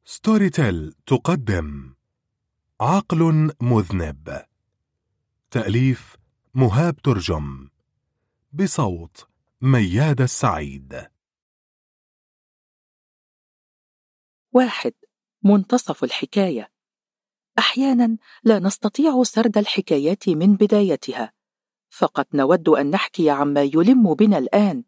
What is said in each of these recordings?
ستوري تيل تقدم عقل مذنب. تأليف مهاب ترجم، بصوت مياد السعيد. 1. منتصف الحكاية. أحيانا لا نستطيع سرد الحكايات من بدايتها، فقط نود أن نحكي عما يلم بنا الآن،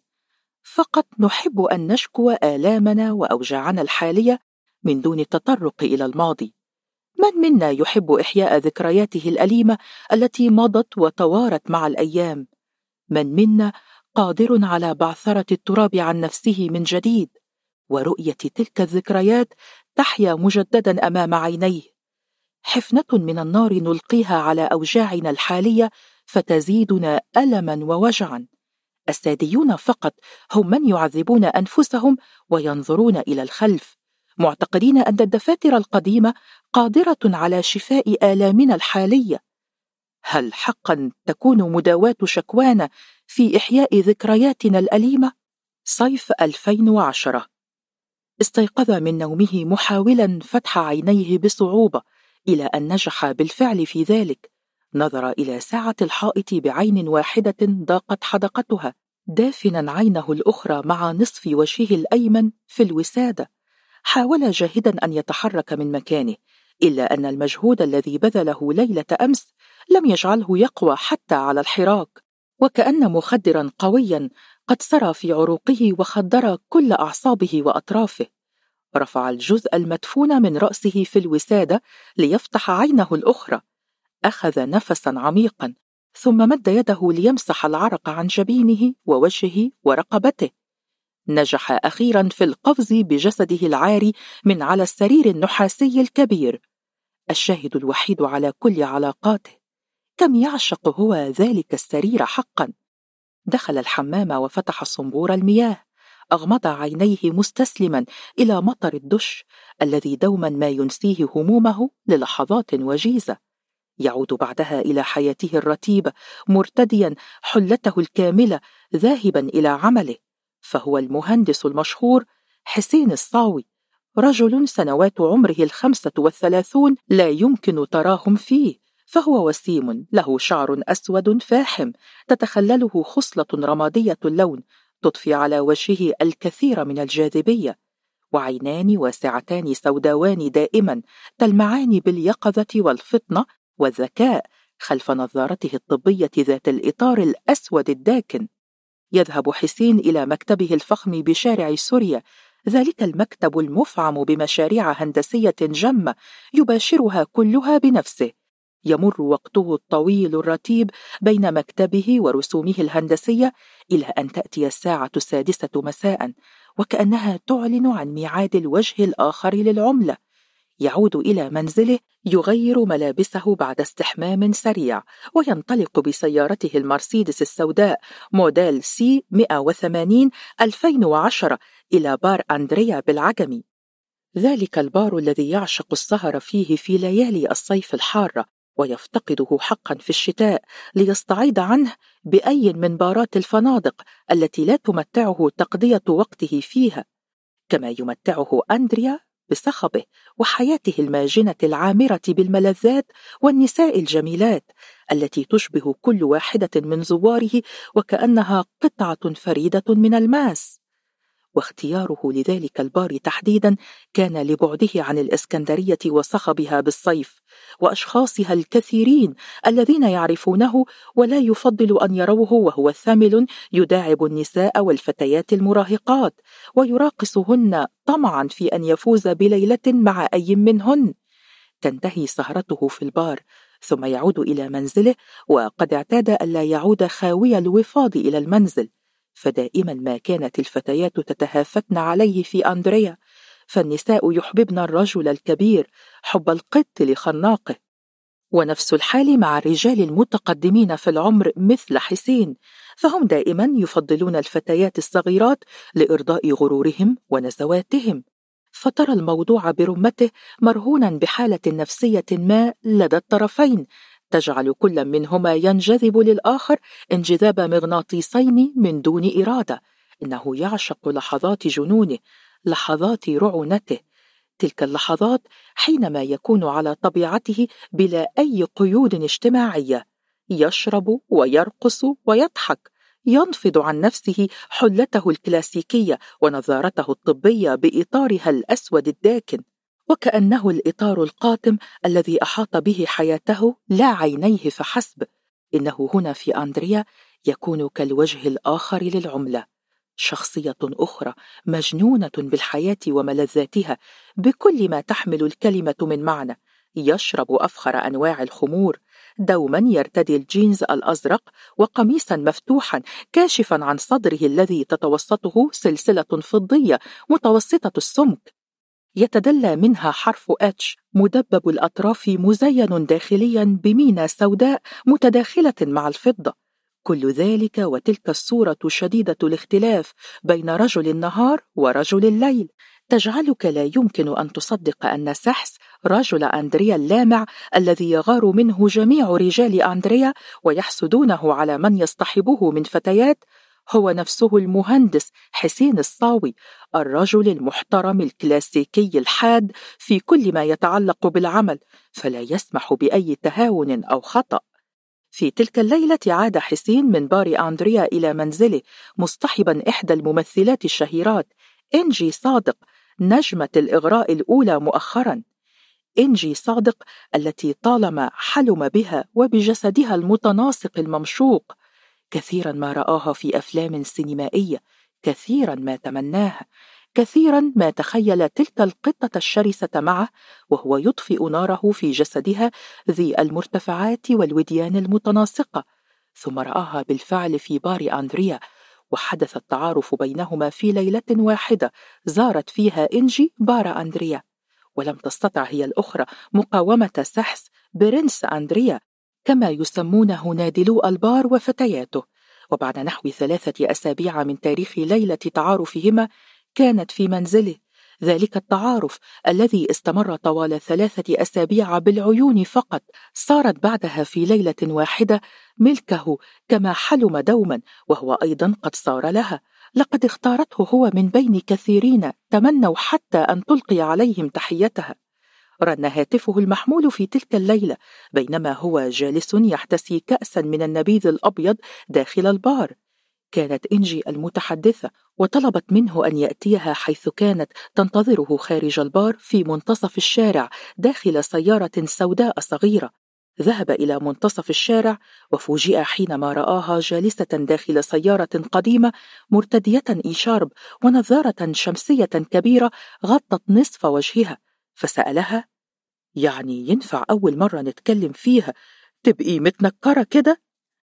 فقط نحب أن نشكو آلامنا وأوجاعنا الحالية من دون التطرق إلى الماضي. من منا يحب إحياء ذكرياته الأليمة التي مضت وتوارت مع الأيام؟ من منا قادر على بعثرة التراب عن نفسه من جديد ورؤية تلك الذكريات تحيا مجددا أمام عينيه؟ حفنة من النار نلقيها على أوجاعنا الحالية فتزيدنا ألما ووجعا. الساديون فقط هم من يعذبون أنفسهم وينظرون إلى الخلف، معتقدين أن الدفاتر القديمة قادرة على شفاء آلامنا الحالية. هل حقا تكون مداواة شكوانا في إحياء ذكرياتنا الأليمة؟ صيف 2010. استيقظ من نومه محاولا فتح عينيه بصعوبة، إلى أن نجح بالفعل في ذلك. نظر إلى ساعة الحائط بعين واحدة ضاقت حدقتها، دافنا عينه الأخرى مع نصف وجهه الأيمن في الوسادة. حاول جاهدا أن يتحرك من مكانه، إلا أن المجهود الذي بذله ليلة أمس لم يجعله يقوى حتى على الحراك، وكأن مخدرا قويا قد سرى في عروقه وخدر كل أعصابه وأطرافه. رفع الجزء المدفون من رأسه في الوسادة ليفتح عينه الأخرى، أخذ نفسا عميقا، ثم مد يده ليمسح العرق عن جبينه ووجهه ورقبته. نجح أخيرا في القفز بجسده العاري من على السرير النحاسي الكبير، الشاهد الوحيد على كل علاقاته. كم يعشق هو ذلك السرير حقا. دخل الحمام وفتح صنبور المياه، أغمض عينيه مستسلما إلى مطر الدش الذي دوما ما ينسيه همومه للحظات وجيزة. يعود بعدها إلى حياته الرتيبة مرتديا حلته الكاملة، ذاهبا إلى عمله، فهو المهندس المشهور حسين الصاوي، رجل سنوات عمره 35 لا يمكن تراهم فيه، فهو وسيم له شعر أسود فاحم تتخلله خصلة رمادية اللون تضفي على وجهه الكثير من الجاذبية، وعينان واسعتان سوداوان دائما تلمعان باليقظة والفطنة والذكاء خلف نظارته الطبية ذات الإطار الأسود الداكن. يذهب حسين إلى مكتبه الفخم بشارع سوريا، ذلك المكتب المفعم بمشاريع هندسية جمة يباشرها كلها بنفسه. يمر وقته الطويل الرتيب بين مكتبه ورسومه الهندسية إلى أن تأتي الساعة 6 مساء، وكأنها تعلن عن ميعاد الوجه الآخر للعملة. يعود إلى منزله يغير ملابسه بعد استحمام سريع، وينطلق بسيارته المرسيدس السوداء موديل سي 180 2010 إلى بار أندريا بالعجمي، ذلك البار الذي يعشق السهر فيه في ليالي الصيف الحارة ويفتقده حقا في الشتاء، ليستعيض عنه بأي من بارات الفنادق التي لا تمتعه تقضية وقته فيها، كما يمتعه أندريا بصخبه وحياته الماجنة العامرة بالملذات والنساء الجميلات التي تشبه كل واحدة من زواره وكأنها قطعة فريدة من الماس. واختياره لذلك البار تحديدا كان لبعده عن الإسكندرية وصخبها بالصيف وأشخاصها الكثيرين الذين يعرفونه ولا يفضل أن يروه وهو ثمل يداعب النساء والفتيات المراهقات ويراقصهن طمعا في أن يفوز بليلة مع أي منهن. تنتهي سهرته في البار، ثم يعود إلى منزله، وقد اعتاد ألا يعود خاوي الوفاض إلى المنزل، فدائما ما كانت الفتيات تتهافتن عليه في أندريا، فالنساء يحببن الرجل الكبير حب القط لخناقه. ونفس الحال مع الرجال المتقدمين في العمر مثل حسين، فهم دائما يفضلون الفتيات الصغيرات لإرضاء غرورهم ونزواتهم، فترى الموضوع برمته مرهونا بحالة نفسية ما لدى الطرفين تجعل كل منهما ينجذب للآخر انجذاب مغناطيسين من دون إرادة. إنه يعشق لحظات جنونه، لحظات رعونته، تلك اللحظات حينما يكون على طبيعته بلا أي قيود اجتماعية، يشرب ويرقص ويضحك، ينفض عن نفسه حلته الكلاسيكية ونظارته الطبية بإطارها الأسود الداكن، وكأنه الإطار القاتم الذي أحاط به حياته لا عينيه فحسب. إنه هنا في أندريا يكون كالوجه الآخر للعملة، شخصية أخرى مجنونة بالحياة وملذاتها بكل ما تحمل الكلمة من معنى. يشرب أفخر أنواع الخمور، دوما يرتدي الجينز الأزرق وقميصا مفتوحا كاشفا عن صدره الذي تتوسطه سلسلة فضية متوسطة السمك يتدلى منها حرف H مدبب الأطراف مزين داخليا بمينا سوداء متداخلة مع الفضة. كل ذلك وتلك الصورة شديدة الاختلاف بين رجل النهار ورجل الليل تجعلك لا يمكن أن تصدق أن سحس رجل أندريا اللامع الذي يغار منه جميع رجال أندريا ويحسدونه على من يصطحبه من فتيات هو نفسه المهندس حسين الصاوي، الرجل المحترم الكلاسيكي الحاد في كل ما يتعلق بالعمل، فلا يسمح بأي تهاون أو خطأ. في تلك الليلة عاد حسين من بار أندريا إلى منزله مصطحبا إحدى الممثلات الشهيرات إنجي صادق، نجمة الإغراء الأولى مؤخرا. إنجي صادق التي طالما حلم بها وبجسدها المتناسق الممشوق، كثيرا ما رآها في أفلام سينمائية، كثيرا ما تمناها، كثيرا ما تخيل تلك القطة الشرسة معه وهو يطفئ ناره في جسدها ذي المرتفعات والوديان المتناسقة. ثم رآها بالفعل في بار أندريا، وحدث التعارف بينهما في ليلة واحدة زارت فيها إنجي بار أندريا، ولم تستطع هي الأخرى مقاومة سحس برنس أندريا كما يسمونه نادلو البار وفتياته. وبعد نحو 3 أسابيع من تاريخ ليلة تعارفهما كانت في منزله، ذلك التعارف الذي استمر طوال 3 أسابيع بالعيون فقط صارت بعدها في ليلة واحدة ملكه كما حلم دوما، وهو أيضا قد صار لها. لقد اختارته هو من بين كثيرين تمنوا حتى أن تلقي عليهم تحيتها. رن هاتفه المحمول في تلك الليلة بينما هو جالس يحتسي كأسا من النبيذ الأبيض داخل البار. كانت إنجي المتحدثة، وطلبت منه أن يأتيها حيث كانت تنتظره خارج البار في منتصف الشارع داخل سيارة سوداء صغيرة. ذهب إلى منتصف الشارع وفوجئ حينما رآها جالسة داخل سيارة قديمة مرتدية إيشارب ونظارة شمسية كبيرة غطت نصف وجهها، فسألها: يعني ينفع أول مرة نتكلم فيها تبقي متنكرة كده؟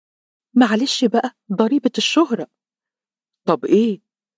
معلش بقى، ضريبة الشهرة. طب إيه؟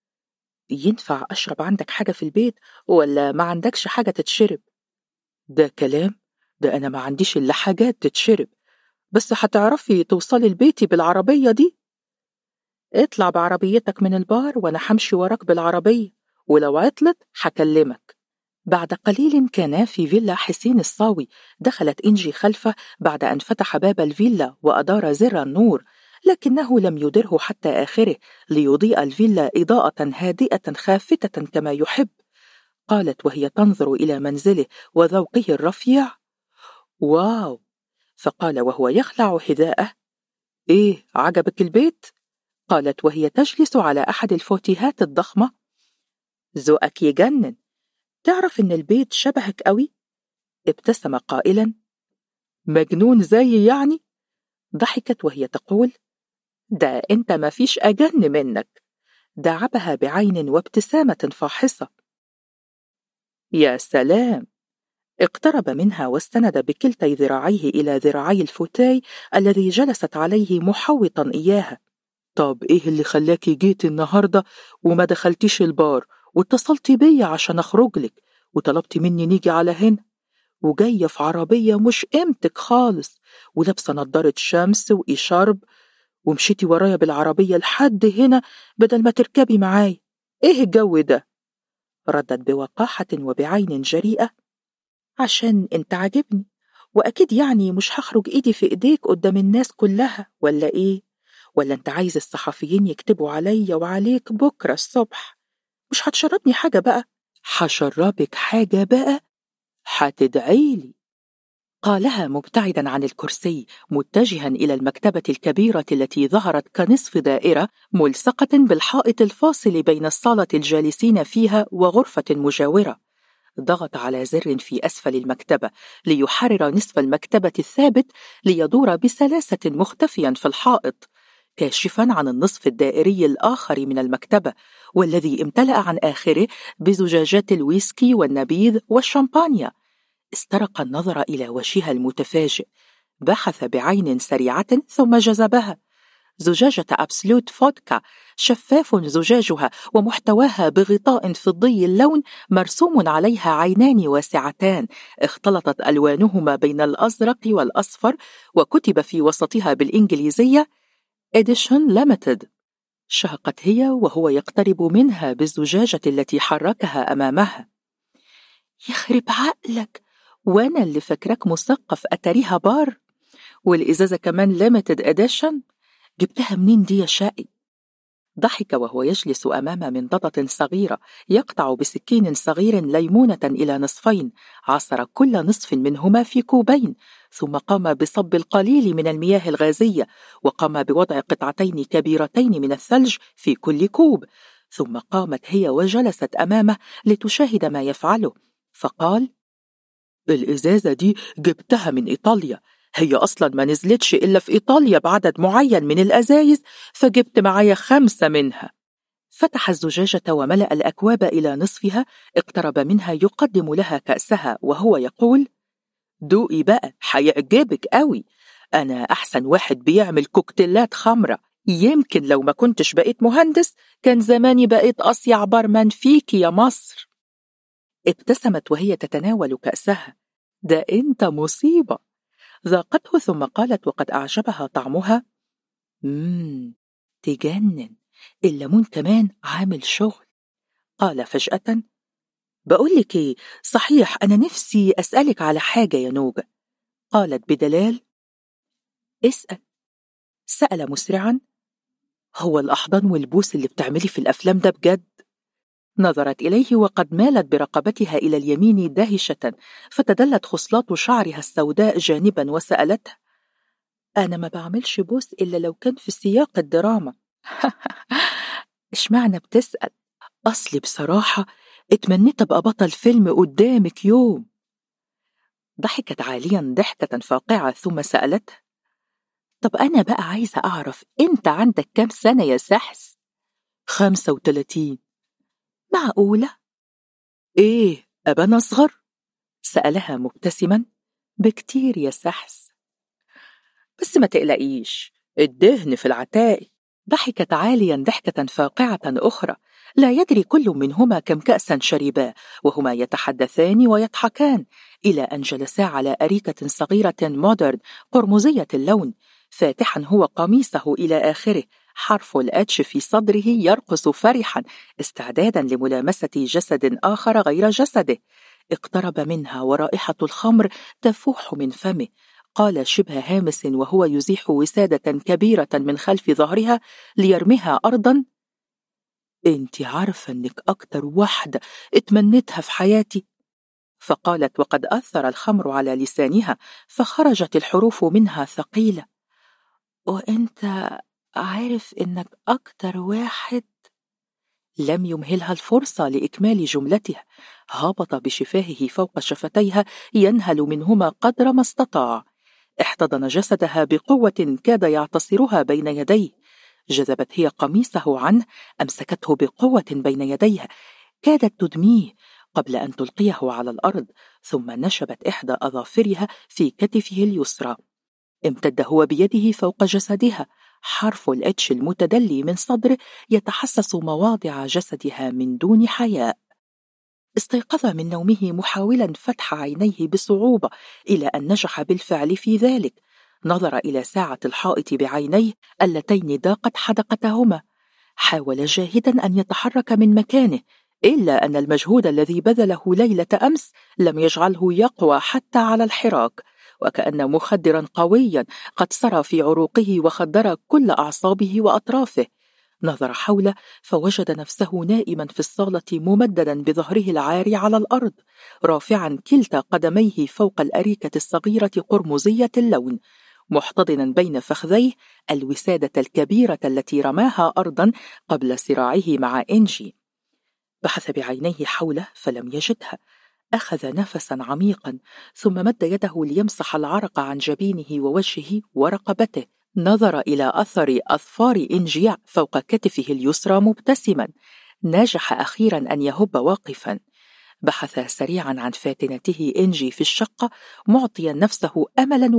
ينفع أشرب عندك حاجة في البيت ولا ما عندكش حاجة تتشرب؟ ده كلام؟ ده أنا ما عنديش إلا حاجات تتشرب، بس هتعرفي توصلي لبيتي بالعربية دي؟ اطلع بعربيتك من البار وأنا همشي وراك بالعربية، ولو عطلت هكلمك. بعد قليل كانا في فيلا حسين الصاوي. دخلت إنجي خلفه بعد أن فتح باب الفيلا وأدار زر النور، لكنه لم يدره حتى آخره ليضيء الفيلا إضاءة هادئة خافتة كما يحب. قالت وهي تنظر إلى منزله وذوقه الرفيع: واو. فقال وهو يخلع حذاءه: إيه، عجبك البيت؟ قالت وهي تجلس على أحد الفوتيهات الضخمة: ذوقك يجنن، تعرف إن البيت شبهك قوي؟ ابتسم قائلا: مجنون زي يعني؟ ضحكت وهي تقول: ده أنت ما فيش أجن منك. داعبها بعين وابتسامة فاحصة. يا سلام. اقترب منها واستند بكلتي ذراعيه إلى ذراعي الفوتاي الذي جلست عليه محوطا إياها. طب إيه اللي خلاكي جيت النهاردة وما دخلتيش البار واتصلتي بيا عشان أخرجلك وطلبتي مني نيجي على هنا، وجاية في عربية مش قيمتك خالص ولابسة نضارة شمس وإشارب، ومشيتي ورايا بالعربية لحد هنا بدل ما تركبي معاي؟ إيه الجو ده؟ ردت بوقاحة وبعين جريئة: عشان انت عاجبني، وأكيد يعني مش هخرج إيدي في إيديك قدام الناس كلها، ولا إيه؟ ولا انت عايز الصحفيين يكتبوا عليا وعليك بكرة الصبح؟ مش هتشربني حاجة بقى؟ حشربك حاجة بقى حتدعيلي، قالها مبتعدا عن الكرسي متجها إلى المكتبة الكبيرة التي ظهرت كنصف دائرة ملصقة بالحائط الفاصل بين الصالة الجالسين فيها وغرفة مجاورة. ضغط على زر في أسفل المكتبة ليحرر نصف المكتبة الثابت ليدور بسلاسة مختفيا في الحائط، كاشفا عن النصف الدائري الآخر من المكتبة والذي امتلأ عن آخره بزجاجات الويسكي والنبيذ والشامبانيا. استرق النظر إلى وجهها المتفاجئ، بحث بعين سريعة ثم جذبها. زجاجة أبسلوت فودكا، شفاف زجاجها ومحتواها بغطاء فضي اللون مرسوم عليها عينان واسعتان اختلطت ألوانهما بين الأزرق والأصفر، وكتب في وسطها بالإنجليزية Edition Limited. شهقت هي وهو يقترب منها بالزجاجة التي حركها أمامها. يخرب عقلك، وأنا اللي فكرك مثقف أتريها بار، والإزازة كمان Limited Edition، جبتها منين دي يا شقي؟ ضحك وهو يجلس أمام منضدة صغيرة يقطع بسكين صغير ليمونة إلى نصفين، عصر كل نصف منهما في كوبين، ثم قام بصب القليل من المياه الغازية، وقام بوضع قطعتين كبيرتين من الثلج في كل كوب، ثم قامت هي وجلست أمامه لتشاهد ما يفعله، فقال: الإزازة دي جبتها من إيطاليا، هي أصلا ما نزلتش إلا في إيطاليا بعدد معين من الأزايز، فجبت معايا 5 منها. فتح الزجاجة وملأ الأكواب إلى نصفها، اقترب منها يقدم لها كأسها وهو يقول: دوقي بقى، حيعجبك قوي، أنا أحسن واحد بيعمل كوكتيلات خمرة، يمكن لو ما كنتش بقيت مهندس كان زماني بقيت أصيع برمان فيك يا مصر. ابتسمت وهي تتناول كأسها. ده أنت مصيبة. ذاقته ثم قالت وقد أعجبها طعمها: تجنن، الليمون كمان عامل شغل. قال فجأة: بقولك ايه، صحيح أنا نفسي أسألك على حاجة يا نوجة. قالت بدلال: اسأل. سأل مسرعا: هو الأحضان والبوس اللي بتعملي في الأفلام ده بجد؟ نظرت إليه وقد مالت برقبتها إلى اليمين دهشة، فتدلت خصلات شعرها السوداء جانبا وسألته: أنا ما بعملش بوس إلا لو كان في سياق الدراما. إيش معنى بتسأل؟ أصلي بصراحة اتمنيت أبقى بطل فيلم قدامك يوم. ضحكت عاليا ضحكة فاقعة ثم سألته: طب أنا بقى عايزة أعرف أنت عندك كام سنة يا سحس؟ 35. معقولة؟ إيه أبا أصغر؟ سألها مبتسما. بكتير يا سحس، بس ما تقلقيش، الدهن في العتاق. ضحكت عاليا ضحكة فاقعة أخرى، لا يدري كل منهما كم كأسا شربا وهما يتحدثان ويضحكان، إلى أن جلسا على أريكة صغيرة مودرن قرمزية اللون، فاتحا هو قميصه إلى آخره، حرف الأتش في صدره يرقص فرحا استعدادا لملامسة جسد آخر غير جسده. اقترب منها ورائحة الخمر تفوح من فمه. قال شبه هامس وهو يزيح وسادة كبيرة من خلف ظهرها ليرميها أرضا: انت عارفة انك أكتر واحدة اتمنيتها في حياتي؟ فقالت وقد أثر الخمر على لسانها فخرجت الحروف منها ثقيلة: وانت عارف انك أكتر واحد؟ لم يمهلها الفرصة لإكمال جملتها، هبط بشفاهه فوق شفتيها ينهل منهما قدر ما استطاع. احتضن جسدها بقوة كاد يعتصرها بين يديه. جذبت هي قميصه عنه، أمسكته بقوة بين يديها، كادت تدميه قبل أن تلقيه على الأرض، ثم نشبت إحدى أظافرها في كتفه اليسرى. امتد هو بيده فوق جسدها، حرف الاتش المتدلي من صدره يتحسس مواضع جسدها من دون حياء. استيقظ من نومه محاولا فتح عينيه بصعوبة، إلى أن نجح بالفعل في ذلك. نظر إلى ساعة الحائط بعينيه اللتين ضاقت حدقتهما. حاول جاهدا أن يتحرك من مكانه، إلا أن المجهود الذي بذله ليلة أمس لم يجعله يقوى حتى على الحراك، وكأن مخدرا قويا قد سرى في عروقه وخدر كل أعصابه وأطرافه. نظر حوله فوجد نفسه نائما في الصالة ممددا بظهره العاري على الأرض، رافعا كلتا قدميه فوق الأريكة الصغيرة قرمزية اللون، محتضنا بين فخذيه الوسادة الكبيرة التي رماها أرضا قبل صراعه مع إنجي. بحث بعينيه حوله فلم يجدها، أخذ نفسا عميقا ثم مد يده ليمسح العرق عن جبينه ووجهه ورقبته. نظر إلى أثر أظفار إنجي فوق كتفه اليسرى مبتسما. نجح أخيرا أن يهب واقفا. بحث سريعا عن فاتنته إنجي في الشقة، معطيا نفسه أملا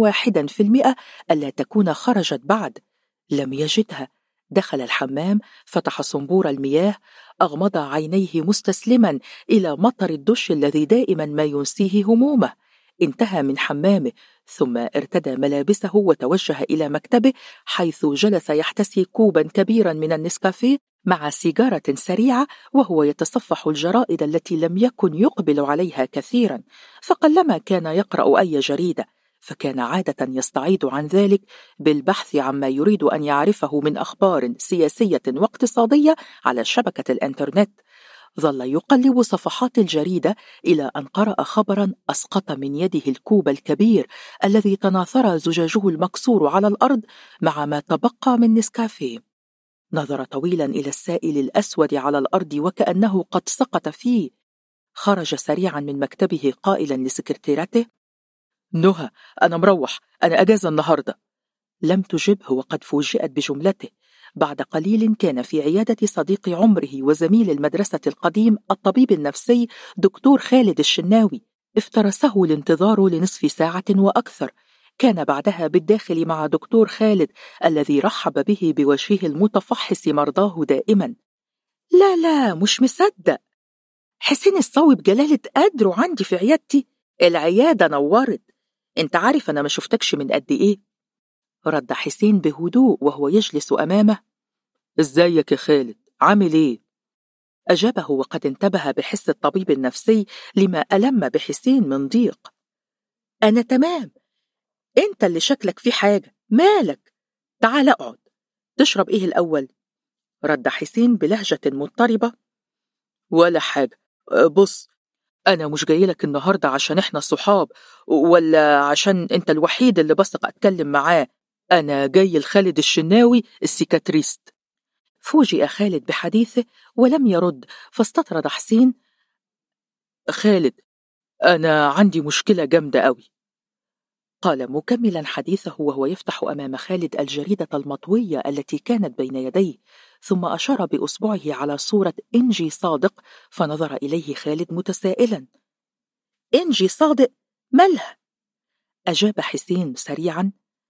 1% ألا تكون خرجت بعد. لم يجدها. دخل الحمام، فتح صنبور المياه، أغمض عينيه مستسلما إلى مطر الدش الذي دائما ما ينسيه همومه. انتهى من حمامه ثم ارتدى ملابسه وتوجه إلى مكتبه، حيث جلس يحتسي كوبا كبيرا من النسكافيه مع سيجارة سريعة وهو يتصفح الجرائد التي لم يكن يقبل عليها كثيرا، فقلما كان يقرأ أي جريدة، فكان عادة يستعيض عن ذلك بالبحث عما يريد أن يعرفه من أخبار سياسية واقتصادية على شبكة الإنترنت. ظل يقلب صفحات الجريدة إلى أن قرأ خبرا أسقط من يده الكوب الكبير الذي تناثر زجاجه المكسور على الأرض مع ما تبقى من نسكافيه. نظر طويلا إلى السائل الأسود على الأرض وكأنه قد سقط فيه. خرج سريعا من مكتبه قائلا لسكرتيرته: نهى، أنا مروح، أنا أجازة النهاردة. لم تجبه وقد فوجئت بجملته. بعد قليل كان في عيادة صديق عمره وزميل المدرسة القديم الطبيب النفسي دكتور خالد الشناوي. افترسه الانتظار لنصف ساعة وأكثر. كان بعدها بالداخل مع دكتور خالد الذي رحب به بوجهه المتفحص مرضاه دائما. لا لا، مش مصدق، حسين الصوي بجلالة قدره عندي في عيادتي، العيادة نورت. انت عارف أنا ما شفتكش من قد إيه؟ رد حسين بهدوء وهو يجلس أمامه. ازيك يا خالد، عامل إيه؟ أجابه وقد انتبه بحس الطبيب النفسي لما ألم بحسين من ضيق. أنا تمام، انت اللي شكلك في حاجة، مالك؟ تعال اقعد، تشرب ايه الأول؟ رد حسين بلهجة مضطربة. ولا حاجة، بص، أنا مش جاي لك النهاردة عشان إحنا صحاب ولا عشان أنت الوحيد اللي بثق أتكلم معاه. أنا جاي لخالد الشناوي السيكاتريست. فوجئ خالد بحديثه ولم يرد، فاستطرد حسين. خالد، أنا عندي مشكلة جامدة قوي، قال مكملا حديثه وهو يفتح أمام خالد الجريدة المطوية التي كانت بين يديه، ثم أشار بأصبعه على صورة إنجي صادق، فنظر إليه خالد متسائلا. إنجي صادق مالها؟ أجاب حسين سريعا.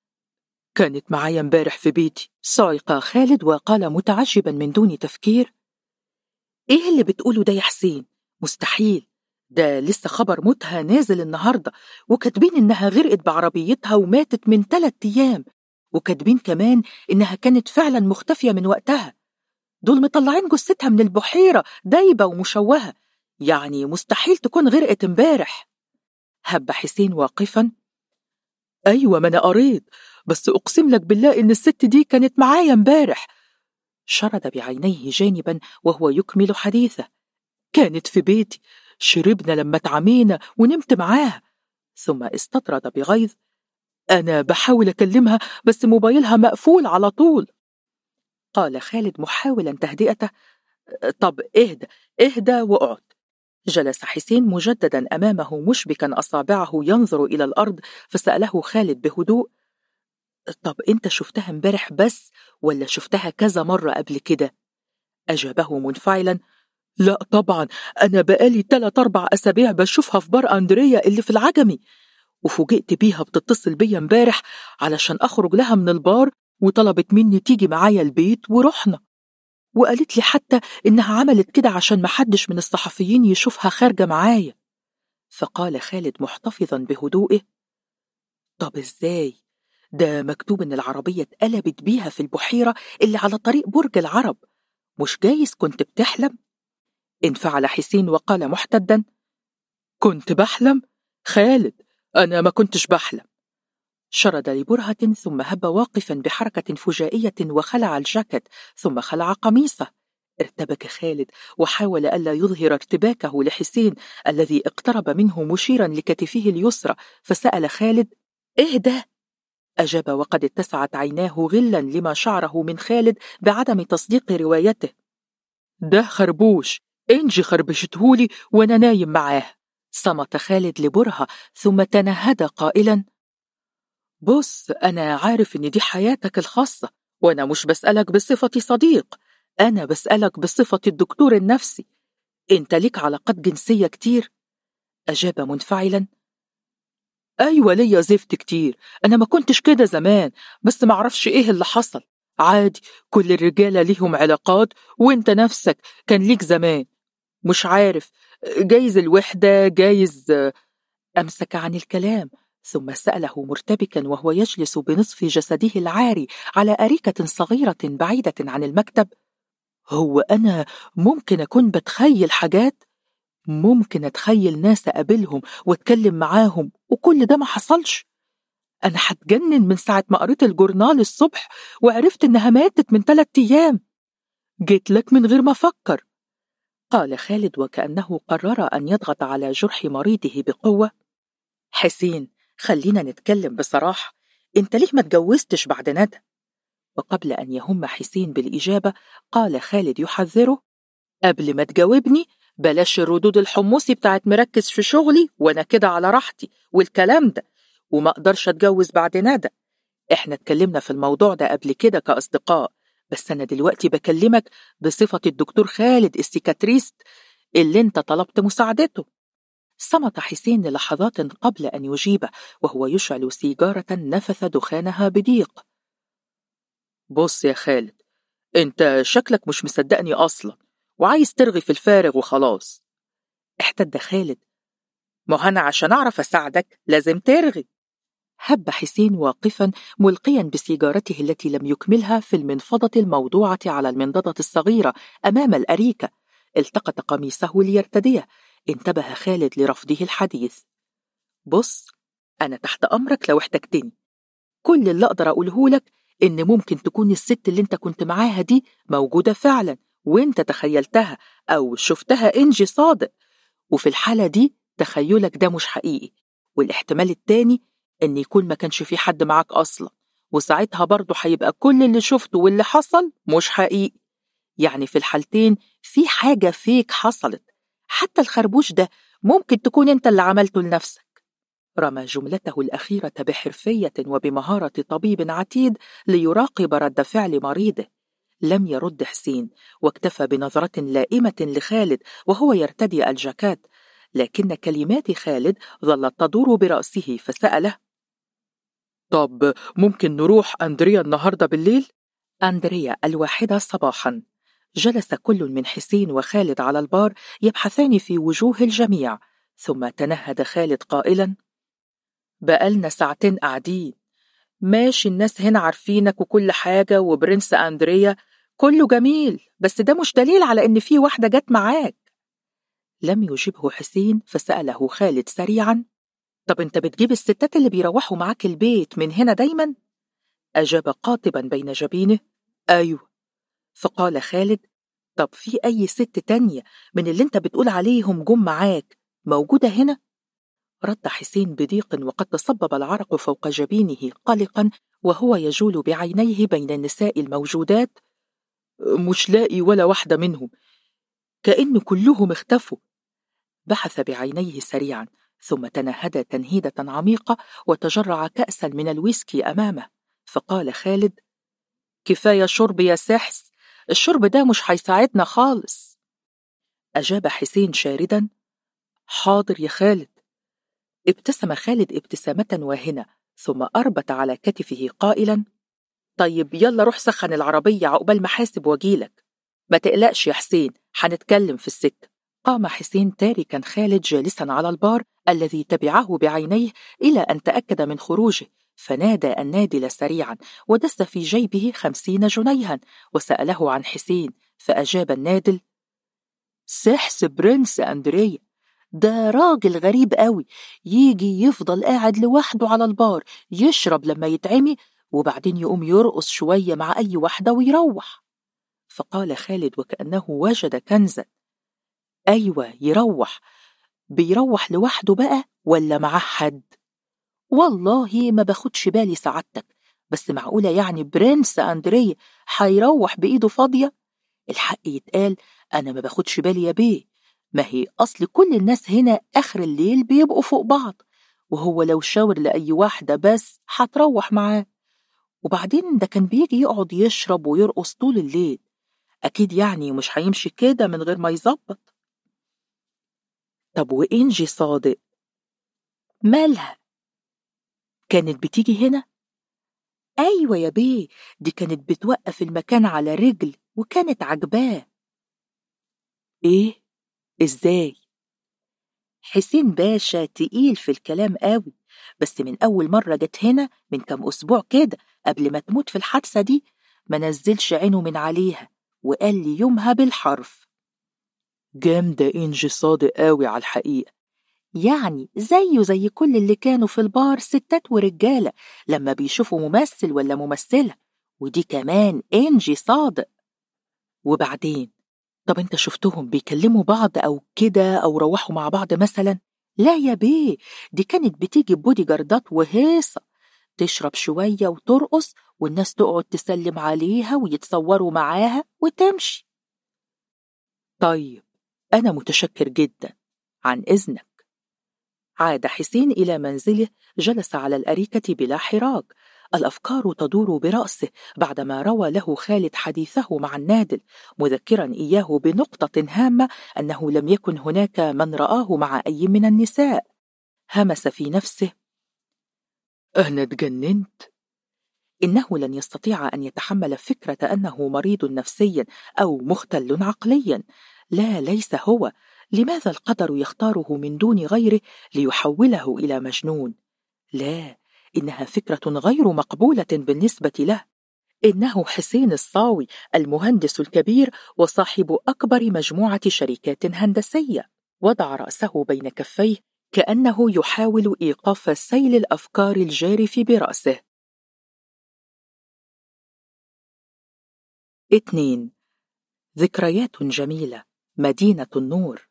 كانت معايا امبارح في بيتي. صعق خالد وقال متعجبا من دون تفكير. إيه اللي بتقوله ده يا حسين؟ مستحيل، ده لسه خبر موتها نازل النهاردة، وكاتبين إنها غرقت بعربيتها وماتت من 3 أيام، وكاتبين كمان إنها كانت فعلا مختفية من وقتها. دول مطلعين جثتها من البحيرة دايبة ومشوهة، يعني مستحيل تكون غرقت امبارح. هب حسين واقفا. أيوة، ما أنا قريت، بس أقسم لك بالله إن الست دي كانت معايا امبارح. شرد بعينيه جانبا وهو يكمل حديثه. كانت في بيتي، شربنا لما اتعمينا ونمت معاها. ثم استطرد بغيظ. أنا بحاول أكلمها بس موبايلها مقفول على طول. قال خالد محاولا تهدئته. طب اهدى واقعد. جلس حسين مجددا أمامه مشبكا أصابعه ينظر إلى الأرض، فسأله خالد بهدوء. طب أنت شفتها امبارح بس ولا شفتها كذا مرة قبل كده؟ أجابه منفعلا. لا طبعا، أنا بقالي 3-4 أسابيع بشوفها في بار أندريا اللي في العجمي، وفوجئت بيها بتتصل بيا امبارح علشان أخرج لها من البار، وطلبت مني تيجي معايا البيت ورحنا، وقالت لي حتى إنها عملت كده عشان محدش من الصحفيين يشوفها خارجة معايا. فقال خالد محتفظا بهدوئه. طب إزاي؟ ده مكتوب إن العربية اتقلبت بيها في البحيرة اللي على طريق برج العرب، مش جايز كنت بتحلم؟ انفعل حسين وقال محتدا. كنت بحلم؟ خالد، أنا ما كنتش بحلم. شرد لبرهة ثم هب واقفا بحركة فجائية وخلع الجاكيت ثم خلع قميصه. ارتبك خالد وحاول ألا يظهر ارتباكه لحسين الذي اقترب منه مشيرا لكتفه اليسرى، فسأل خالد: إيه ده؟ أجاب وقد اتسعت عيناه غلا لما شعره من خالد بعدم تصديق روايته: ده خربوش، إنجي خربشتهولي وأنا نايم معاه. صمت خالد لبرهة ثم تنهد قائلا: بص، أنا عارف إن دي حياتك الخاصة، وأنا مش بسألك بصفة صديق، أنا بسألك بصفة الدكتور النفسي. أنت ليك علاقات جنسية كتير؟ أجاب منفعلا: أيوة ليا زفت كتير، أنا ما كنتش كده زمان، بس معرفش إيه اللي حصل. عادي، كل الرجالة ليهم علاقات، وإنت نفسك كان ليك زمان. مش عارف، جايز الوحدة، جايز. أمسك عن الكلام ثم سأله مرتبكا وهو يجلس بنصف جسده العاري على أريكة صغيرة بعيدة عن المكتب: هو أنا ممكن أكون بتخيل حاجات؟ ممكن أتخيل ناس أقابلهم وأتكلم معاهم وكل ده ما حصلش؟ أنا هتجنن من ساعة ما قريت الجورنال الصبح وعرفت إنها ماتت من 3 أيام. جيت لك من غير ما أفكر، قال خالد وكأنه قرر أن يضغط على جرح مريضه بقوة. حسين، خلينا نتكلم بصراحة، انت ليه ما تجوزتش بعد ندى؟ وقبل أن يهم حسين بالإجابة قال خالد يحذره: قبل ما تجاوبني بلاش الردود الحموسي بتاعت مركز في شغلي وأنا كده على راحتي والكلام ده، وما أقدرش أتجوز بعد ندى. إحنا اتكلمنا في الموضوع ده قبل كده كأصدقاء، بس أنا دلوقتي بكلمك بصفة الدكتور خالد السيكاتريست اللي انت طلبت مساعدته. صمت حسين للحظات قبل أن يجيب وهو يشعل سيجارة نفث دخانها بضيق. بص يا خالد، انت شكلك مش مصدقني أصلا وعايز ترغي في الفارغ وخلاص. احتد خالد: ما أنا عشان أعرف أساعدك لازم ترغي. هب حسين واقفا ملقيا بسيجارته التي لم يكملها في المنفضة الموضوعة على المنضدة الصغيرة أمام الأريكة. التقط قميصه ليرتديه. انتبه خالد لرفضه الحديث. بص، أنا تحت أمرك لو احتجتني. كل اللي أقدر أقوله لك إن ممكن تكون الست اللي انت كنت معاها دي موجودة فعلا وانت تخيلتها أو شفتها إنجي صادق، وفي الحالة دي تخيلك ده مش حقيقي، والاحتمال التاني إن يكون ما كانش في حد معاك أصلا، وساعتها برضو هيبقى كل اللي شفته واللي حصل مش حقيقي. يعني في الحالتين في حاجة فيك حصلت، حتى الخربوش ده ممكن تكون انت اللي عملته لنفسك. رمى جملته الأخيرة بحرفية وبمهارة طبيب عتيد ليراقب رد فعل مريضه. لم يرد حسين، واكتفى بنظرة لائمة لخالد وهو يرتدي الجاكيت، لكن كلمات خالد ظلت تدور برأسه فسأله: طب ممكن نروح أندريا النهاردة بالليل؟ أندريا 1 صباحا. جلس كل من حسين وخالد على البار يبحثان في وجوه الجميع، ثم تنهد خالد قائلا: بقالنا 2 ساعة قاعدين. ماشي، الناس هنا عارفينك وكل حاجة وبرنس أندريا كله جميل، بس ده مش دليل على إن في واحدة جت معاك. لم يجبه حسين فسأله خالد سريعا: طب انت بتجيب الستات اللي بيروحوا معاك البيت من هنا دايما؟ أجاب قاطبا بين جبينه: أيوه. فقال خالد: طب في أي ست تانية من اللي انت بتقول عليهم جم معاك موجودة هنا؟ رد حسين بضيق وقد تصبب العرق فوق جبينه قلقا وهو يجول بعينيه بين النساء الموجودات: مش لاقي ولا واحدة منهم، كأن كلهم اختفوا. بحث بعينيه سريعا ثم تنهد تنهيدة عميقة وتجرع كأسا من الويسكي أمامه، فقال خالد: كفاية شرب يا سحس، الشرب ده مش هيساعدنا خالص. أجاب حسين شاردا: حاضر يا خالد. ابتسم خالد ابتسامة واهنة ثم أربت على كتفه قائلا: طيب يلا روح سخن العربية عقبال ما حاسب واجيلك. ما تقلقش يا حسين، هنتكلم في السكة. قام حسين تاركا خالد جالسا على البار الذي تبعه بعينيه إلى أن تأكد من خروجه، فنادى النادل سريعا ودس في جيبه 50 جنيها وسأله عن حسين، فأجاب النادل: سحس برنس أندريا، ده راجل غريب قوي، يجي يفضل قاعد لوحده على البار يشرب لما يتعمي، وبعدين يقوم يرقص شوية مع أي واحدة ويروح. فقال خالد وكأنه وجد كنزا: أيوة يروح. بيروح لوحده بقى ولا معاه حد؟ والله ما باخدش بالي سعادتك، بس معقولة يعني برنس أندريا هيروح بإيده فاضية؟ الحق يتقال، أنا ما باخدش بالي يا بيه، ما هي أصل كل الناس هنا آخر الليل بيبقوا فوق بعض، وهو لو شاور لأي واحدة بس هتروح معاه. وبعدين ده كان بيجي يقعد يشرب ويرقص طول الليل، أكيد يعني مش هيمشي كده من غير ما يظبط. طب وإنجي صادق مالها؟ كانت بتيجي هنا؟ أيوة يا بيه، دي كانت بتوقف المكان على رجل وكانت عجباه. إيه؟ إزاي؟ حسين باشا تقيل في الكلام قوي، بس من أول مرة جت هنا من كام أسبوع كده قبل ما تموت في الحادثة دي ما نزلش عينه من عليها، وقال لي يومها بالحرف: جامدة إنجي صادق قوي على الحقيقة، يعني زيه زي كل اللي كانوا في البار ستات ورجالة لما بيشوفوا ممثل ولا ممثلة، ودي كمان إنجي صادق. وبعدين طب انت شفتهم بيكلموا بعض أو كده أو روحوا مع بعض مثلا؟ لا يا بيه، دي كانت بتيجي بودي جاردات وهيصة، تشرب شوية وترقص والناس تقعد تسلم عليها ويتصوروا معاها وتمشي. طيب أنا متشكر جدا، عن إذنك. عاد حسين إلى منزله، جلس على الأريكة بلا حراك، الأفكار تدور برأسه بعدما روى له خالد حديثه مع النادل، مذكرا إياه بنقطة هامة أنه لم يكن هناك من رآه مع أي من النساء. همس في نفسه: أنا اتجننت. إنه لن يستطيع أن يتحمل فكرة أنه مريض نفسيا أو مختل عقليا. لا، ليس هو. لماذا القدر يختاره من دون غيره ليحوله إلى مجنون؟ لا، إنها فكرة غير مقبولة بالنسبة له. إنه حسين الصاوي، المهندس الكبير وصاحب أكبر مجموعة شركات هندسية. وضع رأسه بين كفيه كأنه يحاول إيقاف سيل الأفكار الجارف برأسه. 2. ذكريات جميلة، مدينة النور.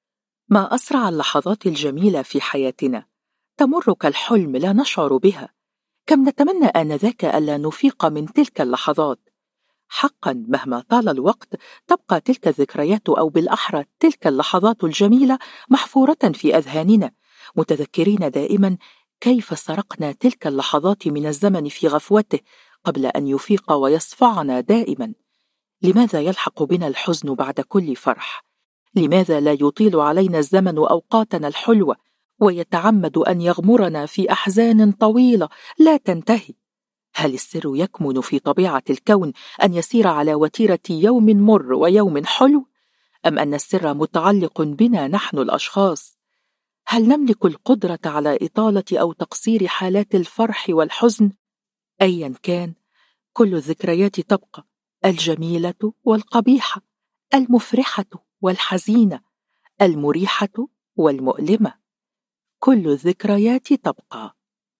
ما أسرع اللحظات الجميلة في حياتنا، تمر كالحلم لا نشعر بها. كم نتمنى آنذاك ألا نفيق من تلك اللحظات. حقا مهما طال الوقت تبقى تلك الذكريات، أو بالأحرى تلك اللحظات الجميلة، محفورة في أذهاننا، متذكرين دائما كيف سرقنا تلك اللحظات من الزمن في غفوته قبل أن يفيق ويصفعنا دائما. لماذا يلحق بنا الحزن بعد كل فرح؟ لماذا لا يطيل علينا الزمن أوقاتنا الحلوة ويتعمد أن يغمرنا في أحزان طويلة لا تنتهي؟ هل السر يكمن في طبيعة الكون أن يسير على وتيرة يوم مر ويوم حلو؟ أم أن السر متعلق بنا نحن الأشخاص؟ هل نملك القدرة على إطالة أو تقصير حالات الفرح والحزن؟ أيا كان، كل الذكريات تبقى، الجميلة والقبيحة، المفرحة والحزينة، المريحة والمؤلمة، كل الذكريات تبقى.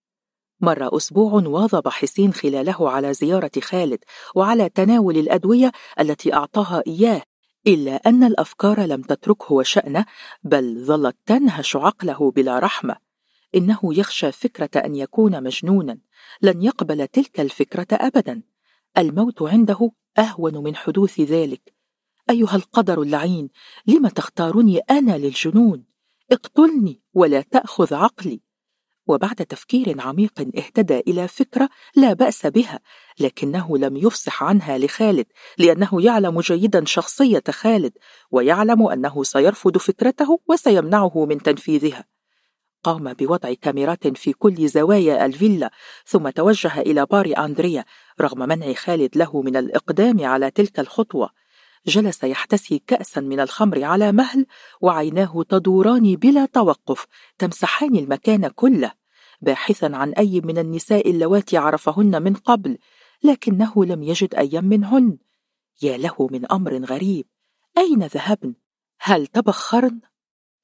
مر أسبوع واظب حسين خلاله على زيارة خالد وعلى تناول الأدوية التي أعطاها إياه، إلا أن الأفكار لم تتركه وشأنه، بل ظلت تنهش عقله بلا رحمة. إنه يخشى فكرة أن يكون مجنونا، لن يقبل تلك الفكرة أبدا. الموت عنده أهون من حدوث ذلك. أيها القدر اللعين، لم تختارني أنا للجنون؟ اقتلني ولا تأخذ عقلي. وبعد تفكير عميق اهتدى إلى فكرة لا بأس بها، لكنه لم يفصح عنها لخالد، لأنه يعلم جيدا شخصية خالد، ويعلم أنه سيرفض فكرته وسيمنعه من تنفيذها. قام بوضع كاميرات في كل زوايا الفيلا، ثم توجه إلى بار أندريا رغم منع خالد له من الإقدام على تلك الخطوة. جلس يحتسي كأسا من الخمر على مهل، وعيناه تدوران بلا توقف تمسحان المكان كله، باحثا عن أي من النساء اللواتي عرفهن من قبل، لكنه لم يجد أي منهن. يا له من أمر غريب، أين ذهبن؟ هل تبخرن؟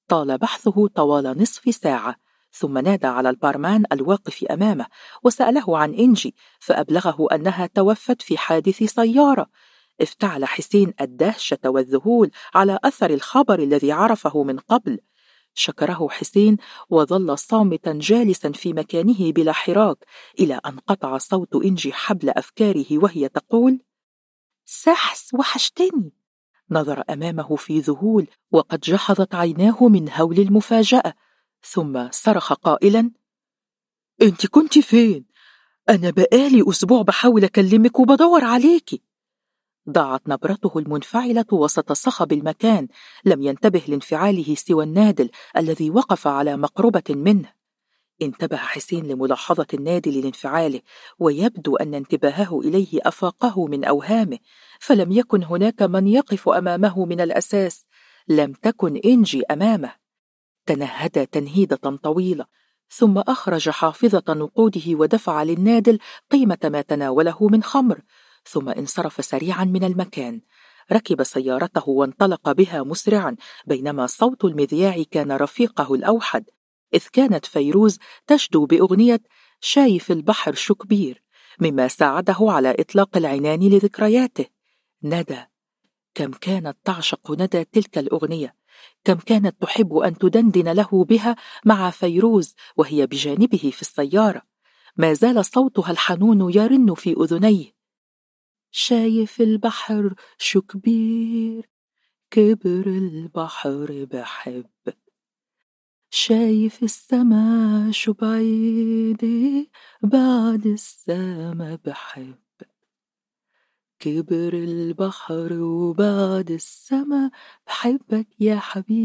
طال بحثه طوال نصف ساعة، ثم نادى على البارمان الواقف أمامه وسأله عن إنجي، فأبلغه أنها توفت في حادث سيارة. افتعل حسين الدهشة والذهول على أثر الخبر الذي عرفه من قبل. شكره حسين وظل صامتا جالسا في مكانه بلا حراك، إلى أن قطع صوت إنجي حبل أفكاره وهي تقول: سحس، وحشتني. نظر أمامه في ذهول وقد جحظت عيناه من هول المفاجأة، ثم صرخ قائلا: أنت كنت فين؟ أنا بقالي أسبوع بحاول أكلمك وبدور عليكي. ضاعت نبرته المنفعلة وسط صخب المكان، لم ينتبه لانفعاله سوى النادل الذي وقف على مقربة منه. انتبه حسين لملاحظة النادل لانفعاله، ويبدو أن انتباهه إليه أفاقه من أوهامه، فلم يكن هناك من يقف أمامه من الأساس. لم تكن إنجي أمامه. تنهد تنهيدة طويلة، ثم أخرج حافظة نقوده ودفع للنادل قيمة ما تناوله من خمر، ثم انصرف سريعا من المكان. ركب سيارته وانطلق بها مسرعا، بينما صوت المذياع كان رفيقه الأوحد، إذ كانت فيروز تشدو بأغنية شايف البحر شو كبير، مما ساعده على إطلاق العنان لذكرياته. ندى، كم كانت تعشق ندى تلك الأغنية، كم كانت تحب أن تدندن له بها مع فيروز وهي بجانبه في السيارة. ما زال صوتها الحنون يرن في أذنيه: شايف البحر شو كبير، كبر البحر بحب، شايف السما شو بعيدة، بعد السما بحب، كبر البحر وبعد السما بحبك يا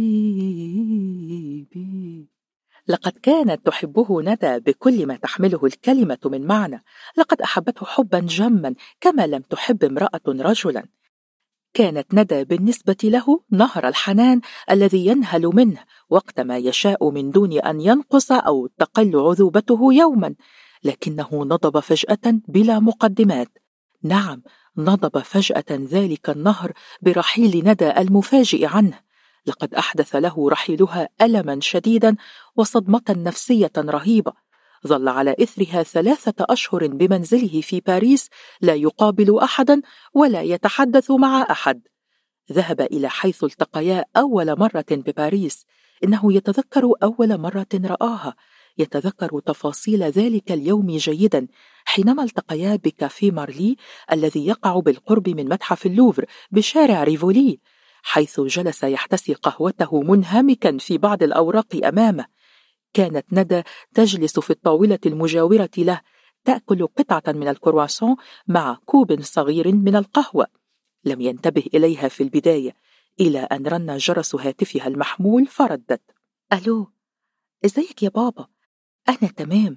حبيبي. لقد كانت تحبه ندى بكل ما تحمله الكلمة من معنى. لقد أحبته حبا جما كما لم تحب امرأة رجلا. كانت ندى بالنسبة له نهر الحنان الذي ينهل منه وقت ما يشاء من دون أن ينقص أو تقل عذوبته يوما، لكنه نضب فجأة بلا مقدمات. نعم، نضب فجأة ذلك النهر برحيل ندى المفاجئ عنه. لقد أحدث له رحيلها ألما شديدا وصدمة نفسية رهيبة. ظل على إثرها 3 أشهر بمنزله في باريس، لا يقابل أحدا ولا يتحدث مع أحد. ذهب إلى حيث التقيا أول مرة بباريس. إنه يتذكر أول مرة رآها، يتذكر تفاصيل ذلك اليوم جيدا، حينما التقيا بكافي مارلي الذي يقع بالقرب من متحف اللوفر بشارع ريفولي، حيث جلس يحتسي قهوته منهمكا في بعض الأوراق أمامه. كانت ندى تجلس في الطاولة المجاورة له، تأكل قطعة من الكرواسون مع كوب صغير من القهوة. لم ينتبه إليها في البداية، إلى أن رن جرس هاتفها المحمول فردت: ألو، إزيك يا بابا؟ أنا تمام.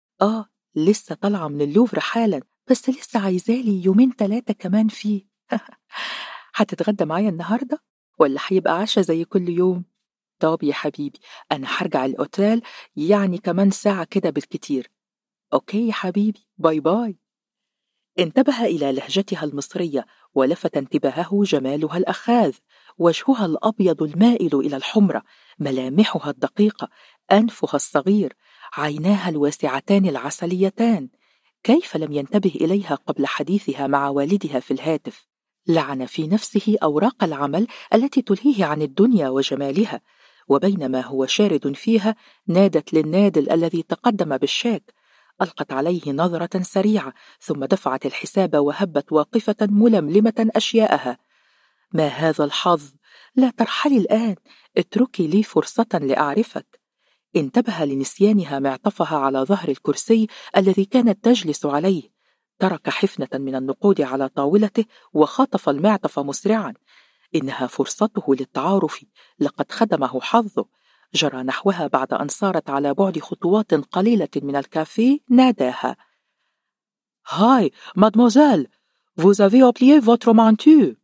لسه طالعة من اللوفر حالا، بس لسه عايزالي 2-3 كمان فيه. هتتغدى معايا النهاردة ولا هيبقى عشاء زي كل يوم؟ طب يا حبيبي، أنا هرجع الأوتيل يعني كمان ساعة كده بالكتير. أوكي يا حبيبي، باي باي. انتبه إلى لهجتها المصرية، ولفت انتباهه جمالها الأخاذ، وجهها الأبيض المائل إلى الحمرة، ملامحها الدقيقة، أنفها الصغير، عيناها الواسعتان العسليتان. كيف لم ينتبه إليها قبل حديثها مع والدها في الهاتف؟ لعن في نفسه أوراق العمل التي تلهيه عن الدنيا وجمالها، وبينما هو شارد فيها نادت للنادل الذي تقدم بالشاك. ألقت عليه نظرة سريعة، ثم دفعت الحساب وهبت واقفة ململمة أشياءها. ما هذا الحظ؟ لا ترحلي الآن، اتركي لي فرصة لأعرفك. انتبه لنسيانها معطفها على ظهر الكرسي الذي كانت تجلس عليه. ترك حفنة من النقود على طاولته وخاطف المعطف مسرعا. إنها فرصته للتعارف، لقد خدمه حظه. جرى نحوها بعد أن صارت على بعد خطوات قليلة من الكافيه. ناداها: هاي مادموزيل، vous avez oublié votre manteau.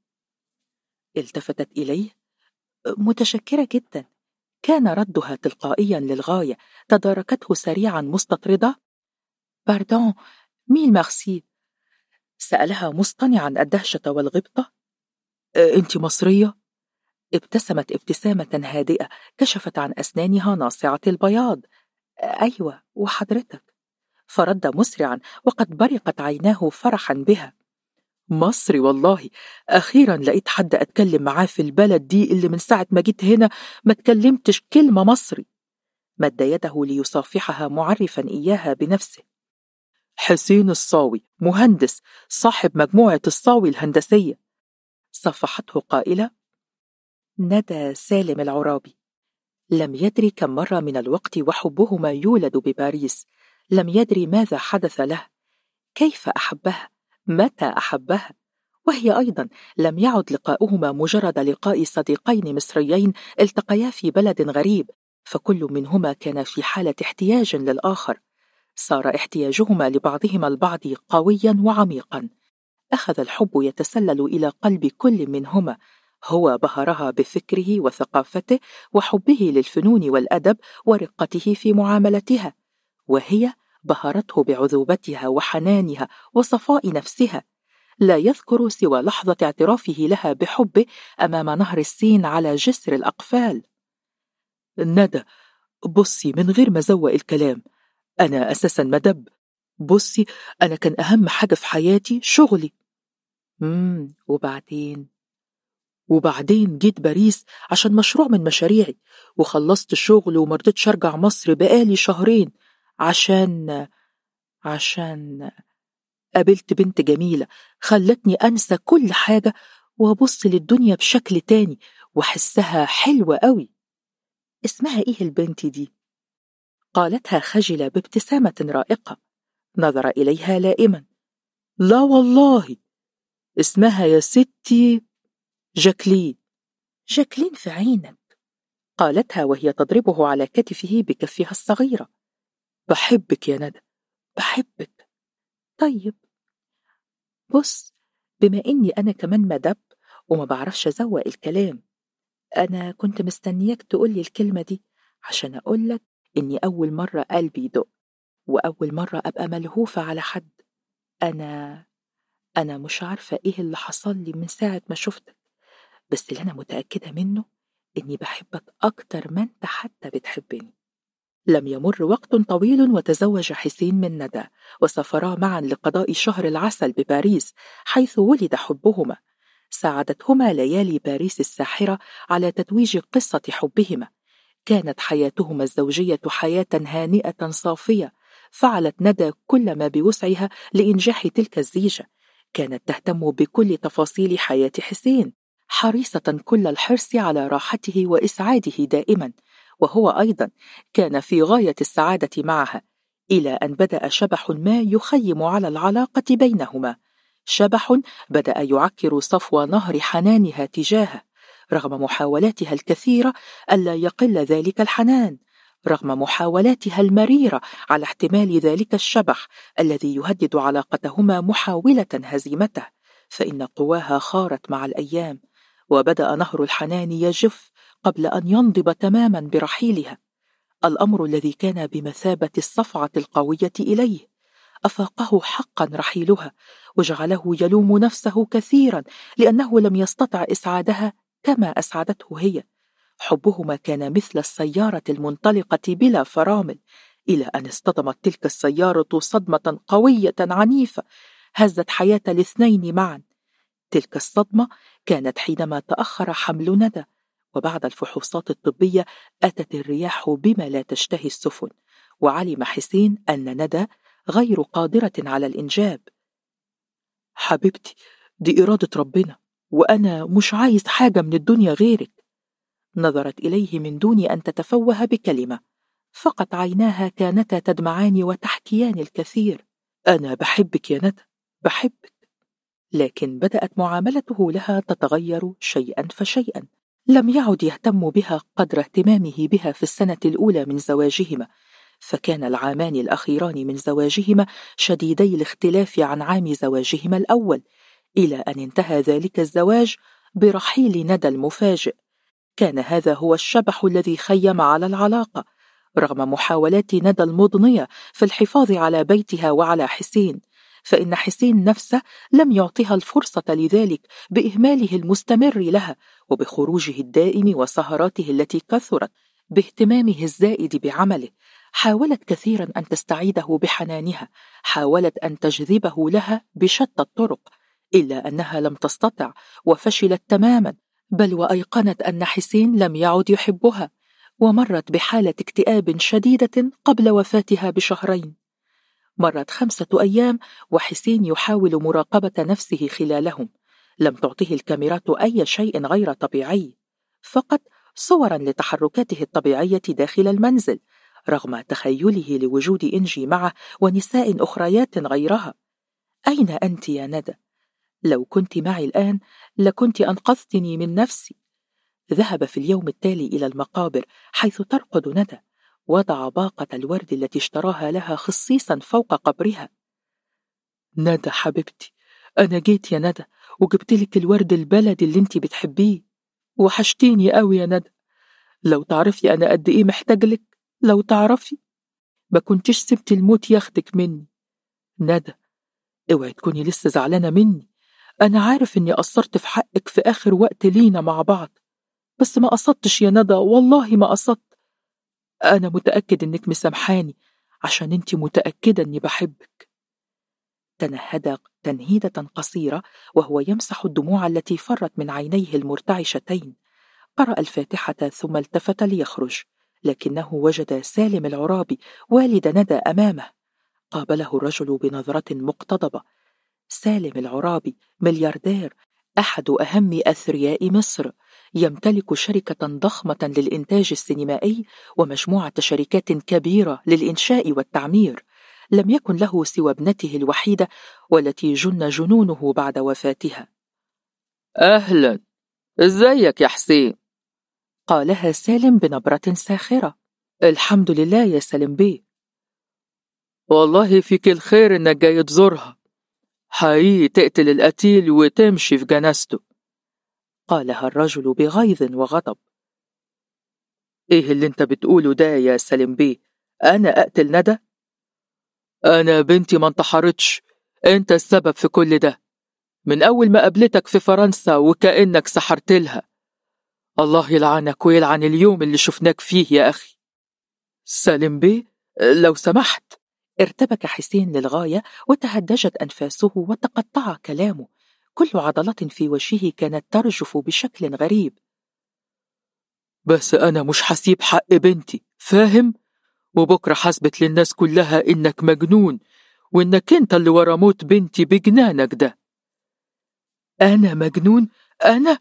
التفتت إليه: متشكرة جدا. كان ردها تلقائيا للغاية. تداركته سريعا مستطردة: باردون، ميل ميرسي. سألها مصطنعا الدهشة والغبطة: أنت مصرية؟ ابتسمت ابتسامة هادئة كشفت عن أسنانها ناصعة البياض. أيوة، وحضرتك؟ فرد مسرعا وقد برقت عيناه فرحا بها. مصري والله، أخيرا لقيت حد أتكلم معاه في البلد دي اللي من ساعة ما جيت هنا ما تكلمتش كلمة مصري. مد يده ليصافحها معرفا إياها بنفسه. حسين الصاوي، مهندس صاحب مجموعة الصاوي الهندسية. صفحته قائلة: ندى سالم العرابي. لم يدري كم مرة من الوقت وحبهما يولد بباريس. لم يدري ماذا حدث له، كيف أحبها، متى أحبها. وهي أيضا لم يعد لقاؤهما مجرد لقاء صديقين مصريين التقيا في بلد غريب، فكل منهما كان في حالة احتياج للآخر. صار احتياجهما لبعضهما البعض قويا وعميقا. أخذ الحب يتسلل إلى قلب كل منهما. هو بهرها بفكره وثقافته وحبه للفنون والأدب ورقته في معاملتها، وهي بهرته بعذوبتها وحنانها وصفاء نفسها. لا يذكر سوى لحظة اعترافه لها بحبه أمام نهر السين على جسر الأقفال. ندى، بصي من غير ما زوق الكلام، أنا أساسا مدب. بصي، أنا كان أهم حاجة في حياتي شغلي. وبعدين جيت باريس عشان مشروع من مشاريعي، وخلصت شغل ومرضتش أرجع مصر بقالي شهرين عشان قابلت بنت جميلة خلتني أنسى كل حاجة وأبص للدنيا بشكل تاني وحسها حلوة قوي. اسمها إيه البنت دي؟ قالتها خجلة بابتسامة رائقة. نظر إليها لائما. لا والله، اسمها يا ستي جاكلين. جاكلين في عينك، قالتها وهي تضربه على كتفه بكفها الصغيرة. بحبك يا ندى، بحبك. طيب بص، بما إني أنا كمان مدب وما بعرفش أزوق الكلام، أنا كنت مستنياك تقولي الكلمة دي عشان أقولك إني أول مرة قلبي يدق، وأول مرة أبقى ملهوفة على حد. أنا مش عارفة إيه اللي حصل لي من ساعة ما شفتك، بس اللي أنا متأكدة منه إني بحبك أكتر ما أنت حتى بتحبني. لم يمر وقت طويل وتزوج حسين من ندى، وسافرا معا لقضاء شهر العسل بباريس حيث ولد حبهما. ساعدتهما ليالي باريس الساحرة على تتويج قصة حبهما. كانت حياتهما الزوجية حياة هانئة صافية. فعلت ندى كل ما بوسعها لإنجاح تلك الزيجة. كانت تهتم بكل تفاصيل حياة حسين، حريصة كل الحرص على راحته وإسعاده دائما، وهو أيضا كان في غاية السعادة معها، إلى أن بدأ شبح ما يخيم على العلاقة بينهما. شبح بدأ يعكر صفو نهر حنانها تجاهه، رغم محاولاتها الكثيرة ألا يقل ذلك الحنان، رغم محاولاتها المريرة على احتمال ذلك الشبح الذي يهدد علاقتهما محاولة هزيمته. فإن قواها خارت مع الأيام، وبدأ نهر الحنان يجف قبل أن ينضب تماما برحيلها. الأمر الذي كان بمثابة الصفعة القوية إليه أفاقه حقا رحيلها، وجعله يلوم نفسه كثيرا لأنه لم يستطع إسعادها كما أسعدته هي. حبهما كان مثل السيارة المنطلقة بلا فرامل، إلى أن اصطدمت تلك السيارة صدمة قوية عنيفة هزت حياة الاثنين معا. تلك الصدمة كانت حينما تأخر حمل ندى، وبعد الفحوصات الطبية أتت الرياح بما لا تشتهي السفن، وعلم حسين أن ندى غير قادرة على الإنجاب. حبيبتي، دي إرادة ربنا، وأنا مش عايز حاجة من الدنيا غيرك. نظرت إليه من دون أن تتفوه بكلمة، فقط عيناها كانتا تدمعان وتحكيان الكثير. أنا بحبك يا ندى، بحبك. لكن بدأت معاملته لها تتغير شيئا فشيئا. لم يعد يهتم بها قدر اهتمامه بها في السنة الأولى من زواجهما، فكان العامان الأخيران من زواجهما شديدي الاختلاف عن عام زواجهما الأول، إلى أن انتهى ذلك الزواج برحيل ندى المفاجئ. كان هذا هو الشبح الذي خيم على العلاقة، رغم محاولات ندى المضنية في الحفاظ على بيتها وعلى حسين. فإن حسين نفسه لم يعطها الفرصة لذلك بإهماله المستمر لها وبخروجه الدائم وسهراته التي كثرت باهتمامه الزائد بعمله. حاولت كثيرا أن تستعيده بحنانها، حاولت أن تجذبه لها بشتى الطرق، إلا أنها لم تستطع وفشلت تماما، بل وأيقنت أن حسين لم يعد يحبها، ومرت بحالة اكتئاب شديدة قبل وفاتها بشهرين. مرت 5 أيام وحسين يحاول مراقبة نفسه خلالهم. لم تعطه الكاميرات أي شيء غير طبيعي، فقط صورا لتحركاته الطبيعية داخل المنزل، رغم تخيله لوجود إنجي معه ونساء أخريات غيرها. أين أنت يا ندى؟ لو كنت معي الآن لكنت أنقذتني من نفسي. ذهب في اليوم التالي إلى المقابر حيث ترقد ندى، وضع باقة الورد التي اشتراها لها خصيصا فوق قبرها. ندى حبيبتي، أنا جيت يا ندى وجبتلك الورد البلدي اللي انتي بتحبيه، وحشتيني قوي يا ندى. لو تعرفي أنا قد إيه محتاجلك، لو تعرفي ما كنتش سبت الموت ياخدك مني. ندى، اوعي تكوني لسه زعلانة مني، أنا عارف إني قصرت في حقك في آخر وقت لينا مع بعض، بس ما قصدتش يا ندى، والله ما قصدت. أنا متأكد إنك مسامحاني عشان انتي متأكدة إني بحبك. تنهد تنهيدة قصيرة وهو يمسح الدموع التي فرت من عينيه المرتعشتين. قرأ الفاتحة ثم التفت ليخرج، لكنه وجد سالم العرابي والد ندى أمامه. قابله الرجل بنظرة مقتضبة. سالم العرابي ملياردير، أحد أهم أثرياء مصر، يمتلك شركة ضخمة للإنتاج السينمائي ومجموعة شركات كبيرة للإنشاء والتعمير. لم يكن له سوى ابنته الوحيدة والتي جن جنونه بعد وفاتها. أهلا، إزيك يا حسين؟ قالها سالم بنبرة ساخرة. الحمد لله يا سالم بيه. والله فيك الخير إنك جاي تزورها، حقيقي تقتل القتيل وتمشي في جنازته، قالها الرجل بغيظ وغضب. إيه اللي انت بتقوله ده يا سالم بيه؟ أنا أقتل ندى؟ أنا بنتي ما انتحرتش، انت السبب في كل ده، من أول ما قابلتك في فرنسا وكأنك سحرت لها. الله يلعنك ويلعن اليوم اللي شفناك فيه يا أخي. سالم بيه لو سمحت. ارتبك حسين للغاية وتهدجت أنفاسه وتقطع كلامه، كل عضلات في وجهه كانت ترجف بشكل غريب. بس أنا مش حسيب حق بنتي، فاهم؟ وبكرة حسبت للناس كلها إنك مجنون، وإنك أنت اللي ورا موت بنتي بجنانك ده. أنا مجنون؟ أنا؟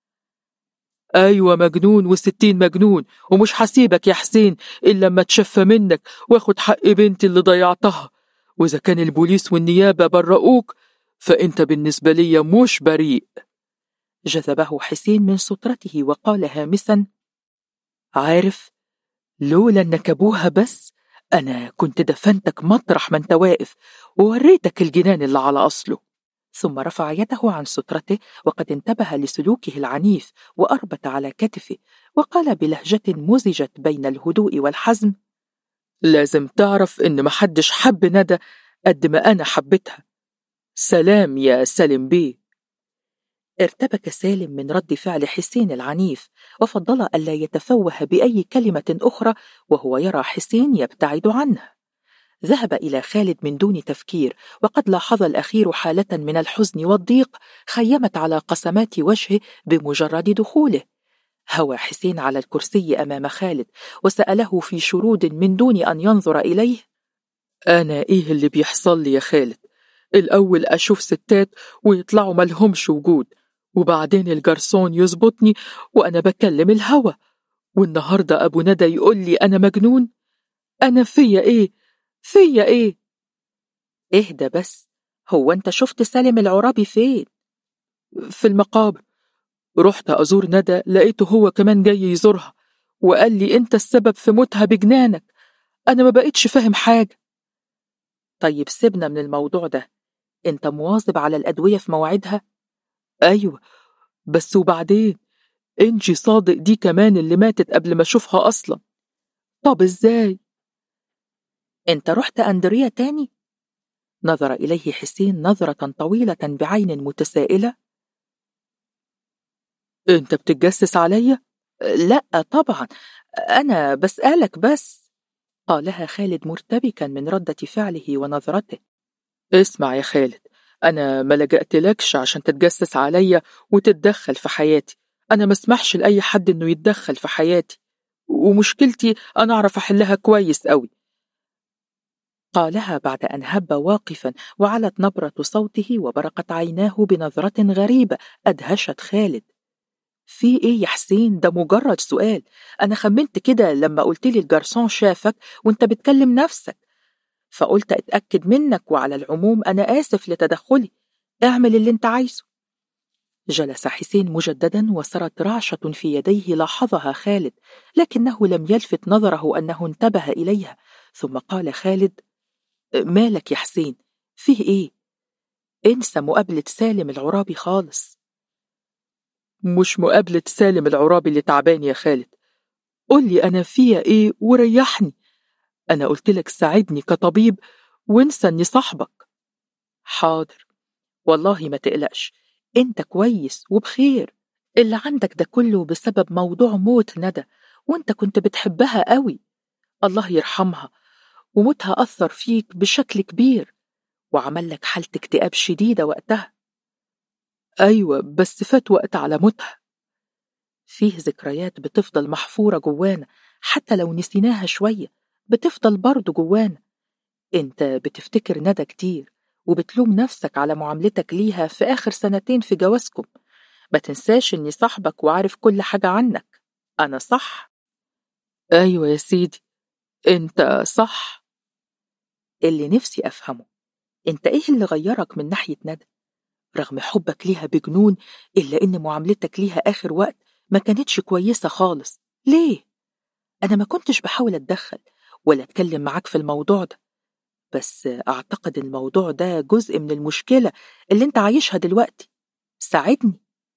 أيوة مجنون و60 مجنون، ومش حسيبك يا حسين إلا لما تشفى منك واخد حق بنتي اللي ضيعتها. وإذا كان البوليس والنيابة برؤوك فأنت بالنسبة لي مش بريء. جذبه حسين من سترته وقال هامسا: عارف، لولا أنك أبوها بس أنا كنت دفنتك مطرح ما انت واقف ووريتك الجنان اللي على أصله. ثم رفع يده عن سترته وقد انتبه لسلوكه العنيف وأربت على كتفه، وقال بلهجة مزجت بين الهدوء والحزم: لازم تعرف إن محدش حب ندى قد ما أنا حبتها. سلام يا سالم بيه. ارتبك سالم من رد فعل حسين العنيف، وفضل ألا يتفوه بأي كلمة أخرى وهو يرى حسين يبتعد عنه. ذهب إلى خالد من دون تفكير، وقد لاحظ الأخير حالة من الحزن والضيق خيمت على قسمات وجهه بمجرد دخوله. هوى حسين على الكرسي أمام خالد وسأله في شرود من دون أن ينظر إليه: أنا إيه اللي بيحصل لي يا خالد؟ الأول أشوف ستات ويطلعوا ملهمش وجود، وبعدين الجرسون يظبطني وأنا بكلم الهوى، والنهاردة أبو ندى يقول لي أنا مجنون. أنا فيا إيه؟ فيا إيه؟ اهدى بس، هو أنت شفت سالم العرابي فين؟ في المقابر، رحت أزور ندى لقيته هو كمان جاي يزورها، وقال لي أنت السبب في موتها بجنانك. أنا ما بقيتش فاهم حاجة. طيب سيبنا من الموضوع ده، أنت مواظب على الأدوية في موعدها؟ أيوة، بس وبعدين إنجي صادق دي كمان اللي ماتت قبل ما أشوفها أصلا. طب إزاي؟ أنت رحت أندريا تاني؟ نظر إليه حسين نظرة طويلة بعين متسائلة. أنت بتتجسس عليا؟ لا طبعا، أنا بسألك بس، قالها خالد مرتبكا من ردة فعله ونظرته. اسمع يا خالد، أنا ما لجأتلكش عشان تتجسس عليا وتتدخل في حياتي. أنا ما اسمحش لأي حد إنه يتدخل في حياتي، ومشكلتي أنا أعرف أحلها كويس قوي، قالها بعد أن هب واقفا وعلت نبرة صوته وبرقت عيناه بنظرة غريبة أدهشت خالد. في إيه يا حسين؟ ده مجرد سؤال، أنا خمنت كده لما قلت لي الجرسون شافك وأنت بتكلم نفسك، فقلت أتأكد منك، وعلى العموم أنا آسف لتدخلي، اعمل اللي أنت عايزه. جلس حسين مجددا وسرت رعشة في يديه لاحظها خالد، لكنه لم يلفت نظره أنه انتبه إليها. ثم قال خالد: مالك يا حسين؟ فيه إيه؟ انسى مقابلة سالم العرابي خالص. مش مقابلة سالم العرابي اللي تعبان يا خالد، قولي أنا فيها إيه وريحني. أنا قلتلك ساعدني كطبيب وانسى أني صاحبك. حاضر، والله ما تقلقش، انت كويس وبخير. اللي عندك ده كله بسبب موضوع موت ندى، وانت كنت بتحبها قوي، الله يرحمها، وموتها أثر فيك بشكل كبير وعمل لك حالة اكتئاب شديدة وقتها. أيوة، بس فات وقت على موتها. فيه ذكريات بتفضل محفورة جوانا، حتى لو نسيناها شوية بتفضل برضو جوانا. انت بتفتكر ندى كتير وبتلوم نفسك على معاملتك ليها في آخر سنتين في جوازكم. ما تنساش اني صاحبك وعارف كل حاجة عنك، أنا صح؟ أيوة يا سيدي، انت صح. اللي نفسي أفهمه، انت ايه اللي غيرك من ناحية ندى؟ رغم حبك ليها بجنون، إلا إن معاملتك ليها آخر وقت ما كانتش كويسة خالص. ليه؟ أنا ما كنتش بحاول أتدخل ولا أتكلم معاك في الموضوع ده، بس أعتقد الموضوع ده جزء من المشكلة اللي أنت عايشها دلوقتي. ساعدني.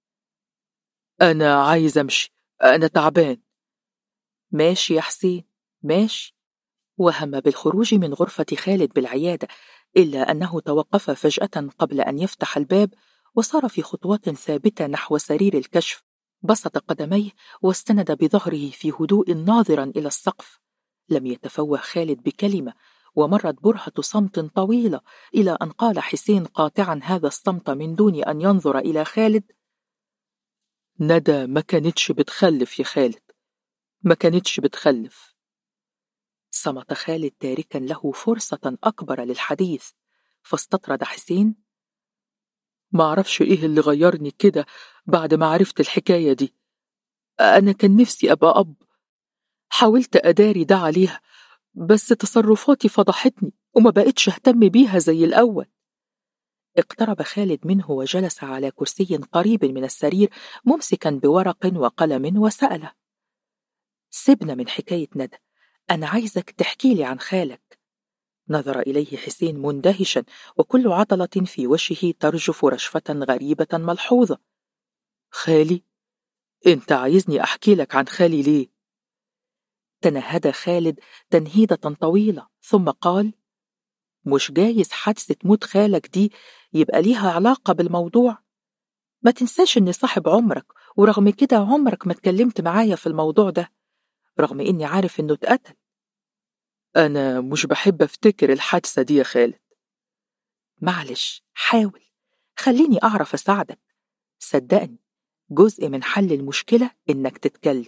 أنا عايز أمشي، أنا تعبان. ماشي يا حسين، ماشي. وهم بالخروج من غرفة خالد بالعيادة، إلا أنه توقف فجأة قبل أن يفتح الباب، وصار في خطوات ثابتة نحو سرير الكشف. بسط قدميه واستند بظهره في هدوء ناظرا إلى السقف. لم يتفوه خالد بكلمة، ومرت برهة صمت طويلة إلى أن قال حسين قاطعا هذا الصمت من دون أن ينظر إلى خالد: ندى ما كانتش بتخلف يا خالد، ما كانتش بتخلف. صمت خالد تاركا له فرصة أكبر للحديث، فاستطرد حسين: ما أعرفش إيه اللي غيرني كده بعد ما عرفت الحكاية دي. أنا كان نفسي أبقى أب، حاولت أداري ده عليها، بس تصرفاتي فضحتني وما بقتش أهتم بيها زي الأول. اقترب خالد منه وجلس على كرسي قريب من السرير ممسكا بورق وقلم وسأله: سيبنا من حكاية ندى، أنا عايزك تحكي لي عن خالك. نظر إليه حسين مندهشا، وكل عضلة في وجهه ترجف رشفة غريبة ملحوظة. خالي؟ أنت عايزني أحكي لك عن خالي ليه؟ تنهد خالد تنهيدة طويلة ثم قال: مش جايز حادثة موت خالك دي يبقى ليها علاقة بالموضوع؟ ما تنساش إني صاحب عمرك، ورغم كده عمرك ما اتكلمت معايا في الموضوع ده، رغم إني عارف إنه اتقتل. أنا مش بحب أفتكر الحادثة دي يا خالد. معلش، حاول، خليني أعرف أساعدك، صدقني جزء من حل المشكلة إنك تتكلم.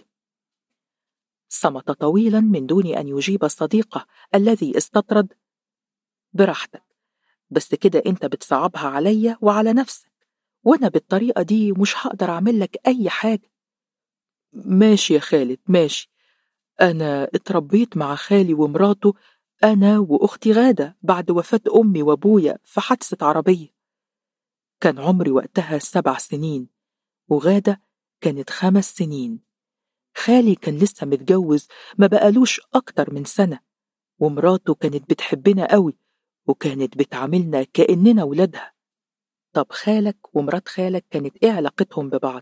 صمت طويلا من دون أن يجيب صديقه الذي استطرد: براحتك، بس كده أنت بتصعبها عليا وعلى نفسك، وأنا بالطريقة دي مش هقدر أعمل لك أي حاجة. ماشي يا خالد، ماشي. أنا اتربيت مع خالي ومراته، أنا وأختي غادة، بعد وفاة أمي وأبويا في حادثة عربية. كان عمري وقتها 7 سنين، وغادة كانت 5 سنين. خالي كان لسه متجوز ما بقالوش أكتر من سنة، ومراته كانت بتحبنا قوي وكانت بتعاملنا كأننا ولادها. طب خالك ومرات خالك كانت إيه علاقتهم ببعض؟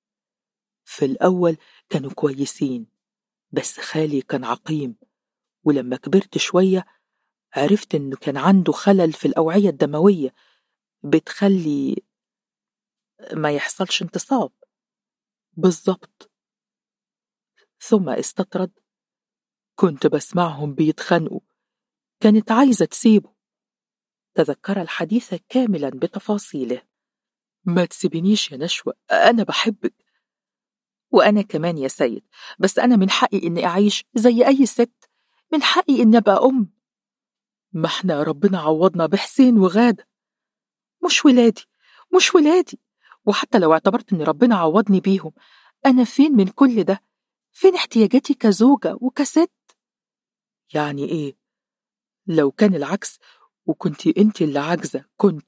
في الأول كانوا كويسين، بس خالي كان عقيم، ولما كبرت شوية عرفت إنه كان عنده خلل في الأوعية الدموية بتخلي ما يحصلش انتصاب. بالظبط. ثم استطرد: كنت بسمعهم بيتخانقوا، كانت عايزة تسيبه. تذكر الحديث كاملا بتفاصيله. ما تسيبنيش يا نشوى، أنا بحبك. وأنا كمان يا سيد، بس أنا من حقي إني أعيش زي أي ست، من حقي إني أبقى أم. ما احنا ربنا عوضنا بحسين وغادة. مش ولادي، مش ولادي. وحتى لو اعتبرت إن ربنا عوضني بيهم، أنا فين من كل ده؟ فين احتياجاتي كزوجة وكست؟ يعني إيه؟ لو كان العكس وكنتي أنت اللي عاجزة،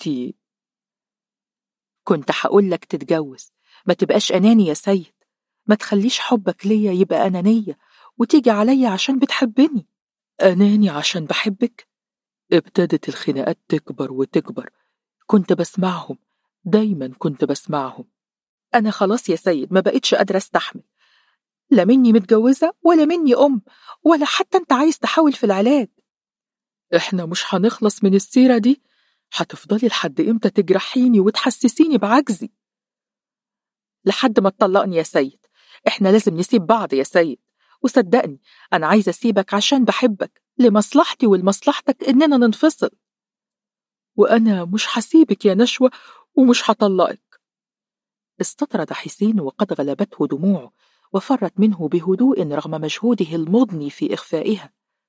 كنت هقول لك تتجوز. ما تبقاش أناني يا سيد، ما تخليش حبك ليا يبقى أنانية وتيجي عليا عشان بتحبني. أناني عشان بحبك؟ ابتدت الخناقات تكبر وتكبر. كنت بسمعهم، دايما كنت بسمعهم. أنا خلاص يا سيد ما بقتش قادرة استحمل، لا مني متجوزة ولا مني أم، ولا حتى أنت عايز تحاول في العلاج. إحنا مش هنخلص من السيرة دي. هتفضلي لحد إمتى تجرحيني وتحسسيني بعجزي؟ لحد ما تطلقني يا سيد. إحنا لازم نسيب بعض يا سيد، وصدقني أنا عايزة أسيبك عشان بحبك، لمصلحتي ولمصلحتك إننا ننفصل. وأنا مش هسيبك يا نشوى ومش هطلقك. استطرد حسين وقد غلبته دموعه، وفرت منه بهدوء رغم مجهوده المضني في إخفائها.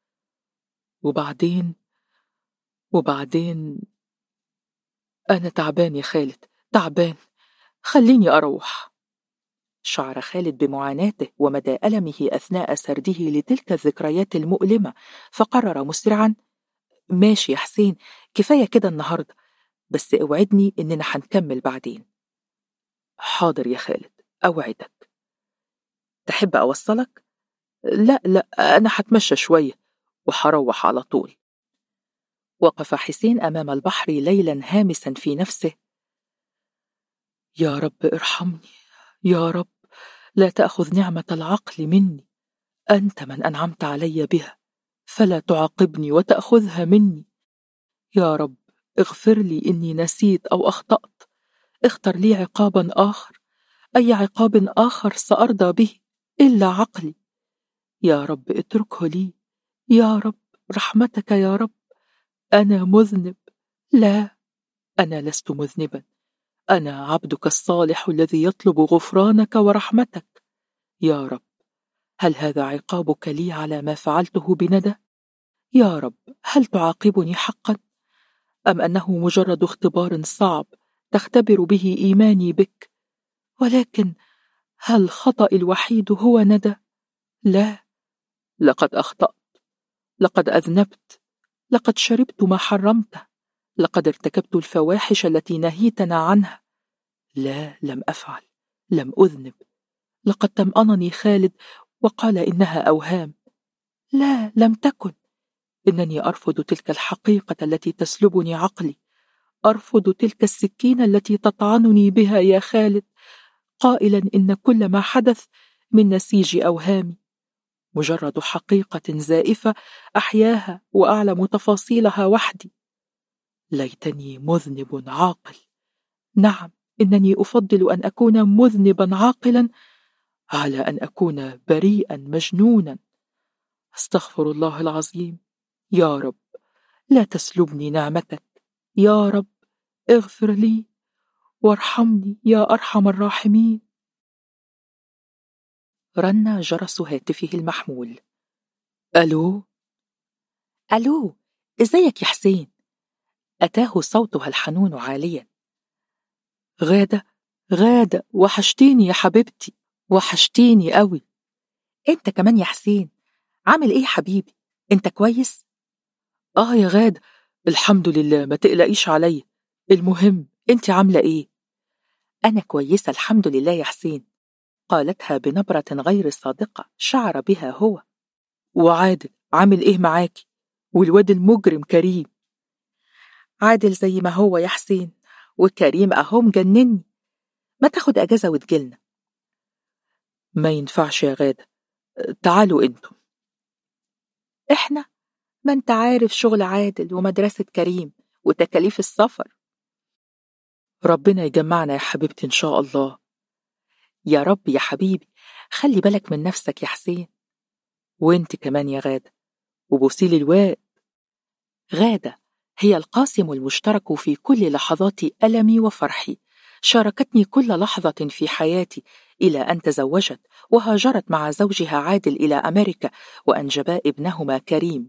وبعدين أنا تعبان يا خالد، تعبان، خليني أروح. شعر خالد بمعاناته ومدى ألمه أثناء سرده لتلك الذكريات المؤلمة، فقرر مسرعا: ماشي يا حسين، كفاية كده النهاردة، بس اوعدني إننا هنكمل بعدين. حاضر يا خالد، أوعدك. تحب أوصلك؟ لا لا، أنا هتمشى شوية وهروح على طول. وقف حسين أمام البحر ليلا هامسا في نفسه: يا رب ارحمني، يا رب لا تأخذ نعمة العقل مني، أنت من أنعمت علي بها، فلا تعاقبني وتأخذها مني. يا رب اغفر لي إني نسيت أو أخطأت، اختر لي عقابا آخر، أي عقاب آخر سأرضى به إلا عقلي. يا رب اتركه لي، يا رب رحمتك يا رب. أنا مذنب. لا، أنا لست مذنبا، أنا عبدك الصالح الذي يطلب غفرانك ورحمتك. يا رب، هل هذا عقابك لي على ما فعلته بندى؟ يا رب، هل تعاقبني حقا؟ أم أنه مجرد اختبار صعب تختبر به إيماني بك؟ ولكن هل خطأي الوحيد هو ندى؟ لا، لقد أخطأت، لقد أذنبت، لقد شربت ما حرمته، لقد ارتكبت الفواحش التي نهيتنا عنها. لا، لم أفعل، لم أذنب. لقد طمأنني خالد وقال إنها أوهام. لا، لم تكن. إنني أرفض تلك الحقيقة التي تسلبني عقلي، أرفض تلك السكين التي تطعنني بها يا خالد، قائلا إن كل ما حدث من نسيج أوهامي، مجرد حقيقة زائفة أحياها وأعلم تفاصيلها وحدي. ليتني مذنب عاقل. نعم، إنني أفضل أن أكون مذنبا عاقلا على أن أكون بريئا مجنونا. استغفر الله العظيم. يا رب لا تسلبني نعمتك، يا رب اغفر لي وارحمني يا أرحم الراحمين. رن جرس هاتفه المحمول. ألو؟ ألو، إزيك يا حسين؟ أتاه صوتها الحنون عاليا. غادة، غادة، وحشتيني يا حبيبتي، وحشتيني قوي. انت كمان يا حسين، عامل ايه حبيبي؟ انت كويس؟ يا غادة، الحمد لله، ما تقلقيش عليا. المهم انت عاملة ايه؟ أنا كويسة الحمد لله يا حسين، قالتها بنبرة غير صادقة شعر بها هو. وعادل عامل ايه معاكي؟ والواد المجرم كريم؟ عادل زي ما هو يا حسين، وكريم أهو مجنني. ما تاخد أجازة وتجيلنا. ما ينفعش يا غادة، تعالوا انتم. احنا؟ ما انت عارف شغل عادل ومدرسة كريم وتكاليف السفر. ربنا يجمعنا يا حبيبتي إن شاء الله. يا رب يا حبيبي، خلي بالك من نفسك يا حسين. وانت كمان يا غادة، وبوسيلي الواد. غادة هي القاسم المشترك في كل لحظات ألمي وفرحي، شاركتني كل لحظة في حياتي إلى أن تزوجت وهاجرت مع زوجها عادل إلى أمريكا وأنجبا ابنهما كريم.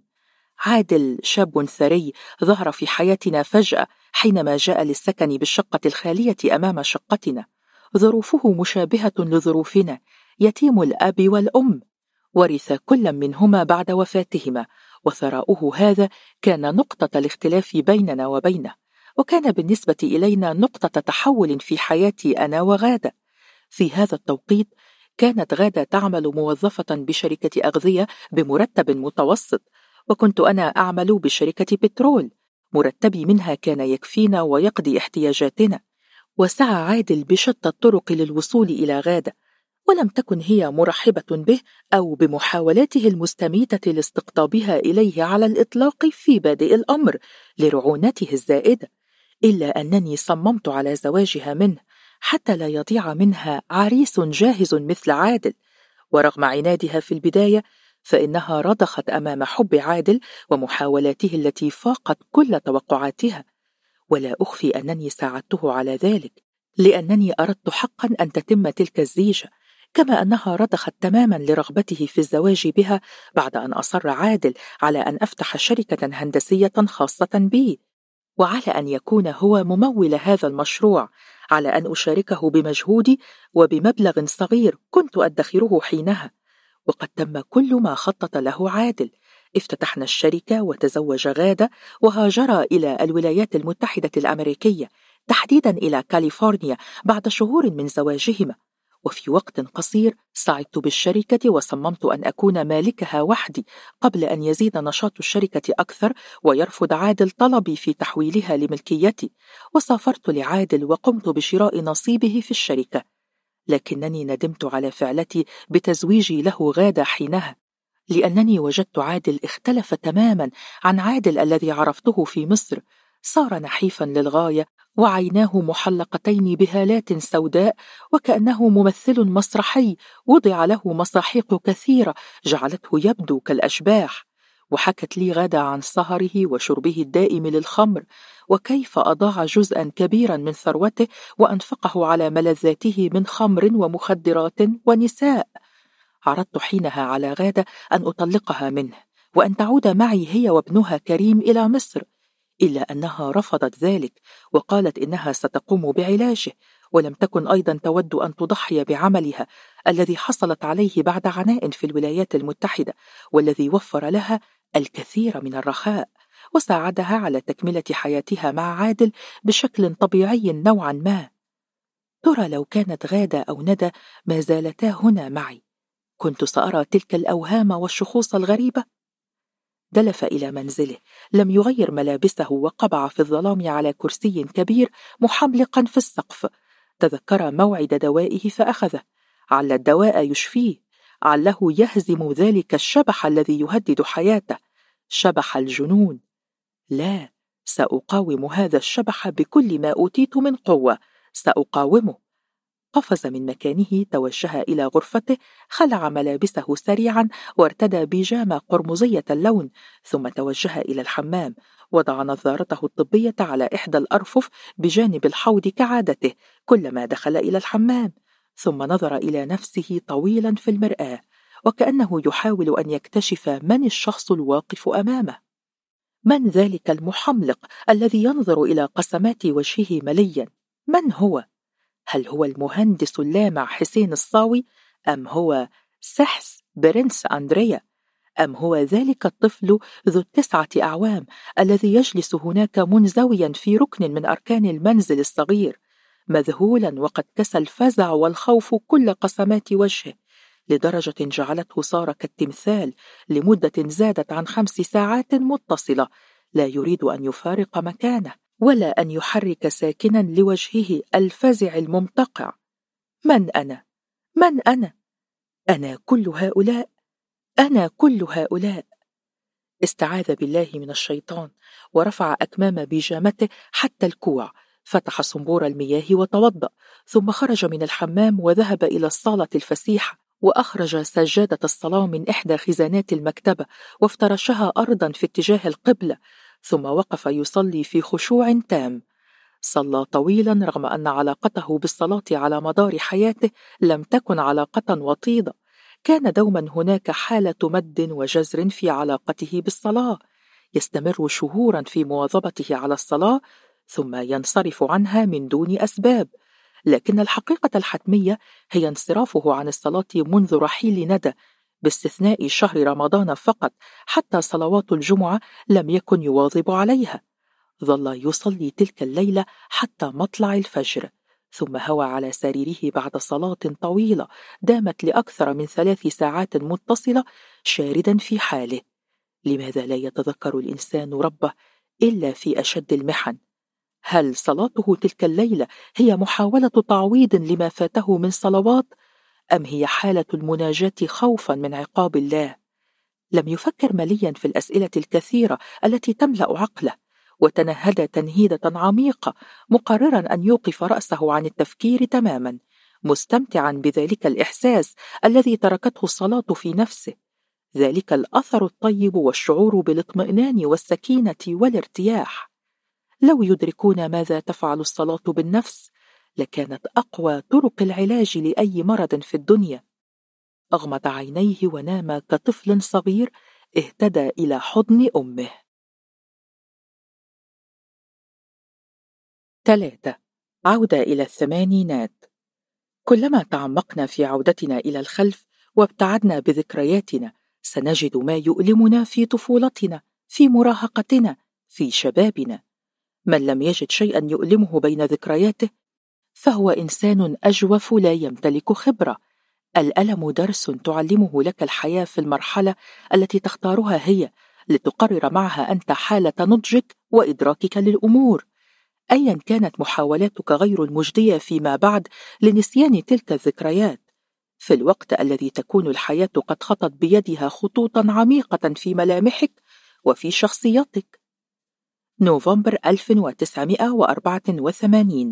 عادل شاب ثري ظهر في حياتنا فجأة حينما جاء للسكن بالشقة الخالية أمام شقتنا. ظروفه مشابهة لظروفنا، يتيم الأب والأم، ورث كل منهما بعد وفاتهما، وثراؤه هذا كان نقطة الاختلاف بيننا وبينه، وكان بالنسبة إلينا نقطة تحول في حياتي أنا وغادة. في هذا التوقيت كانت غادة تعمل موظفة بشركة أغذية بمرتب متوسط، وكنت أنا أعمل بشركة بترول. مرتبي منها كان يكفينا ويقضي احتياجاتنا، وسعى عادل بشتى الطرق للوصول إلى غادة، ولم تكن هي مرحبة به أو بمحاولاته المستميتة لاستقطابها إليه على الإطلاق في بادئ الأمر لرعونته الزائدة، إلا أنني صممت على زواجها منه حتى لا يضيع منها عريس جاهز مثل عادل. ورغم عنادها في البداية فإنها رضخت أمام حب عادل ومحاولاته التي فاقت كل توقعاتها، ولا أخفي أنني ساعدته على ذلك، لأنني أردت حقا أن تتم تلك الزيجة، كما أنها رضخت تماما لرغبته في الزواج بها بعد أن أصر عادل على أن أفتح شركة هندسية خاصة بي، وعلى أن يكون هو ممول هذا المشروع، على أن أشاركه بمجهودي وبمبلغ صغير كنت أدخره حينها. وقد تم كل ما خطط له عادل. افتتحنا الشركة وتزوج غادة وهاجرا إلى الولايات المتحدة الأمريكية، تحديدا إلى كاليفورنيا بعد شهور من زواجهما. وفي وقت قصير سعدت بالشركة وصممت أن أكون مالكها وحدي قبل أن يزيد نشاط الشركة أكثر ويرفض عادل طلبي في تحويلها لملكيتي، وسافرت لعادل وقمت بشراء نصيبه في الشركة. لكنني ندمت على فعلتي بتزويجي له غادة حينها، لأنني وجدت عادل اختلف تماما عن عادل الذي عرفته في مصر. صار نحيفا للغاية، وعيناه محلقتين بهالات سوداء، وكأنه ممثل مسرحي وضع له مساحيق كثيرة جعلته يبدو كالأشباح. وحكت لي غادة عن سهره وشربه الدائم للخمر، وكيف أضاع جزءا كبيرا من ثروته وأنفقه على ملذاته من خمر ومخدرات ونساء. عرضت حينها على غادة أن أطلقها منه وأن تعود معي هي وابنها كريم إلى مصر، إلا أنها رفضت ذلك وقالت إنها ستقوم بعلاجه، ولم تكن أيضا تود أن تضحي بعملها الذي حصلت عليه بعد عناء في الولايات المتحدة، والذي وفر لها الكثير من الرخاء وساعدها على تكملة حياتها مع عادل بشكل طبيعي نوعا ما. ترى لو كانت غادة أو ندى ما زالتا هنا معي، كنت سأرى تلك الأوهام والشخوص الغريبة؟ دلف إلى منزله، لم يغير ملابسه، وقبع في الظلام على كرسي كبير محملقا في السقف. تذكر موعد دوائه فأخذه، عل الدواء يشفيه، عله يهزم ذلك الشبح الذي يهدد حياته، شبح الجنون. لا، سأقاوم هذا الشبح بكل ما أوتيت من قوة، سأقاومه. قفز من مكانه، توجه إلى غرفته، خلع ملابسه سريعا وارتدى بيجامة قرمزية اللون، ثم توجه إلى الحمام، وضع نظارته الطبية على إحدى الأرفف بجانب الحوض كعادته كلما دخل إلى الحمام، ثم نظر إلى نفسه طويلا في المرآة وكأنه يحاول أن يكتشف من الشخص الواقف أمامه. من ذلك المحملق الذي ينظر إلى قسمات وجهه مليا؟ من هو؟ هل هو المهندس اللامع حسين الصاوي؟ أم هو سحس برنس أندريا؟ أم هو ذلك الطفل ذو 9 أعوام الذي يجلس هناك منزويا في ركن من أركان المنزل الصغير، مذهولا وقد كسى الفزع والخوف كل قسمات وجهه، لدرجة جعلته صار كالتمثال لمدة زادت عن 5 ساعات متصلة، لا يريد أن يفارق مكانه ولا أن يحرك ساكنا لوجهه الفزع الممتقع. من أنا؟ من أنا؟ أنا كل هؤلاء، أنا كل هؤلاء. استعاذ بالله من الشيطان ورفع أكمام بيجامته حتى الكوع، فتح صنبور المياه وتوضأ، ثم خرج من الحمام وذهب إلى الصالة الفسيحة، وأخرج سجادة الصلاة من إحدى خزانات المكتبة وافترشها أرضا في اتجاه القبلة، ثم وقف يصلي في خشوع تام. صلى طويلا رغم أن علاقته بالصلاة على مدار حياته لم تكن علاقة وطيدة. كان دوما هناك حالة مد وجزر في علاقته بالصلاة، يستمر شهورا في مواظبته على الصلاة ثم ينصرف عنها من دون أسباب، لكن الحقيقة الحتمية هي انصرافه عن الصلاة منذ رحيل ندى، باستثناء شهر رمضان فقط. حتى صلوات الجمعة لم يكن يواظب عليها. ظل يصلي تلك الليلة حتى مطلع الفجر، ثم هوى على سريره بعد صلاة طويلة دامت لأكثر من 3 ساعات متصلة، شاردا في حاله. لماذا لا يتذكر الإنسان ربه إلا في أشد المحن؟ هل صلاته تلك الليلة هي محاولة تعويض لما فاته من صلوات، أم هي حالة المناجاة خوفا من عقاب الله؟ لم يفكر مليا في الأسئلة الكثيرة التي تملأ عقله، وتنهد تنهيدة عميقة مقررا أن يوقف رأسه عن التفكير تماما، مستمتعا بذلك الإحساس الذي تركته الصلاة في نفسه، ذلك الأثر الطيب والشعور بالاطمئنان والسكينة والارتياح. لو يدركون ماذا تفعل الصلاة بالنفس لكانت أقوى طرق العلاج لأي مرض في الدنيا. أغمض عينيه ونام كطفل صغير اهتدى إلى حضن أمه. 3. عودة إلى الثمانينات. كلما تعمقنا في عودتنا إلى الخلف وابتعدنا بذكرياتنا سنجد ما يؤلمنا في طفولتنا، في مراهقتنا، في شبابنا. من لم يجد شيئا يؤلمه بين ذكرياته فهو إنسان أجوف لا يمتلك خبرة. الألم درس تعلمه لك الحياة في المرحلة التي تختارها هي، لتقرر معها أنت حالة نضجك وإدراكك للأمور. أيا كانت محاولاتك غير المجدية فيما بعد لنسيان تلك الذكريات، في الوقت الذي تكون الحياة قد خطت بيدها خطوطا عميقة في ملامحك وفي شخصيتك. نوفمبر 1984.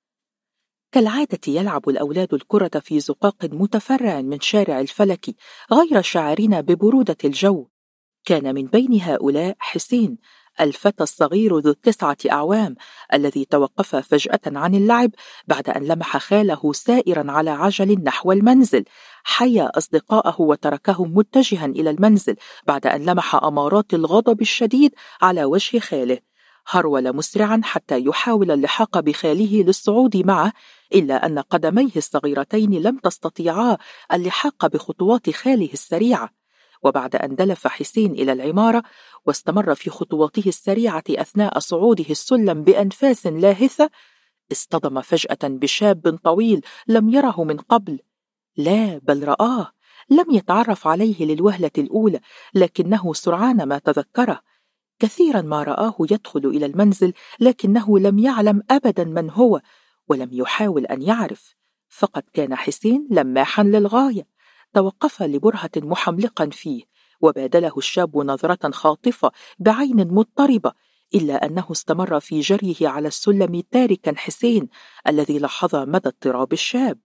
كالعادة يلعب الأولاد الكرة في زقاق متفرع من شارع الفلكي غير شاعرين ببرودة الجو. كان من بين هؤلاء حسين، الفتى الصغير ذو 9 أعوام الذي توقف فجأة عن اللعب بعد أن لمح خاله سائرا على عجل نحو المنزل. حيا أصدقاءه وتركهم متجها إلى المنزل بعد أن لمح أمارات الغضب الشديد على وجه خاله. هرول مسرعا حتى يحاول اللحاق بخاله للصعود معه، إلا أن قدميه الصغيرتين لم تستطيعا اللحاق بخطوات خاله السريعة. وبعد أن دلف حسين إلى العمارة واستمر في خطواته السريعة أثناء صعوده السلم بأنفاس لاهثة، اصطدم فجأة بشاب طويل لم يره من قبل. لا، بل رآه. لم يتعرف عليه للوهلة الأولى، لكنه سرعان ما تذكره. كثيرا ما رآه يدخل إلى المنزل، لكنه لم يعلم أبدا من هو، ولم يحاول أن يعرف. فقد كان حسين لماحا للغاية. توقف لبرهة محملقا فيه، وبادله الشاب نظرة خاطفة بعين مضطربة، إلا أنه استمر في جريه على السلم تاركا حسين الذي لاحظ مدى اضطراب الشاب.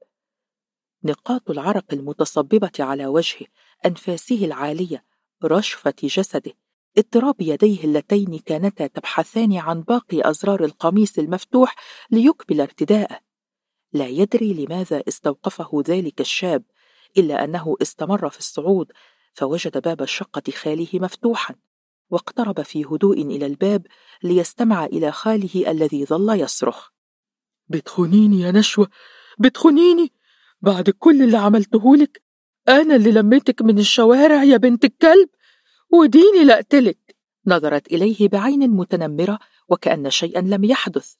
نقاط العرق المتصببة على وجهه، أنفاسه العالية، رشفة جسده، اضطراب يديه اللتين كانتا تبحثان عن باقي أزرار القميص المفتوح ليكمل ارتداءه. لا يدري لماذا استوقفه ذلك الشاب، إلا أنه استمر في الصعود، فوجد باب شقة خاله مفتوحا، واقترب في هدوء إلى الباب ليستمع إلى خاله الذي ظل يصرخ: بتخونيني يا نشوى، بتخونيني بعد كل اللي عملته لك. أنا اللي لميتك من الشوارع يا بنت الكلب، وديني لأقتلك. نظرت إليه بعين متنمرة وكأن شيئا لم يحدث.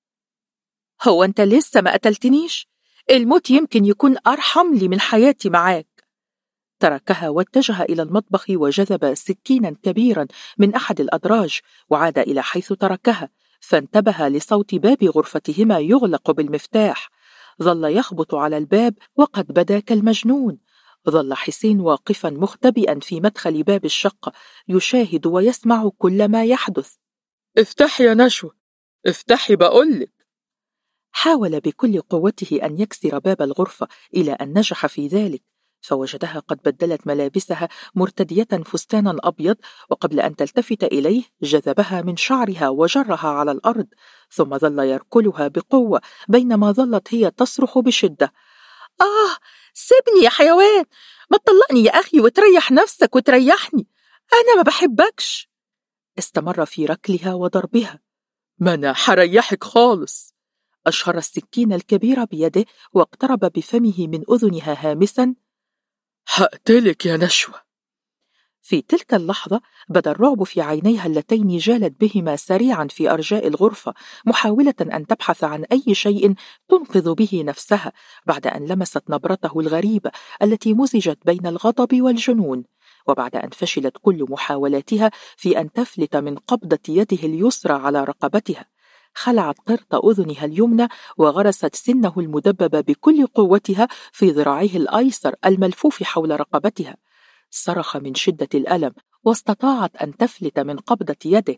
هو أنت لسه ما قتلتنيش؟ الموت يمكن يكون أرحم لي من حياتي معاك. تركها واتجه إلى المطبخ وجذب سكينا كبيرا من أحد الأدراج وعاد إلى حيث تركها، فانتبه لصوت باب غرفتهما يغلق بالمفتاح. ظل يخبط على الباب وقد بدا كالمجنون. ظل حسين واقفا مختبئا في مدخل باب الشقة يشاهد ويسمع كل ما يحدث. افتحي يا نشوى، افتحي بقولك. حاول بكل قوته أن يكسر باب الغرفة إلى أن نجح في ذلك، فوجدها قد بدلت ملابسها مرتدية فستانا أبيض، وقبل أن تلتفت إليه جذبها من شعرها وجرها على الأرض، ثم ظل يركلها بقوة بينما ظلت هي تصرخ بشدة: سيبني يا حيوان، ما تطلقني يا أخي وتريح نفسك وتريحني، أنا ما بحبكش. استمر في ركلها وضربها. ما أنا حريحك خالص. أشهر السكين الكبيرة بيده واقترب بفمه من أذنها هامسا: هقتلك يا نشوى. في تلك اللحظة بدا الرعب في عينيها اللتين جالت بهما سريعا في أرجاء الغرفة، محاولة أن تبحث عن أي شيء تنقذ به نفسها، بعد أن لمست نبرته الغريبة التي مزجت بين الغضب والجنون، وبعد أن فشلت كل محاولاتها في أن تفلت من قبضة يده اليسرى على رقبتها، خلعت قرط أذنها اليمنى وغرست سنه المدبب بكل قوتها في ذراعه الأيسر الملفوف حول رقبتها. صرخ من شدة الألم واستطاعت أن تفلت من قبضة يده.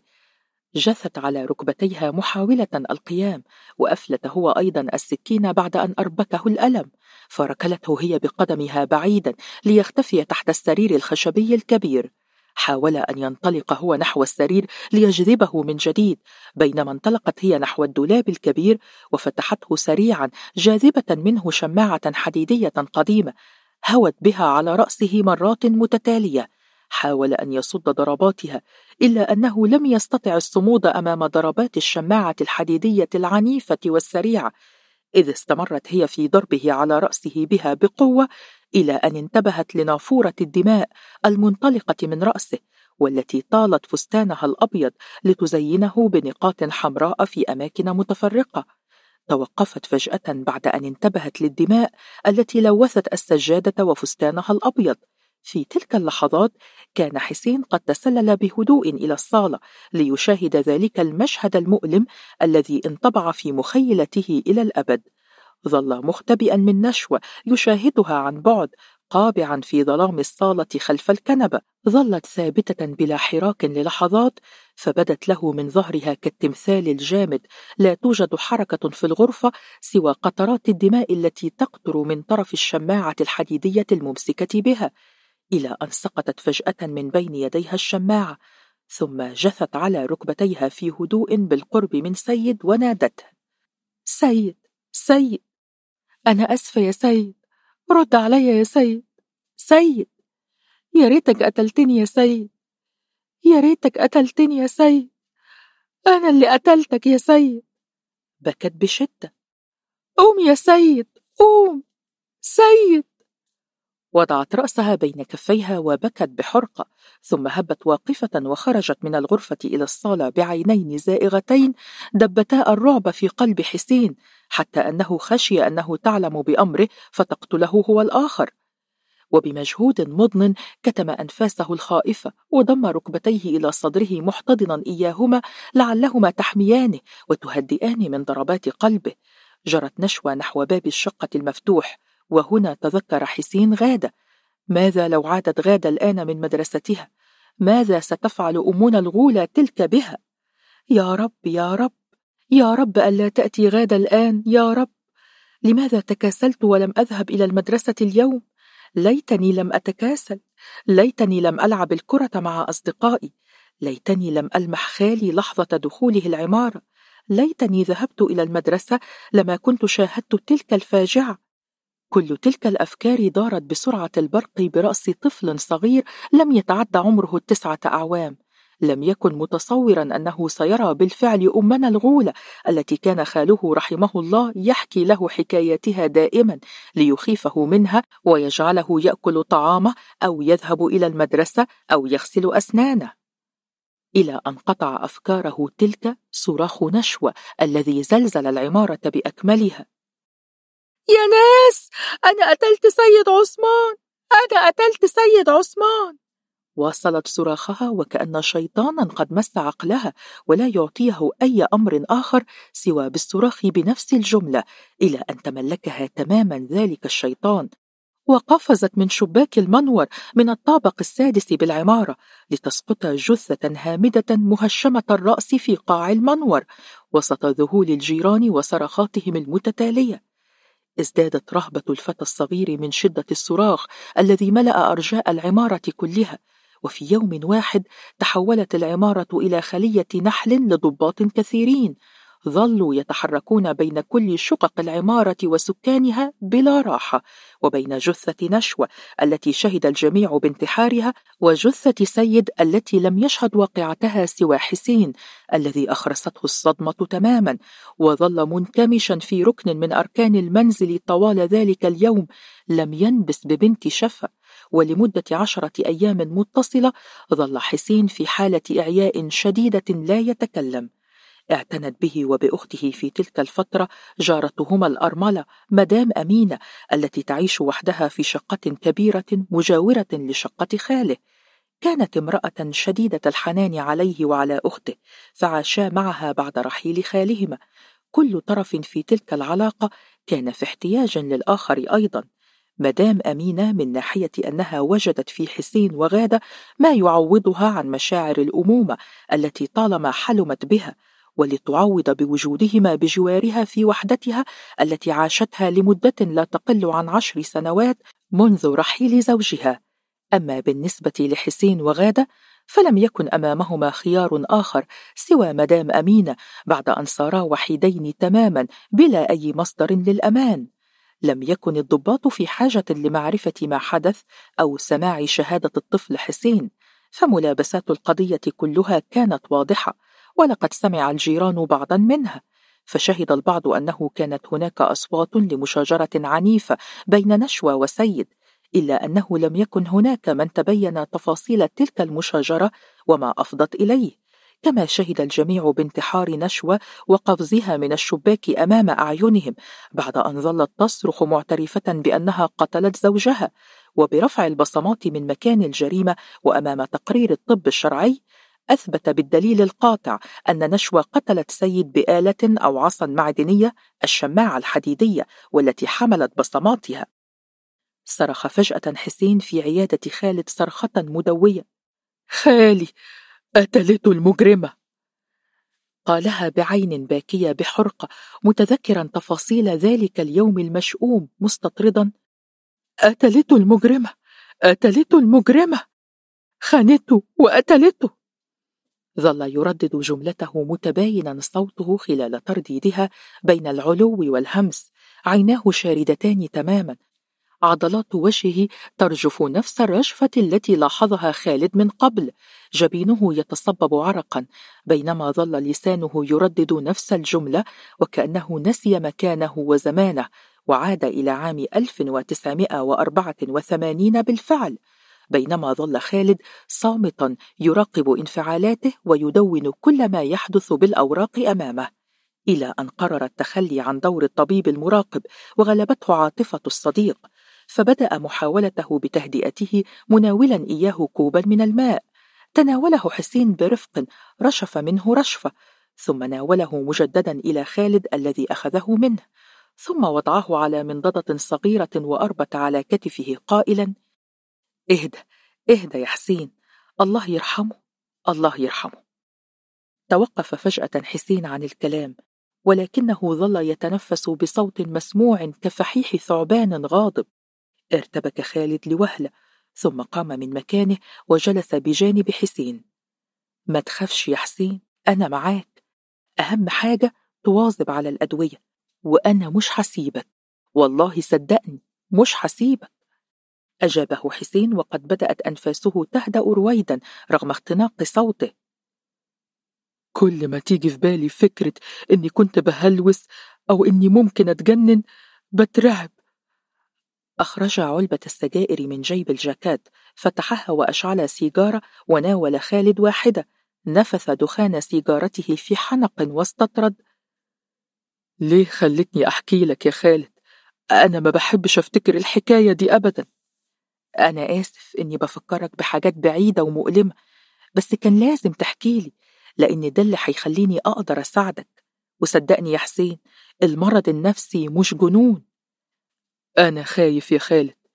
جثت على ركبتيها محاولة القيام، وأفلت هو أيضا السكين بعد أن أربكه الألم، فركلته هي بقدمها بعيدا ليختفي تحت السرير الخشبي الكبير. حاول أن ينطلق هو نحو السرير ليجذبه من جديد، بينما انطلقت هي نحو الدولاب الكبير وفتحته سريعا، جاذبة منه شماعة حديدية قديمة هوت بها على رأسه مرات متتالية. حاول أن يصد ضرباتها، إلا أنه لم يستطع الصمود أمام ضربات الشماعة الحديدية العنيفة والسريعة، إذ استمرت هي في ضربه على رأسه بها بقوة، إلى أن انتبهت لنافورة الدماء المنطلقة من رأسه، والتي طالت فستانها الأبيض لتزينه بنقاط حمراء في أماكن متفرقة. توقفت فجأة بعد أن انتبهت للدماء التي لوثت السجادة وفستانها الأبيض. في تلك اللحظات كان حسين قد تسلل بهدوء إلى الصالة ليشاهد ذلك المشهد المؤلم الذي انطبع في مخيلته إلى الأبد. ظل مختبئا من نشوى يشاهدها عن بعد، قابعا في ظلام الصالة خلف الكنبة. ظلت ثابتة بلا حراك للحظات، فبدت له من ظهرها كالتمثال الجامد، لا توجد حركة في الغرفة سوى قطرات الدماء التي تقطر من طرف الشماعة الحديدية الممسكة بها، إلى أن سقطت فجأة من بين يديها الشماعة، ثم جثت على ركبتيها في هدوء بالقرب من سيد ونادته: سيد، سيد، أنا أسفة يا سيد، رد علي يا سيد، سيد، يا ريتك قتلتني يا سيد، يا ريتك قتلتني يا سيد، أنا اللي قتلتك يا سيد. بكت بشدة: قوم يا سيد، قوم سيد. وضعت رأسها بين كفيها وبكت بحرقة، ثم هبت واقفة وخرجت من الغرفة إلى الصالة بعينين زائغتين دبتا الرعب في قلب حسين، حتى أنه خشي أنه تعلم بأمره فتقتله هو الآخر. وبمجهود مضن كتم أنفاسه الخائفة وضم ركبتيه إلى صدره محتضنا إياهما لعلهما تحميانه وتهدئان من ضربات قلبه. جرت نشوى نحو باب الشقة المفتوح، وهنا تذكر حسين غادة. ماذا لو عادت غادة الآن من مدرستها؟ ماذا ستفعل أمنا الغولة تلك بها؟ يا رب، يا رب، يا رب ألا تأتي غادة الآن، يا رب. لماذا تكاسلت ولم أذهب إلى المدرسة اليوم؟ ليتني لم أتكاسل، ليتني لم ألعب الكرة مع أصدقائي، ليتني لم ألمح خالي لحظة دخوله العمارة، ليتني ذهبت إلى المدرسة لما كنت شاهدت تلك الفاجعة. كل تلك الأفكار دارت بسرعة البرق برأس طفل صغير لم يتعد عمره 9 أعوام، لم يكن متصورا أنه سيرى بالفعل أمنا الغولة التي كان خاله رحمه الله يحكي له حكاياتها دائما ليخيفه منها ويجعله يأكل طعامه أو يذهب إلى المدرسة أو يغسل أسنانه. إلى أن قطع أفكاره تلك صراخ نشوى الذي زلزل العمارة بأكملها: يا ناس، أنا قتلت سيد عثمان، أنا قتلت سيد عثمان. واصلت صراخها وكأن شيطانا قد مس عقلها ولا يعطيه أي أمر آخر سوى بالصراخ بنفس الجملة، إلى أن تملكها تماما ذلك الشيطان، وقفزت من شباك المنور من الطابق السادس بالعمارة لتسقط جثة هامدة مهشمة الرأس في قاع المنور وسط ذهول الجيران وصرخاتهم المتتالية. ازدادت رهبة الفتى الصغير من شدة الصراخ الذي ملأ أرجاء العمارة كلها، وفي يوم واحد تحولت العمارة إلى خلية نحل لضباط كثيرين ظلوا يتحركون بين كل شقق العمارة وسكانها بلا راحة، وبين جثة نشوى التي شهد الجميع بانتحارها وجثة سيد التي لم يشهد واقعتها سوى حسين الذي أخرسته الصدمة تماما، وظل منكمشا في ركن من أركان المنزل طوال ذلك اليوم لم ينبس ببنت شفا. ولمدة 10 أيام متصلة ظل حسين في حالة إعياء شديدة لا يتكلم. اعتنت به وبأخته في تلك الفترة جارتهما الأرملة مدام أمينة التي تعيش وحدها في شقة كبيرة مجاورة لشقة خاله. كانت امرأة شديدة الحنان عليه وعلى أخته، فعاشا معها بعد رحيل خالهما. كل طرف في تلك العلاقة كان في احتياج للآخر أيضا. مدام أمينة من ناحية أنها وجدت في حسين وغادة ما يعوضها عن مشاعر الأمومة التي طالما حلمت بها، ولتعوض بوجودهما بجوارها في وحدتها التي عاشتها لمدة لا تقل عن 10 سنوات منذ رحيل زوجها. أما بالنسبة لحسين وغادة فلم يكن أمامهما خيار آخر سوى مدام أمينة بعد أن صارا وحيدين تماما بلا أي مصدر للأمان. لم يكن الضباط في حاجة لمعرفة ما حدث أو سماع شهادة الطفل حسين، فملابسات القضية كلها كانت واضحة، ولقد سمع الجيران بعضا منها. فشهد البعض أنه كانت هناك أصوات لمشاجرة عنيفة بين نشوى وسيد، إلا أنه لم يكن هناك من تبين تفاصيل تلك المشاجرة وما أفضت إليه. كما شهد الجميع بانتحار نشوى وقفزها من الشباك أمام أعينهم بعد أن ظلت تصرخ معترفة بأنها قتلت زوجها، وبرفع البصمات من مكان الجريمة وأمام تقرير الطب الشرعي أثبت بالدليل القاطع أن نشوى قتلت سيد بآلة أو عصا معدنية، الشماعة الحديدية والتي حملت بصماتها. صرخ فجأة حسين في عيادة خالد صرخة مدوية: خالي قتلته المجرمة. قالها بعين باكية بحرقة متذكرا تفاصيل ذلك اليوم المشؤوم مستطردا: قتلته المجرمة، قتلته المجرمة، خانته وقتلته. ظل يردد جملته متباينا صوته خلال ترديدها بين العلو والهمس، عيناه شاردتان تماما، عضلات وجهه ترجف نفس الرجفة التي لاحظها خالد من قبل، جبينه يتصبب عرقا بينما ظل لسانه يردد نفس الجملة وكأنه نسي مكانه وزمانه وعاد إلى عام 1984 بالفعل، بينما ظل خالد صامتا يراقب انفعالاته ويدون كل ما يحدث بالأوراق أمامه، إلى أن قرر التخلي عن دور الطبيب المراقب وغلبته عاطفة الصديق، فبدأ محاولته بتهدئته مناولا إياه كوبا من الماء. تناوله حسين برفق، رشف منه رشفة، ثم ناوله مجددا إلى خالد الذي أخذه منه، ثم وضعه على منضدة صغيرة وأربت على كتفه قائلا: اهدى اهدى يا حسين، الله يرحمه الله يرحمه. توقف فجأة حسين عن الكلام، ولكنه ظل يتنفس بصوت مسموع كفحيح ثعبان غاضب. ارتبك خالد لوهلة، ثم قام من مكانه وجلس بجانب حسين. ما تخافش يا حسين، أنا معاك، أهم حاجة تواظب على الأدوية، وأنا مش حسيبك، والله صدقني مش حسيبك. أجابه حسين وقد بدأت أنفاسه تهدأ رويدا رغم اختناق صوته. كل ما تيجي في بالي فكرة إني كنت بهلوس أو إني ممكن أتجنن بترعب. أخرج علبة السجائر من جيب الجاكيت، فتحها وأشعل سيجارة وناول خالد واحدة، نفث دخان سيجارته في حنق واستطرد: ليه خلتني أحكي لك يا خالد؟ أنا ما بحبش أفتكر الحكاية دي أبدا. أنا آسف إني بفكرك بحاجات بعيدة ومؤلمة، بس كان لازم تحكيلي لأن ده اللي هيخليني أقدر أساعدك، وصدقني يا حسين المرض النفسي مش جنون. أنا خايف يا خالد،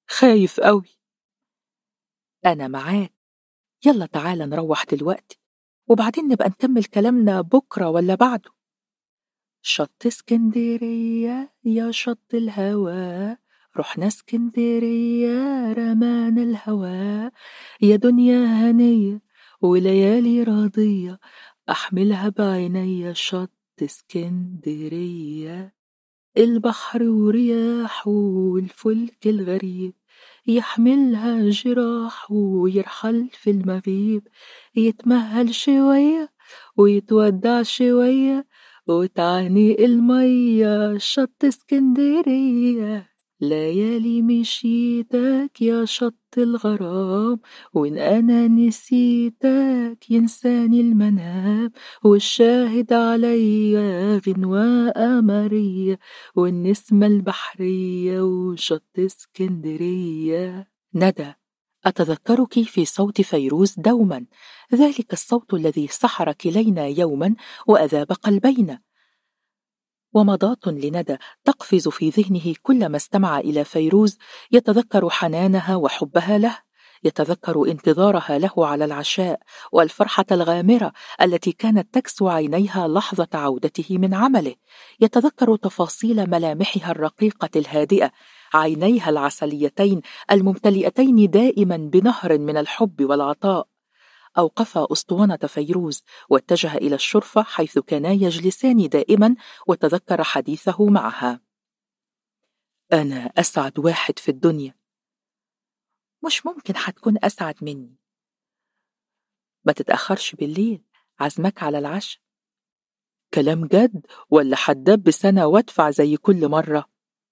خايف قوي. أنا معاك، يلا تعالى نروح دلوقتي وبعدين نبقى نكمل كلامنا بكرة ولا بعده. شط اسكندرية يا شط الهوى، رحنا اسكندرية رمانا الهوى، يا دنيا هنية وليالي راضية أحملها بعيني. شط اسكندرية، البحر ورياح والفلك الغريب يحملها جراح ويرحل في المغيب، يتمهل شوية ويتودع شوية وتعاني المية. شط اسكندرية، ليالي مشيتك يا شط الغرام، وإن أنا نسيتك ينساني المنام، والشاهد عليا غنوة قمرية والنسمة البحرية وشط اسكندرية. ندى، أتذكرك في صوت فيروز دوما، ذلك الصوت الذي سحر كلينا يوما وأذاب قلبينا. ومضاة لندى تقفز في ذهنه كلما استمع إلى فيروز، يتذكر حنانها وحبها له، يتذكر انتظارها له على العشاء والفرحة الغامرة التي كانت تكسو عينيها لحظة عودته من عمله، يتذكر تفاصيل ملامحها الرقيقة الهادئة، عينيها العسليتين الممتلئتين دائما بنهر من الحب والعطاء. أوقف أسطوانة فيروز واتجه إلى الشرفة حيث كانا يجلسان دائما، وتذكر حديثه معها. أنا أسعد واحد في الدنيا. مش ممكن حتكون أسعد مني. ما تتأخرش بالليل، عزمك على العشاء. كلام جد ولا حدبس أنا وادفع زي كل مرة؟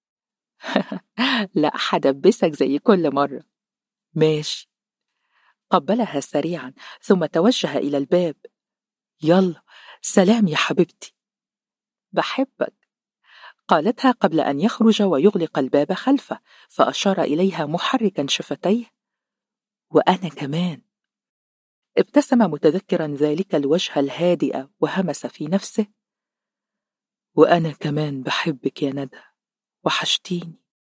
لا، حدبسك زي كل مرة. ماشي. قبلها سريعا ثم توجه إلى الباب. يلا سلام يا حبيبتي. بحبك، قالتها قبل أن يخرج ويغلق الباب خلفه، فأشار إليها محركا شفتيه. وأنا كمان. ابتسم متذكرا ذلك الوجه الهادئ وهمس في نفسه. وأنا كمان بحبك يا ندى، وحشتيني.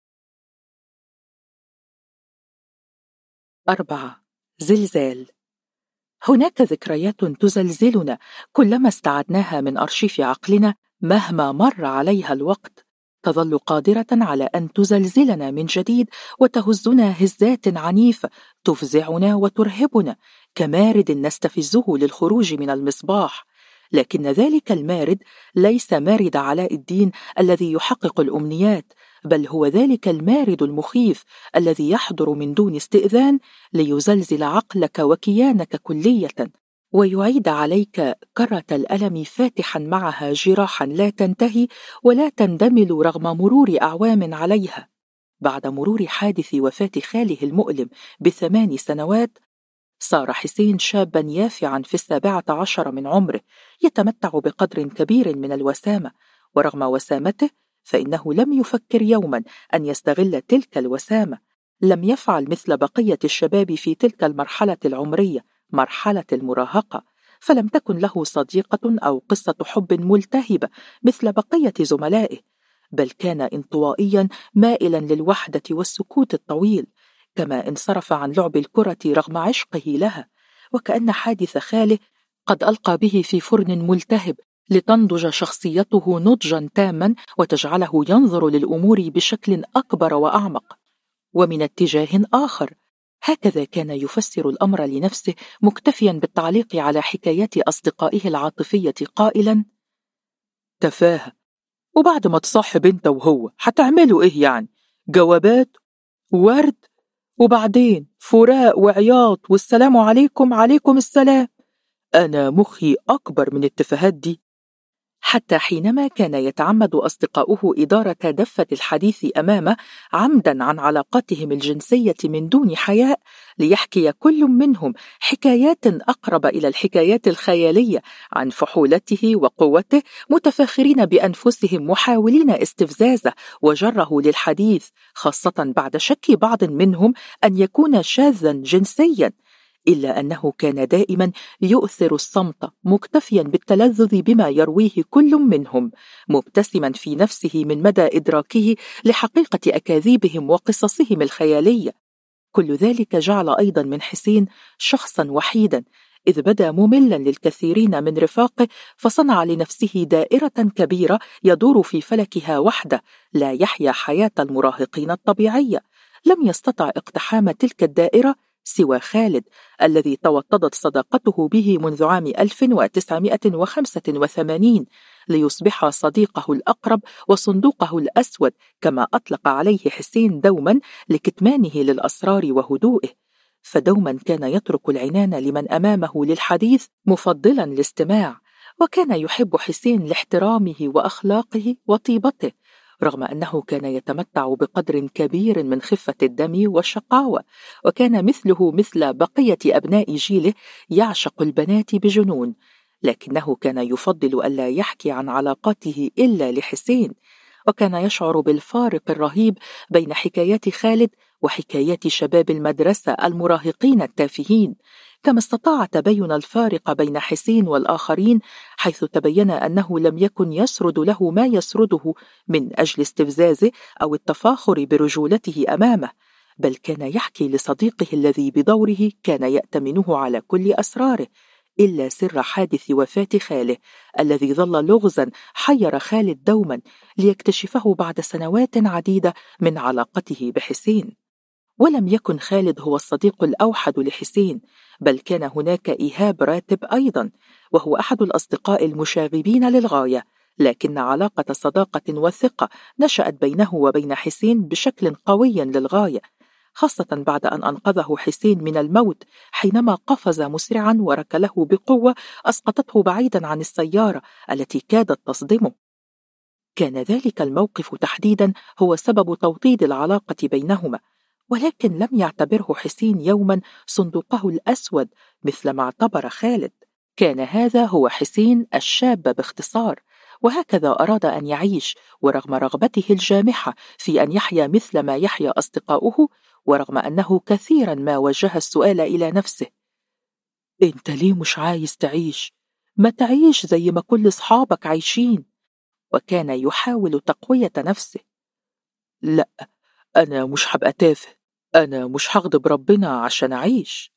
4. زلزال. هناك ذكريات تزلزلنا كلما استعدناها من أرشيف عقلنا، مهما مر عليها الوقت تظل قادرة على أن تزلزلنا من جديد وتهزنا هزات عنيفة تفزعنا وترهبنا، كمارد نستفزه للخروج من المصباح. لكن ذلك المارد ليس مارد علاء الدين الذي يحقق الأمنيات، بل هو ذلك المارد المخيف الذي يحضر من دون استئذان ليزلزل عقلك وكيانك كلية، ويعيد عليك كرة الألم فاتحا معها جراحا لا تنتهي ولا تندمل رغم مرور أعوام عليها. بعد مرور حادث وفاة خاله المؤلم ب8 سنوات، صار حسين شابا يافعا في 17 من عمره، يتمتع بقدر كبير من الوسامة، ورغم وسامته فإنه لم يفكر يوما أن يستغل تلك الوسامة. لم يفعل مثل بقية الشباب في تلك المرحلة العمرية، مرحلة المراهقة، فلم تكن له صديقة أو قصة حب ملتهبة مثل بقية زملائه، بل كان انطوائيا مائلا للوحدة والسكوت الطويل، كما انصرف عن لعب الكرة رغم عشقه لها، وكأن حادث خاله قد ألقى به في فرن ملتهب لتنضج شخصيته نضجا تاما وتجعله ينظر للأمور بشكل أكبر وأعمق. ومن اتجاه آخر، هكذا كان يفسر الأمر لنفسه، مكتفيا بالتعليق على حكايات أصدقائه العاطفية قائلا: تفاهة، وبعد ما تصاحب انت وهو هتعملوا ايه يعني؟ جوابات ورد، وبعدين فراق وعياط والسلام عليكم عليكم السلام. أنا مخي أكبر من التفاهات دي. حتى حينما كان يتعمد أصدقاؤه إدارة دفة الحديث أمامه عمدا عن علاقاتهم الجنسية من دون حياء، ليحكي كل منهم حكايات أقرب إلى الحكايات الخيالية عن فحولته وقوته، متفاخرين بأنفسهم محاولين استفزازه وجره للحديث، خاصة بعد شك بعض منهم أن يكون شاذا جنسيا، إلا أنه كان دائما يؤثر الصمت، مكتفيا بالتلذذ بما يرويه كل منهم، مبتسما في نفسه من مدى إدراكه لحقيقة أكاذيبهم وقصصهم الخيالية. كل ذلك جعل أيضا من حسين شخصا وحيدا، إذ بدا مملا للكثيرين من رفاقه، فصنع لنفسه دائرة كبيرة يدور في فلكها وحده، لا يحيا حياة المراهقين الطبيعية. لم يستطع اقتحام تلك الدائرة سوى خالد، الذي توطدت صداقته به منذ عام 1985 ليصبح صديقه الأقرب وصندوقه الأسود، كما أطلق عليه حسين دوما لكتمانه للأسرار وهدوئه. فدوما كان يترك العنان لمن أمامه للحديث، مفضلا الاستماع. وكان يحب حسين لاحترامه وأخلاقه وطيبته، رغم أنه كان يتمتع بقدر كبير من خفة الدم والشقاوة، وكان مثله مثل بقية أبناء جيله يعشق البنات بجنون، لكنه كان يفضل ألا يحكي عن علاقاته إلا لحسين. وكان يشعر بالفارق الرهيب بين حكايات خالد وحكايات شباب المدرسة المراهقين التافهين، كما استطاع تبين الفارق بين حسين والآخرين، حيث تبين أنه لم يكن يسرد له ما يسرده من أجل استفزازه أو التفاخر برجولته أمامه، بل كان يحكي لصديقه الذي بدوره كان يأتمنه على كل أسراره، إلا سر حادث وفاة خاله الذي ظل لغزا حير خالد دوما، ليكتشفه بعد سنوات عديدة من علاقته بحسين. ولم يكن خالد هو الصديق الأوحد لحسين، بل كان هناك إيهاب راتب أيضا، وهو أحد الأصدقاء المشاغبين للغاية، لكن علاقة صداقة وثقة نشأت بينه وبين حسين بشكل قوي للغاية، خاصة بعد أن أنقذه حسين من الموت حينما قفز مسرعا وركله بقوة أسقطته بعيدا عن السيارة التي كادت تصدمه. كان ذلك الموقف تحديدا هو سبب توطيد العلاقة بينهما، ولكن لم يعتبره حسين يوما صندوقه الأسود مثل ما اعتبر خالد. كان هذا هو حسين الشاب باختصار، وهكذا أراد أن يعيش، ورغم رغبته الجامحة في أن يحيا مثل ما يحيا أصدقاؤه، ورغم أنه كثيرا ما وجه السؤال إلى نفسه: أنت ليه مش عايز تعيش؟ ما تعيش زي ما كل أصحابك عايشين. وكان يحاول تقوية نفسه: لا، أنا مش هبقى تافه، أنا مش هغضب ربنا عشان أعيش.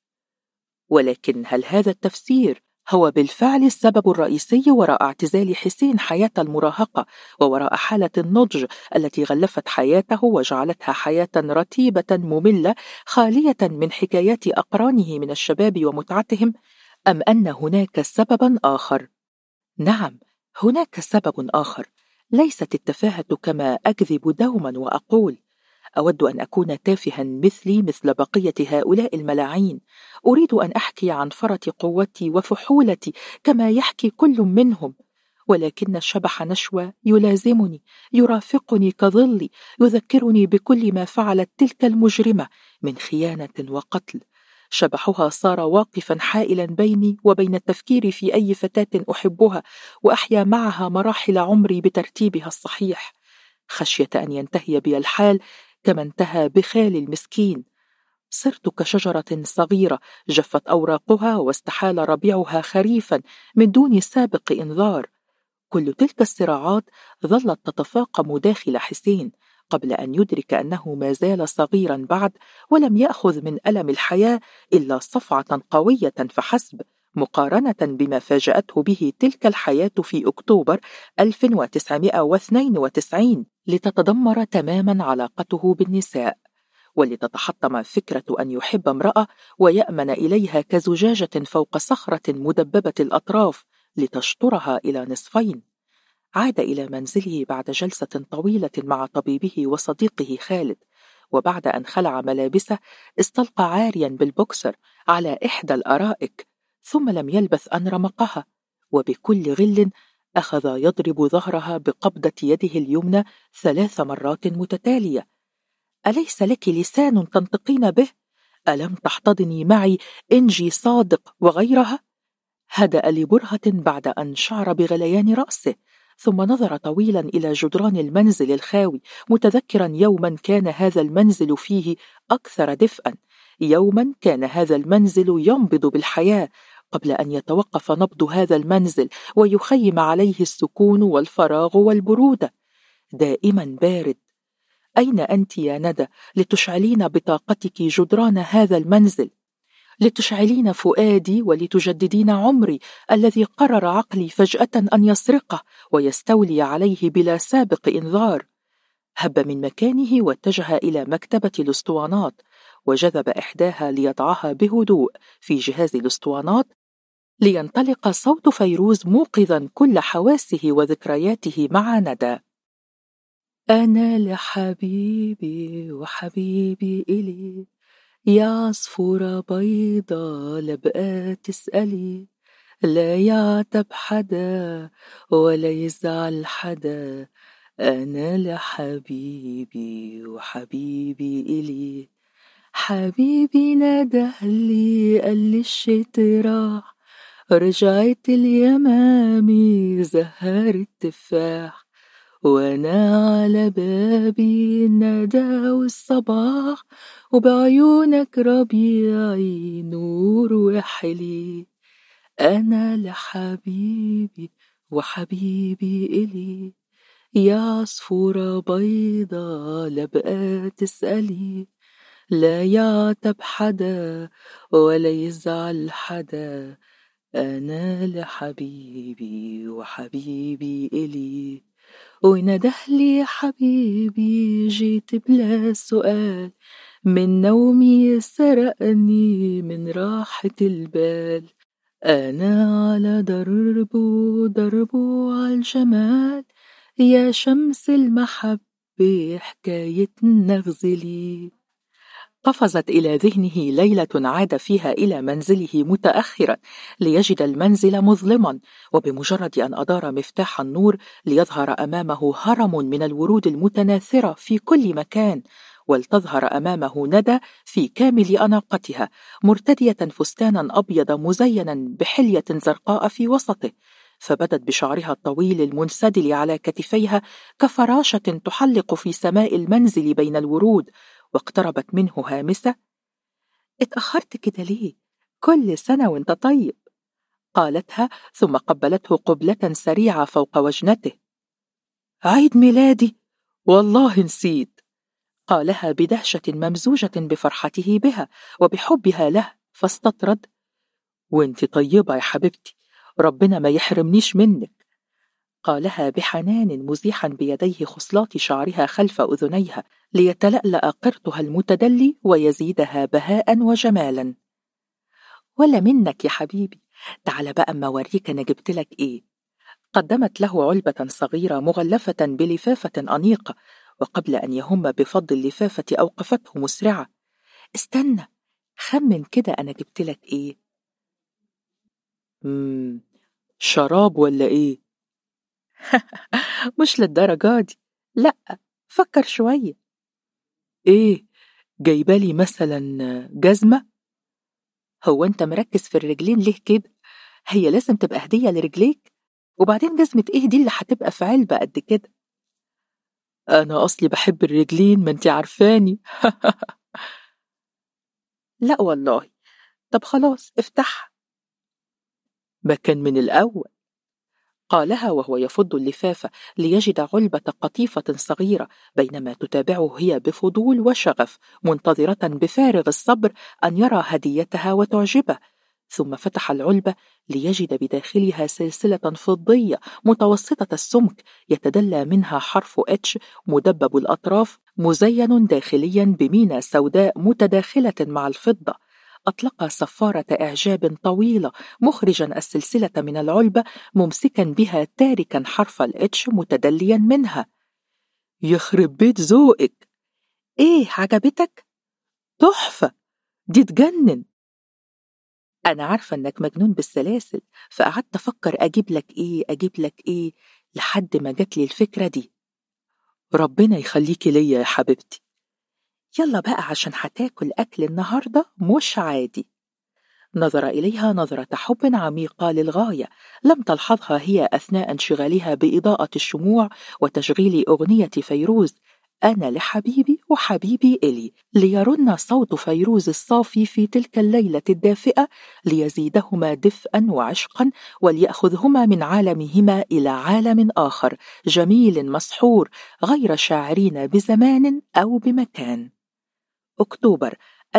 ولكن هل هذا التفسير هو بالفعل السبب الرئيسي وراء اعتزال حسين حياة المراهقة، ووراء حالة النضج التي غلفت حياته وجعلتها حياة رتيبة مملة خالية من حكايات أقرانه من الشباب ومتعتهم، أم أن هناك سببا آخر؟ نعم، هناك سبب آخر. ليست التفاهة كما أكذب دوما وأقول: أود أن أكون تافها مثل بقية هؤلاء الملاعين، أريد أن أحكي عن فرط قوتي وفحولتي كما يحكي كل منهم، ولكن الشبح نشوى يلازمني، يرافقني كظلي، يذكرني بكل ما فعلت تلك المجرمة من خيانة وقتل. شبحها صار واقفا حائلا بيني وبين التفكير في أي فتاة أحبها وأحيا معها مراحل عمري بترتيبها الصحيح، خشية أن ينتهي بي الحال كما انتهى بخالي المسكين. صرت كشجرة صغيرة جفت أوراقها واستحال ربيعها خريفا من دون سابق إنذار. كل تلك الصراعات ظلت تتفاقم داخل حسين قبل أن يدرك أنه ما زال صغيرا بعد، ولم يأخذ من ألم الحياة إلا صفعة قوية فحسب، مقارنة بما فاجأته به تلك الحياة في أكتوبر 1992 لتتدمر تماما علاقته بالنساء، ولتتحطم فكرة أن يحب امرأة ويأمن إليها كزجاجة فوق صخرة مدببة الأطراف لتشطرها إلى نصفين. عاد إلى منزله بعد جلسة طويلة مع طبيبه وصديقه خالد، وبعد أن خلع ملابسه استلقى عاريا بالبوكسر على إحدى الأرائك، ثم لم يلبث أن رمقها، وبكل غل أخذ يضرب ظهرها بقبضة يده اليمنى 3 مرات متتالية. أليس لك لسان تنطقين به؟ ألم تحتضني معي إنجي صادق وغيرها؟ هدأ لبرهة بعد أن شعر بغليان رأسه، ثم نظر طويلا إلى جدران المنزل الخاوي، متذكرا يوما كان هذا المنزل فيه أكثر دفئا، يوما كان هذا المنزل ينبض بالحياة قبل أن يتوقف نبض هذا المنزل ويخيم عليه السكون والفراغ والبرودة. دائما بارد. أين أنت يا ندى لتشعلين بطاقتك جدران هذا المنزل، لتشعلين فؤادي ولتجددين عمري الذي قرر عقلي فجأة أن يسرقه ويستولي عليه بلا سابق إنذار؟ هب من مكانه واتجه إلى مكتبة الأسطوانات، وجذب إحداها ليضعها بهدوء في جهاز الأسطوانات لينطلق صوت فيروز موقظا كل حواسه وذكرياته مع ندى. أنا لحبيبي وحبيبي إلي، يا عصفورة بيضة لبقى تسألي، لا يعتب حدا ولا يزعل حدا، أنا لحبيبي وحبيبي إلي. حبيبي ندهلي قالي الشتا راح، رجعت اليمامي زهر التفاح، وانا على بابي الندى والصباح، وبعيونك ربيعي نور وحلي، انا لحبيبي وحبيبي إلي، يا عصفورة بيضة لبقى تسألي، لا يعتب حدا ولا يزعل حدا، أنا لحبيبي وحبيبي إلي. وندهلي حبيبي جيت بلا سؤال، من نومي سرقني من راحة البال، أنا على دربه عالجمال، يا شمس المحبة حكايتنا اغزلي. قفزت إلى ذهنه ليلة عاد فيها إلى منزله متأخرا ليجد المنزل مظلما، وبمجرد أن أدار مفتاح النور ليظهر أمامه هرم من الورود المتناثرة في كل مكان، ولتظهر أمامه ندى في كامل أناقتها مرتدية فستانا أبيض مزينا بحلية زرقاء في وسطه، فبدت بشعرها الطويل المنسدل على كتفيها كفراشة تحلق في سماء المنزل بين الورود، واقتربت منه هامسة: اتأخرت كده ليه؟ كل سنة وانت طيب، قالتها ثم قبلته قبلة سريعة فوق وجنته. عيد ميلادي؟ والله نسيت، قالها بدهشة ممزوجة بفرحته بها وبحبها له، فاستطرد: وانت طيبة يا حبيبتي، ربنا ما يحرمنيش منك، قالها بحنان مزيحا بيديه خصلات شعرها خلف أذنيها ليتلألأ قرطها المتدلي ويزيدها بهاء وجمالا. ولا منك يا حبيبي، تعال بقى أما أوريك أنا جبتلك إيه. قدمت له علبة صغيرة مغلفة بلفافة أنيقة، وقبل أن يهم بفض اللفافة أوقفته مسرعة: استنى، خمن كده أنا جبتلك إيه. شراب ولا إيه؟ مش للدرجة دي، لأ، فكر شوية. إيه، جايبالي مثلا جزمة؟ هو أنت مركز في الرجلين ليه كده؟ هي لازم تبقى هدية لرجليك؟ وبعدين جزمة إيه دي اللي هتبقى في علبة قد كده؟ أنا أصلي بحب الرجلين، ما أنت عارفاني. لا والله. طب خلاص افتحها. ما كان من الأول، قالها وهو يفض اللفافة ليجد علبة قطيفة صغيرة، بينما تتابعه هي بفضول وشغف منتظرة بفارغ الصبر أن يرى هديتها وتعجبه. ثم فتح العلبة ليجد بداخلها سلسلة فضية متوسطة السمك يتدلى منها حرف اتش مدبب الأطراف مزين داخليا بمينا سوداء متداخلة مع الفضة. أطلق صفارة إعجاب طويلة مخرجا السلسلة من العلبة ممسكا بها تاركا حرف الاتش متدليا منها. يخرب بيت ذوقك، إيه عجبتك؟ تحفة، دي تجنن. أنا عارفة إنك مجنون بالسلاسل، فقعدت أفكر أجيب لك إيه لحد ما جات لي الفكرة دي. ربنا يخليكي ليا يا حبيبتي. يلا بقى عشان هتاكل أكل النهاردة مش عادي. نظر إليها نظرة حب عميقة للغاية لم تلحظها هي أثناء انشغالها بإضاءة الشموع وتشغيل أغنية فيروز. أنا لحبيبي وحبيبي إلي، ليرن صوت فيروز الصافي في تلك الليلة الدافئة ليزيدهما دفئا وعشقا، وليأخذهما من عالمهما إلى عالم آخر جميل مسحور، غير شاعرين بزمان أو بمكان. أكتوبر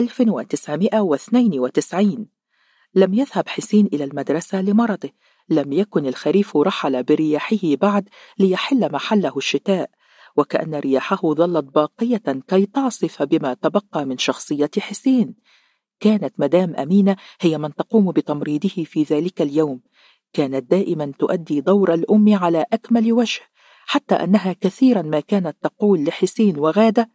1992. لم يذهب حسين إلى المدرسة لمرضه، لم يكن الخريف رحل برياحه بعد ليحل محله الشتاء، وكأن رياحه ظلت باقية كي تعصف بما تبقى من شخصية حسين. كانت مدام أمينة هي من تقوم بتمريضه في ذلك اليوم، كانت دائما تؤدي دور الأم على أكمل وجه، حتى أنها كثيرا ما كانت تقول لحسين وغادة: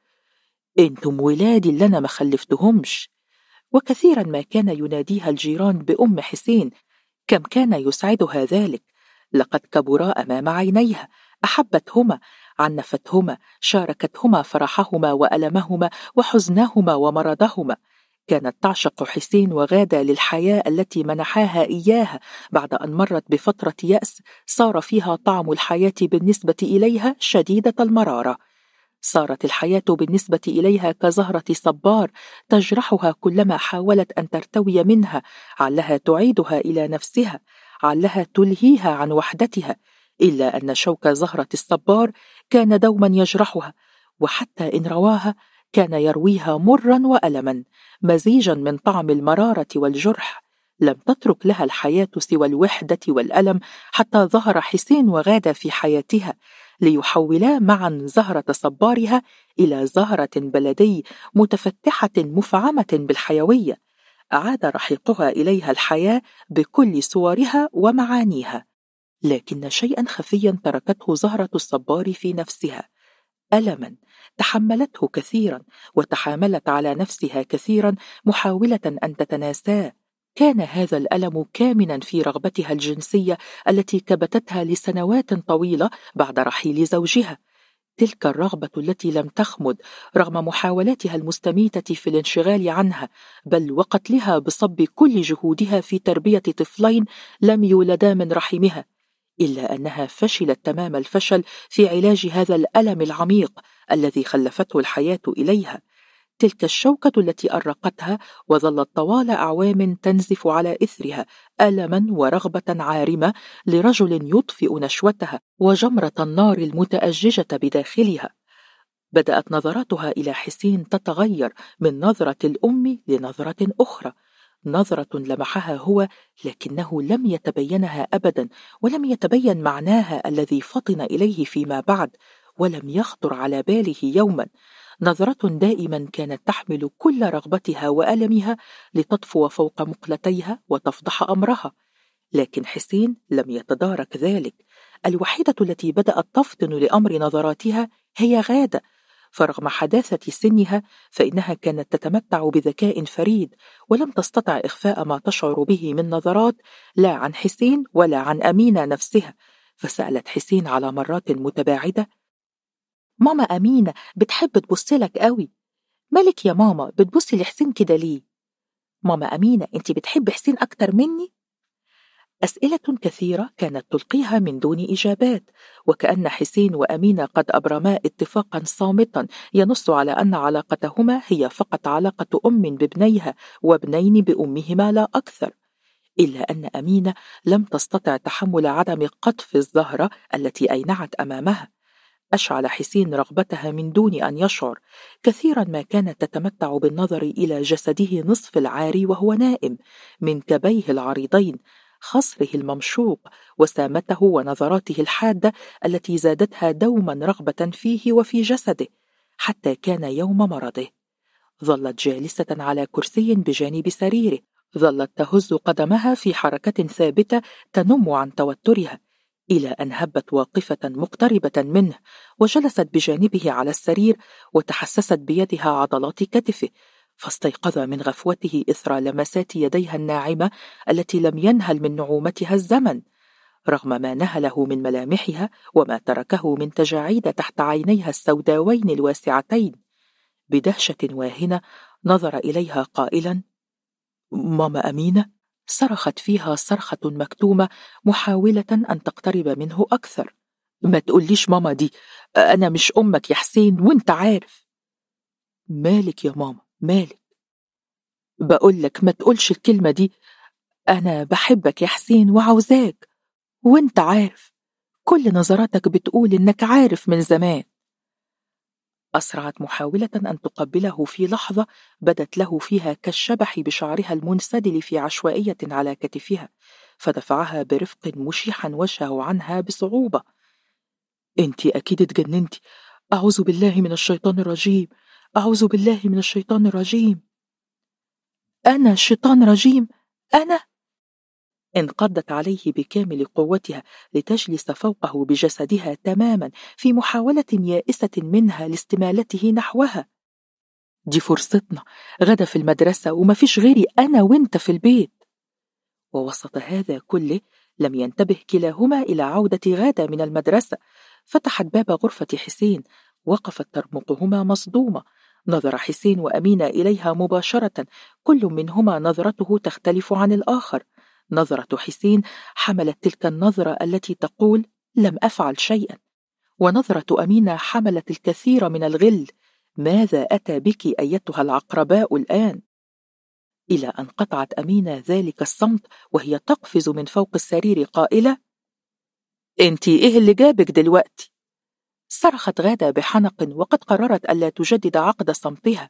أنتم ولادي اللي أنا ما خلفتهمش. وكثيرا ما كان يناديها الجيران بأم حسين، كم كان يسعدها ذلك، لقد كبرا أمام عينيها، أحبتهما، عنفتهما، شاركتهما فرحهما وألمهما وحزنهما ومرضهما. كانت تعشق حسين وغادة للحياة التي منحاها إياها بعد أن مرت بفترة يأس صار فيها طعم الحياة بالنسبة إليها شديدة المرارة. صارت الحياة بالنسبة إليها كزهرة صبار تجرحها كلما حاولت أن ترتوي منها، علها تعيدها إلى نفسها، علها تلهيها عن وحدتها، إلا أن شوك زهرة الصبار كان دوما يجرحها، وحتى إن رواها كان يرويها مرا وألما، مزيجا من طعم المرارة والجرح. لم تترك لها الحياة سوى الوحدة والألم، حتى ظهر حسين وغادة في حياتها ليحولا معا زهرة صبارها إلى زهرة بلدي متفتحة مفعمة بالحيوية، أعاد رحيقها إليها الحياة بكل صورها ومعانيها. لكن شيئا خفيا تركته زهرة الصبار في نفسها، ألما تحملته كثيرا وتحاملت على نفسها كثيرا محاولة أن تتناساه. كان هذا الألم كامنا في رغبتها الجنسية التي كبتتها لسنوات طويلة بعد رحيل زوجها، تلك الرغبة التي لم تخمد رغم محاولاتها المستميتة في الانشغال عنها، بل وقتلها بصب كل جهودها في تربية طفلين لم يولدا من رحمها، إلا أنها فشلت تمام الفشل في علاج هذا الألم العميق الذي خلفته الحياة إليها. تلك الشوكة التي أرقتها وظلت طوال أعوام تنزف على إثرها ألما ورغبة عارمة لرجل يطفئ نشوتها وجمرة النار المتأججة بداخلها. بدأت نظراتها إلى حسين تتغير من نظرة الأم لنظرة أخرى، نظرة لمحها هو لكنه لم يتبينها أبدا، ولم يتبين معناها الذي فطن إليه فيما بعد، ولم يخطر على باله يوما. نظرة دائما كانت تحمل كل رغبتها وألمها لتطفو فوق مقلتيها وتفضح أمرها، لكن حسين لم يتدارك ذلك. الوحيدة التي بدأت تفطن لأمر نظراتها هي غادة، فرغم حداثة سنها فإنها كانت تتمتع بذكاء فريد، ولم تستطع إخفاء ما تشعر به من نظرات لا عن حسين ولا عن أمينة نفسها. فسألت حسين على مرات متباعدة: ماما أمينة بتحب تبصلك قوي، مالك يا ماما بتبصي لحسين كده ليه؟ ماما أمينة انت بتحب حسين أكتر مني؟ أسئلة كثيرة كانت تلقيها من دون إجابات، وكأن حسين وأمينة قد أبرما اتفاقا صامتا ينص على أن علاقتهما هي فقط علاقة أم بابنيها وابنين بأمهما لا أكثر. إلا أن أمينة لم تستطع تحمل عدم قطف الزهرة التي أينعت أمامها. أشعل حسين رغبتها من دون أن يشعر، كثيرا ما كانت تتمتع بالنظر إلى جسده نصف العاري وهو نائم، من كبيه العريضين، خصره الممشوق، وسامته ونظراته الحادة التي زادتها دوما رغبة فيه وفي جسده، حتى كان يوم مرضه. ظلت جالسة على كرسي بجانب سريره، ظلت تهز قدمها في حركة ثابتة تنم عن توترها، إلى أن هبت واقفة مقتربة منه وجلست بجانبه على السرير وتحسست بيدها عضلات كتفه، فاستيقظ من غفوته إثر لمسات يديها الناعمة التي لم ينهل من نعومتها الزمن، رغم ما نهله من ملامحها وما تركه من تجاعيد تحت عينيها السوداوين الواسعتين. بدهشة واهنة نظر إليها قائلا: ماما أمينة؟ صرخت فيها صرخة مكتومة محاولة أن تقترب منه أكثر. ما تقوليش ماما دي، أنا مش أمك يا حسين وانت عارف. مالك يا ماما مالك؟ بقولك ما تقولش الكلمة دي، أنا بحبك يا حسين وعاوزاك وانت عارف، كل نظراتك بتقول إنك عارف من زمان. أسرعت محاولة أن تقبله في لحظة بدت له فيها كالشبح بشعرها المنسدل في عشوائية على كتفها، فدفعها برفق مشيحا وجهه عنها بصعوبة. انتي أكيد اتجننتي، أعوذ بالله من الشيطان الرجيم، أعوذ بالله من الشيطان الرجيم. أنا شيطان رجيم؟ أنا؟ انقضت عليه بكامل قوتها لتجلس فوقه بجسدها تماما في محاولة يائسة منها لاستمالته نحوها. دي فرصتنا، غدا في المدرسة ومفيش غيري أنا وانت في البيت. ووسط هذا كله لم ينتبه كلاهما إلى عودة غادة من المدرسة. فتحت باب غرفة حسين، وقفت ترمقهما مصدومة. نظر حسين وأمينة إليها مباشرة، كل منهما نظرته تختلف عن الآخر. نظرة حسين حملت تلك النظرة التي تقول لم أفعل شيئا، ونظرة أمينة حملت الكثير من الغل، ماذا أتى بك أيتها العقرباء الآن؟ إلى أن قطعت أمينة ذلك الصمت وهي تقفز من فوق السرير قائلة: أنتي إيه اللي جابك دلوقتي؟ صرخت غادة بحنق وقد قررت ألا تجدد عقد صمتها.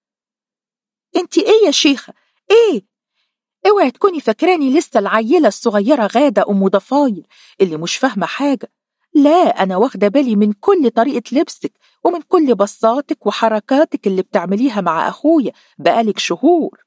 أنتي إيه يا شيخة؟ إيه؟ اوعي تكوني فاكراني لسه العيلة الصغيرة غادة أم ضفاير اللي مش فاهمة حاجة. لا، أنا واخدة بالي من كل طريقة لبسك ومن كل بصاتك وحركاتك اللي بتعمليها مع أخويا بقالك شهور.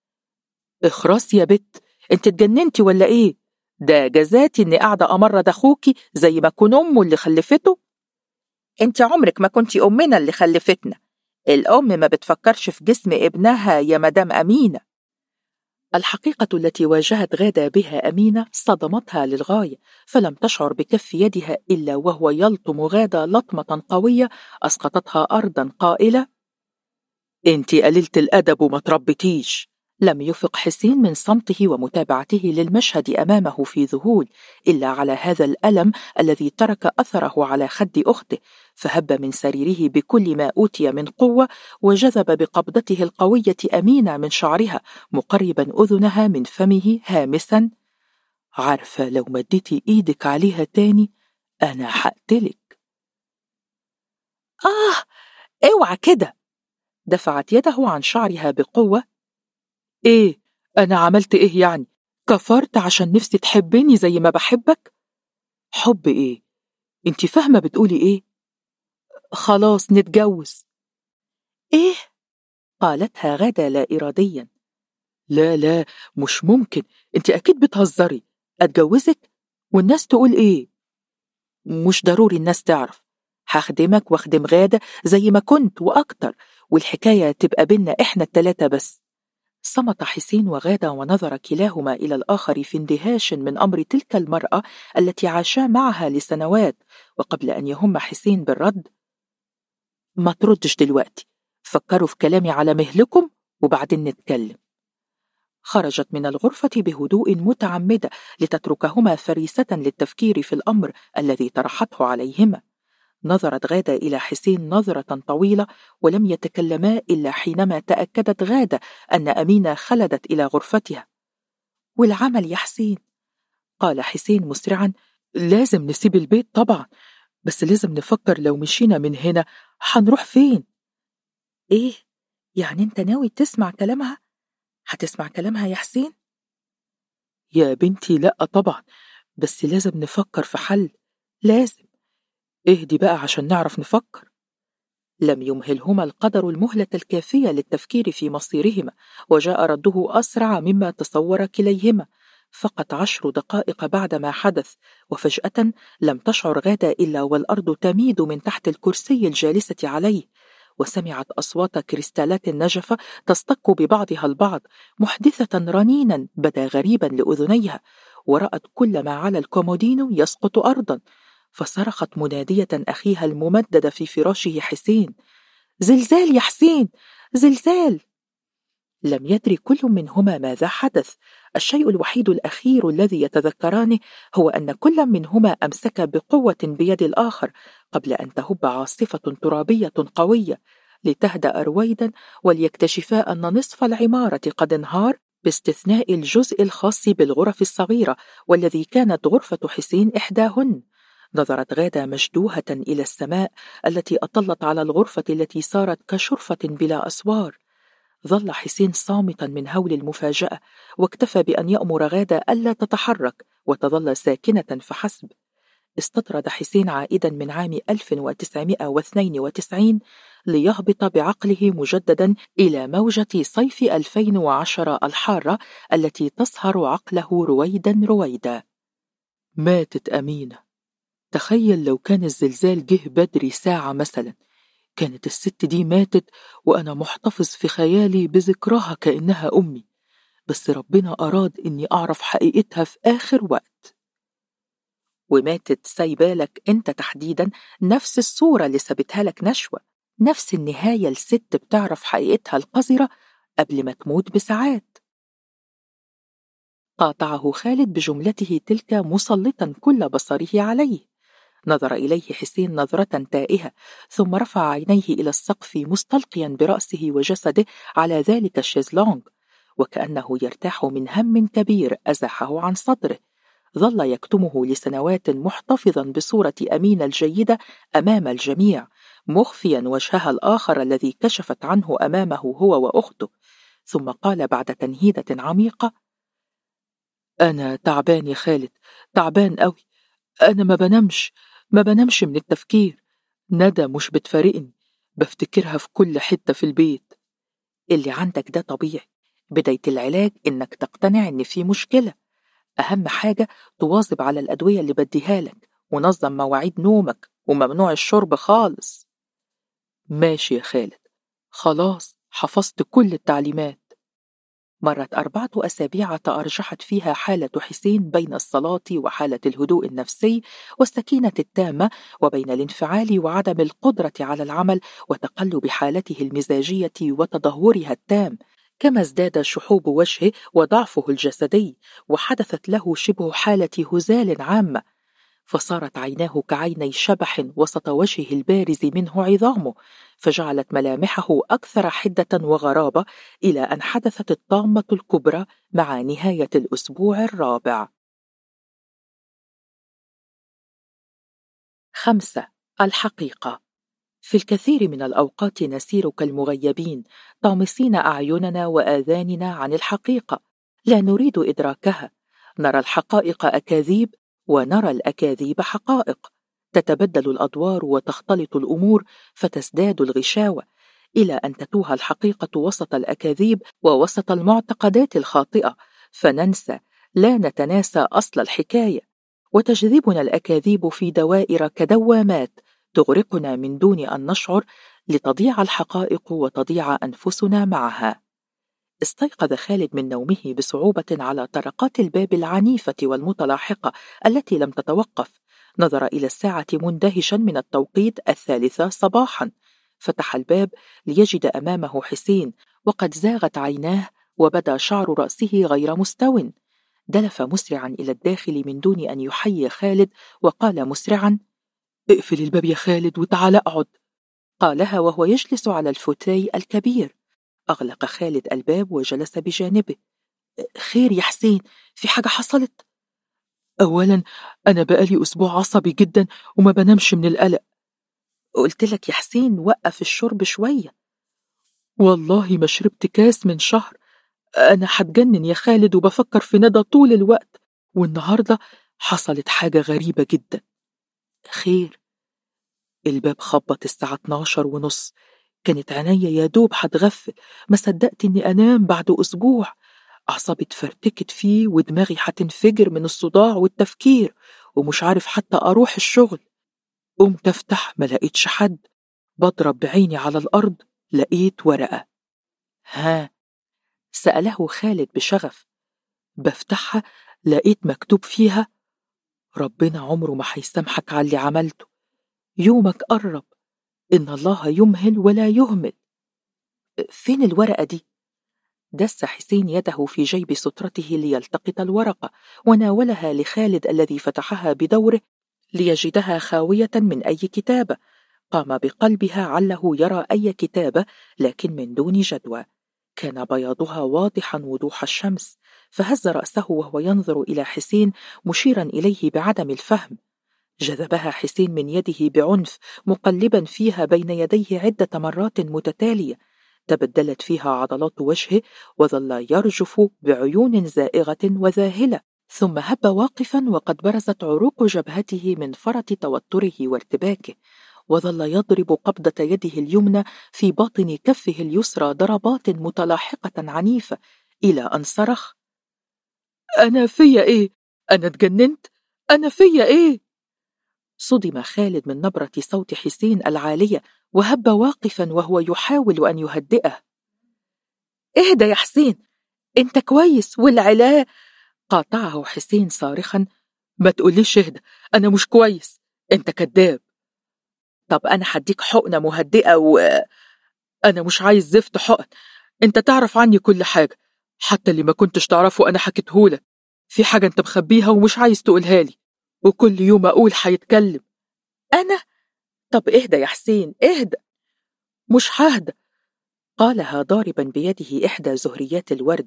اخرس يا بت، انت اتجننتي ولا ايه؟ ده جزاتي اني قاعدة أمرض أخوكي زي ما كون أمه اللي خلفته. انت عمرك ما كنتي أمنا اللي خلفتنا، الأم ما بتفكرش في جسم ابنها يا مدام أمينة. الحقيقة التي واجهت غادة بها أمينة صدمتها للغاية، فلم تشعر بكف يدها إلا وهو يلطم غادة لطمة قوية أسقطتها أرضا قائلة: انتي قليلة الأدب وما تربتيش. لم يفق حسين من صمته ومتابعته للمشهد أمامه في ذهول، إلا على هذا الألم الذي ترك أثره على خد أخته، فهب من سريره بكل ما أوتي من قوة، وجذب بقبضته القوية أمينة من شعرها مقربا أذنها من فمه هامسا: عارفة لو مديتي إيدك عليها تاني أنا هقتلك. اوعى كده. دفعت يده عن شعرها بقوة. ايه؟ انا عملت ايه يعني؟ كفرت عشان نفسي تحبني زي ما بحبك؟ حب ايه؟ انتي فاهمة بتقولي ايه؟ خلاص نتجوز. ايه؟ قالتها غادة لا إراديا. لا لا، مش ممكن، انتي اكيد بتهزري. اتجوزك؟ والناس تقول ايه؟ مش ضروري الناس تعرف، هخدمك واخدم غادة زي ما كنت وأكتر، والحكاية تبقى بينا إحنا التلاتة بس. صمت حسين وغادة ونظر كلاهما إلى الآخر في اندهاش من أمر تلك المرأة التي عاشا معها لسنوات. وقبل أن يهم حسين بالرد: ما تردش دلوقتي، فكروا في كلامي على مهلكم وبعدين نتكلم. خرجت من الغرفة بهدوء متعمدة لتتركهما فريسة للتفكير في الأمر الذي طرحته عليهما. نظرت غادة إلى حسين نظرة طويلة ولم يتكلما إلا حينما تأكدت غادة أن أمينة خلدت إلى غرفتها. والعمل يا حسين؟ قال حسين مسرعا: لازم نسيب البيت طبعا، بس لازم نفكر لو مشينا من هنا هنروح فين. إيه؟ يعني أنت ناوي تسمع كلامها؟ هتسمع كلامها يا حسين؟ يا بنتي لأ طبعا، بس لازم نفكر في حل، لازم. اهدي بقى عشان نعرف نفكر. لم يمهلهما القدر المهلة الكافية للتفكير في مصيرهما، وجاء رده أسرع مما تصور كليهما. فقط 10 دقائق بعد ما حدث، وفجأة لم تشعر غادة إلا والأرض تميد من تحت الكرسي الجالسة عليه، وسمعت أصوات كريستالات النجفة تصطك ببعضها البعض محدثة رنينا بدا غريبا لأذنيها، ورأت كل ما على الكومودينو يسقط أرضا، فصرخت منادية أخيها الممدد في فراشه حسين: زلزال يا حسين، زلزال! لم يدري كل منهما ماذا حدث. الشيء الوحيد الأخير الذي يتذكرانه هو أن كل منهما أمسك بقوة بيد الآخر قبل أن تهب عاصفة ترابية قوية لتهدأ رويدا، وليكتشفا أن نصف العمارة قد انهار باستثناء الجزء الخاص بالغرف الصغيرة، والذي كانت غرفة حسين إحداهن. نظرت غادة مشدوهة إلى السماء التي أطلت على الغرفة التي صارت كشرفة بلا أسوار. ظل حسين صامتا من هول المفاجأة، واكتفى بأن يأمر غادة ألا تتحرك وتظل ساكنة فحسب. استطرد حسين عائدا من عام 1992 ليهبط بعقله مجددا إلى موجة صيف 2010 الحارة التي تصهر عقله رويدا رويدا. ماتت أمينة. تخيل لو كان الزلزال جه بدري ساعة مثلا، كانت الست دي ماتت وأنا محتفظ في خيالي بذكرها كأنها أمي، بس ربنا أراد إني أعرف حقيقتها في آخر وقت. وماتت سايبالك أنت تحديدا نفس الصورة اللي سابتها لك نشوة، نفس النهاية. الست بتعرف حقيقتها القذرة قبل ما تموت بساعات. قاطعه خالد بجملته تلك مسلطا كل بصره عليه. نظر إليه حسين نظرة تائهة، ثم رفع عينيه إلى السقف مستلقيا برأسه وجسده على ذلك الشيزلونج، وكأنه يرتاح من هم كبير أزاحه عن صدره. ظل يكتمه لسنوات محتفظا بصورة أمينة الجيدة أمام الجميع، مخفيا وجهها الآخر الذي كشفت عنه أمامه هو وأخته. ثم قال بعد تنهيدة عميقة: أنا تعبان يا خالد، تعبان قوي. أنا ما بنامش من التفكير. ندى مش بتفارقني، بفتكرها في كل حتة في البيت. اللي عندك ده طبيعي. بداية العلاج إنك تقتنع إن في مشكلة. أهم حاجة تواظب على الأدوية اللي بديها لك، ونظم مواعيد نومك، وممنوع الشرب خالص. ماشي يا خالد، خلاص حفظت كل التعليمات. مرت 4 أسابيع تأرجحت فيها حالة حسين بين الصلاة وحالة الهدوء النفسي والسكينة التامة، وبين الانفعال وعدم القدرة على العمل، وتقلب حالته المزاجية وتدهورها التام. كما ازداد شحوب وجهه وضعفه الجسدي، وحدثت له شبه حالة هزال عامة، فصارت عيناه كعيني شبح وسط وجهه البارز منه عظامه، فجعلت ملامحه أكثر حدة وغرابة، إلى أن حدثت الطامة الكبرى مع نهاية الأسبوع الرابع. 5. الحقيقة. في الكثير من الأوقات نسير كالمغيبين، طامسين أعيننا وآذاننا عن الحقيقة، لا نريد إدراكها. نرى الحقائق أكاذيب، ونرى الأكاذيب حقائق. تتبدل الأدوار وتختلط الأمور، فتزداد الغشاوة، إلى أن تتوه الحقيقة وسط الأكاذيب ووسط المعتقدات الخاطئة، فننسى لا نتناسى أصل الحكاية، وتجذبنا الأكاذيب في دوائر كدوامات تغرقنا من دون أن نشعر، لتضيع الحقائق وتضيع أنفسنا معها. استيقظ خالد من نومه بصعوبة على طرقات الباب العنيفة والمتلاحقة التي لم تتوقف. نظر إلى الساعة مندهشا من التوقيت 3 صباحا. فتح الباب ليجد أمامه حسين، وقد زاغت عيناه وبدا شعر رأسه غير مستو. دلف مسرعا إلى الداخل من دون أن يحيي خالد، وقال مسرعا: اقفل الباب يا خالد وتعال اقعد. قالها وهو يجلس على الفوتاي الكبير. أغلق خالد الباب وجلس بجانبه. خير يا حسين، في حاجة حصلت؟ أولا أنا بقالي أسبوع عصبي جدا وما بنامش من القلق. قلت لك يا حسين وقف الشرب شوية. والله ما شربت كاس من شهر. أنا هتجنن يا خالد، وبفكر في ندى طول الوقت، والنهاردة حصلت حاجة غريبة جدا. خير؟ الباب خبط الساعة 12:30. كانت عينيا يا دوب هتغفل، ما صدقت إني أنام بعد أسبوع. أعصابي اتفرتكت فيه، ودماغي هتنفجر من الصداع والتفكير، ومش عارف حتى أروح الشغل. قمت أفتح، ما لقيتش حد. بضرب بعيني على الأرض، لقيت ورقة. ها؟ سأله خالد بشغف. بفتحها لقيت مكتوب فيها: ربنا عمره ما هيسامحك على اللي عملته، يومك قرب، إن الله يمهل ولا يهمل. فين الورقة دي؟ دس حسين يده في جيب سترته ليلتقط الورقة، وناولها لخالد الذي فتحها بدوره ليجدها خاوية من أي كتابة. قام بقلبها عله يرى أي كتابة، لكن من دون جدوى. كان بياضها واضحا وضوح الشمس، فهز رأسه وهو ينظر إلى حسين مشيرا إليه بعدم الفهم. جذبها حسين من يده بعنف، مقلبا فيها بين يديه عدة مرات متتالية. تبدلت فيها عضلات وجهه، وظل يرجف بعيون زائغة وذاهلة، ثم هب واقفا وقد برزت عروق جبهته من فرط توتره وارتباكه، وظل يضرب قبضة يده اليمنى في باطن كفه اليسرى ضربات متلاحقة عنيفة، إلى أن صرخ: أنا فيا إيه؟ أنا اتجننت؟ أنا فيا إيه؟ صدم خالد من نبرة صوت حسين العالية، وهب واقفا وهو يحاول أن يهدئه. اهدى يا حسين، انت كويس والعلاء. قاطعه حسين صارخا: ما تقوليش اهدى، أنا مش كويس، انت كذاب. طب أنا هديك حقنة مهدئة أنا مش عايز زفت حقن، انت تعرف عني كل حاجة، حتى اللي ما كنتش تعرفه أنا حكيتهولك. في حاجة انت مخبيها ومش عايز تقولها لي، وكل يوم أقول هيتكلم. أنا؟ طب اهدى يا حسين، اهدى. مش ههدى، قالها ضاربا بيده إحدى زهريات الورد.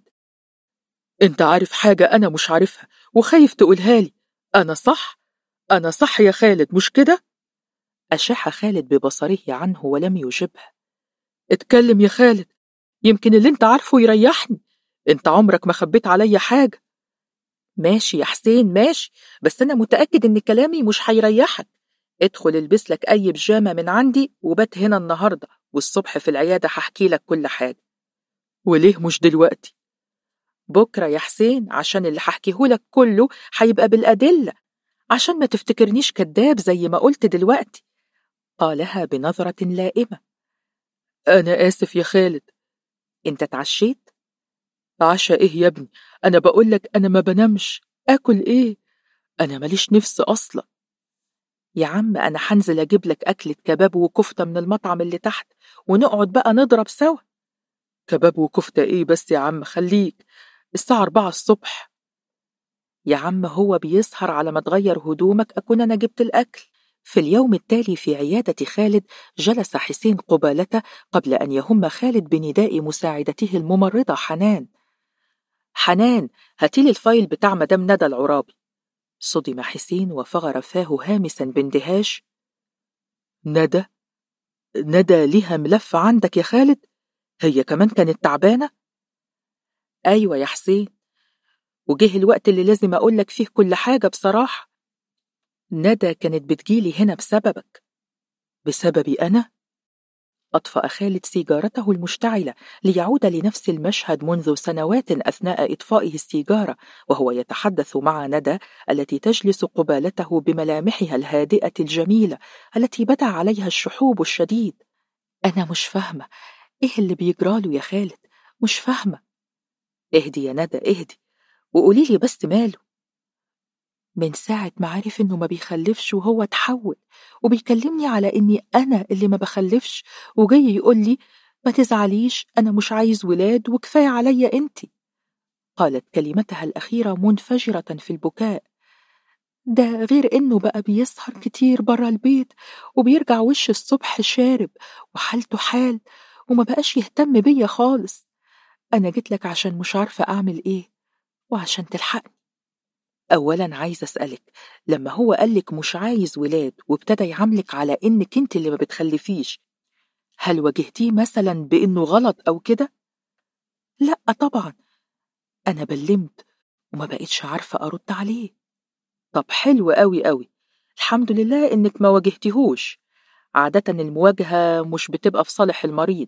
انت عارف حاجة أنا مش عارفها وخايف تقولها لي، أنا صح؟ أنا صح يا خالد، مش كده؟ أشاح خالد ببصره عنه ولم يجبه. اتكلم يا خالد، يمكن اللي انت عارفه يريحني، انت عمرك ما خبيت عليا حاجة. ماشي يا حسين ماشي، بس أنا متأكد إن كلامي مش هيريحك. ادخل البس لك أي بيجامة من عندي وبات هنا النهاردة، والصبح في العيادة هحكي لك كل حاجة. وليه مش دلوقتي؟ بكرة يا حسين، عشان اللي هحكيهولك كله هيبقى بالأدلة، عشان ما تفتكرنيش كذاب زي ما قلت دلوقتي. قالها بنظرة لائمة. أنا آسف يا خالد. أنت اتعشيت؟ عشا إيه يا ابني؟ أنا بقولك أنا ما بنامش، أكل إيه؟ أنا ماليش نفس أصلا. يا عم أنا هنزل أجيب لك أكلة كباب وكفتة من المطعم اللي تحت، ونقعد بقى نضرب سوا. كباب وكفتة إيه بس يا عم، خليك الساعة 4 الصبح. يا عم هو بيسهر على ما تغير هدومك أكون أنا جبت الأكل. في اليوم التالي في عيادة خالد جلس حسين قبالته قبل أن يهم خالد بنداء مساعدته الممرضة حنان. حنان، هاتيلي الفايل بتاع مدام ندى العرابي. صدم حسين وفغر فاه هامسا باندهاش. ندى؟ ندى ليها ملف عندك يا خالد؟ هي كمان كانت تعبانة؟ أيوة يا حسين، وجه الوقت اللي لازم أقولك فيه كل حاجة بصراحة. ندى كانت بتجيلي هنا بسببك. بسببي أنا؟ أطفأ خالد سيجارته المشتعلة ليعود لنفس المشهد منذ سنوات أثناء إطفائه السيجارة، وهو يتحدث مع ندى التي تجلس قبالته بملامحها الهادئة الجميلة التي بدا عليها الشحوب الشديد. أنا مش فاهمة إيه اللي بيجراله يا خالد، مش فاهمة. اهدي يا ندى اهدي، وقوليلي بس ماله. من ساعة ما عرف إنه ما بيخلفش وهو اتحول، وبيكلمني على إني أنا اللي ما بخلفش، وجاي يقولي ما تزعليش أنا مش عايز ولاد وكفاية عليا أنتي. قالت كلمتها الأخيرة منفجرة في البكاء. ده غير إنه بقى بيسهر كتير برا البيت، وبيرجع وش الصبح شارب وحالته حال، وما بقاش يهتم بيا خالص. أنا جيتلك عشان مش عارفة أعمل إيه، وعشان تلحقني. أولا عايزة أسألك، لما هو قالك مش عايز ولاد وابتدى يعاملك على إنك انت اللي ما بتخلفيش، هل واجهتيه مثلا بإنه غلط أو كده؟ لأ طبعا، أنا بلمت وما بقيتش عارفة أرد عليه. طب حلو قوي قوي، الحمد لله إنك ما واجهتيهوش. عادة المواجهة مش بتبقى في صالح المريض.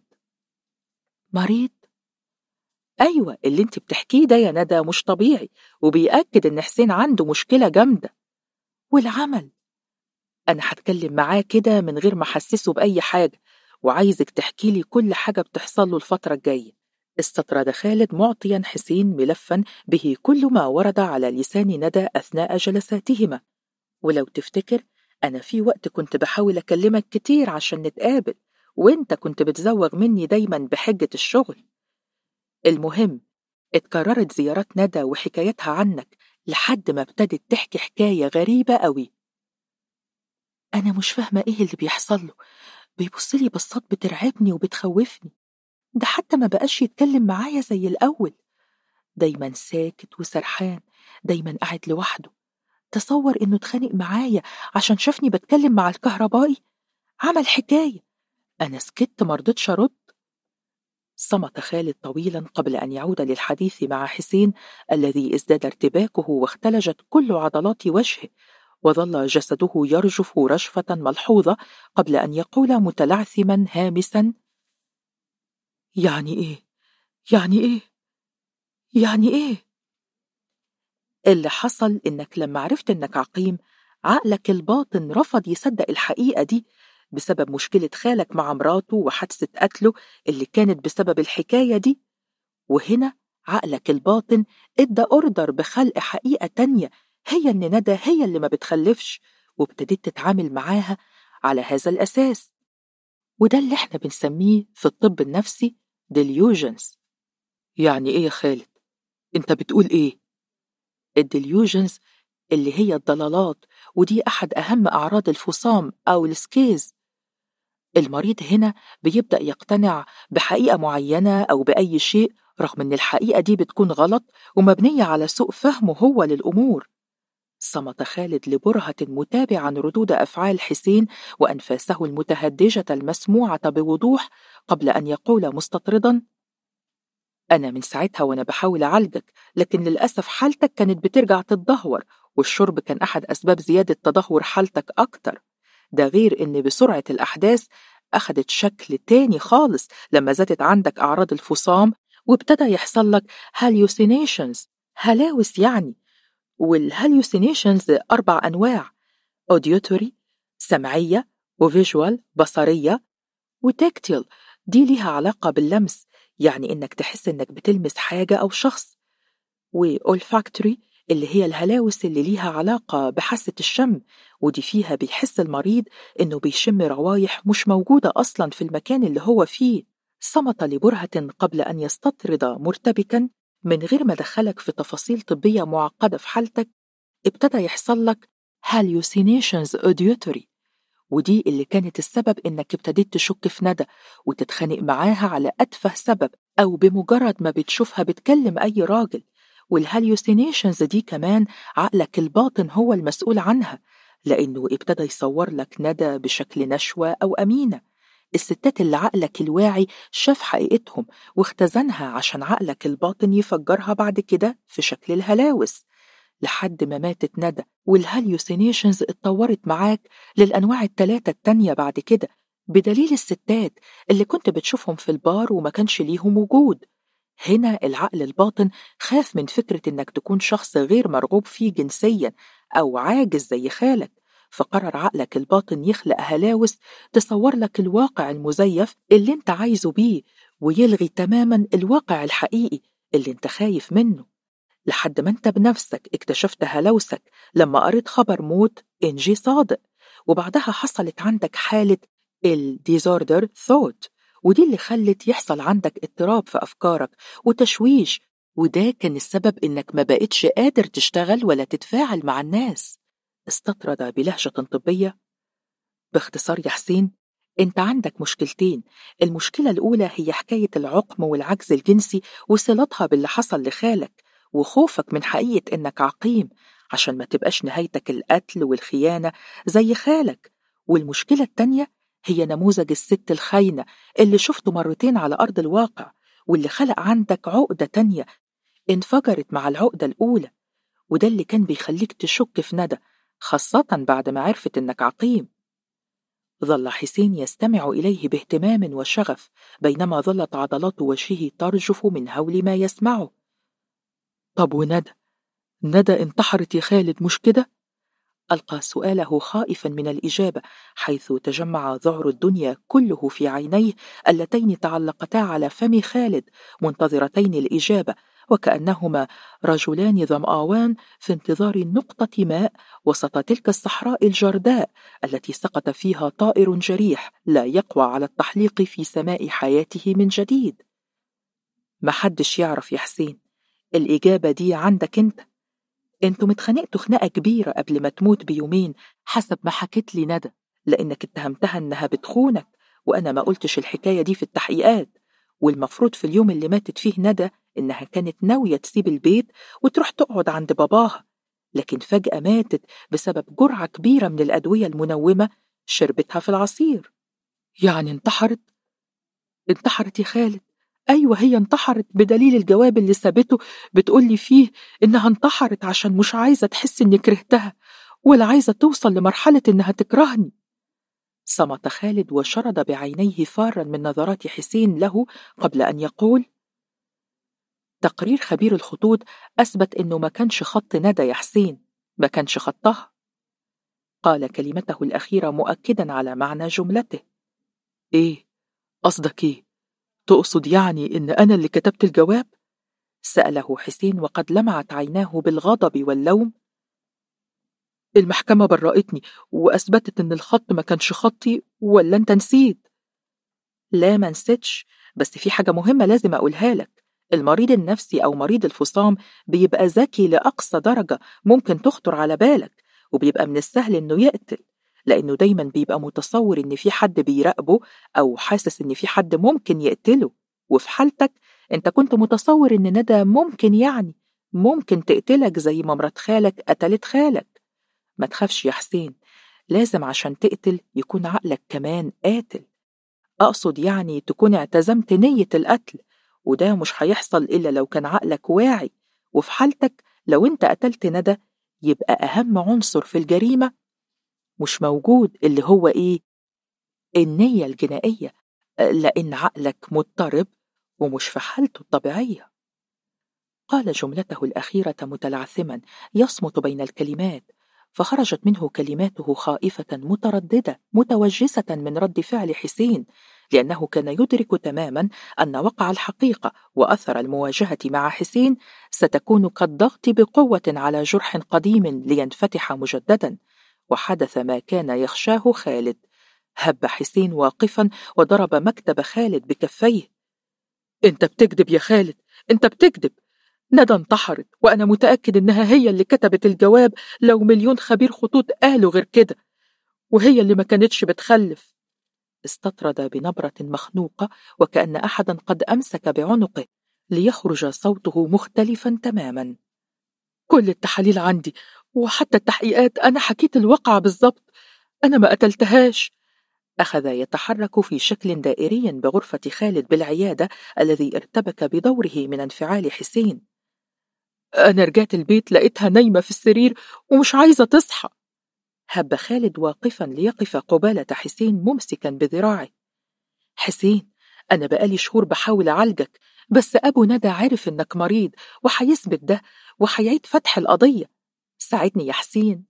مريض؟ أيوة، اللي انت بتحكيه ده يا ندى مش طبيعي، وبيأكد إن حسين عنده مشكلة جامدة. والعمل؟ أنا هتكلم معاه كده من غير ما أحسسه بأي حاجة، وعايزك تحكي لي كل حاجة بتحصل له الفترة الجاية. استطرد خالد معطيا حسين ملفا به كل ما ورد على لسان ندى أثناء جلساتهما. ولو تفتكر، أنا في وقت كنت بحاول أكلمك كتير عشان نتقابل، وإنت كنت بتزوغ مني دايما بحجة الشغل. المهم اتكررت زيارات ندى وحكايتها عنك لحد ما ابتدت تحكي حكاية غريبة قوي. أنا مش فاهمة إيه اللي بيحصل له، بيبصلي بصات بترعبني وبتخوفني. ده حتى ما بقاش يتكلم معايا زي الأول، دايما ساكت وسرحان، دايما قاعد لوحده. تصور إنه اتخانق معايا عشان شافني بتكلم مع الكهربائي، عمل حكاية. أنا سكت مرضتش أرد. صمت خالد طويلا قبل أن يعود للحديث مع حسين الذي ازداد ارتباكه واختلجت كل عضلات وجهه، وظل جسده يرجف رجفة ملحوظة قبل أن يقول متلعثما هامسا: يعني إيه؟ يعني إيه؟ يعني إيه؟ اللي حصل إنك لما عرفت إنك عقيم، عقلك الباطن رفض يصدق الحقيقة دي بسبب مشكلة خالك مع مراته وحادثة قتله اللي كانت بسبب الحكاية دي. وهنا عقلك الباطن ادى اوردر بخلق حقيقة تانية، هي ان ندى هي اللي ما بتخلفش، وابتديت تتعامل معاها على هذا الأساس. وده اللي احنا بنسميه في الطب النفسي delusions. يعني ايه يا خالد؟ انت بتقول ايه؟ الديليوجنز اللي هي الضلالات، ودي أحد أهم أعراض الفصام أو السكيز. المريض هنا بيبدأ يقتنع بحقيقة معينة أو بأي شيء رغم أن الحقيقة دي بتكون غلط ومبنية على سوء فهمه هو للأمور. صمت خالد لبرهة متابعا ردود أفعال حسين وأنفاسه المتهدجة المسموعة بوضوح قبل أن يقول مستطردا: أنا من ساعتها وأنا بحاول أعالجك، لكن للأسف حالتك كانت بترجع تتدهور، والشرب كان أحد أسباب زيادة تدهور حالتك أكتر. ده غير إن بسرعة الأحداث أخدت شكل تاني خالص لما زادت عندك أعراض الفصام وابتدى يحصل لك hallucinations، هلاوس يعني. والهاليوسينيشنز 4 أنواع: auditory سمعية، وفيجوال بصرية، وتكتيل دي ليها علاقة باللمس، يعني إنك تحس إنك بتلمس حاجة أو شخص، والفاكتوري اللي هي الهلاوس اللي ليها علاقة بحاسة الشم، ودي فيها بيحس المريض إنه بيشم روايح مش موجودة أصلا في المكان اللي هو فيه. صمت لبرهة قبل أن يستطرد مرتبكا. من غير ما دخلك في تفاصيل طبية معقدة في حالتك، ابتدى يحصل لك hallucinations auditory، ودي اللي كانت السبب إنك ابتديت تشك في ندى وتتخانق معاها على أتفه سبب أو بمجرد ما بتشوفها بتكلم أي راجل. والهاليوسينيشنز دي كمان عقلك الباطن هو المسؤول عنها، لأنه ابتدى يصور لك ندى بشكل نشوة أو أمينة، الستات اللي عقلك الواعي شاف حقيقتهم واختزنها عشان عقلك الباطن يفجرها بعد كده في شكل الهلاوس، لحد ما ماتت ندى. والهاليوسينيشنز اتطورت معاك للأنواع ال3 التانية بعد كده، بدليل الستات اللي كنت بتشوفهم في البار وما كانش ليهم وجود. هنا العقل الباطن خاف من فكرة إنك تكون شخص غير مرغوب فيه جنسيا أو عاجز زي خالك، فقرر عقلك الباطن يخلق هلاوس تصور لك الواقع المزيف اللي انت عايزه بيه، ويلغي تماما الواقع الحقيقي اللي انت خايف منه، لحد ما انت بنفسك اكتشفت هلاوسك لما قريت خبر موت إنجي صادق، وبعدها حصلت عندك حالة الديزوردر ثوت، ودي اللي خلت يحصل عندك اضطراب في أفكارك وتشويش، وده كان السبب إنك ما بقتش قادر تشتغل ولا تتفاعل مع الناس. استطرد بلهجة طبية: باختصار يا حسين، انت عندك مشكلتين. المشكلة الأولى هي حكاية العقم والعجز الجنسي وصلتها باللي حصل لخالك، وخوفك من حقيقة إنك عقيم عشان ما تبقاش نهايتك القتل والخيانة زي خالك. والمشكلة التانية هي نموذج الست الخاينة اللي شفته مرتين على أرض الواقع، واللي خلق عندك عقدة تانية انفجرت مع العقدة الأولى، وده اللي كان بيخليك تشك في ندى، خاصة بعد ما عرفت إنك عقيم. ظل حسين يستمع إليه باهتمام وشغف بينما ظلت عضلات وجهه ترجف من هول ما يسمعه. طب وندى؟ ندى انتحرت يا خالد مش كده؟ ألقى سؤاله خائفا من الإجابة، حيث تجمع ذعر الدنيا كله في عينيه اللتين تعلقتا على فم خالد منتظرتين الإجابة، وكأنهما رجلان ظمآوان في انتظار نقطة ماء وسط تلك الصحراء الجرداء التي سقط فيها طائر جريح لا يقوى على التحليق في سماء حياته من جديد. محدش يعرف يا حسين، الإجابة دي عندك انت. انتوا متخانقتوا خناقة كبيرة قبل ما تموت بيومين حسب ما حكت لي ندى، لأنك اتهمتها إنها بتخونك، وأنا ما قلتش الحكاية دي في التحقيقات. والمفروض في اليوم اللي ماتت فيه ندى إنها كانت ناوية تسيب البيت وتروح تقعد عند باباها، لكن فجأة ماتت بسبب جرعة كبيرة من الأدوية المنومة شربتها في العصير. يعني انتحرت؟ انتحرت يا خالد؟ أيوة هي انتحرت، بدليل الجواب اللي سابته بتقولي فيه إنها انتحرت عشان مش عايزة تحس إني كرهتها، ولا عايزة توصل لمرحلة إنها تكرهني. صمت خالد وشرد بعينيه فارا من نظرات حسين له قبل أن يقول: تقرير خبير الخطوط أثبت إنه ما كانش خط ندى يا حسين، ما كانش خطها. قال كلمته الأخيرة مؤكدا على معنى جملته. إيه؟ قصدك إيه؟ تقصد يعني إن أنا اللي كتبت الجواب؟ سأله حسين وقد لمعت عيناه بالغضب واللوم. المحكمة برأتني وأثبتت إن الخط ما كانش خطي، ولا أنت نسيت؟ لا ما نسيتش، بس في حاجة مهمة لازم أقولها لك. المريض النفسي أو مريض الفصام بيبقى ذكي لأقصى درجة ممكن تخطر على بالك، وبيبقى من السهل إنه يقتل، لأنه دايما بيبقى متصور إن في حد بيراقبه أو حاسس إن في حد ممكن يقتله. وفي حالتك أنت كنت متصور إن ندى ممكن تقتلك زي ما مرات خالك قتلت خالك. ما تخافش يا حسين، لازم عشان تقتل يكون عقلك كمان قاتل. أقصد يعني تكون اعتزمت نية القتل، وده مش هيحصل إلا لو كان عقلك واعي. وفي حالتك لو أنت قتلت ندى يبقى أهم عنصر في الجريمة مش موجود، اللي هو إيه؟ النية الجنائية، لأن عقلك مضطرب ومش في حالته الطبيعية. قال جملته الأخيرة متلعثما يصمت بين الكلمات، فخرجت منه كلماته خائفة مترددة متوجسة من رد فعل حسين، لأنه كان يدرك تماما أن وقع الحقيقة وأثر المواجهة مع حسين ستكون كالضغط بقوة على جرح قديم لينفتح مجددا. وحدث ما كان يخشاه خالد. هب حسين واقفا وضرب مكتب خالد بكفيه. أنت بتكذب يا خالد، أنت بتكذب. ندى انتحرت، وأنا متأكد إنها هي اللي كتبت الجواب لو مليون خبير خطوط قالوا غير كده، وهي اللي ما كانتش بتخلف. استطرد بنبرة مخنوقة وكأن أحدا قد أمسك بعنقه ليخرج صوته مختلفا تماما. كل التحاليل عندي وحتى التحقيقات، أنا حكيت الواقعة بالضبط، أنا ما قتلتهاش. أخذ يتحرك في شكل دائري بغرفة خالد بالعيادة الذي ارتبك بدوره من انفعال حسين. أنا رجعت البيت لقيتها نايمة في السرير ومش عايزة تصحى. هب خالد واقفا ليقف قبالة حسين ممسكا بذراعه. حسين، أنا بقالي شهور بحاول أعالجك، بس أبو ندى عارف إنك مريض وحيثبت ده وحيعيد فتح القضية. ساعدني يا حسين،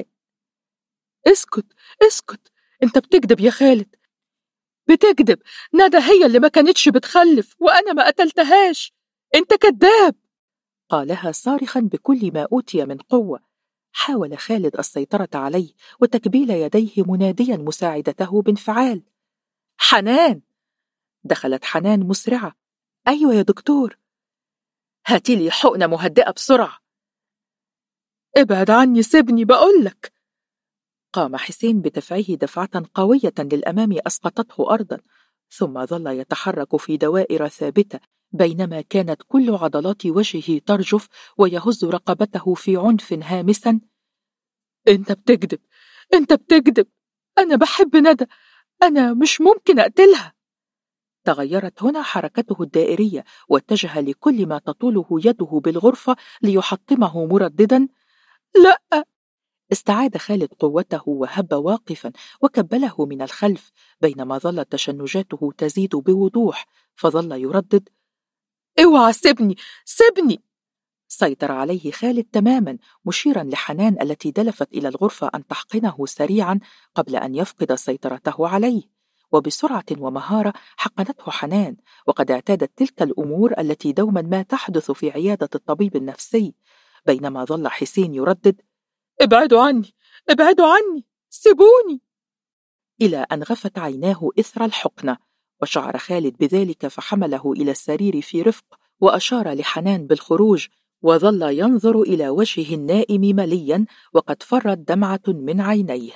اسكت اسكت، انت بتكذب يا خالد، بتكذب. ندى هي اللي ما كانتش بتخلف، وأنا ما قتلتهاش. انت كذاب، قالها صارخا بكل ما أوتي من قوة. حاول خالد السيطرة عليه وتكبيل يديه مناديا مساعدته بانفعال. حنان! دخلت حنان مسرعة. أيوة يا دكتور. هاتيلي حقنة مهدئة بسرعة. ابعد عني، سيبني بقولك. قام حسين بدفعه دفعة قوية للأمام أسقطته أرضا، ثم ظل يتحرك في دوائر ثابتة بينما كانت كل عضلات وجهه ترجف ويهز رقبته في عنف هامسا. انت بتكذب، انت بتكذب، أنا بحب ندى، أنا مش ممكن أقتلها. تغيرت هنا حركته الدائرية واتجه لكل ما تطوله يده بالغرفة ليحطمه مرددا: لا. استعاد خالد قوته وهب واقفا وكبله من الخلف، بينما ظلت تشنجاته تزيد بوضوح، فظل يردد: اوعى، سيبني سيبني. سيطر عليه خالد تماما، مشيرا لحنان التي دلفت إلى الغرفة أن تحقنه سريعا قبل أن يفقد سيطرته عليه. وبسرعة ومهارة حقنته حنان، وقد اعتادت تلك الأمور التي دوما ما تحدث في عيادة الطبيب النفسي، بينما ظل حسين يردد: ابعدوا عني، ابعدوا عني، سيبوني. إلى أن غفت عيناه إثر الحقنة، وشعر خالد بذلك فحمله إلى السرير في رفق وأشار لحنان بالخروج، وظل ينظر إلى وجهه النائم مليا وقد فرت دمعة من عينيه.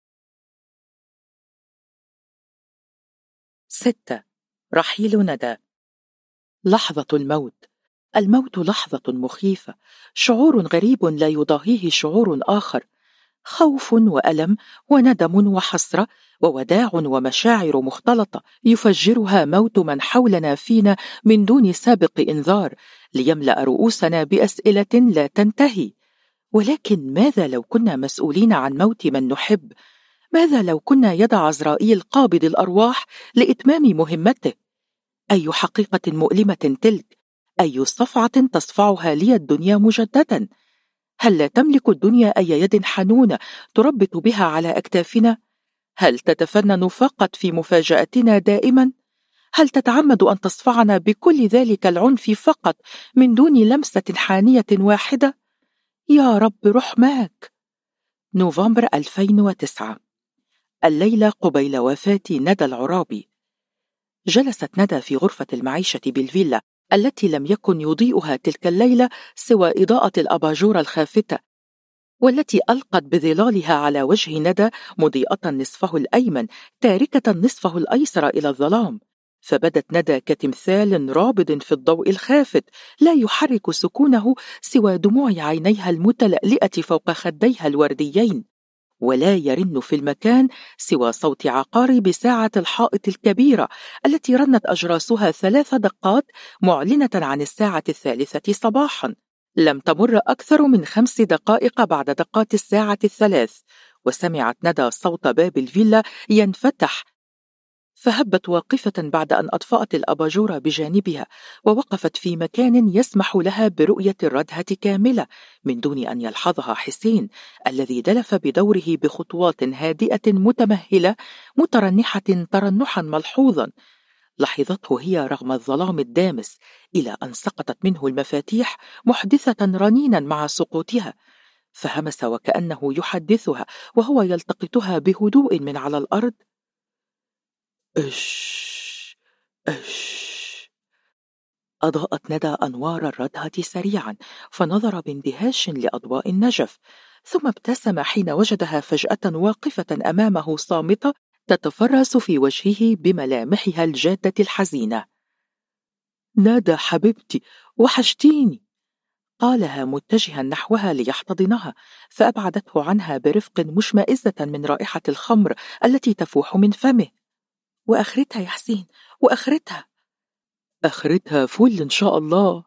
6. رحيل ندى. لحظة الموت. الموت لحظة مخيفة، شعور غريب لا يضاهيه شعور آخر، خوف وألم وندم وحسرة ووداع ومشاعر مختلطة يفجرها موت من حولنا فينا من دون سابق إنذار، ليملأ رؤوسنا بأسئلة لا تنتهي. ولكن ماذا لو كنا مسؤولين عن موت من نحب؟ ماذا لو كنا يد عزرائيل قابض الأرواح لإتمام مهمته؟ أي حقيقة مؤلمة تلك؟ أي صفعة تصفعها لي الدنيا مجددا؟ هل لا تملك الدنيا أي يد حنونة تربط بها على أكتافنا؟ هل تتفنن فقط في مفاجأتنا دائما؟ هل تتعمد أن تصفعنا بكل ذلك العنف فقط من دون لمسة حانية واحدة؟ يا رب رحماك. نوفمبر 2009. الليلة قبيل وفاة ندى العرابي. جلست ندى في غرفة المعيشة بالفيلا التي لم يكن يضيئها تلك الليلة سوى إضاءة الأباجورة الخافتة، والتي ألقت بظلالها على وجه ندى مضيئة نصفه الأيمن تاركة نصفه الأيسر إلى الظلام، فبدت ندى كتمثال رابض في الضوء الخافت لا يحرك سكونه سوى دموع عينيها المتلألئة فوق خديها الورديين، ولا يرن في المكان سوى صوت عقارب ساعة الحائط الكبيرة التي رنت أجراسها 3 دقات معلنة عن الساعة 3 صباحا. لم تمر أكثر من 5 دقائق بعد دقات الساعة 3، وسمعت ندى صوت باب الفيلا ينفتح، فهبت واقفة بعد أن أطفأت الأباجورة بجانبها، ووقفت في مكان يسمح لها برؤية الردهة كاملة من دون أن يلحظها حسين الذي دلف بدوره بخطوات هادئة متمهلة مترنحة ترنحا ملحوظا. لاحظته هي رغم الظلام الدامس إلى أن سقطت منه المفاتيح محدثة رنينا مع سقوطها، فهمس وكأنه يحدثها وهو يلتقطها بهدوء من على الأرض: إش إش. أضاءت ندى أنوار الردهة سريعا، فنظر باندهاش لأضواء النجف، ثم ابتسم حين وجدها فجأة واقفة أمامه صامتة تتفرس في وجهه بملامحها الجادة الحزينة. ندى حبيبتي، وحشتيني، قالها متجها نحوها ليحتضنها، فأبعدته عنها برفق مشمئزة من رائحة الخمر التي تفوح من فمه. وآخرتها يا حسين، وآخرتها؟ آخرتها فل إن شاء الله.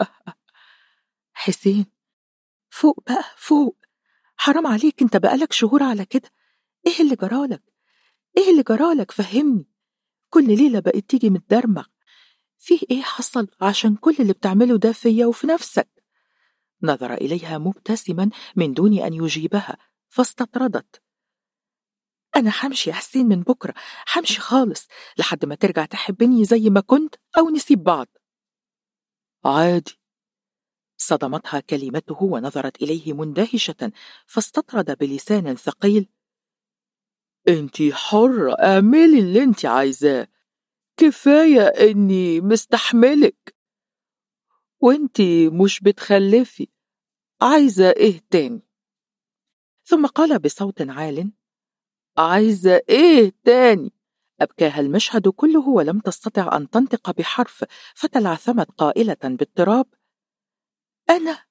حسين، فوق بقى، فوق، حرام عليك، انت بقالك شهور على كده. ايه اللي جرالك؟ ايه اللي جرالك؟ فهمني. كل ليلة بقيت تيجي متدرمغ، فيه ايه حصل عشان كل اللي بتعمله ده فيا وفي نفسك؟ نظر إليها مبتسما من دون أن يجيبها، فاستطردت: أنا حمشي يا حسين من بكرة، حمشي خالص لحد ما ترجع تحبني زي ما كنت أو نسيب بعض. عادي. صدمتها كلمته ونظرت إليه مندهشة، فاستطرد بلسان ثقيل: انتي حرة، اعملي اللي انتي عايزاه، كفاية اني مستحملك، وانتي مش بتخلفي، عايزة ايه تاني؟ ثم قال بصوت عال: عايزة ايه تاني؟ أبكاها المشهد كله ولم تستطع أن تنطق بحرف، فتلعثمت قائلة باضطراب: أنا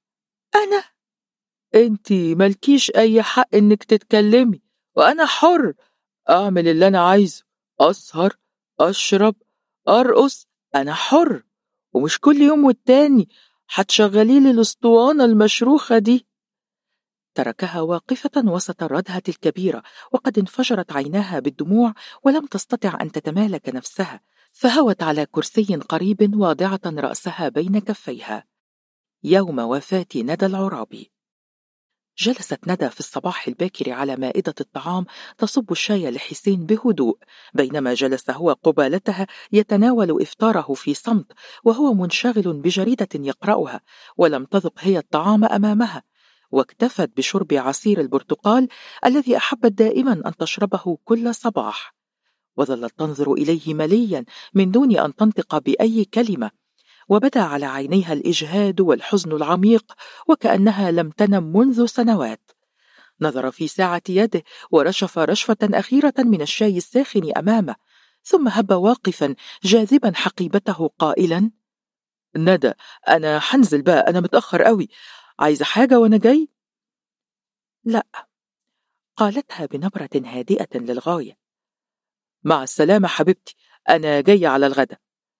انتي ملكيش أي حق إنك تتكلمي، وأنا حر أعمل اللي أنا عايزه، أسهر، أشرب، أرقص، أنا حر، ومش كل يوم والتاني هتشغليلي الأسطوانة المشروخة دي. تركها واقفة وسط الردهة الكبيرة وقد انفجرت عيناها بالدموع، ولم تستطع أن تتمالك نفسها، فهوت على كرسي قريب واضعة رأسها بين كفيها. يوم وفاة ندى العرابي. جلست ندى في الصباح الباكر على مائدة الطعام تصب الشاي لحسين بهدوء، بينما جلس هو قبالتها يتناول إفطاره في صمت وهو منشغل بجريدة يقرأها، ولم تذق هي الطعام أمامها، واكتفت بشرب عصير البرتقال الذي أحبت دائما أن تشربه كل صباح. وظلت تنظر إليه مليا من دون أن تنطق بأي كلمة، وبدا على عينيها الإجهاد والحزن العميق وكأنها لم تنم منذ سنوات. نظر في ساعة يده ورشف رشفة أخيرة من الشاي الساخن أمامه، ثم هب واقفا جاذبا حقيبته قائلا: ندى، أنا حنزل بقى، أنا متأخر قوي، عايزة حاجة وأنا جاي؟ لا، قالتها بنبرة هادئة للغاية. مع السلامة حبيبتي، أنا جاي على الغدا.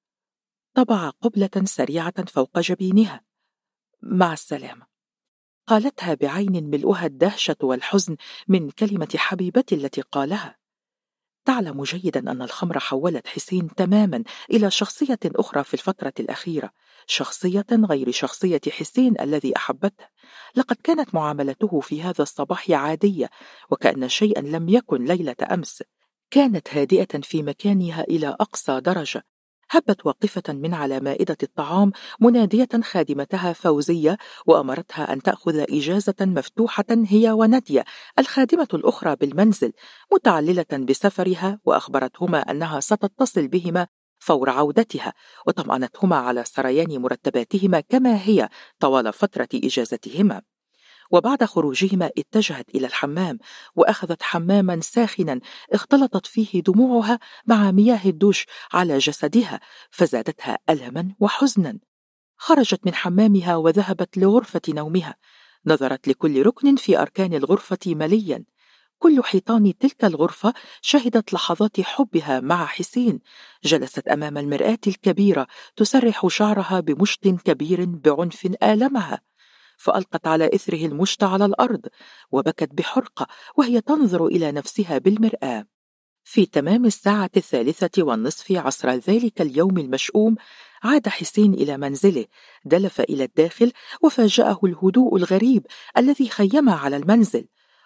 طبع قبلة سريعة فوق جبينها. مع السلامة، قالتها بعين ملؤها الدهشة والحزن من كلمة حبيبتي التي قالها. تعلم جيدا أن الخمر حولت حسين تماما إلى شخصية أخرى في الفترة الأخيرة، شخصية غير شخصية حسين الذي أحبته. لقد كانت معاملته في هذا الصباح عادية، وكأن شيئا لم يكن ليلة أمس. كانت هادئة في مكانها إلى أقصى درجة. هبت واقفة من على مائدة الطعام منادية خادمتها فوزية، وأمرتها أن تأخذ إجازة مفتوحة هي وندية الخادمة الأخرى بالمنزل، متعللة بسفرها، وأخبرتهما أنها ستتصل بهما فور عودتها، وطمأنتهما على سريان مرتباتهما كما هي طوال فترة إجازتهما. وبعد خروجهما اتجهت إلى الحمام، وأخذت حماما ساخنا اختلطت فيه دموعها مع مياه الدوش على جسدها، فزادتها ألما وحزنا. خرجت من حمامها وذهبت لغرفة نومها. نظرت لكل ركن في أركان الغرفة مليا. كل حيطان تلك الغرفة شهدت لحظات حبها مع حسين. جلست أمام المرآة الكبيرة تسرح شعرها بمشط كبير بعنف آلمها، فألقت على إثره المشط على الأرض، وبكت بحرقة وهي تنظر إلى نفسها بالمرآة. في تمام الساعة 3:30 عصر ذلك اليوم المشؤوم، عاد حسين إلى منزله، دلف إلى الداخل، وفاجأه الهدوء الغريب الذي خيم على المنزل.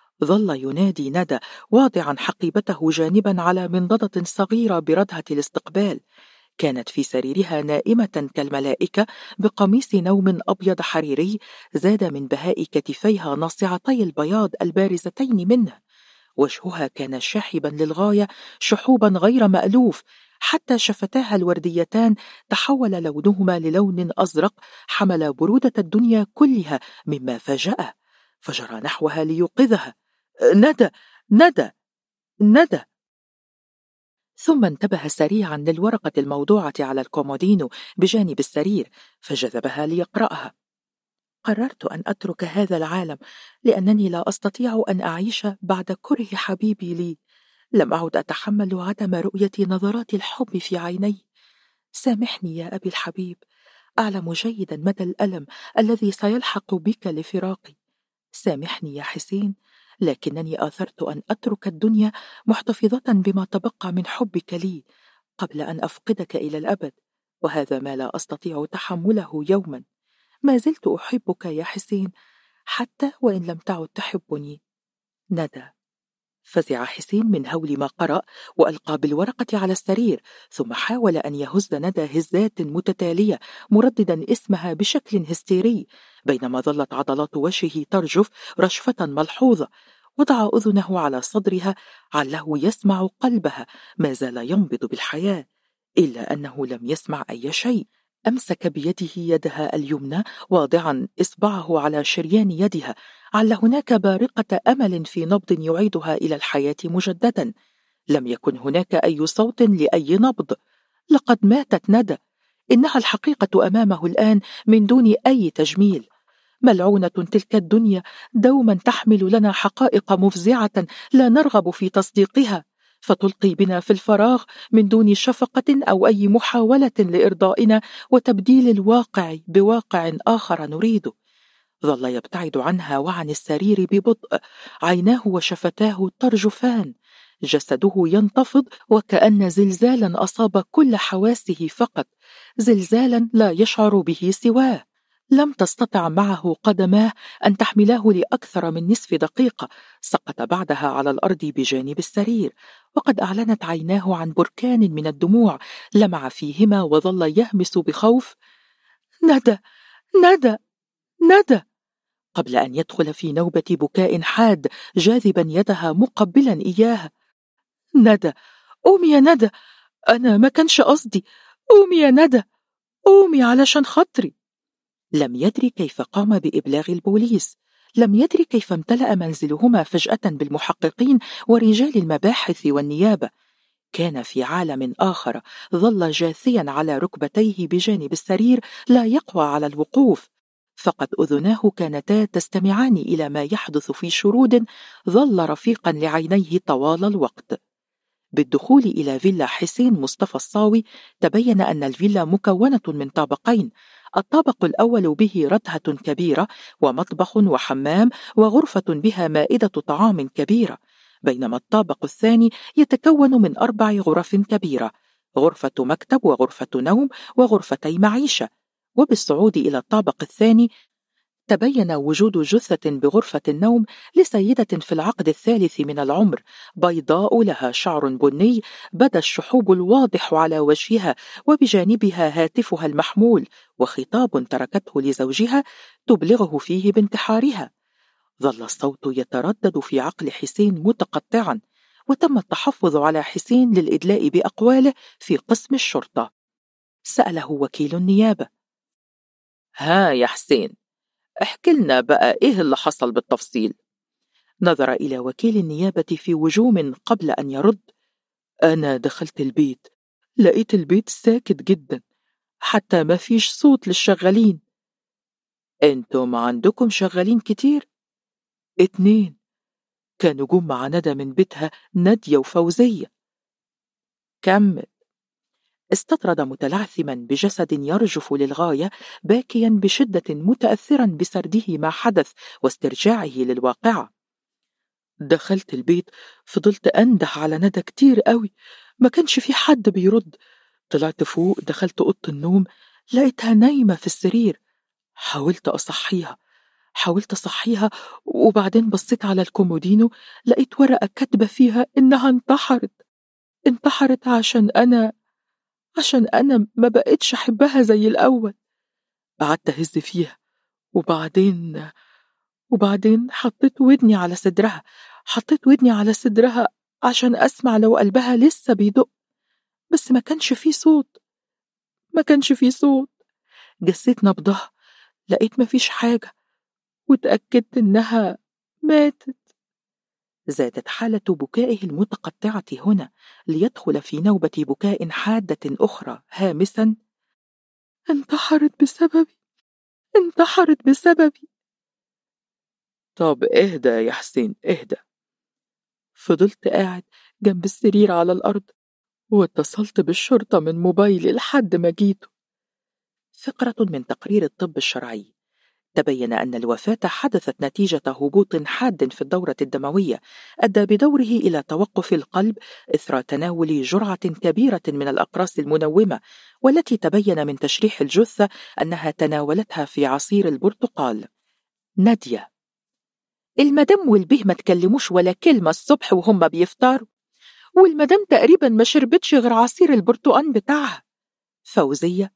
ظل ينادي ندى واضعا حقيبته جانبا على منضدة صغيرة بردهة الاستقبال. كانت في سريرها نائمة كالملائكة بقميص نوم أبيض حريري زاد من بهاء كتفيها ناصعتي البياض البارزتين منه. وجهها كان شاحبا للغاية، شحوبا غير مألوف، حتى شفتاها الورديتان تحول لونهما للون أزرق حمل برودة الدنيا كلها مما فاجأه، فجرى نحوها ليوقظها. ندى، ندى، ندى. ثم انتبه سريعا للورقة الموضوعة على الكومودينو بجانب السرير، فجذبها ليقرأها. قررت أن أترك هذا العالم لأنني لا أستطيع أن أعيش بعد كره حبيبي لي. لم أعد أتحمل عدم رؤية نظرات الحب في عيني. سامحني يا أبي الحبيب، أعلم جيدا مدى الألم الذي سيلحق بك لفراقي. سامحني يا حسين، لكنني آثرت أن أترك الدنيا محتفظة بما تبقى من حبك لي قبل أن أفقدك إلى الأبد، وهذا ما لا أستطيع تحمله يوما. ما زلت أحبك يا حسين، حتى وإن لم تعد تحبني. ندى. فزع حسين من هول ما قرأ، وألقى بالورقة على السرير، ثم حاول أن يهز ندى هزات متتالية مرددا اسمها بشكل هستيري، بينما ظلت عضلات وجهه ترجف رشفة ملحوظة. وضع أذنه على صدرها عله يسمع قلبها ما زال ينبض بالحياة، إلا أنه لم يسمع أي شيء. أمسك بيده يدها اليمنى واضعا إصبعه على شريان يدها، عل هناك بارقة أمل في نبض يعيدها إلى الحياة مجددا. لم يكن هناك أي صوت لأي نبض. لقد ماتت ندى. إنها الحقيقة أمامه الآن من دون أي تجميل. ملعونة تلك الدنيا دوما تحمل لنا حقائق مفزعة لا نرغب في تصديقها، فتلقي بنا في الفراغ من دون شفقة أو أي محاولة لإرضائنا وتبديل الواقع بواقع آخر نريده. ظل يبتعد عنها وعن السرير ببطء، عيناه وشفتاه ترجفان، جسده ينتفض وكأن زلزالا أصاب كل حواسه فقط، زلزالا لا يشعر به سواه. لم تستطع معه قدماه أن تحملاه لأكثر من نصف دقيقة، سقط بعدها على الأرض بجانب السرير، وقد أعلنت عيناه عن بركان من الدموع لمع فيهما، وظل يهمس بخوف: ندى، ندى، ندى، قبل أن يدخل في نوبة بكاء حاد جاذبا يدها مقبلا إياها. ندى، قومي يا ندى، أنا ما كانش قصدي، قومي يا ندى، قومي علشان خاطري. لم يدري كيف قام بإبلاغ البوليس، لم يدري كيف امتلأ منزلهما فجأة بالمحققين ورجال المباحث والنيابة. كان في عالم آخر، ظل جاثيا على ركبتيه بجانب السرير لا يقوى على الوقوف، فقد أذناه كانتا تستمعان إلى ما يحدث في شرود ظل رفيقا لعينيه طوال الوقت. بالدخول إلى فيلا حسين مصطفى الصاوي تبين أن الفيلا مكونة من طابقين، الطابق الأول به ردهة كبيرة ومطبخ وحمام وغرفة بها مائدة طعام كبيرة، بينما الطابق الثاني يتكون من 4 غرف كبيرة، غرفة مكتب وغرفة نوم وغرفتي معيشة. وبالصعود إلى الطابق الثاني تبين وجود جثة بغرفة النوم لسيدة في العقد الثالث من العمر، بيضاء لها شعر بني بدا الشحوب الواضح على وجهها، وبجانبها هاتفها المحمول وخطاب تركته لزوجها تبلغه فيه بانتحارها. ظل الصوت يتردد في عقل حسين متقطعا، وتم التحفظ على حسين للإدلاء بأقواله في قسم الشرطة. سأله وكيل النيابة: ها يا حسين، احكي لنا بقى إيه اللي حصل بالتفصيل؟ نظر إلى وكيل النيابة في وجوم قبل أن يرد: أنا دخلت البيت، لقيت البيت ساكت جدا، حتى ما فيش صوت للشغالين. أنتم عندكم شغالين كتير؟ 2 كانوا جم مع ندى من بيتها، نادية وفوزية. كمل. استطرد متلعثما بجسد يرجف للغاية، باكيا بشدة متأثرا بسرده ما حدث واسترجاعه للواقعة. دخلت البيت، فضلت أنده على ندى كتير قوي، ما كانش في حد بيرد. طلعت فوق، دخلت أوضة النوم، لقيتها نايمة في السرير. حاولت أصحيها، وبعدين بصيت على الكومودينو، لقيت ورقة كاتبة فيها إنها انتحرت عشان أنا ما بقتش أحبها زي الأول. قعدت أهز فيها، وبعدين حطيت ودني على صدرها عشان أسمع لو قلبها لسه بيدق، بس ما كانش فيه صوت. جسيت نبضها، لقيت ما فيش حاجة، وتأكدت إنها ماتت. زادت حالة بكائه المتقطعة هنا ليدخل في نوبة بكاء حادة أخرى هامسا: انتحرت بسببي. طب اهدى يا حسين، اهدى. فضلت قاعد جنب السرير على الأرض، واتصلت بالشرطة من موبايلي لحد ما جيته. فقرة من تقرير الطب الشرعي: تبين أن الوفاة حدثت نتيجة هبوط حاد في الدورة الدموية أدى بدوره إلى توقف القلب إثر تناول جرعة كبيرة من الأقراص المنومة، والتي تبين من تشريح الجثة أنها تناولتها في عصير البرتقال. نادية: المدام والبيه ما تكلموش ولا كلمة الصبح وهم بيفطروا، والمدام تقريبا ما شربتش غير عصير البرتقال بتاعها. فوزية: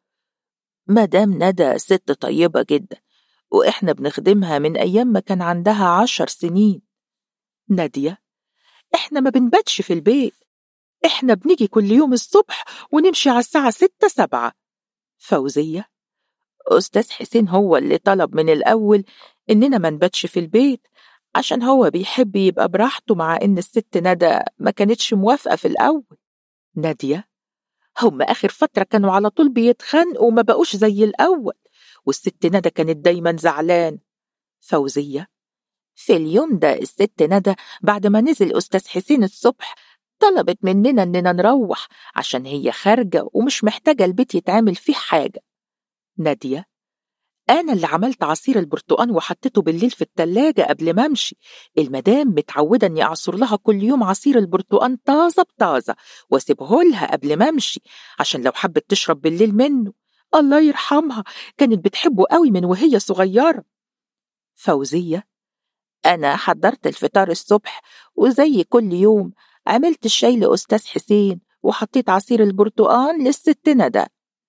مدام ندى ست طيبة جدا، وإحنا بنخدمها من أيام ما كان عندها 10 سنين. نادية: إحنا ما بنباتش في البيت، إحنا بنيجي كل يوم الصبح ونمشي على الساعة 6-7. فوزية: أستاذ حسين هو اللي طلب من الأول إننا ما نباتش في البيت، عشان هو بيحب يبقى براحته، مع إن الست ندى ما كانتش موافقة في الأول. نادية: هم آخر فترة كانوا على طول بيتخانقوا وما بقوش زي الأول، والست ندى كانت دايما زعلان. فوزية: في اليوم ده الست ندى بعد ما نزل أستاذ حسين الصبح طلبت مننا إننا نروح، عشان هي خارجة ومش محتاجة البيت يتعمل فيه حاجة. نادية: أنا اللي عملت عصير البرتقال وحطيته بالليل في التلاجة قبل ما أمشي. المدام متعودة إني أعصر لها كل يوم عصير البرتقال طازة بطازة وأسيبه لها قبل ما أمشي، عشان لو حبت تشرب بالليل منه. الله يرحمها، كانت بتحبه قوي من وهي صغيرة. فوزية: أنا حضرت الفطار الصبح، وزي كل يوم عملت الشاي لأستاذ حسين وحطيت عصير البرتقال للست ندى.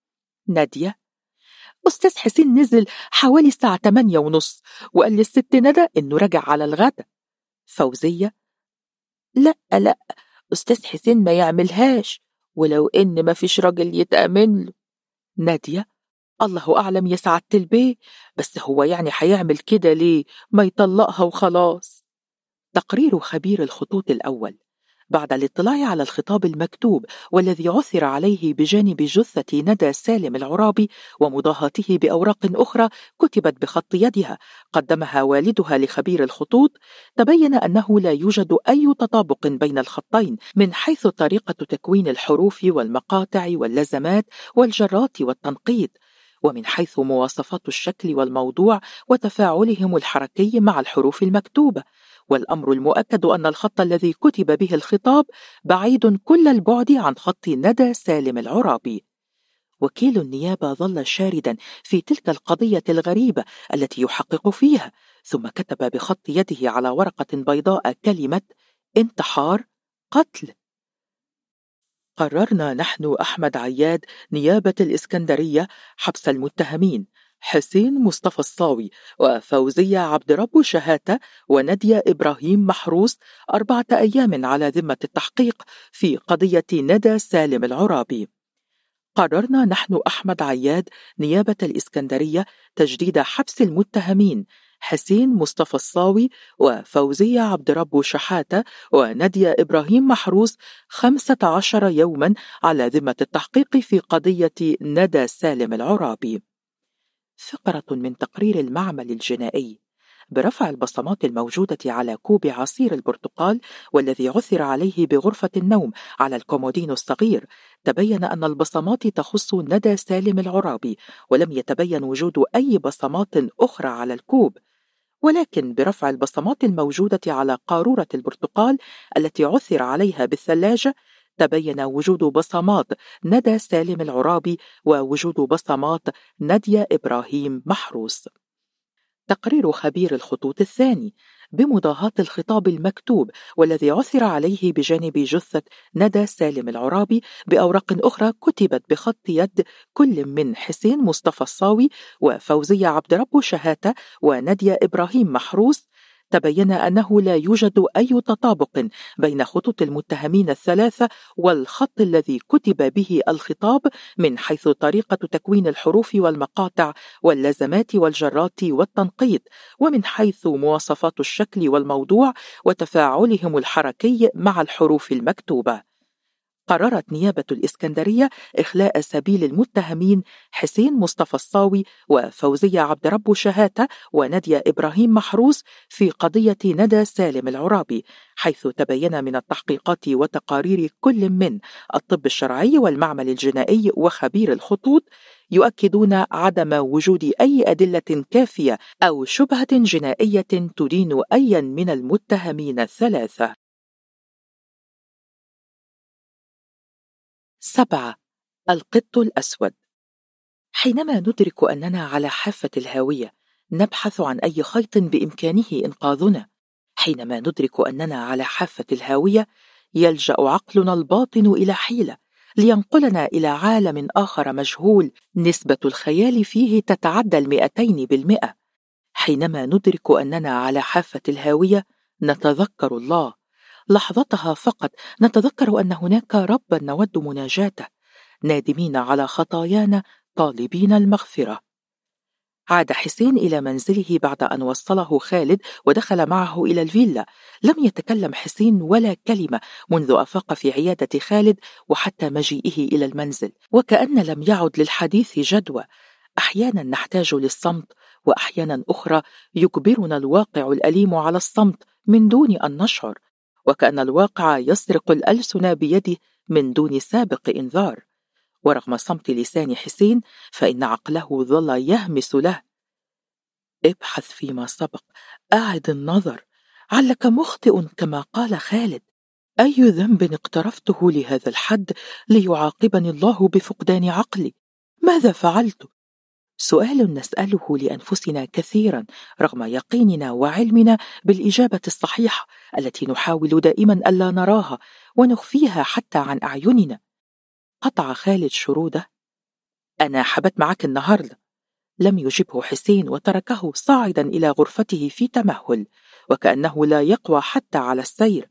نادية: أستاذ حسين نزل حوالي الساعة 8:30 وقال للست ندى إنه رجع على الغدا. فوزية: لا، أستاذ حسين ما يعملهاش، ولو إن ما فيش راجل يتأمن له. نادية: الله أعلم يا سعادة البيه، بس هو يعني هيعمل كده ليه؟ ما يطلقها وخلاص. تقرير خبير الخطوط الأول: بعد الاطلاع على الخطاب المكتوب والذي عثر عليه بجانب جثة ندى سالم العرابي ومضاهاته بأوراق أخرى كتبت بخط يدها قدمها والدها لخبير الخطوط، تبين أنه لا يوجد أي تطابق بين الخطين من حيث طريقة تكوين الحروف والمقاطع واللزمات والجرات والتنقيط، ومن حيث مواصفات الشكل والموضوع وتفاعلهم الحركي مع الحروف المكتوبة. والأمر المؤكد أن الخط الذي كتب به الخطاب بعيد كل البعد عن خط ندى سالم العرابي. وكيل النيابة ظل شاردا في تلك القضية الغريبة التي يحقق فيها، ثم كتب بخط يده على ورقة بيضاء كلمة انتحار قتل. قررنا نحن أحمد عياد نيابة الإسكندرية حبس المتهمين حسين مصطفى الصاوي وفوزية عبد رب شهاتة ونادية إبراهيم محروس 4 أيام على ذمة التحقيق في قضية ندى سالم العرابي. قررنا نحن أحمد عياد نيابة الإسكندرية تجديد حبس المتهمين حسين مصطفى الصاوي وفوزية عبد رب شحاتة ونادية إبراهيم محروس 15 يوما على ذمة التحقيق في قضية ندى سالم العرابي. فقرة من تقرير المعمل الجنائي: برفع البصمات الموجودة على كوب عصير البرتقال والذي عثر عليه بغرفة النوم على الكومودينو الصغير، تبين أن البصمات تخص ندى سالم العرابي، ولم يتبين وجود أي بصمات أخرى على الكوب. ولكن برفع البصمات الموجودة على قارورة البرتقال التي عثر عليها بالثلاجة، تبين وجود بصمات ندى سالم العرابي ووجود بصمات نادية إبراهيم محروس. تقرير خبير الخطوط الثاني: بمضاهاة الخطاب المكتوب والذي عثر عليه بجانب جثة ندى سالم العرابي بأوراق أخرى كتبت بخط يد كل من حسين مصطفى الصاوي وفوزية عبد رب شهاتة ونادية إبراهيم محروس، تبين أنه لا يوجد أي تطابق بين خطوط المتهمين الثلاثة والخط الذي كتب به الخطاب من حيث طريقة تكوين الحروف والمقاطع واللزمات والجرات والتنقيط، ومن حيث مواصفات الشكل والموضوع وتفاعلهم الحركي مع الحروف المكتوبة. قررت نيابة الإسكندرية إخلاء سبيل المتهمين حسين مصطفى الصاوي وفوزية عبد رب شهاتة ونادية إبراهيم محروس في قضية ندى سالم العرابي، حيث تبين من التحقيقات وتقارير كل من الطب الشرعي والمعمل الجنائي وخبير الخطوط يؤكدون عدم وجود أي أدلة كافية أو شبهة جنائية تدين أيا من المتهمين الثلاثة. 7. القط الأسود. حينما ندرك أننا على حافة الهاوية نبحث عن أي خيط بإمكانه إنقاذنا. حينما ندرك أننا على حافة الهاوية يلجأ عقلنا الباطن إلى حيلة لينقلنا إلى عالم آخر مجهول نسبة الخيال فيه تتعدى 200%. حينما ندرك أننا على حافة الهاوية نتذكر الله لحظتها فقط، نتذكر أن هناك ربا نود مناجاته، نادمين على خطايانا طالبين المغفرة. عاد حسين إلى منزله بعد أن وصله خالد ودخل معه إلى الفيلا. لم يتكلم حسين ولا كلمة منذ أفاق في عيادة خالد وحتى مجيئه إلى المنزل، وكأن لم يعد للحديث جدوى. أحيانا نحتاج للصمت، وأحيانا أخرى يجبرنا الواقع الأليم على الصمت من دون أن نشعر، وكأن الواقع يسرق الألسن بيده من دون سابق إنذار. ورغم صمت لسان حسين فإن عقله ظل يهمس له: ابحث فيما سبق، أعد النظر، علك مخطئ كما قال خالد. أي ذنب اقترفته لهذا الحد ليعاقبني الله بفقدان عقلي؟ ماذا فعلت؟ سؤال نسأله لأنفسنا كثيرا رغم يقيننا وعلمنا بالإجابة الصحيحة التي نحاول دائما ألا نراها ونخفيها حتى عن أعيننا. قطع خالد شروده: أنا حبت معك النهاردة. لم يجبه حسين وتركه صاعدا إلى غرفته في تمهل وكأنه لا يقوى حتى على السير.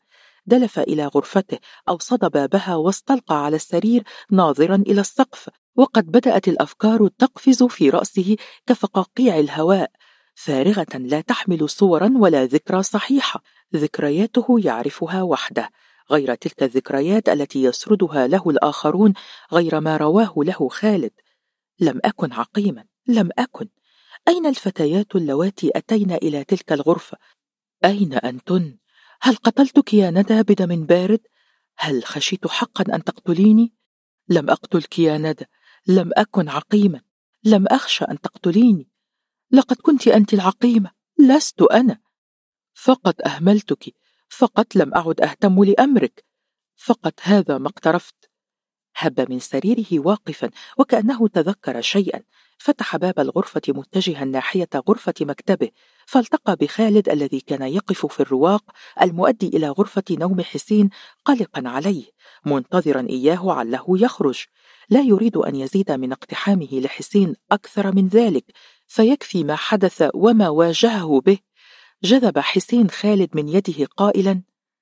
دلف إلى غرفته، أوصد بابها واستلقى على السرير ناظرا إلى السقف، وقد بدأت الأفكار تقفز في رأسه كفقاقيع الهواء، فارغة لا تحمل صورا ولا ذكرى صحيحة. ذكرياته يعرفها وحده، غير تلك الذكريات التي يسردها له الآخرون، غير ما رواه له خالد. لم أكن عقيما، لم أكن. أين الفتيات اللواتي أتين إلى تلك الغرفة؟ أين أنتن؟ هل قتلتك يا ندى بدم بارد؟ هل خشيت حقا أن تقتليني؟ لم أقتلك يا ندى، لم أكن عقيما، لم أخشى أن تقتليني. لقد كنت أنت العقيمة، لست أنا. فقط أهملتك، فقط لم أعد أهتم لأمرك، فقط هذا ما اقترفت. هب من سريره واقفا وكأنه تذكر شيئا، فتح باب الغرفة متجها ناحية غرفة مكتبه، فالتقى بخالد الذي كان يقف في الرواق المؤدي إلى غرفة نوم حسين قلقا عليه، منتظرا إياه عله يخرج، لا يريد أن يزيد من اقتحامه لحسين أكثر من ذلك، فيكفي ما حدث وما واجهه به. جذب حسين خالد من يده قائلا: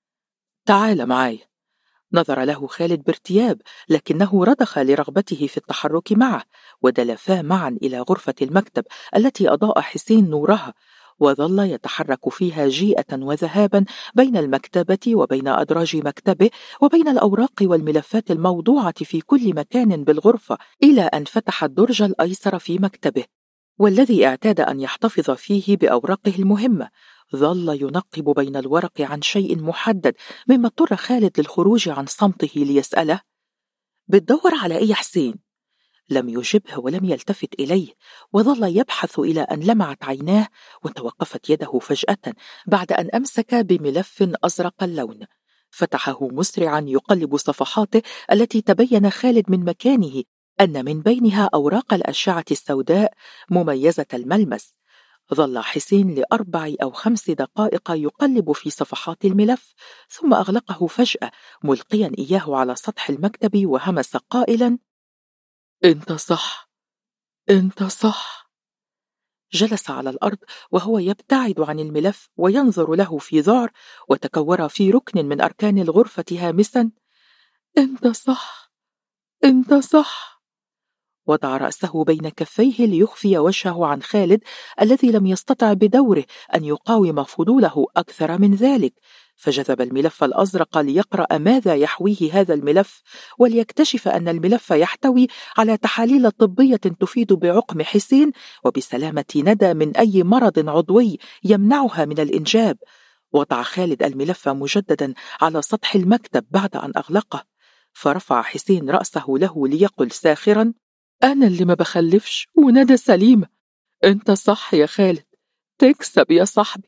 تعال معي. نظر له خالد بارتياب، لكنه رضخ لرغبته في التحرك معه، ودلفا معا إلى غرفة المكتب التي أضاء حسين نورها، وظل يتحرك فيها جيئة وذهابا بين المكتبة وبين أدراج مكتبه وبين الأوراق والملفات الموضوعة في كل مكان بالغرفة، إلى أن فتح الدرج الأيسر في مكتبه، والذي اعتاد أن يحتفظ فيه بأوراقه المهمة. ظل ينقب بين الورق عن شيء محدد، مما اضطر خالد للخروج عن صمته ليسأله: بتدور على أي حسين؟ لم يجبه ولم يلتفت إليه، وظل يبحث إلى أن لمعت عيناه وتوقفت يده فجأة بعد أن أمسك بملف أزرق اللون. فتحه مسرعا يقلب صفحاته التي تبين خالد من مكانه أن من بينها أوراق الأشعة السوداء مميزة الملمس. ظل حسين ل4 أو 5 دقائق يقلب في صفحات الملف، ثم أغلقه فجأة ملقيا إياه على سطح المكتب، وهمس قائلا: أنت صح، أنت صح. جلس على الأرض وهو يبتعد عن الملف وينظر له في ذعر، وتكور في ركن من أركان الغرفة هامسا: أنت صح، أنت صح. وضع رأسه بين كفيه ليخفي وجهه عن خالد الذي لم يستطع بدوره أن يقاوم فضوله أكثر من ذلك، فجذب الملف الأزرق ليقرأ ماذا يحويه هذا الملف، وليكتشف أن الملف يحتوي على تحاليل طبية تفيد بعقم حسين وبسلامة ندى من أي مرض عضوي يمنعها من الإنجاب. وضع خالد الملف مجددا على سطح المكتب بعد أن أغلقه، فرفع حسين رأسه له ليقل ساخرا: أنا اللي ما بخلفش وندى سليمة. أنت صح يا خالد، تكسب يا صاحبي.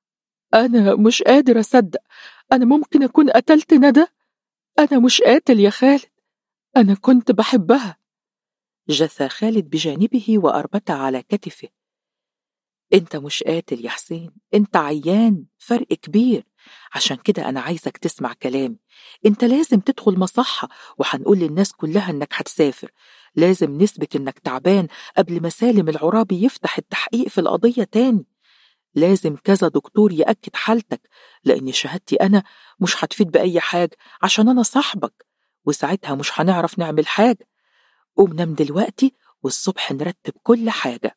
أنا مش قادر أصدق، أنا ممكن أكون قتلت ندى؟ أنا مش قاتل يا خالد، أنا كنت بحبها. جثى خالد بجانبه وأربت على كتفه: أنت مش قاتل يا حسين، أنت عيان، فرق كبير. عشان كده أنا عايزك تسمع كلامي. أنت لازم تدخل مصحة، وحنقول للناس كلها أنك هتسافر. لازم نثبت أنك تعبان قبل ما سالم العرابي يفتح التحقيق في القضية تاني. لازم كذا دكتور يأكد حالتك، لأن شهادتي أنا مش هتفيد بأي حاجة عشان أنا صاحبك، وساعتها مش هنعرف نعمل حاجة. قوم نام دلوقتي والصبح نرتب كل حاجة.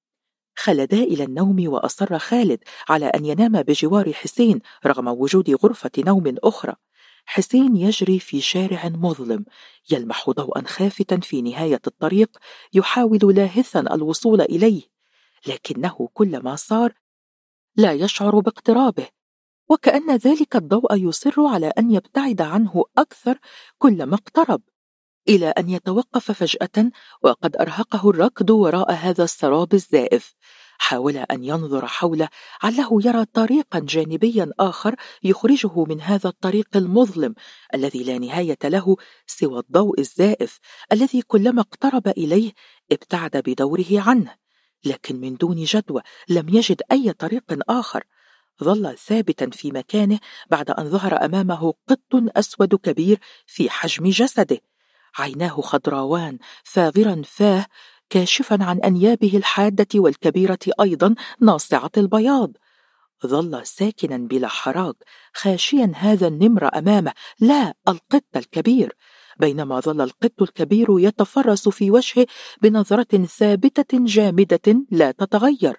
خلدا إلى النوم، وأصر خالد على أن ينام بجوار حسين رغم وجود غرفة نوم أخرى. حسين يجري في شارع مظلم، يلمح ضوءا خافتا في نهاية الطريق، يحاول لاهثا الوصول إليه، لكنه كلما صار لا يشعر باقترابه، وكأن ذلك الضوء يصر على أن يبتعد عنه أكثر كلما اقترب، إلى أن يتوقف فجأة وقد أرهقه الركض وراء هذا السراب الزائف. حاول أن ينظر حوله عله يرى طريقا جانبيا آخر يخرجه من هذا الطريق المظلم الذي لا نهاية له سوى الضوء الزائف الذي كلما اقترب إليه ابتعد بدوره عنه، لكن من دون جدوى لم يجد أي طريق آخر. ظل ثابتا في مكانه بعد أن ظهر أمامه قط أسود كبير في حجم جسده، عيناه خضراوان فاغرا فاه، كاشفا عن أنيابه الحادة والكبيرة أيضا ناصعة البياض. ظل ساكنا بلا حراك خاشيا هذا النمر أمامه، لا القط الكبير، بينما ظل القط الكبير يتفرس في وجهه بنظرة ثابتة جامدة لا تتغير.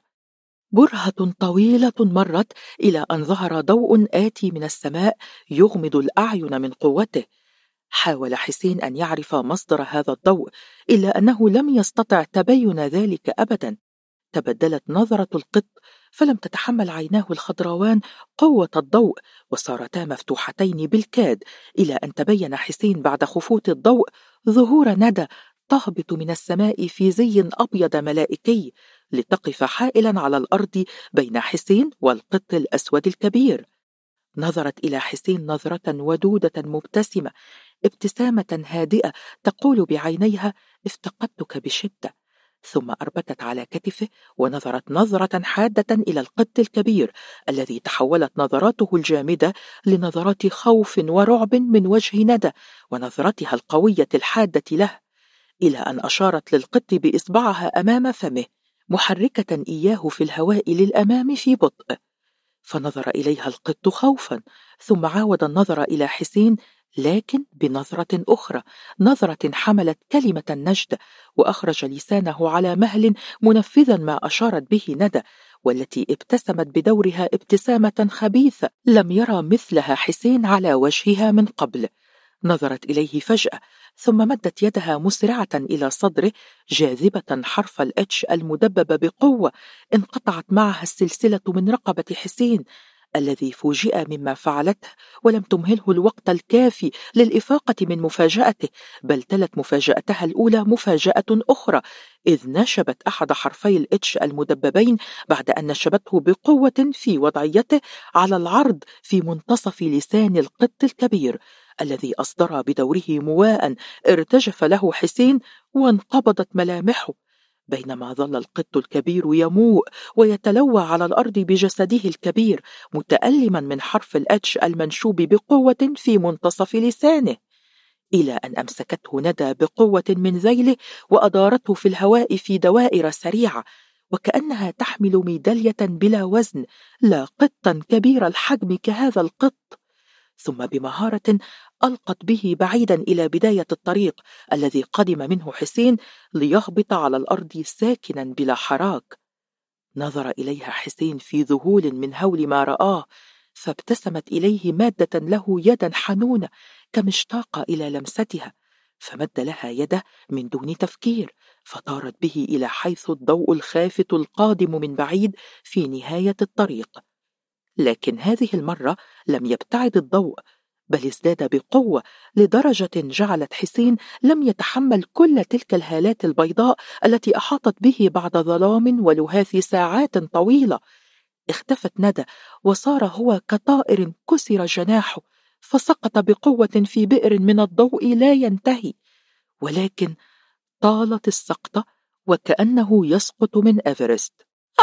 برهة طويلة مرت إلى أن ظهر ضوء آتي من السماء يغمض الأعين من قوته. حاول حسين أن يعرف مصدر هذا الضوء، إلا أنه لم يستطع تبين ذلك أبدا. تبدلت نظرة القط، فلم تتحمل عيناه الخضراوان قوة الضوء، وصارتا مفتوحتين بالكاد، إلى أن تبين حسين بعد خفوت الضوء ظهور ندى تهبط من السماء في زي أبيض ملائكي، لتقف حائلا على الأرض بين حسين والقط الأسود الكبير. نظرت إلى حسين نظرة ودودة مبتسمة، ابتسامة هادئة تقول بعينيها: افتقدتك بشدة. ثم أربتت على كتفه ونظرت نظرة حادة إلى القط الكبير، الذي تحولت نظراته الجامدة لنظرات خوف ورعب من وجه ندى ونظرتها القوية الحادة له، إلى أن أشارت للقط بإصبعها أمام فمه، محركة إياه في الهواء للأمام في بطء. فنظر إليها القط خوفا، ثم عاود النظر إلى حسين، لكن بنظرة أخرى، نظرة حملت كلمة نجدة، وأخرج لسانه على مهل منفذا ما أشارت به ندى، والتي ابتسمت بدورها ابتسامة خبيثة لم يرى مثلها حسين على وجهها من قبل. نظرت إليه فجأة، ثم مدت يدها مسرعة إلى صدره، جاذبة حرف الاتش المدبب بقوة. انقطعت معها السلسلة من رقبة حسين، الذي فوجئ مما فعلته، ولم تمهله الوقت الكافي للإفاقة من مفاجأته، بل تلت مفاجأتها الأولى مفاجأة أخرى، إذ نشبت أحد حرفي الاتش المدببين بعد أن نشبته بقوة في وضعيته على العرض في منتصف لسان القط الكبير، الذي أصدر بدوره مواء ارتجف له حسين وانقبضت ملامحه، بينما ظل القط الكبير يموء ويتلوى على الأرض بجسده الكبير، متألما من حرف الاتش المنشوب بقوة في منتصف لسانه، إلى أن أمسكته ندى بقوة من ذيله وأدارته في الهواء في دوائر سريعة، وكأنها تحمل ميدالية بلا وزن، لا قطا كبير الحجم كهذا القط. ثم بمهارة ألقت به بعيدا إلى بداية الطريق الذي قدم منه حسين، ليهبط على الأرض ساكنا بلا حراك. نظر إليها حسين في ذهول من هول ما رآه، فابتسمت إليه مادة له يدا حنونة كمشتاق إلى لمستها، فمد لها يده من دون تفكير، فطارت به إلى حيث الضوء الخافت القادم من بعيد في نهاية الطريق. لكن هذه المرة لم يبتعد الضوء، بل ازداد بقوة، لدرجة جعلت حسين لم يتحمل كل تلك الهالات البيضاء التي أحاطت به بعد ظلام ولهاث ساعات طويلة. اختفت ندى، وصار هو كطائر كسر جناحه، فسقط بقوة في بئر من الضوء لا ينتهي، ولكن طالت السقطة وكأنه يسقط من إيفرست.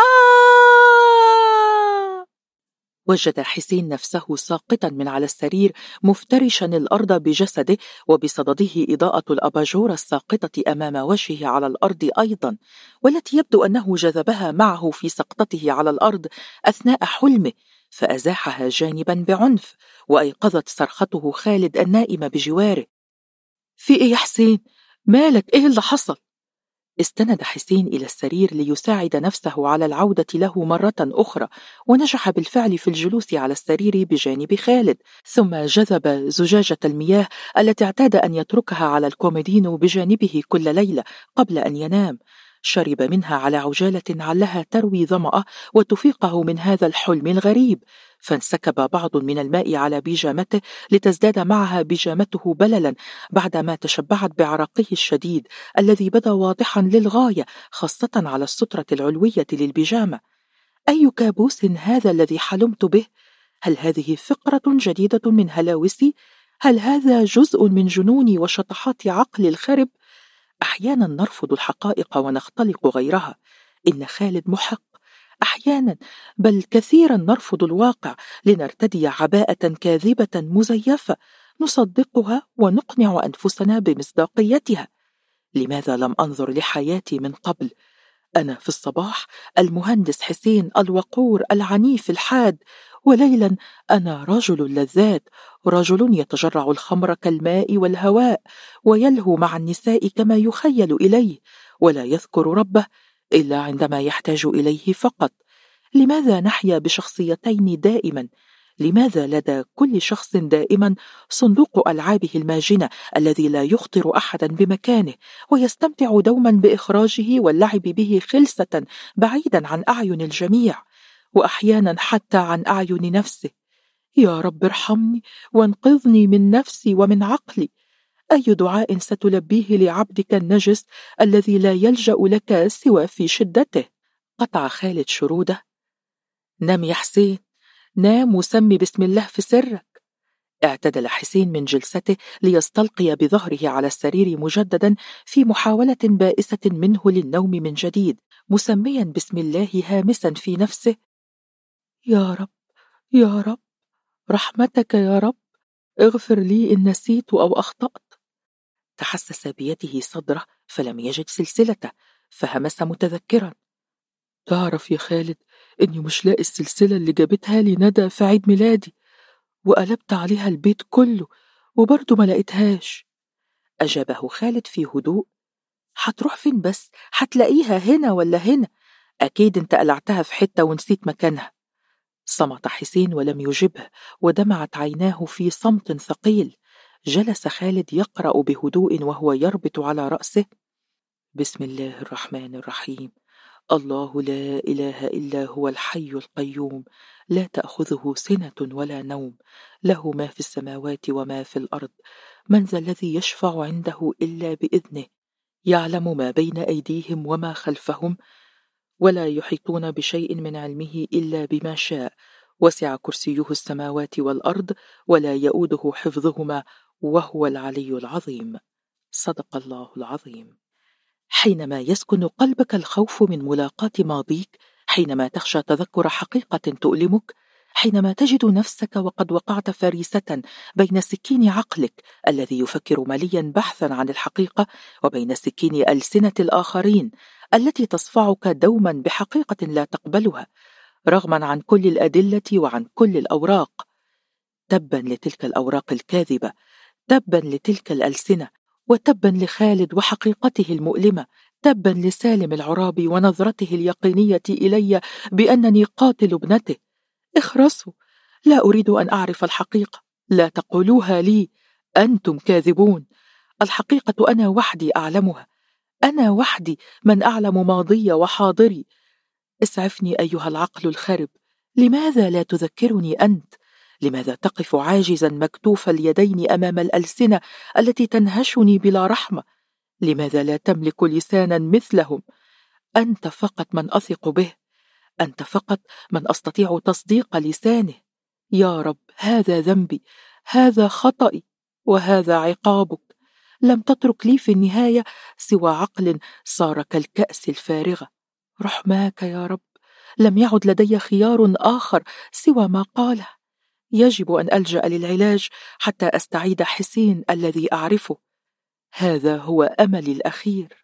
وجد حسين نفسه ساقطا من على السرير، مفترشا الأرض بجسده، وبصدده إضاءة الأباجورة الساقطة أمام وجهه على الأرض أيضا، والتي يبدو أنه جذبها معه في سقطته على الأرض أثناء حلمه، فأزاحها جانبا بعنف، وأيقظت صرخته خالد النائم بجواره. في إيه يا حسين؟ مالك؟ إيه اللي حصل؟ استند حسين إلى السرير ليساعد نفسه على العودة له مرة أخرى، ونجح بالفعل في الجلوس على السرير بجانب خالد، ثم جذب زجاجة المياه التي اعتاد أن يتركها على الكومودينو بجانبه كل ليلة قبل أن ينام، شرب منها على عجالة علها تروي ظمأه وتفيقه من هذا الحلم الغريب، فانسكب بعض من الماء على بيجامته لتزداد معها بيجامته بللا بعدما تشبعت بعرقه الشديد الذي بدا واضحا للغاية، خاصة على السترة العلوية للبيجامة. أي كابوس هذا الذي حلمت به؟ هل هذه فقرة جديدة من هلاوسي؟ هل هذا جزء من جنوني وشطحات عقلي الخرب؟ أحيانا نرفض الحقائق ونختلق غيرها، إن خالد محق. أحيانا بل كثيرا نرفض الواقع لنرتدي عباءة كاذبة مزيفة نصدقها ونقنع أنفسنا بمصداقيتها. لماذا لم أنظر لحياتي من قبل؟ أنا في الصباح المهندس حسين الوقور العنيف الحاد، وليلا أنا رجل اللذات، رجل يتجرع الخمر كالماء والهواء، ويلهو مع النساء كما يخيل إليه، ولا يذكر ربه إلا عندما يحتاج إليه فقط. لماذا نحيا بشخصيتين دائما؟ لماذا لدى كل شخص دائما صندوق ألعابه الماجنة الذي لا يخطر أحدا بمكانه، ويستمتع دوما بإخراجه واللعب به خلسة بعيدا عن أعين الجميع، وأحيانا حتى عن أعين نفسه؟ يا رب ارحمني وانقذني من نفسي ومن عقلي. أي دعاء ستلبيه لعبدك النجس الذي لا يلجأ لك سوى في شدته؟ قطع خالد شروده. نام يا حسين، نام وسمي بسم الله في سرك. اعتدل حسين من جلسته ليستلقي بظهره على السرير مجددا في محاولة بائسة منه للنوم من جديد، مسميا بسم الله هامسا في نفسه: يا رب يا رب، رحمتك يا رب، اغفر لي إن نسيت أو أخطأت. تحسس بيده صدره فلم يجد سلسلته، فهمس متذكرا: تعرف يا خالد إني مش لاقي السلسلة اللي جابتها لي ندى في عيد ميلادي، وقلبت عليها البيت كله وبرضه ما لقيتهاش. أجابه خالد في هدوء: هتروح فين بس؟ هتلاقيها هنا ولا هنا، أكيد انت قلعتها في حتة ونسيت مكانها. صمت حسين ولم يجبه، ودمعت عيناه في صمت ثقيل. جلس خالد يقرأ بهدوء وهو يربط على رأسه: بسم الله الرحمن الرحيم، الله لا إله إلا هو الحي القيوم، لا تأخذه سنة ولا نوم، له ما في السماوات وما في الأرض، من ذا الذي يشفع عنده إلا بإذنه، يعلم ما بين أيديهم وما خلفهم، ولا يحيطون بشيء من علمه إلا بما شاء، وسع كرسيه السماوات والأرض، ولا يؤوده حفظهما، وهو العلي العظيم. صدق الله العظيم. حينما يسكن قلبك الخوف من ملاقاة ماضيك، حينما تخشى تذكر حقيقة تؤلمك، حينما تجد نفسك وقد وقعت فريسة بين سكين عقلك الذي يفكر مليا بحثا عن الحقيقة، وبين سكين ألسنة الآخرين التي تصفعك دوما بحقيقة لا تقبلها رغما عن كل الأدلة وعن كل الأوراق، تبا لتلك الأوراق الكاذبة، تبا لتلك الألسنة، وتبا لخالد وحقيقته المؤلمة، تبا لسالم العرابي ونظرته اليقينية إلي بأنني قاتل ابنته. اخرسوا، لا أريد أن أعرف الحقيقة، لا تقولوها لي، أنتم كاذبون. الحقيقة أنا وحدي أعلمها، أنا وحدي من أعلم ماضي وحاضري. اسعفني أيها العقل الخرب، لماذا لا تذكرني أنت؟ لماذا تقف عاجزا مكتوف اليدين أمام الألسنة التي تنهشني بلا رحمة؟ لماذا لا تملك لسانا مثلهم؟ أنت فقط من أثق به، أنت فقط من أستطيع تصديق لسانه. يا رب، هذا ذنبي، هذا خطئي، وهذا عقابك. لم تترك لي في النهاية سوى عقل صار كالكأس الفارغة. رحماك يا رب، لم يعد لدي خيار آخر سوى ما قاله. يجب أن ألجأ للعلاج حتى أستعيد حسين الذي أعرفه. هذا هو أملي الأخير.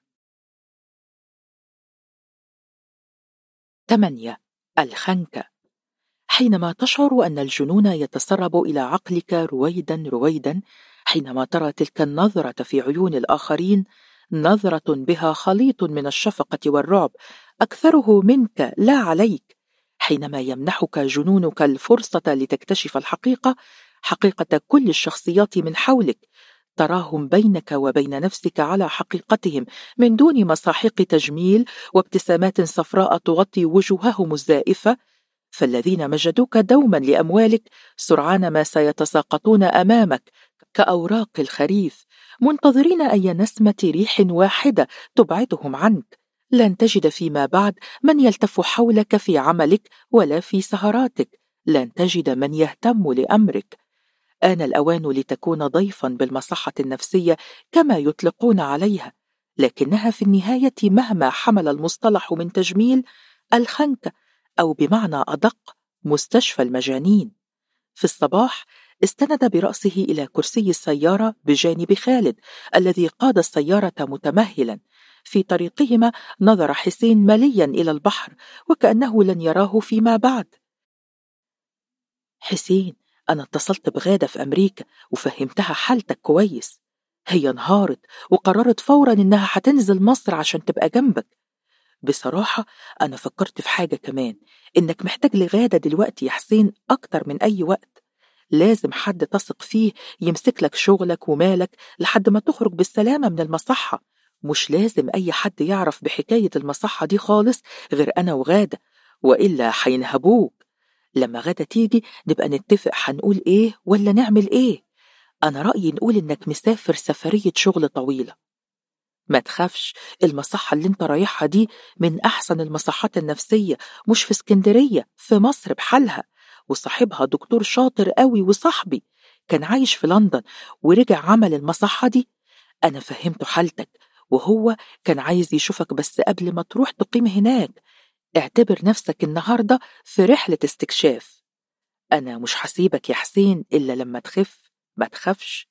8. الخنكة. حينما تشعر أن الجنون يتسرب إلى عقلك رويدا رويدا، حينما ترى تلك النظرة في عيون الآخرين، نظرة بها خليط من الشفقة والرعب، أكثره منك لا عليك، حينما يمنحك جنونك الفرصة لتكتشف الحقيقة، حقيقة كل الشخصيات من حولك، تراهم بينك وبين نفسك على حقيقتهم من دون مساحيق تجميل وابتسامات صفراء تغطي وجوههم الزائفة، فالذين مجدوك دوما لأموالك سرعان ما سيتساقطون أمامك كأوراق الخريف، منتظرين أي نسمة ريح واحدة تبعدهم عنك. لن تجد فيما بعد من يلتف حولك في عملك ولا في سهراتك، لن تجد من يهتم لأمرك. آن الأوان لتكون ضيفا بالمصحة النفسية كما يطلقون عليها، لكنها في النهاية مهما حمل المصطلح من تجميل، الخنكة، أو بمعنى أدق مستشفى المجانين. في الصباح استند برأسه إلى كرسي السيارة بجانب خالد الذي قاد السيارة متمهلا. في طريقهما نظر حسين مليا إلى البحر وكأنه لن يراه فيما بعد. حسين، أنا اتصلت بغادة في أمريكا وفهمتها حالتك كويس. هي انهارت وقررت فورا إنها هتنزل مصر عشان تبقى جنبك. بصراحة أنا فكرت في حاجة كمان، إنك محتاج لغادة دلوقتي يا حسين أكتر من أي وقت. لازم حد تثق فيه يمسك لك شغلك ومالك لحد ما تخرج بالسلامة من المصحة. مش لازم أي حد يعرف بحكاية المصحة دي خالص غير أنا وغادة، وإلا هينهبوك. لما غادة تيجي نبقى نتفق هنقول إيه ولا نعمل إيه. أنا رأيي نقول إنك مسافر سفرية شغل طويلة. ما تخافش، المصحة اللي انت رايحها دي من أحسن المصحات النفسية، مش في اسكندرية، في مصر بحالها، وصاحبها دكتور شاطر قوي وصاحبي كان عايش في لندن ورجع عمل المصحة دي. أنا فهمته حالتك وهو كان عايز يشوفك بس قبل ما تروح تقيم هناك. اعتبر نفسك النهاردة في رحلة استكشاف. أنا مش هسيبك يا حسين إلا لما تخف، ما تخافش.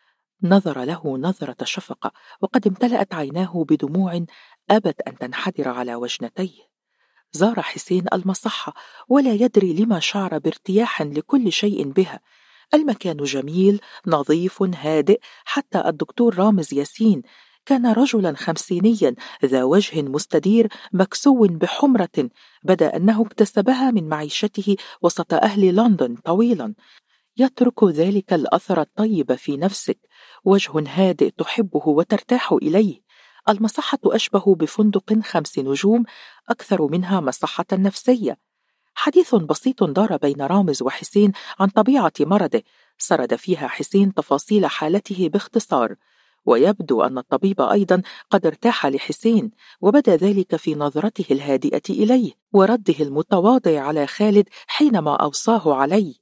نظر له نظرة شفقة وقد امتلأت عيناه بدموع أبت أن تنحدر على وجنتيه. زار حسين المصحة ولا يدري لما شعر بارتياح لكل شيء بها. المكان جميل نظيف هادئ، حتى الدكتور رامز ياسين كان رجلا خمسينيا ذا وجه مستدير مكسو بحمرة بدا أنه اكتسبها من معيشته وسط أهل لندن طويلا، يترك ذلك الأثر الطيب في نفسك. وجه هادئ تحبه وترتاح إليه. المصحة أشبه بفندق 5 نجوم أكثر منها مصحة نفسية. حديث بسيط دار بين رامز وحسين عن طبيعة مرضه، سرد فيها حسين تفاصيل حالته باختصار، ويبدو أن الطبيب أيضا قد ارتاح لحسين، وبدا ذلك في نظرته الهادئة إليه ورده المتواضع على خالد حينما أوصاه عليه.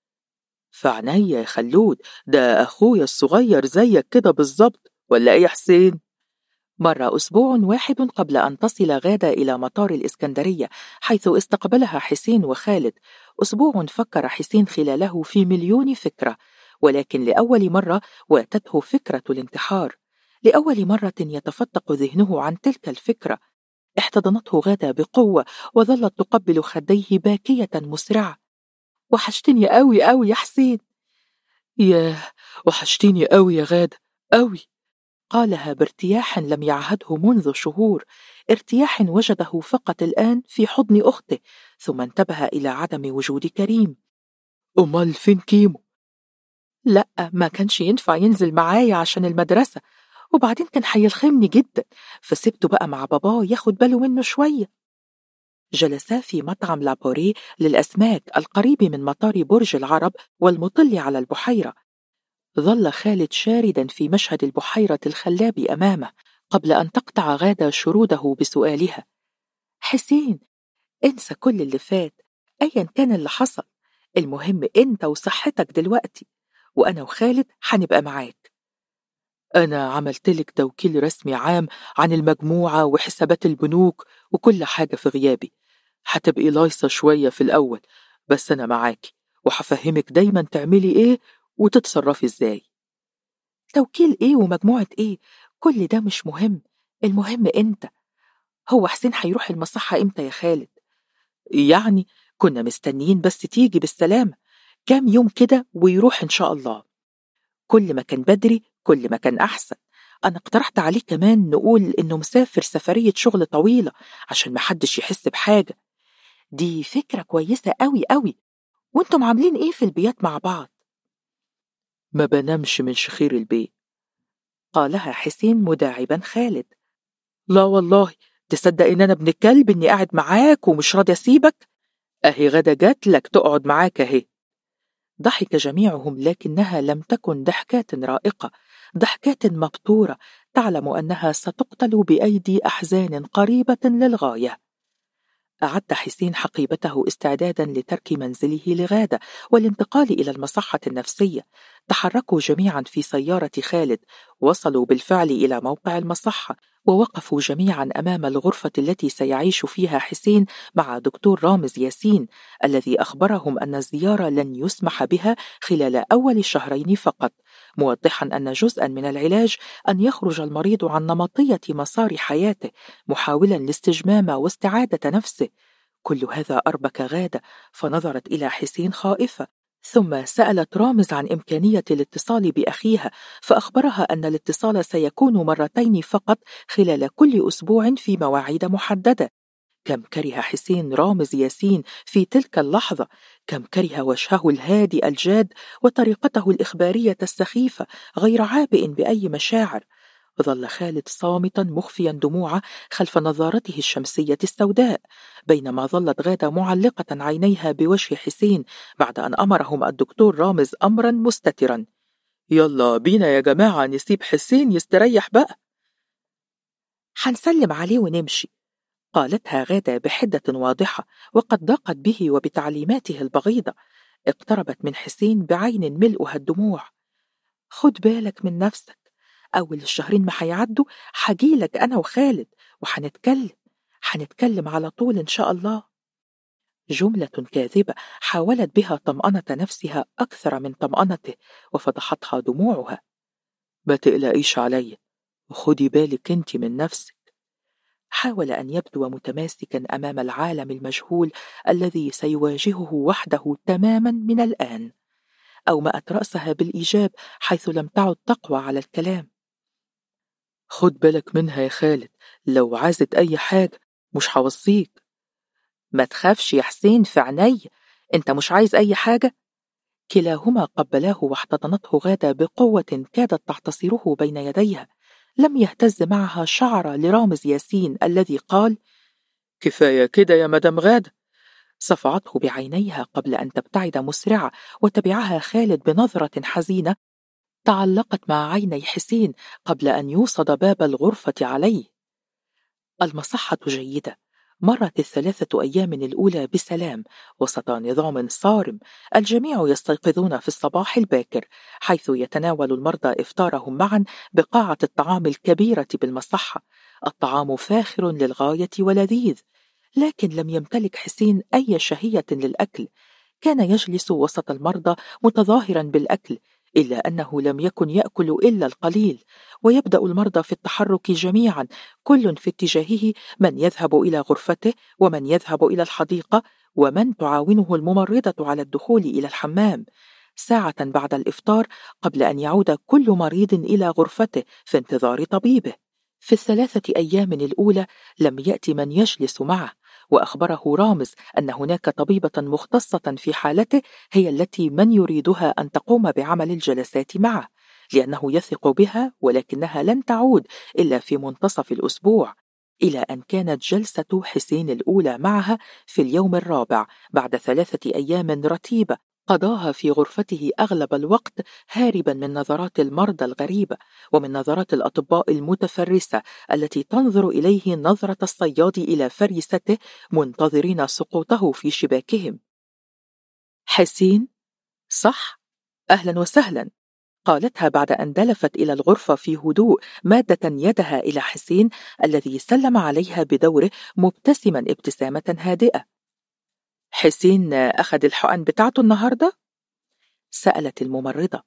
فعناية يا خلود، ده أخويا الصغير زيك كده بالظبط، ولا إيه يا حسين؟ مر أسبوع واحد قبل أن تصل غادة إلى مطار الإسكندرية، حيث استقبلها حسين وخالد. أسبوع فكر حسين خلاله في مليون فكرة، ولكن لأول مرة واتته فكرة الانتحار. لأول مرة يتفتق ذهنه عن تلك الفكرة. احتضنته غادة بقوة وظلت تقبل خديه باكية مسرعة. وحشتني قوي قوي يا حسين. ياه، وحشتيني قوي يا غادة قوي، قالها بارتياح لم يعهده منذ شهور، ارتياح وجده فقط الآن في حضن أخته، ثم انتبه إلى عدم وجود كريم. أمال فين كيمو؟ لا، ما كانش ينفع ينزل معايا عشان المدرسة، وبعدين كان هيلخمني جدا، فسبته بقى مع باباه ياخد باله منه شوية. جلسا في مطعم لابوري للأسماك القريب من مطار برج العرب والمطل على البحيرة. ظل خالد شاردا في مشهد البحيرة الخلاب أمامه قبل أن تقطع غادة شروده بسؤالها. حسين، انسى كل اللي فات، أيا كان اللي حصل، المهم أنت وصحتك دلوقتي، وأنا وخالد هنبقى معاك. أنا عملتلك توكيل رسمي عام عن المجموعة وحسابات البنوك وكل حاجة في غيابي. هتبقي لايصة شوية في الأول، بس أنا معاكي وحفهمك دايما تعملي إيه وتتصرفي إزاي. توكيل إيه ومجموعة إيه؟ كل ده مش مهم، المهم أنت. هو حسين هيروح المصحة إمتى يا خالد؟ يعني كنا مستنيين بس تيجي بالسلامة، كام يوم كده ويروح إن شاء الله. كل ما كان بدري كل ما كان أحسن. أنا اقترحت عليه كمان نقول إنه مسافر سفرية شغل طويلة عشان محدش يحس بحاجة. دي فكرة كويسة قوي قوي. وانتم عاملين إيه في البيات مع بعض؟ ما بنامش من شخير البيت، قالها حسين مداعبا خالد. لا والله، تصدق إن أنا ابن الكلب إني قاعد معاك ومش راضي أسيبك؟ أهي غدا جات لك تقعد معاك أهي. ضحك جميعهم، لكنها لم تكن ضحكات رائقة، ضحكات مبتورة تعلم أنها ستقتل بأيدي أحزان قريبة للغاية. أعد حسين حقيبته استعدادا لترك منزله لغادة والانتقال إلى المصحة النفسية. تحركوا جميعا في سيارة خالد، وصلوا بالفعل إلى موقع المصحة، ووقفوا جميعا أمام الغرفة التي سيعيش فيها حسين مع دكتور رامز ياسين، الذي أخبرهم أن الزيارة لن يسمح بها خلال أول 2 شهرين فقط، موضحا أن جزءا من العلاج أن يخرج المريض عن نمطية مسار حياته، محاولا الاستجمام واستعادة نفسه. كل هذا أربك غادة، فنظرت إلى حسين خائفة، ثم سألت رامز عن إمكانية الاتصال بأخيها، فأخبرها أن الاتصال سيكون مرتين فقط خلال كل أسبوع في مواعيد محددة. كم كره حسين رامز ياسين في تلك اللحظة، كم كره وجهه الهادئ الجاد وطريقته الإخبارية السخيفة غير عابئ بأي مشاعر. ظل خالد صامتا مخفيا دموعه خلف نظارته الشمسية السوداء، بينما ظلت غادة معلقة عينيها بوجه حسين بعد أن أمرهم الدكتور رامز أمرا مستترا: يلا بينا يا جماعة نسيب حسين يستريح بقى. حنسلم عليه ونمشي، قالتها غادة بحدة واضحة وقد ضاقت به وبتعليماته البغيضة. اقتربت من حسين بعين ملؤها الدموع: خد بالك من نفسك، أول الشهرين ما هيعدوا حجيلك أنا وخالد وحنتكلم على طول إن شاء الله. جملة كاذبة حاولت بها طمأنة نفسها أكثر من طمأنته، وفضحتها دموعها. ما تقلقيش علي، وخدي بالك انت من نفسك. حاول أن يبدو متماسكا أمام العالم المجهول الذي سيواجهه وحده تماما من الآن. أومأت رأسها بالإيجاب حيث لم تعد تقوى على الكلام. خد بالك منها يا خالد، لو عازت أي حاجة مش هوصيك. ما تخافش يا حسين، في عيني، انت مش عايز أي حاجة. كلاهما قبلاه واحتضنته غادة بقوة كادت تحتصره بين يديها. لم يهتز معها شعر لرامز ياسين الذي قال: كفاية كده يا مدام غادة. صفعته بعينيها قبل أن تبتعد مسرعة، وتبعها خالد بنظرة حزينة تعلقت مع عيني حسين قبل أن يوصد باب الغرفة عليه. المصحة جيدة. مرت الثلاثة أيام الأولى بسلام وسط نظام صارم. الجميع يستيقظون في الصباح الباكر، حيث يتناول المرضى إفطارهم معا بقاعة الطعام الكبيرة بالمصحة. الطعام فاخر للغاية ولذيذ، لكن لم يمتلك حسين أي شهية للأكل. كان يجلس وسط المرضى متظاهرا بالأكل، إلا أنه لم يكن يأكل إلا القليل. ويبدأ المرضى في التحرك جميعا، كل في اتجاهه، من يذهب إلى غرفته، ومن يذهب إلى الحديقة، ومن تعاونه الممرضة على الدخول إلى الحمام. ساعة بعد الإفطار، قبل أن يعود كل مريض إلى غرفته في انتظار طبيبه. في الثلاثة أيام الأولى لم يأتي من يجلس معه، وأخبره رامز أن هناك طبيبة مختصة في حالته هي التي من يريدها أن تقوم بعمل الجلسات معه، لأنه يثق بها، ولكنها لن تعود إلا في منتصف الأسبوع. إلى أن كانت جلسة حسين الأولى معها في اليوم الرابع بعد 3 أيام رتيبة قضاها في غرفته أغلب الوقت هاربا من نظرات المرضى الغريبة، ومن نظرات الأطباء المتفرسة التي تنظر إليه نظرة الصياد إلى فريسته منتظرين سقوطه في شباكهم. حسين؟ صح؟ أهلا وسهلا، قالتها بعد أن دلفت إلى الغرفة في هدوء، مادة يدها إلى حسين الذي سلم عليها بدوره مبتسما ابتسامة هادئة. حسين أخذ الحقن بتاعته النهاردة؟ سألت الممرضة.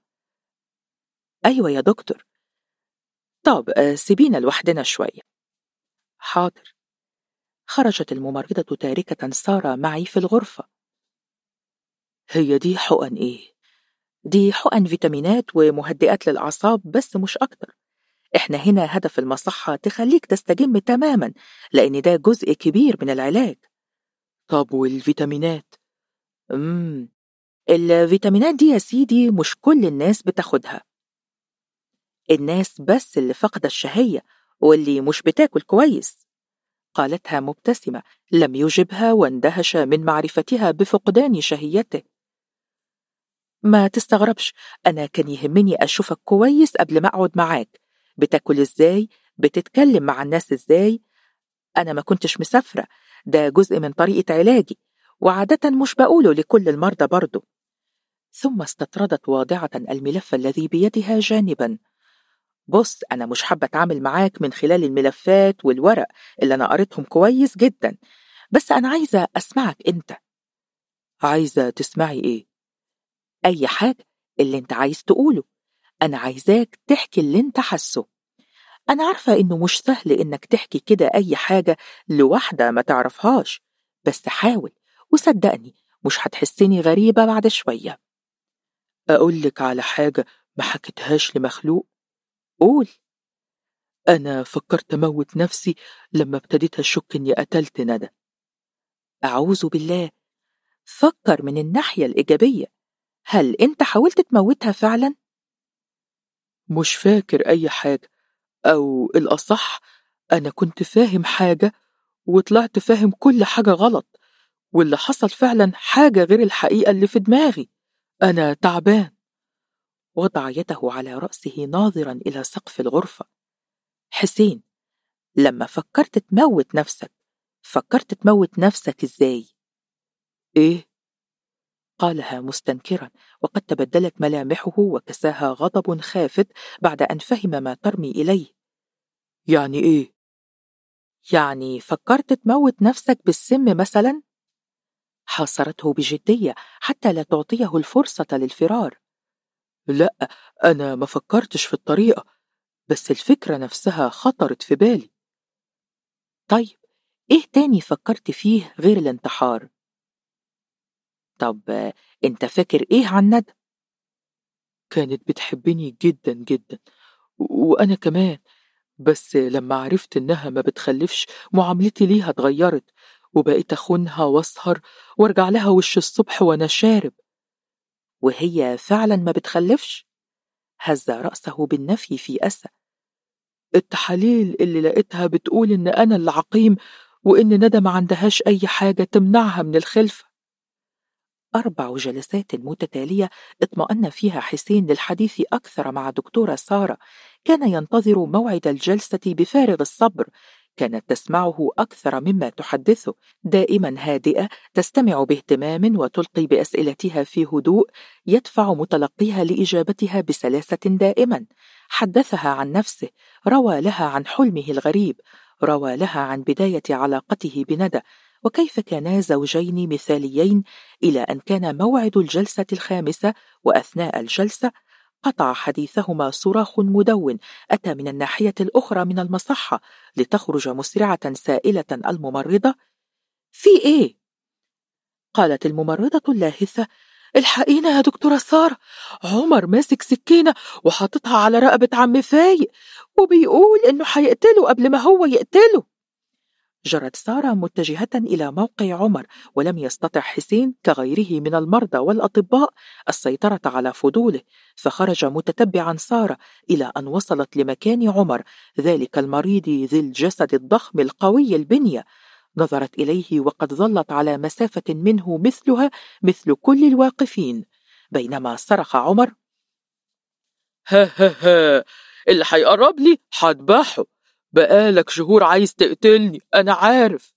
أيوة يا دكتور. طب سيبينا لوحدنا شوية. حاضر. خرجت الممرضة تاركة سارة معي في الغرفة. هي دي حقن إيه؟ دي حقن فيتامينات ومهدئات للأعصاب بس مش أكتر. إحنا هنا هدف المصحة تخليك تستجم تماما، لأن ده جزء كبير من العلاج. طب والفيتامينات؟ الفيتامينات دي يا سيدي مش كل الناس بتاخدها، الناس بس اللي فقد الشهية واللي مش بتاكل كويس، قالتها مبتسمة. لم يجبها واندهش من معرفتها بفقدان شهيته. ما تستغربش، أنا كان يهمني أشوفك كويس قبل ما أقعد معاك، بتاكل إزاي، بتتكلم مع الناس إزاي. أنا ما كنتش مسافرة، ده جزء من طريقة علاجي، وعادة مش بقوله لكل المرضى برضو. ثم استطردت واضعة الملف الذي بيدها جانبا. بص، أنا مش حابة أتعامل معاك من خلال الملفات والورق اللي أنا قريتهم كويس جدا، بس أنا عايزة أسمعك أنت. عايزة تسمعي إيه؟ أي حاجة اللي أنت عايز تقوله. أنا عايزاك تحكي اللي انت حاسه. أنا عارفة إنه مش سهل إنك تحكي كده أي حاجة لواحدة ما تعرفهاش، بس حاول وصدقني مش هتحسيني غريبة بعد شوية. أقولك على حاجة ما حكيتهاش لمخلوق؟ قول. أنا فكرت أموت نفسي لما ابتديت أشك إني قتلت ندى. أعوذ بالله، فكر من الناحية الإيجابية. هل أنت حاولت تموتها فعلا؟ مش فاكر أي حاجة، أو الأصح أنا كنت فاهم حاجة وطلعت فاهم كل حاجة غلط، واللي حصل فعلا حاجة غير الحقيقة اللي في دماغي. أنا تعبان. وضع يده على رأسه ناظرا إلى سقف الغرفة. حسين، لما فكرت تموت نفسك، فكرت تموت نفسك إزاي؟ إيه؟ قالها مستنكرا، وقد تبدلت ملامحه وكساها غضب خافت بعد أن فهم ما ترمي إليه. يعني إيه؟ يعني فكرت تموت نفسك بالسم مثلا؟ حاصرته بجدية حتى لا تعطيه الفرصة للفرار. لا، أنا ما فكرتش في الطريقة، بس الفكرة نفسها خطرت في بالي. طيب، إيه تاني فكرت فيه غير الانتحار؟ طب أنت فاكر إيه عن ندى؟ كانت بتحبني جدا جدا، وأنا كمان، بس لما عرفت إنها ما بتخلفش معاملتي ليها اتغيرت، وبقيت أخونها وأسهر وارجع لها وش الصبح وأنا شارب. وهي فعلا ما بتخلفش؟ هز رأسه بالنفي في أسى. التحاليل اللي لقيتها بتقول إن أنا اللي عقيم، وإن ندى ما عندهاش أي حاجة تمنعها من الخلفة. 4 جلسات متتالية اطمأن فيها حسين للحديث أكثر مع دكتورة سارة. كان ينتظر موعد الجلسة بفارغ الصبر. كانت تسمعه أكثر مما تحدثه، دائما هادئة، تستمع باهتمام وتلقي بأسئلتها في هدوء يدفع متلقيها لإجابتها بسلاسة دائما. حدثها عن نفسه، روى لها عن حلمه الغريب، روى لها عن بداية علاقته بندى، وكيف كانا زوجين مثاليين، إلى أن كان موعد الجلسة الخامسة. وأثناء الجلسة قطع حديثهما صراخ مدون أتى من الناحية الأخرى من المصحة، لتخرج مسرعة سائلة الممرضة: في إيه؟ قالت الممرضة اللاهثة: الحقينا يا دكتورة سارة، عمر ماسك سكينة وحاططها على رقبة عم فايق، وبيقول إنه حيقتله قبل ما هو يقتله. جرت سارة متجهة إلى موقع عمر، ولم يستطع حسين كغيره من المرضى والأطباء السيطرة على فضوله، فخرج متتبعا سارة إلى أن وصلت لمكان عمر، ذلك المريض ذي الجسد الضخم القوي البنية. نظرت إليه وقد ظلت على مسافة منه مثلها مثل كل الواقفين، بينما صرخ عمر: ها ها ها، اللي حيقرب لي حذبحه، بقالك شهور عايز تقتلني، أنا عارف.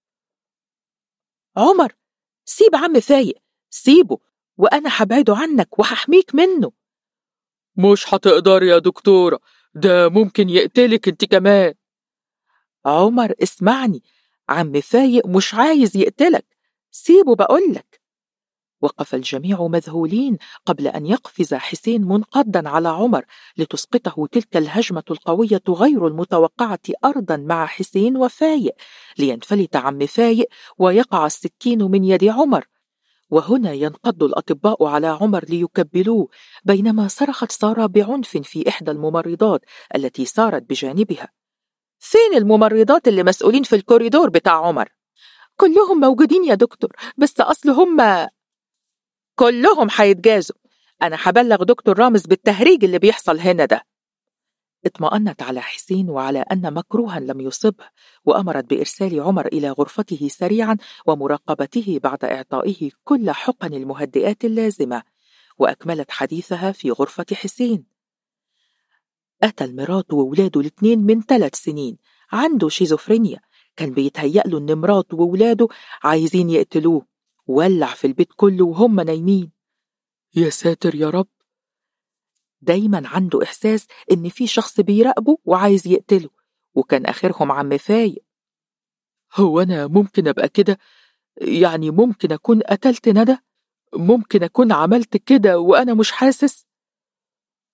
عمر، سيب عم فايق، سيبه، وأنا حبعده عنك وححميك منه. مش هتقدر يا دكتورة، ده ممكن يقتلك انت كمان. عمر اسمعني، عم فايق مش عايز يقتلك، سيبه بقولك. وقف الجميع مذهولين قبل أن يقفز حسين منقضا على عمر لتسقطه تلك الهجمة القوية غير المتوقعة أرضا مع حسين وفايق، لينفلت عم فايق ويقع السكين من يد عمر. وهنا ينقض الأطباء على عمر ليكبلوه، بينما صرخت سارة بعنف في إحدى الممرضات التي سارت بجانبها: فين الممرضات اللي مسؤولين في الكوريدور بتاع عمر؟ كلهم موجودين يا دكتور، بس أصل هم كلهم حيتجازوا. أنا هبلغ دكتور رامز بالتهريج اللي بيحصل هنا ده. اطمأنت على حسين وعلى أن مكروها لم يصبه، وأمرت بإرسال عمر إلى غرفته سريعا ومراقبته بعد إعطائه كل حقن المهدئات اللازمة. وأكملت حديثها في غرفة حسين. أتى المرات وولاده الاثنين من 3 سنين، عنده شيزوفرينيا، كان بيتهيأ له إن مراته وولاده عايزين يقتلوه، ولع في البيت كله وهم نايمين. يا ساتر يا رب. دايما عنده إحساس إن في شخص بيراقبه وعايز يقتله، وكان آخرهم عم فايق. هو أنا ممكن أبقى كده؟ يعني ممكن أكون قتلت ندى؟ ممكن أكون عملت كده وأنا مش حاسس؟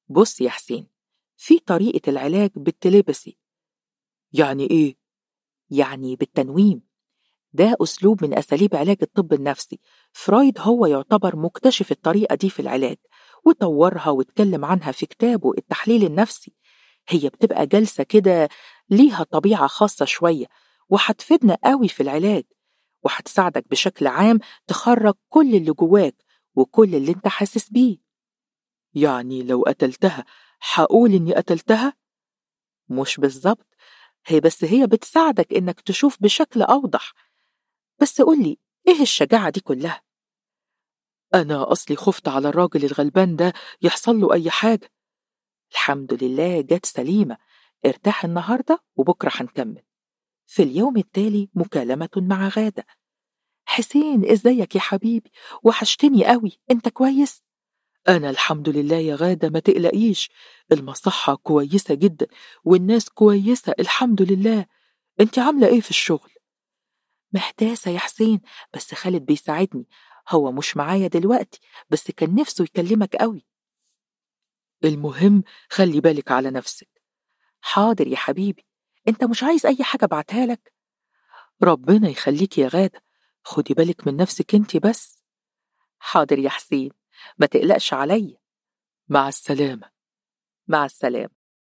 بص يا حسين، في طريقة العلاج بالتليبسي. يعني إيه؟ يعني بالتنويم. ده أسلوب من أساليب علاج الطب النفسي. فرويد هو يعتبر مكتشف الطريقة دي في العلاج، وطورها واتكلم عنها في كتابه التحليل النفسي. هي بتبقى جلسة كده ليها طبيعة خاصة شوية، وهتفيدنا قوي في العلاج، وهتساعدك بشكل عام تخرج كل اللي جواك وكل اللي انت حاسس بيه. يعني لو قتلتها هقول إني قتلتها؟ مش بالظبط، هي بتساعدك إنك تشوف بشكل أوضح. بس قولي، إيه الشجاعة دي كلها؟ أنا أصلي خفت على الراجل الغلبان ده يحصل له أي حاجة. الحمد لله جت سليمة. ارتاح النهاردة وبكرة هنكمل. في اليوم التالي مكالمة مع غادة. حسين، ازيك يا حبيبي؟ وحشتني قوي، انت كويس؟ أنا الحمد لله يا غادة، ما تقلقيش، المصحة كويسة جدا والناس كويسة الحمد لله. انت عاملة ايه في الشغل؟ محتاسة يا حسين، بس خالد بيساعدني. هو مش معايا دلوقتي، بس كان نفسه يكلمك قوي. المهم خلي بالك على نفسك. حاضر يا حبيبي. انت مش عايز اي حاجة بعتها لك؟ ربنا يخليك يا غادة، خدي بالك من نفسك انت بس. حاضر يا حسين، ما تقلقش عليا. مع السلامة. مع السلامة.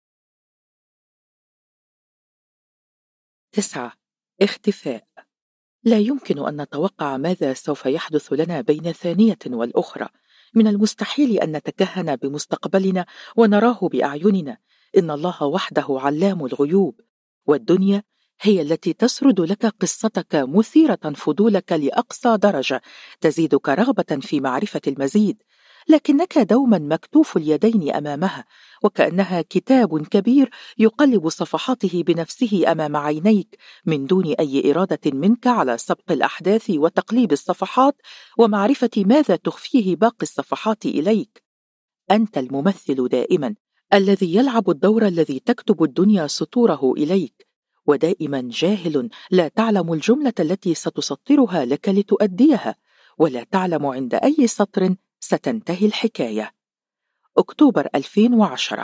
9. اختفاء. لا يمكن أن نتوقع ماذا سوف يحدث لنا بين ثانية والأخرى. من المستحيل أن نتكهن بمستقبلنا ونراه بأعيننا. إن الله وحده علام الغيوب، والدنيا هي التي تسرد لك قصتك، مثيرة فضولك لأقصى درجة، تزيدك رغبة في معرفة المزيد، لكنك دوما مكتوف اليدين أمامها، وكأنها كتاب كبير يقلب صفحاته بنفسه أمام عينيك، من دون أي إرادة منك على سبق الأحداث وتقليب الصفحات ومعرفة ماذا تخفيه باقي الصفحات إليك. أنت الممثل دائما، الذي يلعب الدور الذي تكتب الدنيا سطوره إليك، ودائما جاهل، لا تعلم الجملة التي ستسطرها لك لتؤديها، ولا تعلم عند أي سطر ستنتهي الحكاية. أكتوبر 2010.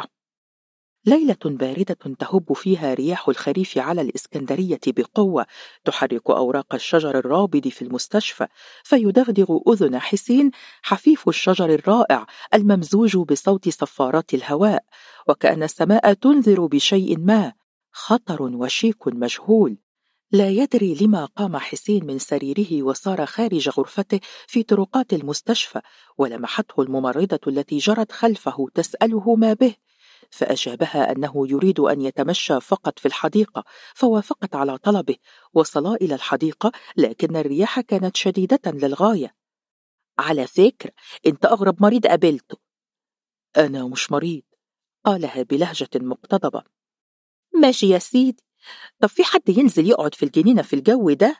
ليلة باردة تهب فيها رياح الخريف على الإسكندرية بقوة، تحرك أوراق الشجر الرابد في المستشفى، فيدغدغ أذن حسين حفيف الشجر الرائع الممزوج بصوت صفارات الهواء، وكأن السماء تنذر بشيء ما، خطر وشيك مجهول. لا يدري لما قام حسين من سريره وصار خارج غرفته في طرقات المستشفى، ولمحته الممرضة التي جرت خلفه تسأله ما به، فأجابها أنه يريد أن يتمشى فقط في الحديقة، فوافقت على طلبه. وصلا إلى الحديقة، لكن الرياح كانت شديدة للغاية. على فكرة، أنت أغرب مريض قابلته. أنا مش مريض، قالها بلهجة مقتضبة. ماشي يا سيدي، طب في حد ينزل يقعد في الجنينة في الجو ده؟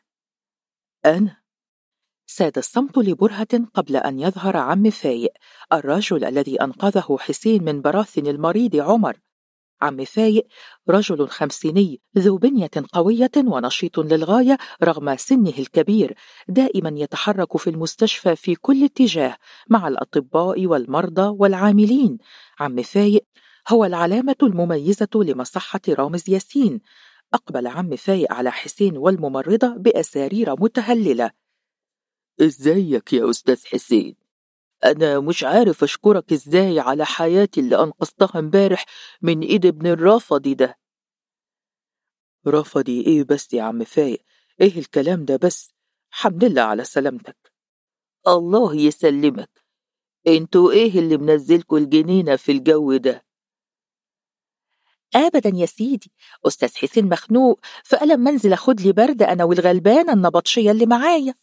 أنا. ساد الصمت لبرهة قبل أن يظهر عم فايق، الرجل الذي أنقذه حسين من براثن المريض عمر. عم فايق رجل خمسيني ذو بنية قوية ونشيط للغاية رغم سنه الكبير، دائما يتحرك في المستشفى في كل اتجاه مع الأطباء والمرضى والعاملين. عم فايق هو العلامة المميزة لمصحة رامز ياسين. أقبل عم فايق على حسين والممرضة بأسارير متهللة. إزيك يا أستاذ حسين؟ أنا مش عارف أشكرك إزاي على حياتي اللي أنقذتها امبارح من إيد ابن الرافضي ده. رافضي إيه بس يا عم فايق؟ إيه الكلام ده بس؟ الحمد لله على سلامتك. الله يسلمك. انتوا إيه اللي منزلكوا الجنينة في الجو ده؟ أبدا يا سيدي، أستاذ حسين مخنوق، فقال منزل أخد لي برد أنا والغلبانة النبطشية اللي معايا.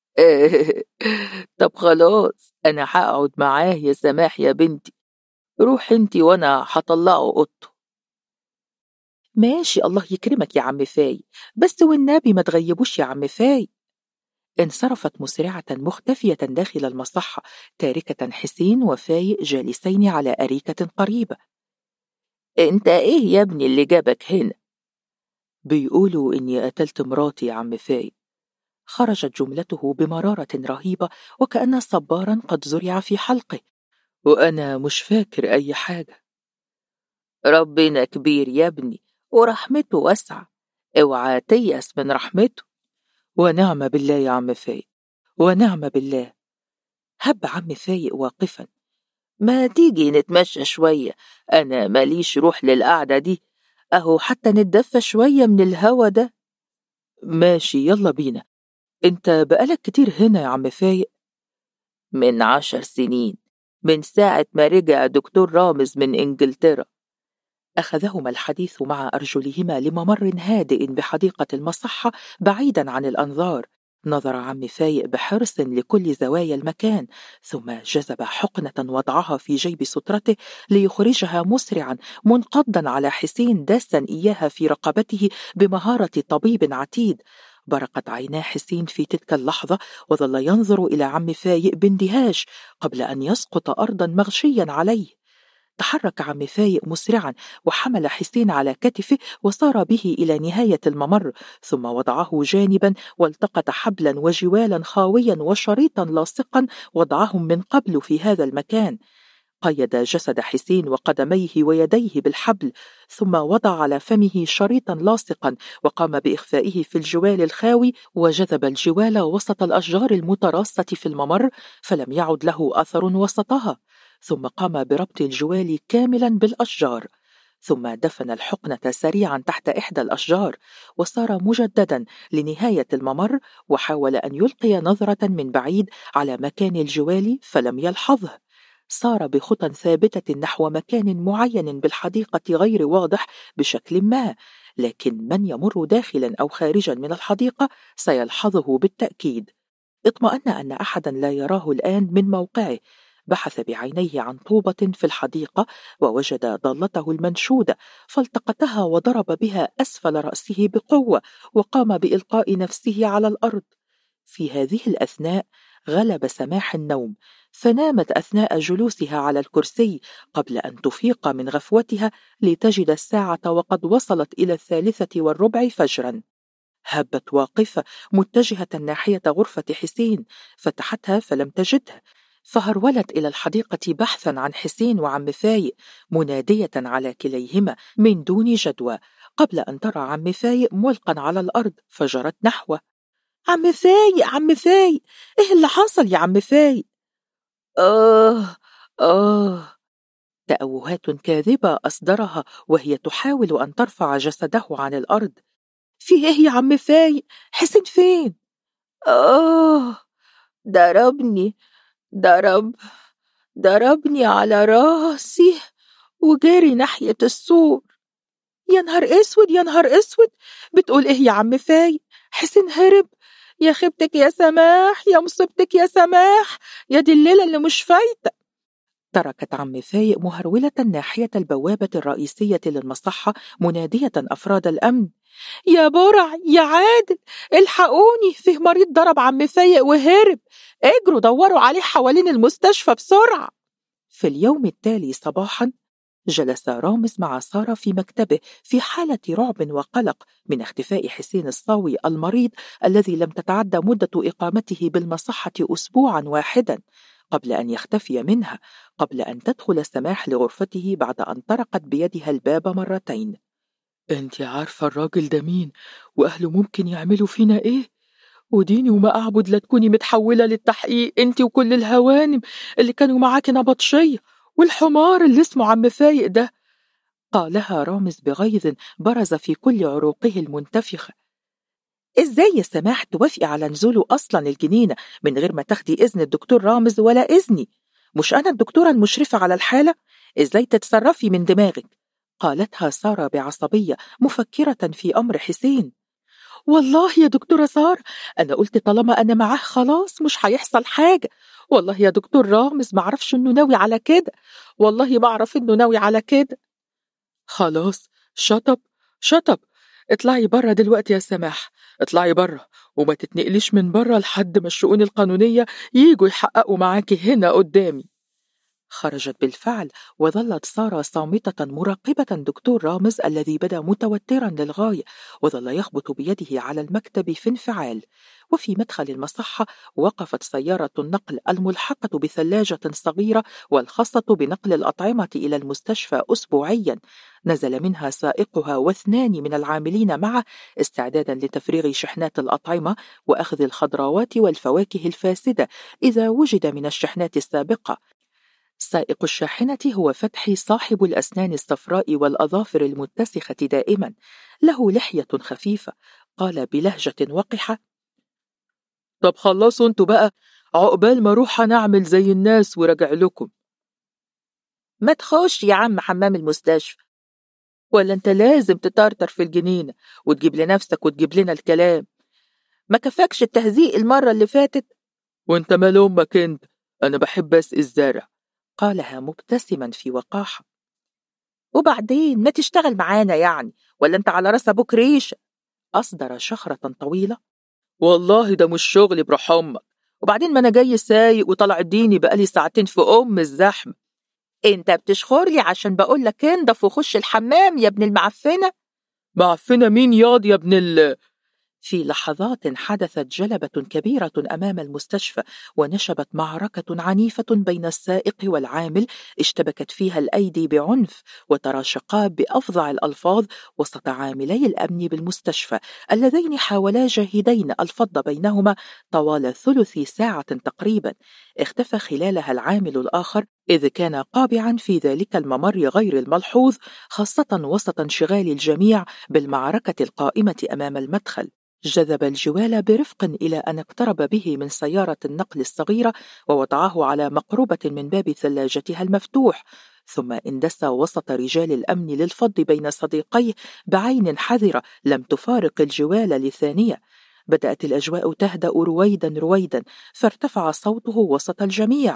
طب خلاص، أنا هقعد معاه يا سماح يا بنتي. روح انتي وأنا هطلعه أوضته. ماشي، الله يكرمك يا عم فاي، بس والنبي ما تغيبوش يا عم فاي. انصرفت مسرعة مختفية داخل المصحة، تاركة حسين وفايق جالسين على أريكة قريبة. انت ايه يا ابني اللي جابك هنا؟ بيقولوا إني قتلت مراتي يا عم فايق. خرجت جملته بمرارة رهيبة، وكأن صبارا قد زرع في حلقه. وأنا مش فاكر أي حاجة. ربنا كبير يا ابني ورحمته واسعة، اوعى تيأس من رحمته. ونعم بالله يا عم فايق، ونعم بالله. هب عم فايق واقفا. ما تيجي نتمشى شوية، أنا ماليش روح للقعدة دي، أهو حتى نتدفى شوية من الهوا ده. ماشي، يلا بينا. انت بقالك كتير هنا يا عم فايق؟ من 10 سنين، من ساعة ما رجع دكتور رامز من إنجلترا. أخذهما الحديث مع أرجلهما لممر هادئ بحديقة المصحة بعيدا عن الأنظار. نظر عم فايق بحرص لكل زوايا المكان، ثم جذب حقنة وضعها في جيب سترته ليخرجها مسرعا، منقضا على حسين داسا إياها في رقبته بمهارة طبيب عتيد. برقت عينا حسين في تلك اللحظة، وظل ينظر إلى عم فايق باندهاش قبل أن يسقط أرضا مغشيا عليه. تحرك عم فايق مسرعا وحمل حسين على كتفه وسار به إلى نهاية الممر، ثم وضعه جانبا والتقط حبلا وجوالا خاويا وشريطا لاصقا وضعهم من قبل في هذا المكان. قيد جسد حسين وقدميه ويديه بالحبل، ثم وضع على فمه شريطا لاصقا وقام بإخفائه في الجوال الخاوي، وجذب الجوال وسط الأشجار المتراصة في الممر فلم يعد له أثر وسطها، ثم قام بربط الجوال كاملا بالأشجار، ثم دفن الحقنة سريعا تحت إحدى الأشجار وسار مجددا لنهاية الممر، وحاول أن يلقي نظرة من بعيد على مكان الجوال فلم يلحظه. سار بخطى ثابتة نحو مكان معين بالحديقة غير واضح بشكل ما، لكن من يمر داخلا أو خارجا من الحديقة سيلحظه بالتأكيد. اطمأن أن أحدا لا يراه الآن من موقعه. بحث بعينيه عن طوبة في الحديقة ووجد ضالته المنشودة، فالتقطها وضرب بها أسفل رأسه بقوة وقام بإلقاء نفسه على الأرض. في هذه الأثناء غلب سماح النوم، فنامت أثناء جلوسها على الكرسي قبل أن تفيق من غفوتها لتجد الساعة وقد وصلت إلى 3:15 فجرا. هبت واقفة متجهة ناحية غرفة حسين، فتحتها فلم تجده، فهرولت إلى الحديقة بحثا عن حسين وعم فايق، منادية على كليهما من دون جدوى، قبل أن ترى عم فايق ملقا على الأرض فجرت نحوه. عم فايق، عم فايق، إيه اللي حصل يا عم فايق؟ تأوهات كاذبة أصدرها وهي تحاول أن ترفع جسده عن الأرض. في إيه يا عم فايق؟ حسين فين؟ ضربني على راسي وجاري ناحية السور. يا نهار اسود، يا نهار اسود، بتقول ايه يا عم فايق؟ حسين هرب؟ يا خيبتك يا سماح، يا مصيبتك يا سماح، يا دي الليلة اللي مش فايتة. تركت عم فايق مهرولة ناحية البوابة الرئيسية للمصحة منادية أفراد الأمن: يا برع، يا عادل، الحقوني، فيه مريض ضرب عم فايق وهرب، اجروا دوروا عليه حوالين المستشفى بسرعة. في اليوم التالي صباحا جلس رامز مع سارة في مكتبه في حالة رعب وقلق من اختفاء حسين الصاوي المريض الذي لم تتعدى مدة إقامته بالمصحة أسبوعا واحدا قبل أن يختفي منها، قبل أن تدخل سماح لغرفته بعد أن طرقت بيدها الباب مرتين. انت عارفة الراجل ده مين وأهله ممكن يعملوا فينا إيه؟ وديني وما أعبد لا تكوني متحولة للتحقيق انت وكل الهوانم اللي كانوا معاكي نبطشية والحمار اللي اسمه عم فايق ده، قالها رامز بغيظ برز في كل عروقه المنتفخة. إزاي يا سماح توافقي على نزوله أصلا الجنينة من غير ما تاخدي إذن الدكتور رامز ولا إذني؟ مش أنا الدكتورة المشرفة على الحالة؟ إزاي تتصرفي من دماغك؟ قالتها سارة بعصبية مفكرة في أمر حسين. والله يا دكتورة سارة أنا قلت طالما أنا معاه خلاص مش هيحصل حاجة. والله يا دكتور رامز معرفش إنه ناوي على كده، والله معرف إنه ناوي على كده. خلاص شطب، اطلعي برا دلوقتي يا سماح، اطلعي برا وما تتنقليش من برا لحد ما الشؤون القانونية ييجوا يحققوا معاكي هنا قدامي. خرجت بالفعل، وظلت سارة صامتة مراقبة دكتور رامز الذي بدا متوترا للغاية، وظل يخبط بيده على المكتب في انفعال. وفي مدخل المصحة وقفت سيارة النقل الملحقة بثلاجة صغيرة والخاصة بنقل الأطعمة إلى المستشفى أسبوعيا. نزل منها سائقها واثنان من العاملين معه استعدادا لتفريغ شحنات الأطعمة وأخذ الخضروات والفواكه الفاسدة إذا وجد من الشحنات السابقة. سائق الشاحنة هو فتحي صاحب الأسنان الصفراء والأظافر المتسخة دائما، له لحية خفيفة. قال بلهجة وقحة: طب خلصوا انتوا بقى، عقبال ما اروح نعمل زي الناس ورجع لكم. ما تخش يا عم حمام المستشفى، ولا انت لازم تطرطر في الجنينة وتجيب لنفسك وتجيب لنا الكلام؟ ما كفاكش التهزيق المرة اللي فاتت؟ وانت مال امك انت، انا بحب اسقي الزرع، قالها مبتسما في وقاحة. وبعدين ما تشتغل معانا يعني، ولا انت على راس ابوك ريشة؟ أصدر شخرة طويلة: والله ده مش شغلي بروح امك، وبعدين ما انا جاي سايق وطلع الديني بقالي ساعتين في الزحمة. انت بتشخر لي عشان بقول لك انضف وخش الحمام يا ابن المعفنة. معفنة مين ياض يا ابن في لحظات حدثت جلبة كبيرة أمام المستشفى، ونشبت معركة عنيفة بين السائق والعامل اشتبكت فيها الأيدي بعنف وتراشقا بأفظع الألفاظ وسط عاملي الأمن بالمستشفى اللذين حاولا جاهدين الفض بينهما طوال ثلث ساعة تقريبا. اختفى خلالها العامل الآخر، إذ كان قابعا في ذلك الممر غير الملحوظ، خاصة وسط انشغال الجميع بالمعركة القائمة أمام المدخل. جذب الجوال برفق إلى أن اقترب به من سيارة النقل الصغيرة ووضعه على مقربة من باب ثلاجتها المفتوح، ثم اندس وسط رجال الأمن للفض بين صديقيه بعين حذرة لم تفارق الجوال لثانية. بدأت الأجواء تهدأ رويدا رويدا، فارتفع صوته وسط الجميع: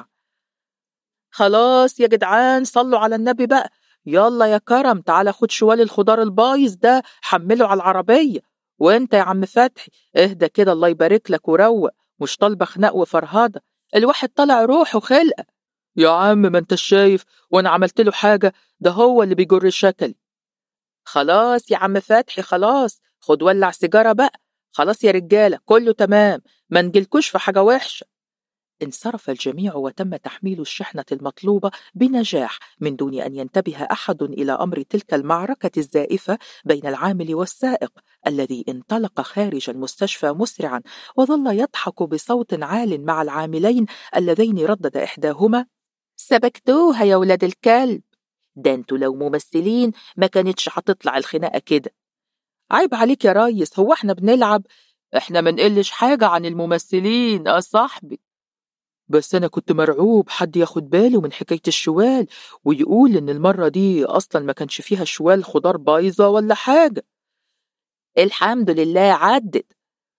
خلاص يا جدعان، صلوا على النبي بقى، يلا يا كرم تعال خد شوال الخضار البايظ ده حمله على العربية. وانت يا عم فتحي اهدى كده الله يبارك لك وروق، مش طالبة خناق وفرهاده، الواحد طلع روح وخلقه. يا عم ما انت شايف وانا عملت له حاجة، ده هو اللي بيجر شكلي. خلاص يا عم فتحي خلاص، خد ولع سيجارة بقى، خلاص يا رجالة كله تمام، ما نجيلكوش في حاجة وحشة. انصرف الجميع وتم تحميل الشحنة المطلوبة بنجاح من دون أن ينتبه أحد إلى أمر تلك المعركة الزائفة بين العامل والسائق الذي انطلق خارج المستشفى مسرعا، وظل يضحك بصوت عال مع العاملين اللذين ردد إحداهما: سبكتوها يا ولاد الكلب، ده انتوا لو ممثلين ما كانتش هتطلع الخناقة كده. عيب عليك يا ريس، هو احنا بنلعب؟ احنا منقلش حاجة عن الممثلين يا صاحبي، بس أنا كنت مرعوب حد ياخد باله من حكاية الشوال ويقول إن المرة دي أصلا ما كانش فيها شوال خضار بايظة ولا حاجة. الحمد لله عدت.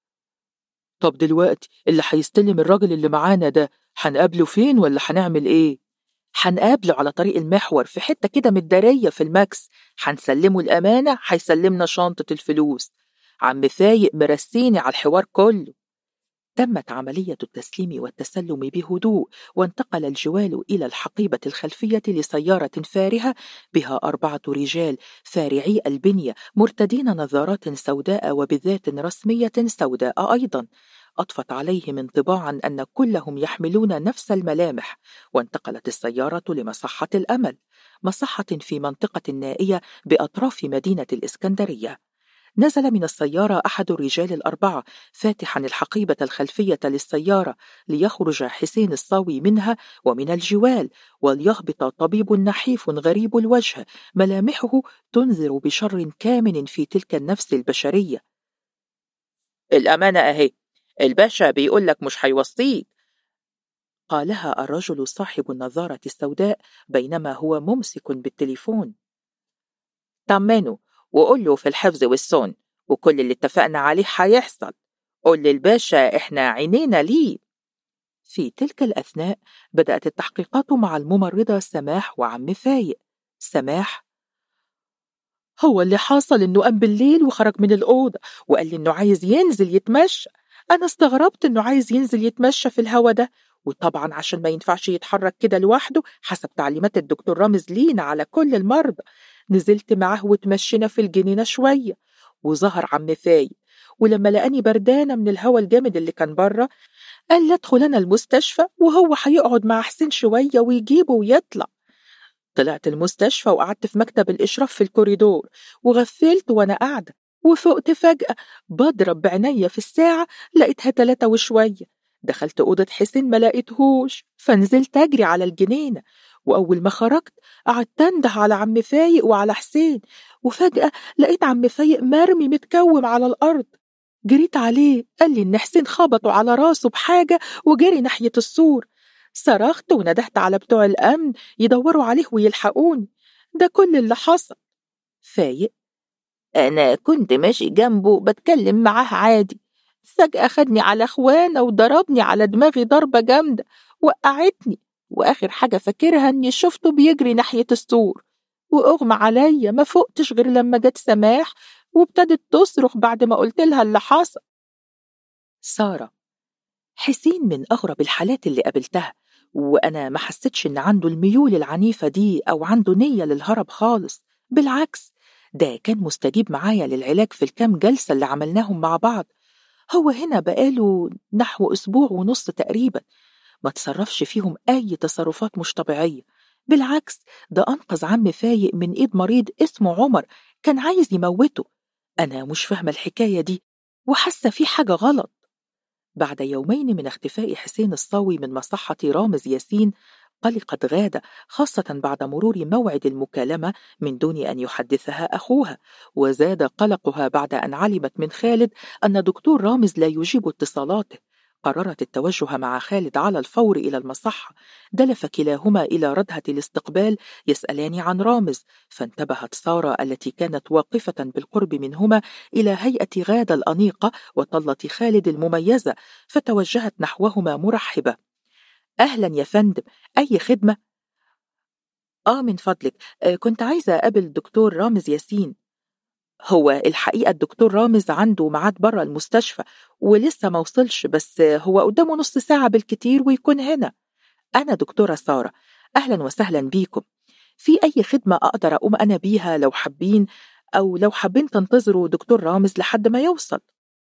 طب دلوقتي اللي هيستلم الراجل اللي معانا ده هنقابله فين ولا هنعمل إيه؟ هنقابله على طريق المحور في حتة كده متدارية في الماكس، هنسلمه الأمانة، هيسلمنا شنطة الفلوس. عم فايق مرسيني على الحوار كله. تمت عملية التسليم والتسلم بهدوء، وانتقل الجوال إلى الحقيبة الخلفية لسيارة فارهة بها 4 رجال فارعي البنية مرتدين نظارات سوداء وبذات رسمية سوداء أيضا، أضفت عليهم انطباعا أن كلهم يحملون نفس الملامح. وانتقلت السيارة لمصحة الأمل، مصحة في منطقة نائية بأطراف مدينة الإسكندرية. نزل من السيارة أحد الرجال ال4 فاتحا الحقيبة الخلفية للسيارة ليخرج حسين الصاوي منها ومن الجوال، وليهبط طبيب نحيف غريب الوجه ملامحه تنذر بشر كامن في تلك النفس البشرية. الأمانة أهي، الباشا بيقول لك مش هيوصيك، قالها الرجل صاحب النظارة السوداء بينما هو ممسك بالتليفون. طمنه وقول له في الحفظ والصون، وكل اللي اتفقنا عليه هيحصل. قول للباشا احنا عينينا ليه. في تلك الأثناء بدأت التحقيقات مع الممرضة سماح وعم فايق. سماح: هو اللي حاصل إنه قام بالليل وخرج من الأوضة وقال لي إنه عايز ينزل يتمشى. أنا استغربت إنه عايز ينزل يتمشى في الهوا ده، وطبعا عشان ما ينفعش يتحرك كده لوحده حسب تعليمات الدكتور رامز لينا على كل المرضى، نزلت معاه وتمشينا في الجنينة شوية، وظهر عم فايق، ولما لقاني بردانة من الهوا الجامد اللي كان بره قال لي ادخل أنا المستشفى وهو هيقعد مع حسين شوية ويجيبه ويطلع. طلعت المستشفى وقعدت في مكتب الإشراف في الكوريدور وغفلت وأنا قاعدة، وفقت فجأة بضرب بعينيا في الساعة لقيتها 3 وشوية. دخلت أوضة حسين ما لقيتهوش، فنزلت أجري على الجنينة، وأول ما خرجت قعدت أنده على عم فايق وعلى حسين، وفجأة لقيت عم فايق مرمي متكوم على الأرض. جريت عليه قال لي إن حسين خبطه على راسه بحاجة وجري ناحية السور. صرخت وندهت على بتوع الأمن يدوروا عليه ويلحقوني. ده كل اللي حصل. فايق: أنا كنت ماشي جنبه بتكلم معاه عادي، فجأة خدني على أخوانه وضربني على دماغي ضربة جامدة وقعتني، وآخر حاجة فاكرها إني شفته بيجري ناحية السور، وأغمى عليا ما فقتش غير لما جت سماح وابتدت تصرخ بعد ما قلت لها اللي حصل. سارة: حسين من أغرب الحالات اللي قابلتها، وأنا ما حسيتش إن عنده الميول العنيفة دي أو عنده نية للهرب خالص. بالعكس، ده كان مستجيب معايا للعلاج في الكام جلسة اللي عملناهم مع بعض. هو هنا بقاله نحو أسبوع ونص تقريبا، ما تصرفش فيهم أي تصرفات مش طبيعية. بالعكس، ده أنقذ عم فايق من إيد مريض اسمه عمر كان عايز يموته. أنا مش فاهمة الحكاية دي وحاسة في حاجة غلط. بعد يومين من اختفاء حسين الصاوي من مصحة رامز ياسين، قلقت غادة، خاصة بعد مرور موعد المكالمة من دون أن يحدثها أخوها، وزاد قلقها بعد أن علمت من خالد أن دكتور رامز لا يجيب اتصالاته. قررت التوجه مع خالد على الفور إلى المصحة. دلف كلاهما إلى ردهة الاستقبال يسألان عن رامز، فانتبهت سارة التي كانت واقفة بالقرب منهما إلى هيئة غادة الأنيقة وطلة خالد المميزة، فتوجهت نحوهما مرحبة: أهلا يا فندم، أي خدمة؟ من فضلك، كنت عايزة أقابل الدكتور رامز ياسين. هو الحقيقة الدكتور رامز عنده ميعاد برا المستشفى ولسه ما وصلش، بس هو قدامه نص ساعة بالكتير ويكون هنا. أنا دكتورة سارة، أهلا وسهلا بيكم. في أي خدمة أقدر أقوم أنا بيها لو حابين، أو لو حابين تنتظروا دكتور رامز لحد ما يوصل؟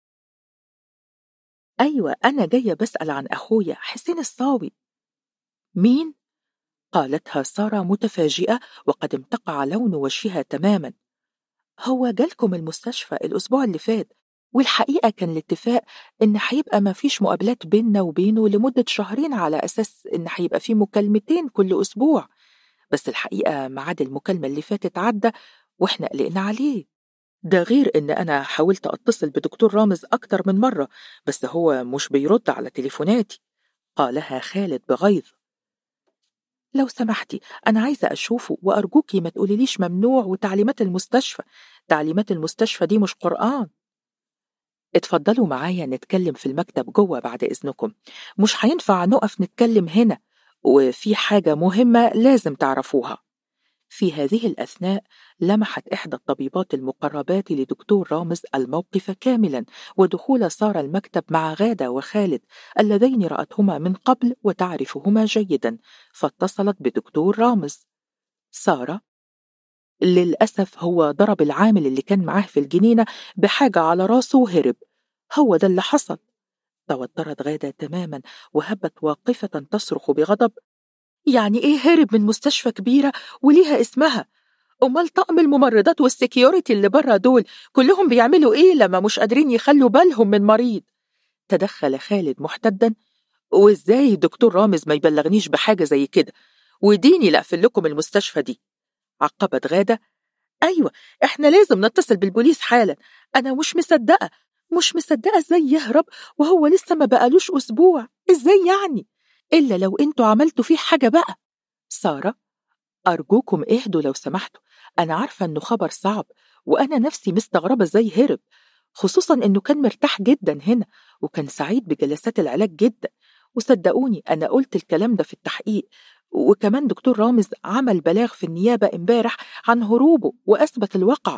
أيوة، أنا جاية بسأل عن أخويا حسين الصاوي. مين؟ قالتها سارة متفاجئة وقد امتقع لون وجهها تماما. هو جالكم المستشفى الأسبوع اللي فات، والحقيقة كان الاتفاق إن هيبقى ما فيش مقابلات بيننا وبينه لمدة شهرين على أساس إن هيبقى في مكالمتين كل أسبوع، بس الحقيقة ميعاد المكالمة اللي فاتت عدى وإحنا قلقنا عليه. ده غير إن أنا حاولت أتصل بدكتور رامز أكتر من مرة بس هو مش بيرد على تليفوناتي، قالها خالد بغيظ. لو سمحتي، أنا عايزة أشوفه وأرجوكي ما تقوليليش ممنوع وتعليمات المستشفى. تعليمات المستشفى دي مش قرآن. اتفضلوا معايا نتكلم في المكتب جوه بعد إذنكم، مش هينفع نقف نتكلم هنا، وفي حاجة مهمة لازم تعرفوها. في هذه الأثناء لمحت إحدى الطبيبات المقربات لدكتور رامز الموقف كاملا ودخول سارة المكتب مع غادة وخالد اللذين رأتهما من قبل وتعرفهما جيدا، فاتصلت بدكتور رامز. سارة: للأسف هو ضرب العامل اللي كان معاه في الجنينة بحاجة على راسه وهرب، هو ده اللي حصل. توترت غادة تماما وهبت واقفة تصرخ بغضب: يعني إيه هرب من مستشفى كبيرة وليها اسمها؟ أمال طقم الممرضات والسكيورتي اللي برا دول كلهم بيعملوا إيه لما مش قادرين يخلوا بالهم من مريض؟ تدخل خالد محتدا: وإزاي دكتور رامز ما يبلغنيش بحاجة زي كده؟ وديني لأقفل لكم المستشفى دي. عقبت غادة: أيوة، إحنا لازم نتصل بالبوليس حالا. أنا مش مصدقة إزاي يهرب وهو لسه ما بقالوش أسبوع. إزاي يعني؟ إلا لو أنتوا عملتوا فيه حاجة بقى. سارة: أرجوكم اهدوا لو سمحتوا، أنا عارفة إنه خبر صعب وأنا نفسي مستغربة إزاي هرب، خصوصا إنه كان مرتاح جدا هنا وكان سعيد بجلسات العلاج جدا، وصدقوني أنا قلت الكلام ده في التحقيق، وكمان دكتور رامز عمل بلاغ في النيابة امبارح عن هروبه وأثبت الواقع.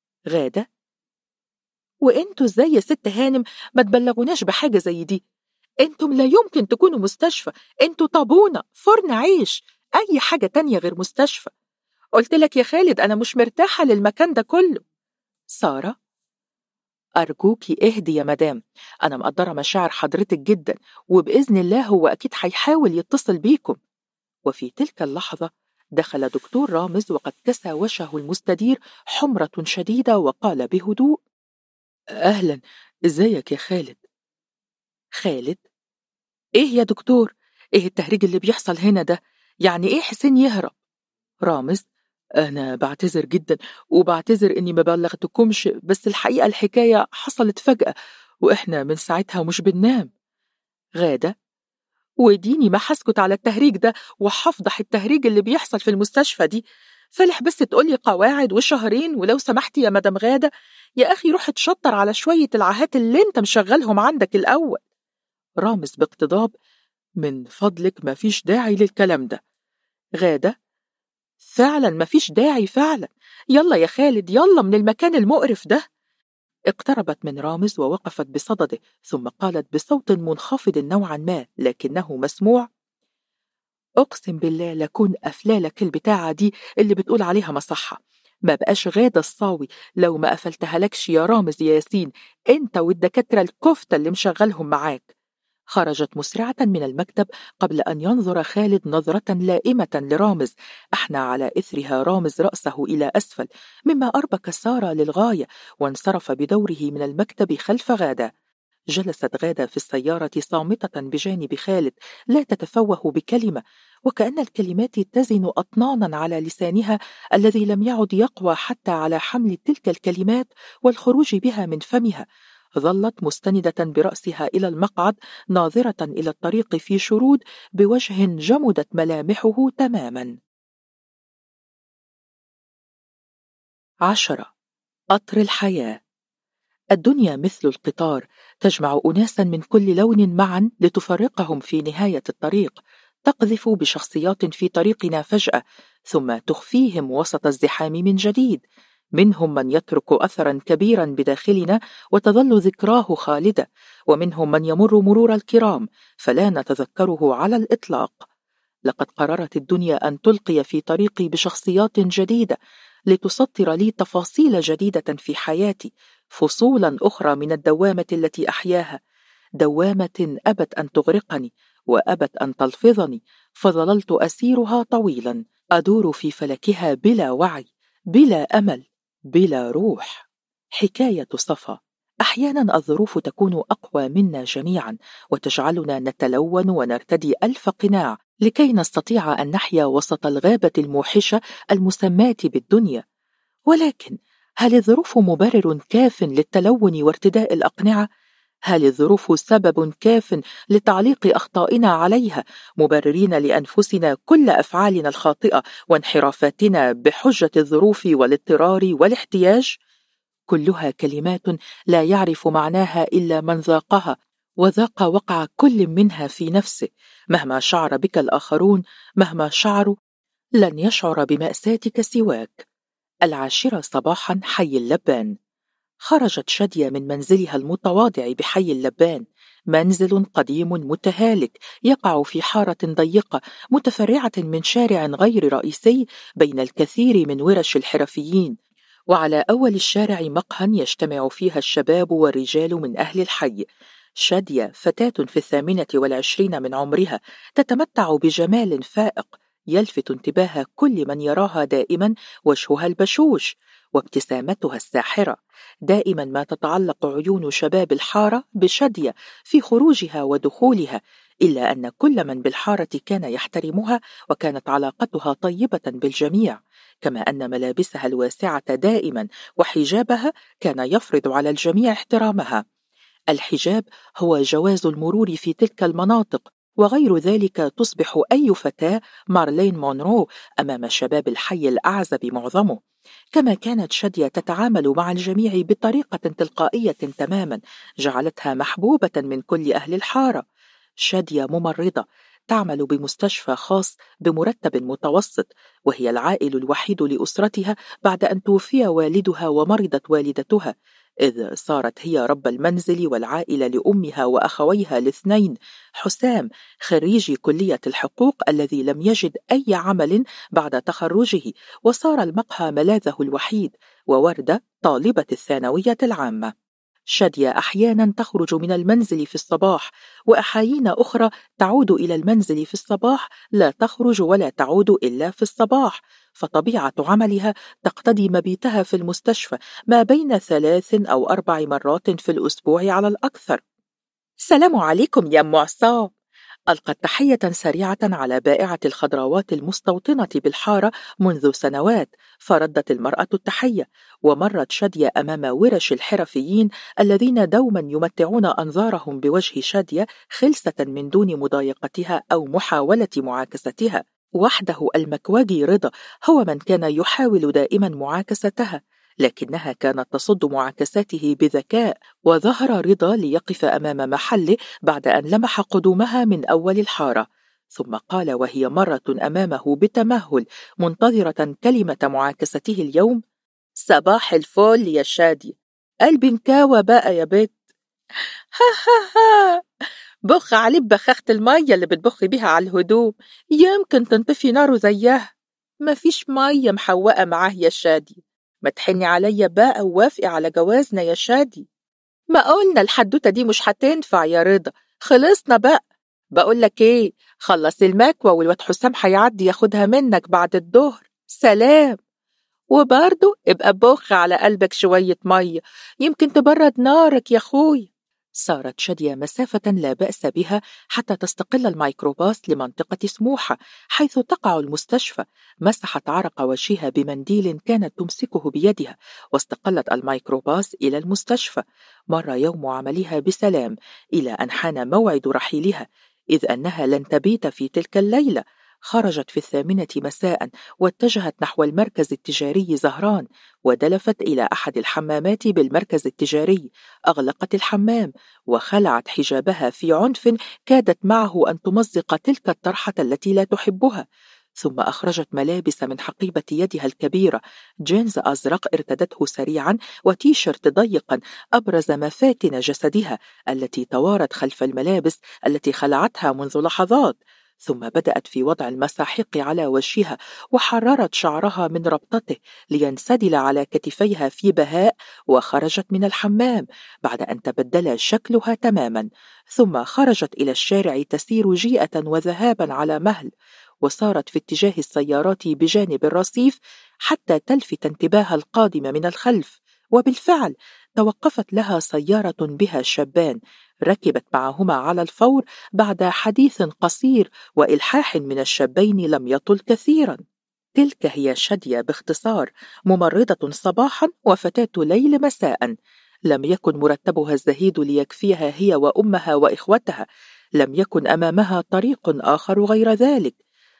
غادة: وإنتوا إزاي يا ست هانم ما تبلغوناش بحاجة زي دي؟ انتم لا يمكن تكونوا مستشفى، انتوا طابونة، فرن عيش، أي حاجة تانية غير مستشفى. قلت لك يا خالد أنا مش مرتاحة للمكان ده كله. سارة: أرجوكي اهدي يا مدام، أنا مقدرة مشاعر حضرتك جدا، وبإذن الله هو أكيد هيحاول يتصل بيكم. وفي تلك اللحظة دخل دكتور رامز وقد كسى وجهه المستدير حمرة شديدة وقال بهدوء: أهلا، إزيك يا خالد؟ خالد: إيه يا دكتور؟ إيه التهريج اللي بيحصل هنا ده؟ يعني إيه حسين يهرب؟ رامز: أنا بعتذر جدا، وبعتذر إني ما بلغتكمش، بس الحقيقة الحكاية حصلت فجأة وإحنا من ساعتها مش بننام. غادة: وديني ما حسكت على التهريج ده، وحفضح التهريج اللي بيحصل في المستشفى دي. فالح بس تقولي قواعد وشهرين، ولو سمحتي يا مدام غادة يا أخي روح تشطر على شوية العاهات اللي انت مشغلهم عندك الأول. رامز باقتضاب: من فضلك ما فيش داعي للكلام ده. غادة: فعلا ما فيش داعي فعلا. يلا يا خالد يلا من المكان المقرف ده. اقتربت من رامز ووقفت بصدده، ثم قالت بصوت منخفض نوعا ما لكنه مسموع: أقسم بالله لكون أفلالك البتاعة دي اللي بتقول عليها مصحة. ما بقاش غادة الصاوي لو ما قفلتها لكش يا رامز يا ياسين، انت والدكاترة الكفتة اللي مشغلهم معاك. خرجت مسرعة من المكتب قبل أن ينظر خالد نظرة لائمة لرامز، أحنى على إثرها رامز رأسه إلى أسفل، مما أربك سارة للغاية، وانصرف بدوره من المكتب خلف غادة. جلست غادة في السيارة صامتة بجانب خالد لا تتفوه بكلمة، وكأن الكلمات تزن أطنانا على لسانها الذي لم يعد يقوى حتى على حمل تلك الكلمات والخروج بها من فمها. ظلت مستندة برأسها إلى المقعد ناظرة إلى الطريق في شرود بوجه جمدت ملامحه تماما. 10. قطر الحياة. الدنيا مثل القطار، تجمع أناسا من كل لون معا لتفرقهم في نهاية الطريق، تقذف بشخصيات في طريقنا فجأة ثم تخفيهم وسط الزحام من جديد. منهم من يترك أثرا كبيرا بداخلنا وتظل ذكراه خالدة، ومنهم من يمر مرور الكرام فلا نتذكره على الإطلاق. لقد قررت الدنيا أن تلقي في طريقي بشخصيات جديدة لتسطر لي تفاصيل جديدة في حياتي، فصولا أخرى من الدوامة التي أحياها، دوامة أبت أن تغرقني وأبت أن تلفظني، فظللت أسيرها طويلا، أدور في فلكها بلا وعي، بلا أمل، بلا روح. حكاية صفا. أحيانا الظروف تكون أقوى منا جميعا وتجعلنا نتلون ونرتدي ألف قناع لكي نستطيع أن نحيا وسط الغابة الموحشة المسماة بالدنيا. ولكن هل الظروف مبرر كاف للتلون وارتداء الأقنعة؟ هل الظروف سبب كاف لتعليق أخطائنا عليها، مبررين لأنفسنا كل أفعالنا الخاطئة وانحرافاتنا بحجة الظروف والاضطرار والاحتياج؟ كلها كلمات لا يعرف معناها إلا من ذاقها، وذاق وقع كل منها في نفسه. مهما شعر بك الآخرون، مهما شعروا، لن يشعر بمأساتك سواك. 10 صباحا، حي اللبان. خرجت شادية من منزلها المتواضع بحي اللبان، منزل قديم متهالك يقع في حارة ضيقة متفرعة من شارع غير رئيسي بين الكثير من ورش الحرفيين، وعلى أول الشارع مقهى يجتمع فيها الشباب والرجال من أهل الحي. شادية فتاة في 28 من عمرها، تتمتع بجمال فائق يلفت انتباه كل من يراها دائما وجهها البشوش وابتسامتها الساحرة. دائما ما تتعلق عيون شباب الحارة بشادية في خروجها ودخولها، إلا أن كل من بالحارة كان يحترمها، وكانت علاقتها طيبة بالجميع، كما أن ملابسها الواسعة دائما وحجابها كان يفرض على الجميع احترامها. الحجاب هو جواز المرور في تلك المناطق، وغير ذلك تصبح أي فتاة مارلين مونرو أمام شباب الحي الأعزب معظمه. كما كانت شادية تتعامل مع الجميع بطريقة تلقائية تماما جعلتها محبوبة من كل أهل الحارة. شادية ممرضة، تعمل بمستشفى خاص بمرتب متوسط، وهي العائل الوحيد لأسرتها بعد أن توفي والدها ومرضت والدتها، إذ صارت هي رب المنزل والعائلة لأمها وأخويها الاثنين، حسام خريج كلية الحقوق الذي لم يجد أي عمل بعد تخرجه وصار المقهى ملاذه الوحيد، ووردة طالبة الثانوية العامة. شادية أحيانا تخرج من المنزل في الصباح، وأحايين أخرى تعود إلى المنزل في الصباح لا تخرج ولا تعود إلا في الصباح، فطبيعة عملها تقتضي مبيتها في المستشفى ما بين 3 أو 4 مرات في الأسبوع على الأكثر. سلام عليكم يا أم عصام. ألقت تحية سريعة على بائعة الخضروات المستوطنة بالحارة منذ سنوات، فردت المرأة التحية، ومرت شادية أمام ورش الحرفيين الذين دوما يمتعون أنظارهم بوجه شادية خلسة من دون مضايقتها أو محاولة معاكستها. وحده المكواجي رضا هو من كان يحاول دائما معاكستها، لكنها كانت تصد معاكساته بذكاء، وظهر رضا ليقف أمام محله بعد أن لمح قدومها من أول الحارة، ثم قال وهي مرة أمامه بتمهل منتظرة كلمة معاكسته اليوم: صباح الفل يا شادي، قلبي مكاوى بقى يا بيت. ها بخ عليه ببخاخة المية اللي بتبخ بيها على الهدوم، يمكن تنطفي ناره زيها. مفيش مية محوقة معاه يا شادي، ما تحني عليا بقى ووافقي على جوازنا يا شادي. ما قلنا الحدوتة دي مش هتنفع يا رضا، خلصنا بقى. بقولك ايه، خلص المكوى والواد حسام هيعدي ياخدها منك بعد الظهر. سلام. وبرضه ابقى بخ على قلبك شوية مية، يمكن تبرد نارك يا خوي. صارت شادية مسافة لا بأس بها حتى تستقل الميكروباص لمنطقة سموحة حيث تقع المستشفى. مسحت عرق وجهها بمنديل كانت تمسكه بيدها، واستقلت الميكروباص إلى المستشفى. مر يوم عملها بسلام إلى أن حان موعد رحيلها، إذ أنها لن تبيت في تلك الليلة. خرجت في 8 مساء واتجهت نحو المركز التجاري زهران، ودلفت إلى أحد الحمامات بالمركز التجاري. أغلقت الحمام وخلعت حجابها في عنف كادت معه أن تمزق تلك الطرحة التي لا تحبها، ثم أخرجت ملابس من حقيبة يدها الكبيرة، جينز أزرق ارتدته سريعا وتيشيرت ضيقا أبرز مفاتن جسدها التي توارت خلف الملابس التي خلعتها منذ لحظات، ثم بدأت في وضع المساحيق على وجهها وحررت شعرها من ربطته لينسدل على كتفيها في بهاء، وخرجت من الحمام بعد أن تبدل شكلها تماما، ثم خرجت إلى الشارع تسير جيئة وذهابا على مهل، وسارت في اتجاه السيارات بجانب الرصيف حتى تلفت انتباه القادم من الخلف. وبالفعل توقفت لها سيارة بها شابان، ركبت معهما على الفور بعد حديث قصير وإلحاح من الشابين لم يطل كثيرا. تلك هي شادية باختصار، ممرضة صباحا وفتاة ليل مساء. لم يكن مرتبها الزهيد ليكفيها هي وأمها وإخوتها، لم يكن أمامها طريق آخر غير ذلك،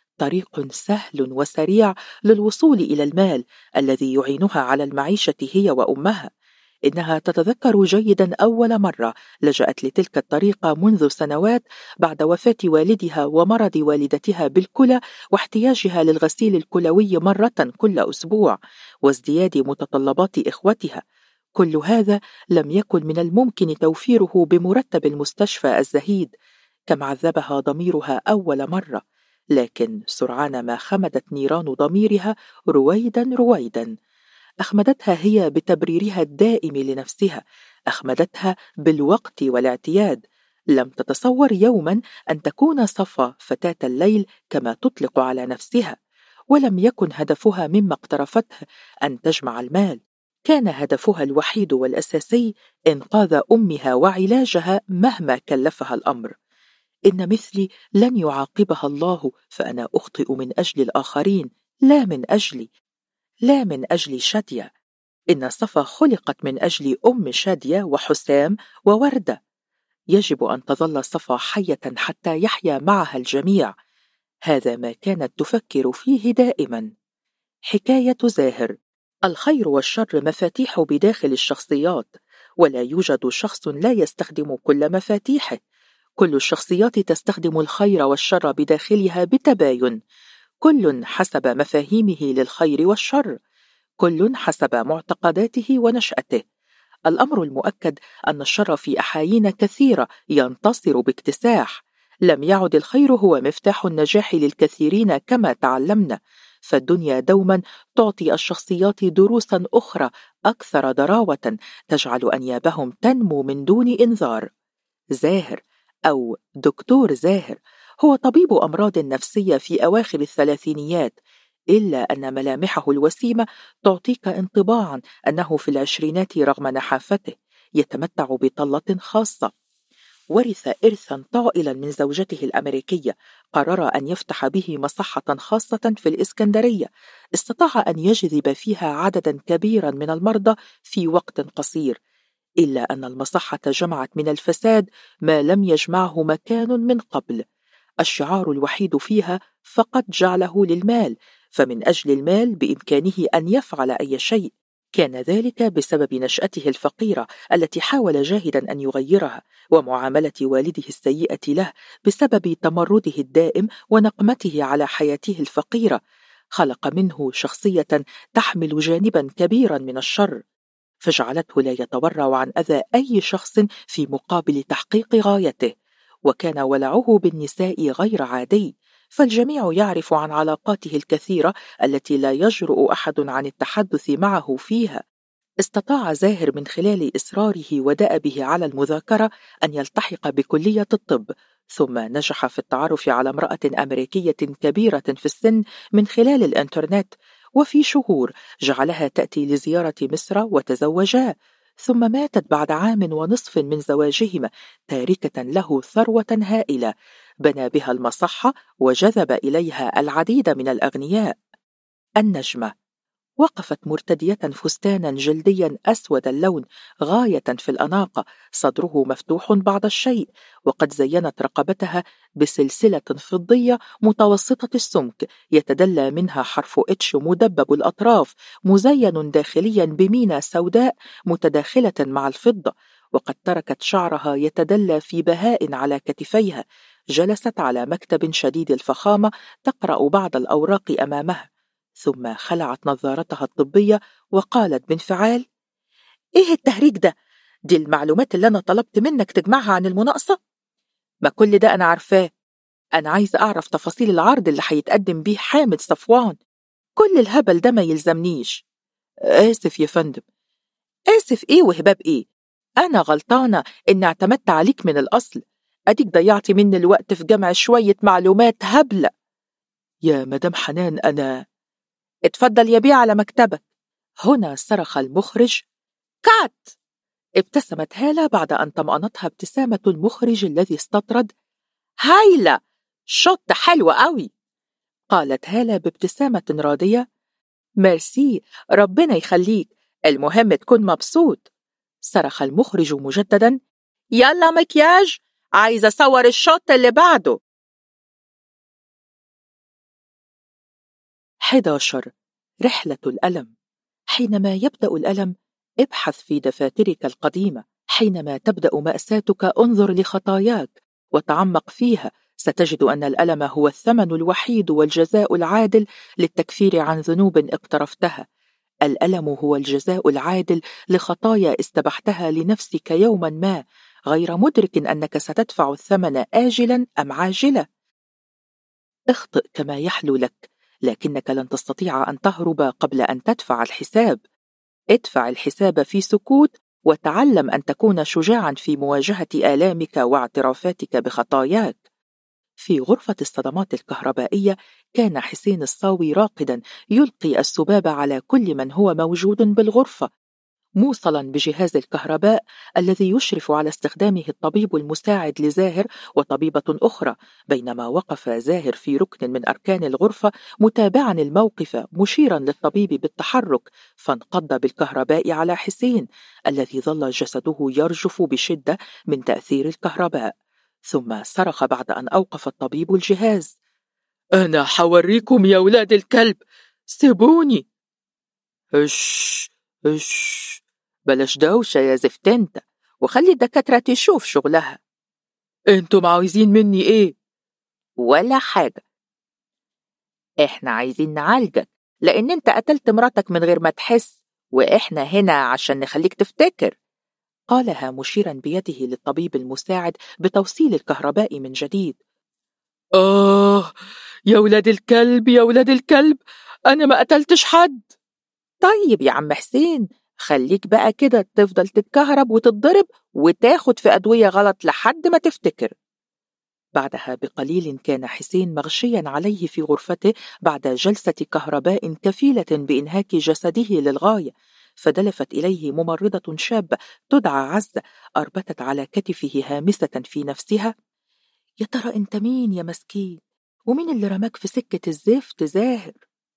طريق سهل وسريع للوصول إلى المال الذي يعينها على المعيشة هي وأمها. إنها تتذكر جيدا أول مرة لجأت لتلك الطريقة منذ سنوات بعد وفاة والدها ومرض والدتها بالكلى واحتياجها للغسيل الكلوي مرة كل أسبوع وازدياد متطلبات إخوتها. كل هذا لم يكن من الممكن توفيره بمرتب المستشفى الزهيد. كم عذبها ضميرها أول مرة، لكن سرعان ما خمدت نيران ضميرها رويدا رويدا. أخمدتها هي بتبريرها الدائم لنفسها، أخمدتها بالوقت والاعتياد. لم تتصور يوما أن تكون صفا فتاة الليل كما تطلق على نفسها، ولم يكن هدفها مما اقترفته أن تجمع المال. كان هدفها الوحيد والأساسي إنقاذ أمها وعلاجها مهما كلفها الأمر. إن مثلي لن يعاقبها الله، فأنا أخطئ من أجل الآخرين، لا من أجلي، لا من أجل شادية. إن صفا خلقت من أجل أم شادية وحسام ووردة. يجب أن تظل صفا حية حتى يحيا معها الجميع. هذا ما كانت تفكر فيه دائما. حكاية زاهر. الخير والشر مفاتيح بداخل الشخصيات، ولا يوجد شخص لا يستخدم كل مفاتيحه، كل الشخصيات تستخدم الخير والشر بداخلها بتباين، كل حسب مفاهيمه للخير والشر، كل حسب معتقداته ونشأته. الأمر المؤكد أن الشر في أحايين كثيرة ينتصر باكتساح. لم يعد الخير هو مفتاح النجاح للكثيرين كما تعلمنا، فالدنيا دوما تعطي الشخصيات دروسا أخرى أكثر ضراوة تجعل أنيابهم تنمو من دون إنذار. زاهر أو دكتور زاهر هو طبيب أمراض نفسية في أواخر الثلاثينيات، إلا أن ملامحه الوسيمة تعطيك انطباعا أنه في العشرينات رغم نحافته، يتمتع بطلة خاصة. ورث إرثا طائلا من زوجته الأمريكية، قرر أن يفتح به مصحة خاصة في الإسكندرية، استطاع أن يجذب فيها عددا كبيرا من المرضى في وقت قصير، إلا أن المصحة جمعت من الفساد ما لم يجمعه مكان من قبل. الشعار الوحيد فيها فقط جعله للمال، فمن أجل المال بإمكانه أن يفعل أي شيء. كان ذلك بسبب نشأته الفقيرة التي حاول جاهدا أن يغيرها، ومعاملة والده السيئة له بسبب تمرده الدائم ونقمته على حياته الفقيرة. خلق منه شخصية تحمل جانبا كبيرا من الشر، فجعلته لا يتورع عن أذى أي شخص في مقابل تحقيق غايته. وكان ولعه بالنساء غير عادي، فالجميع يعرف عن علاقاته الكثيرة التي لا يجرؤ أحد عن التحدث معه فيها. استطاع زاهر من خلال إصراره ودأبه على المذاكرة أن يلتحق بكلية الطب، ثم نجح في التعرف على امرأة أمريكية كبيرة في السن من خلال الإنترنت، وفي شهور جعلها تأتي لزيارة مصر وتزوجا، ثم ماتت بعد عام ونصف من زواجهما تاركة له ثروة هائلة بنى بها المصحة وجذب إليها العديد من الأغنياء. النجمة وقفت مرتدية فستانا جلديا أسود اللون غاية في الأناقة، صدره مفتوح بعض الشيء، وقد زينت رقبتها بسلسلة فضية متوسطة السمك يتدلى منها حرف اتش مدبب الأطراف، مزين داخليا بمينة سوداء متداخلة مع الفضة، وقد تركت شعرها يتدلى في بهاء على كتفيها. جلست على مكتب شديد الفخامة تقرأ بعض الأوراق أمامها، ثم خلعت نظارتها الطبية وقالت بانفعال: إيه التهريج ده؟ دي المعلومات اللي أنا طلبت منك تجمعها عن المناقصة؟ ما كل ده أنا عارفاه، أنا عايز أعرف تفاصيل العرض اللي هيتقدم بيه حامد صفوان، كل الهبل ده ما يلزمنيش. آسف يا فندم. آسف إيه وهباب إيه؟ أنا غلطانة إني اعتمدت عليك من الأصل، أديك ضيعتي مني الوقت في جمع شوية معلومات هبلة. يا مدام حنان أنا... اتفضل يا بيه على مكتبك. هنا صرخ المخرج: كات! ابتسمت هالة بعد أن طمأنتها ابتسامة المخرج الذي استطرد: هايلة، شوت حلوة قوي. قالت هالة بابتسامة راضية: ميرسي، ربنا يخليك، المهم تكون مبسوط. صرخ المخرج مجددا: يلا مكياج، عايزة أصور الشوت اللي بعده. 11. رحلة الألم. حينما يبدأ الألم ابحث في دفاترك القديمة، حينما تبدأ مأساتك انظر لخطاياك وتعمق فيها، ستجد أن الألم هو الثمن الوحيد والجزاء العادل للتكفير عن ذنوب اقترفتها. الألم هو الجزاء العادل لخطايا استبحتها لنفسك يوما ما، غير مدرك أنك ستدفع الثمن آجلا أم عاجلا. اخطئ كما يحلو لك، لكنك لن تستطيع أن تهرب قبل أن تدفع الحساب. ادفع الحساب في سكوت، وتعلم أن تكون شجاعا في مواجهة آلامك واعترافاتك بخطاياك. في غرفة الصدمات الكهربائية كان حسين الصاوي راقدا يلقي السباب على كل من هو موجود بالغرفة، موصلا بجهاز الكهرباء الذي يشرف على استخدامه الطبيب المساعد لزاهر وطبيبة أخرى، بينما وقف زاهر في ركن من أركان الغرفة متابعا الموقف مشيرا للطبيب بالتحرك، فانقض بالكهرباء على حسين الذي ظل جسده يرجف بشدة من تأثير الكهرباء، ثم صرخ بعد أن أوقف الطبيب الجهاز: أنا حوريكم يا ولاد الكلب، سيبوني. بلاش دوشة يا زفت انت، وخلي الدكاترة تشوف شغلها. انتم عاوزين مني ايه؟ ولا حاجة، احنا عايزين نعالجك لأن انت قتلت مراتك من غير ما تحس، واحنا هنا عشان نخليك تفتكر، قالها مشيرا بيده للطبيب المساعد بتوصيل الكهرباء من جديد. يا ولاد الكلب يا ولاد الكلب، أنا ما قتلتش حد. طيب يا عم حسين، خليك بقى كده تفضل تتكهرب وتتضرب وتاخد في أدوية غلط لحد ما تفتكر. بعدها بقليل كان حسين مغشيا عليه في غرفته بعد جلسة كهرباء كفيلة بإنهاك جسده للغاية، فدلفت إليه ممرضة شابة تدعى عزة، أربتت على كتفه هامسة في نفسها: يا ترى أنت مين يا مسكين؟ ومين اللي رماك في سكة الزفت زاهر؟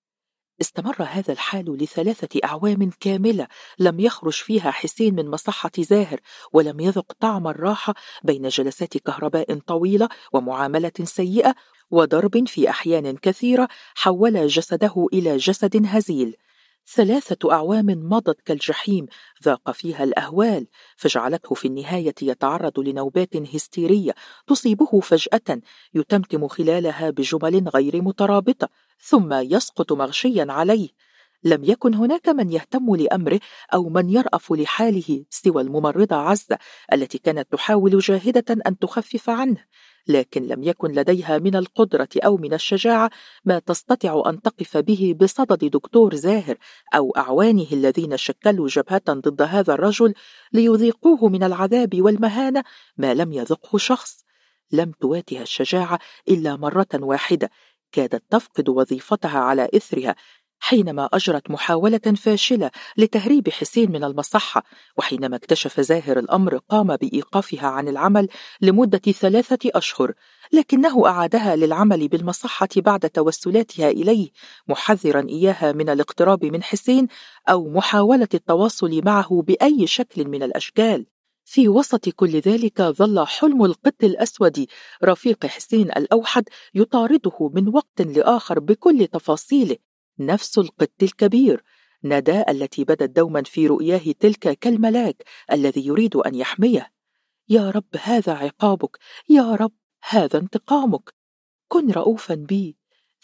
استمر هذا الحال ل3 أعوام كاملة لم يخرج فيها حسين من مصحة زاهر، ولم يذق طعم الراحة بين جلسات كهرباء طويلة ومعاملة سيئة وضرب في أحيان كثيرة حول جسده إلى جسد هزيل. 3 أعوام مضت كالجحيم ذاق فيها الأهوال، فجعلته في النهاية يتعرض لنوبات هستيرية تصيبه فجأة يتمتم خلالها بجمل غير مترابطة ثم يسقط مغشيا عليه. لم يكن هناك من يهتم لأمره أو من يرأف لحاله سوى الممرضة عزة التي كانت تحاول جاهدة أن تخفف عنه، لكن لم يكن لديها من القدرة أو من الشجاعة ما تستطيع أن تقف به بصدد دكتور زاهر أو أعوانه الذين شكلوا جبهة ضد هذا الرجل ليذيقوه من العذاب والمهانة ما لم يذقه شخص. لم تواتها الشجاعة إلا مرة واحدة كادت تفقد وظيفتها على إثرها، حينما أجرت محاولة فاشلة لتهريب حسين من المصحة، وحينما اكتشف زاهر الأمر قام بإيقافها عن العمل لمدة 3 أشهر، لكنه أعادها للعمل بالمصحة بعد توسلاتها إليه، محذرا إياها من الاقتراب من حسين أو محاولة التواصل معه بأي شكل من الأشكال. في وسط كل ذلك ظل حلم القط الأسود رفيق حسين الأوحد يطارده من وقت لآخر بكل تفاصيله، نفس القط الكبير ندى التي بدت دوما في رؤياه تلك كالملاك الذي يريد أن يحميه. يا رب هذا عقابك، يا رب هذا انتقامك، كن رؤوفا بي.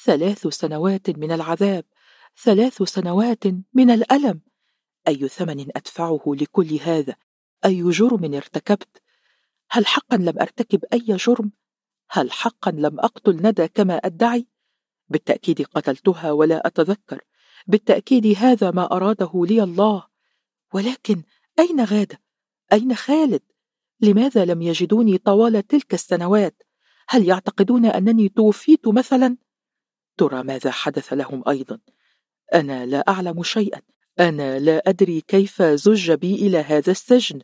3 سنوات من العذاب، 3 سنوات من الألم، أي ثمن أدفعه لكل هذا؟ أي جرم ارتكبت؟ هل حقا لم أرتكب أي جرم؟ هل حقا لم أقتل ندى كما أدعي؟ بالتأكيد قتلتها ولا أتذكر، بالتأكيد هذا ما أراده لي الله. ولكن أين غادة؟ أين خالد؟ لماذا لم يجدوني طوال تلك السنوات؟ هل يعتقدون أنني توفيت مثلا؟ ترى ماذا حدث لهم أيضا؟ أنا لا أعلم شيئا، أنا لا أدري كيف زج بي إلى هذا السجن.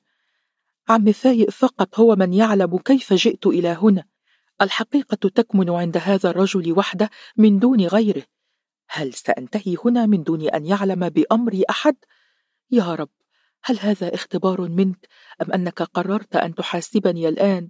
عم فايق فقط هو من يعلم كيف جئت إلى هنا. الحقيقة تكمن عند هذا الرجل وحده من دون غيره. هل سأنتهي هنا من دون أن يعلم بأمري أحد؟ يا رب، هل هذا اختبار منك أم أنك قررت أن تحاسبني الآن؟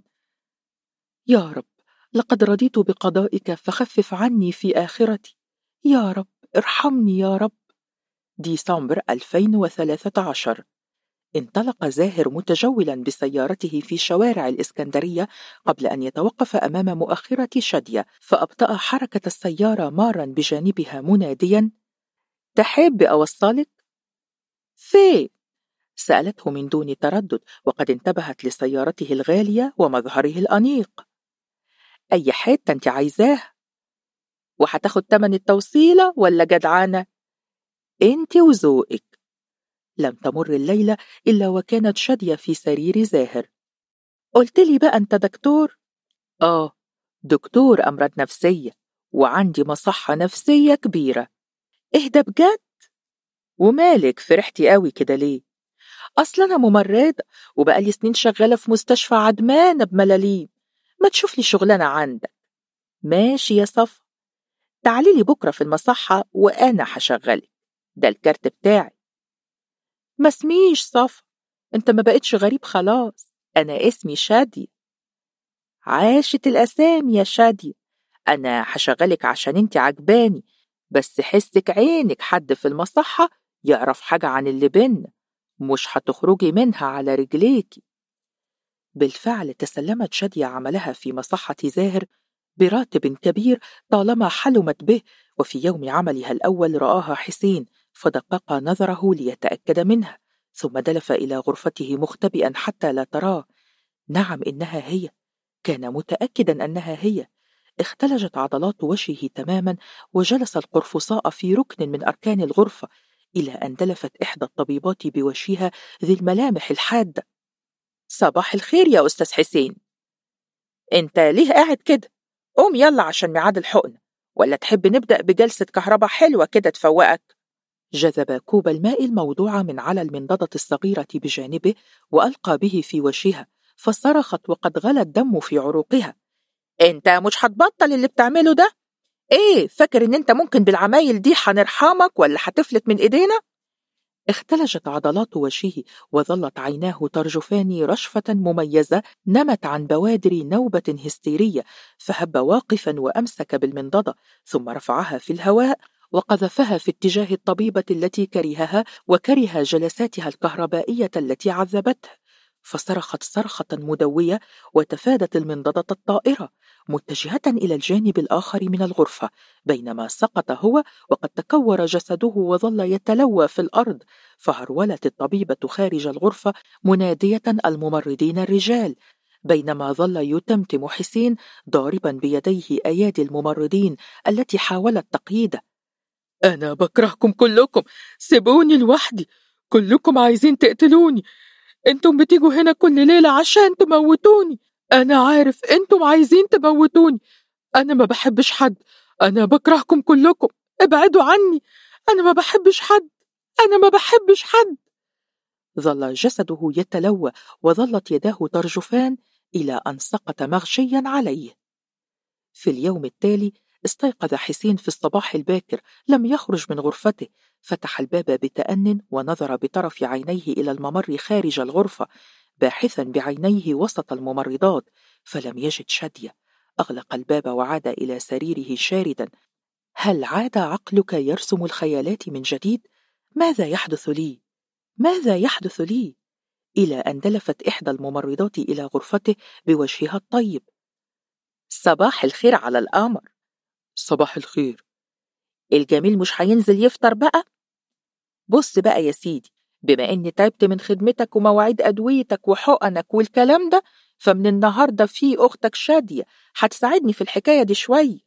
يا رب، لقد رضيت بقضائك فخفف عني في آخرتي. يا رب ارحمني يا رب. ديسمبر 2013. انطلق زاهر متجولا بسيارته في شوارع الإسكندرية قبل أن يتوقف أمام مؤخرة شادية، فأبطأ حركة السيارة مارا بجانبها مناديا: تحب أوصلك؟ فين؟ سألته من دون تردد وقد انتبهت لسيارته الغالية ومظهره الأنيق. أي حتة أنت عايزاه؟ وحتاخد تمن التوصيلة ولا جدعانة؟ أنت وذوقك. لم تمر الليلة إلا وكانت شادية في سرير زاهر. قلت لي بقى أنت دكتور؟ دكتور أمراض نفسية، وعندي مصحة نفسية كبيرة. اهدى بجد؟ ومالك فرحتي قوي كده ليه؟ أصلا أنا ممرضة وبقالي سنين شغالة في مستشفى عدمان بملاليم، ما تشوف لي شغلانة عندك؟ ماشي يا صفا، تعالي لي بكرة في المصحة وأنا هشغلك، ده الكارت بتاعي. ما اسميش صفا، انت ما بقتش غريب خلاص، أنا اسمي شادية. عاشت الأسامي يا شادية، أنا هشغلك عشان انت عجباني، بس حسك عينك حد في المصحة يعرف حاجة عن اللي بينا، مش هتخرجي منها على رجليكي. بالفعل تسلمت شادية عملها في مصحة زاهر براتب كبير طالما حلمت به، وفي يوم عملها الأول رآها حسين فدقق نظره ليتأكد منها، ثم دلف إلى غرفته مختبئا حتى لا تراه. نعم، إنها هي، كان متأكدا أنها هي. اختلجت عضلات وجهه تماما، وجلس القرفصاء في ركن من أركان الغرفة، إلى أن دلفت إحدى الطبيبات بوجهها ذي الملامح الحادة. صباح الخير يا أستاذ حسين، أنت ليه قاعد كده؟ قوم يلا عشان ميعاد الحقن، ولا تحب نبدأ بجلسة كهرباء حلوة كده تفوقك؟ جذب كوب الماء الموضوع من على المنضدة الصغيرة بجانبه وألقى به في وجهها، فصرخت وقد غلى الدم في عروقها. أنت مش هتبطل اللي بتعمله ده؟ إيه، فاكر إن أنت ممكن بالعمايل دي هنرحمك ولا هتفلت من إيدينا؟ اختلجت عضلات وجهه، وظلت عيناه ترجفان رشفة مميزة نمت عن بوادر نوبة هستيرية، فهب واقفا وأمسك بالمنضدة، ثم رفعها في الهواء وقذفها في اتجاه الطبيبة التي كرهها وكره جلساتها الكهربائية التي عذبته، فصرخت صرخة مدوية وتفادت المنضدة الطائرة متجهة إلى الجانب الآخر من الغرفة، بينما سقط هو وقد تكور جسده وظل يتلوى في الأرض. فهرولت الطبيبة خارج الغرفة منادية الممرضين الرجال، بينما ظل يتمتم حسين ضاربا بيديه أيادي الممرضين التي حاولت تقييده. أنا بكرهكم كلكم، سيبوني لوحدي، كلكم عايزين تقتلوني، انتم بتيجوا هنا كل ليلة عشان تموتوني، أنا عارف انتم عايزين تموتوني، أنا ما بحبش حد، أنا بكرهكم كلكم، ابعدوا عني، أنا ما بحبش حد، أنا ما بحبش حد. ظل جسده يتلوى وظلت يداه ترجفان إلى أن سقط مغشيا عليه. في اليوم التالي استيقظ حسين في الصباح الباكر، لم يخرج من غرفته، فتح الباب بتأن ونظر بطرف عينيه إلى الممر خارج الغرفة، باحثا بعينيه وسط الممرضات، فلم يجد شادية. أغلق الباب وعاد إلى سريره شاردا. هل عاد عقلك يرسم الخيالات من جديد؟ ماذا يحدث لي؟ ماذا يحدث لي؟ إلى أن دلفت إحدى الممرضات إلى غرفته بوجهها الطيب. صباح الخير على القمر. صباح الخير. الجميل مش هينزل يفطر بقى؟ بص بقى يا سيدي، بما إني تعبت من خدمتك ومواعيد أدويتك وحقنك والكلام ده، فمن النهاردة في أختك شادية هتساعدني في الحكاية دي شوية.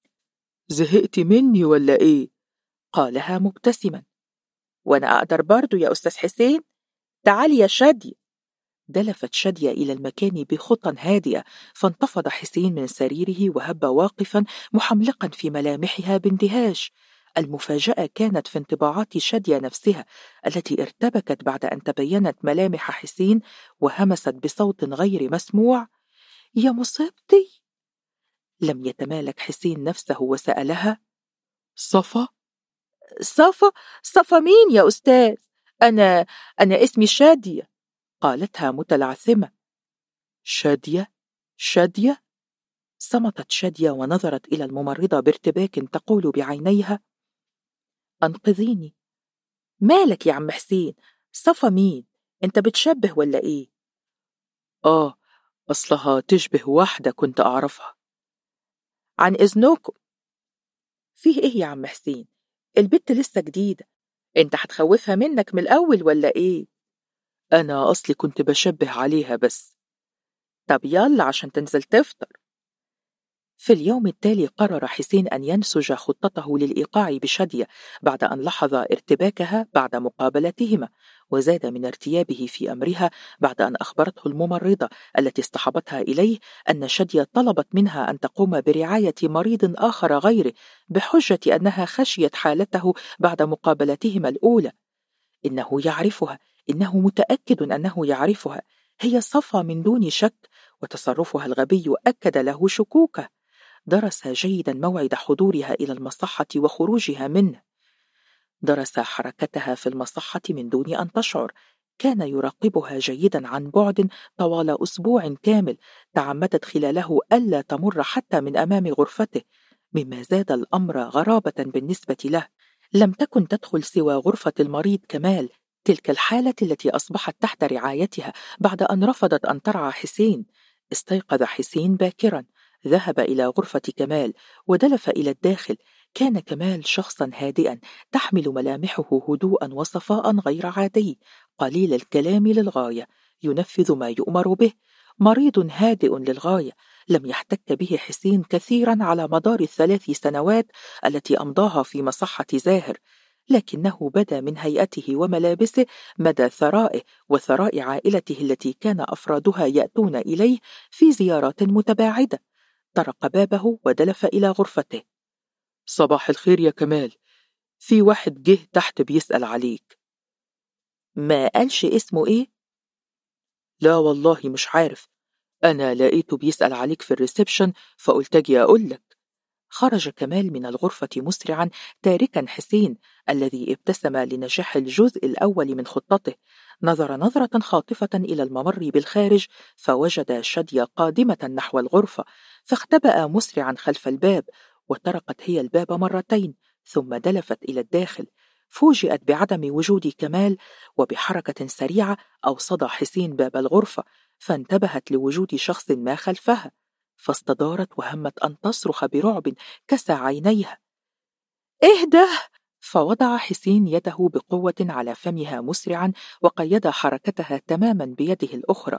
زهقتي مني ولا إيه؟ قالها مبتسما. وأنا أقدر برضو يا أستاذ حسين، تعالي يا شادية. دلفت شادية إلى المكان بخطى هادئة، فانتفض حسين من سريره وهب واقفا محملقا في ملامحها باندهاش. المفاجأة كانت في انطباعات شادية نفسها التي ارتبكت بعد أن تبينت ملامح حسين، وهمست بصوت غير مسموع: يا مصيبتي. لم يتمالك حسين نفسه وسألها: صفا؟ صفا مين يا أستاذ؟ أنا اسمي شادية. قالتها متلعثمة. شادية؟ شادية؟ صمتت شادية ونظرت إلى الممرضة بارتباك تقول بعينيها: أنقذيني. مالك يا عم حسين؟ صفا مين؟ أنت بتشبه ولا إيه؟ أصلها تشبه واحدة كنت أعرفها. عن إذنكم. فيه إيه يا عم حسين؟ البت لسه جديدة، أنت هتخوفها منك من الأول ولا إيه؟ أنا أصلي كنت بشبه عليها بس. طب يلا عشان تنزل تفطر. في اليوم التالي قرر حسين أن ينسج خطته للإيقاع بشادية بعد أن لاحظ ارتباكها بعد مقابلتهما، وزاد من ارتيابه في أمرها بعد أن أخبرته الممرضة التي اصطحبتها إليه أن شادية طلبت منها أن تقوم برعاية مريض آخر غيره بحجة أنها خشيت حالته بعد مقابلتهما الأولى. إنه يعرفها، إنه متأكد أنه يعرفها، هي صفا من دون شك، وتصرفها الغبي أكد له شكوكه. درس جيدا موعد حضورها إلى المصحة وخروجها منه، درس حركتها في المصحة من دون أن تشعر، كان يراقبها جيدا عن بعد طوال أسبوع كامل، تعمدت خلاله ألا تمر حتى من أمام غرفته، مما زاد الأمر غرابة بالنسبة له. لم تكن تدخل سوى غرفة المريض كمال، تلك الحالة التي أصبحت تحت رعايتها بعد أن رفضت أن ترعى حسين. استيقظ حسين باكرا، ذهب إلى غرفة كمال ودلف إلى الداخل. كان كمال شخصا هادئا، تحمل ملامحه هدوءا وصفاء غير عادي، قليل الكلام للغاية، ينفذ ما يؤمر به، مريض هادئ للغاية. لم يحتك به حسين كثيرا على مدار ال3 سنوات التي أمضاها في مصحة زاهر، لكنه بدا من هيئته وملابسه مدى ثرائه وثراء عائلته التي كان أفرادها يأتون إليه في زيارات متباعدة. طرق بابه ودلف إلى غرفته. صباح الخير يا كمال، في واحد جه تحت بيسأل عليك. ما قالش اسمه إيه؟ لا والله مش عارف، أنا لقيته بيسأل عليك في الريسبشن فقلت أجي أقولك. خرج كمال من الغرفة مسرعا، تاركا حسين الذي ابتسم لنجاح الجزء الأول من خطته. نظر نظرة خاطفة إلى الممر بالخارج فوجد شادية قادمة نحو الغرفة، فاختبأ مسرعا خلف الباب، وطرقت هي الباب مرتين ثم دلفت إلى الداخل. فوجئت بعدم وجود كمال، وبحركة سريعة أوصد حسين باب الغرفة، فانتبهت لوجود شخص ما خلفها، فاستدارت وهمت أن تصرخ برعب كسى عينيها. اهده! فوضع حسين يده بقوة على فمها مسرعا، وقيد حركتها تماما بيده الأخرى.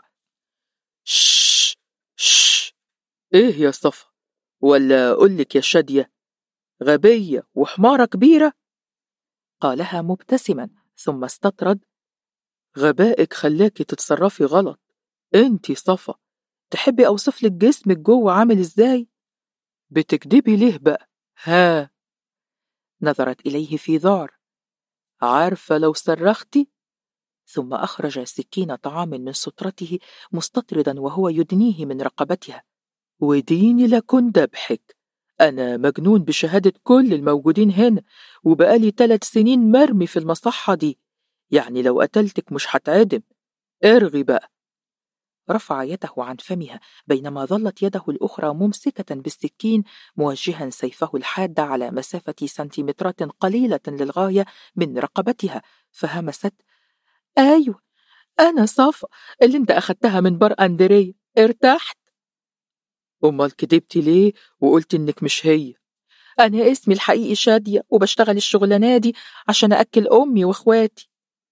شش شش، ايه يا صفا؟ ولا أقولك يا شادية، غبية وحمارة كبيرة؟ قالها مبتسما ثم استطرد. غبائك خلاكي تتصرفي غلط. انتي صفا، تحبي أوصفلك جسمك جوه عامل ازاي؟ بتكدبي ليه بقى؟ ها؟ نظرت إليه في ذعر. عارفة لو صرختي؟ ثم أخرج سكين طعام من سترته مستطردا وهو يدنيه من رقبتها. وديني لكن ذبحك، أنا مجنون بشهادة كل الموجودين هنا، وبقالي 3 سنين مرمي في المصحة دي، يعني لو قتلتك مش هتعدم. ارغي بقى. رفع يده عن فمها بينما ظلت يده الأخرى ممسكة بالسكين، موجها سيفه الحاد على مسافة سنتيمترات قليلة للغاية من رقبتها، فهمست. أيوة، أنا صفا اللي انت أخدتها من بار أندريا، ارتحت. أمال كدبتي ليه وقلت إنك مش هي؟ أنا اسمي الحقيقي شادية، وبشتغل الشغلانة دي عشان أأكل أمي وإخواتي.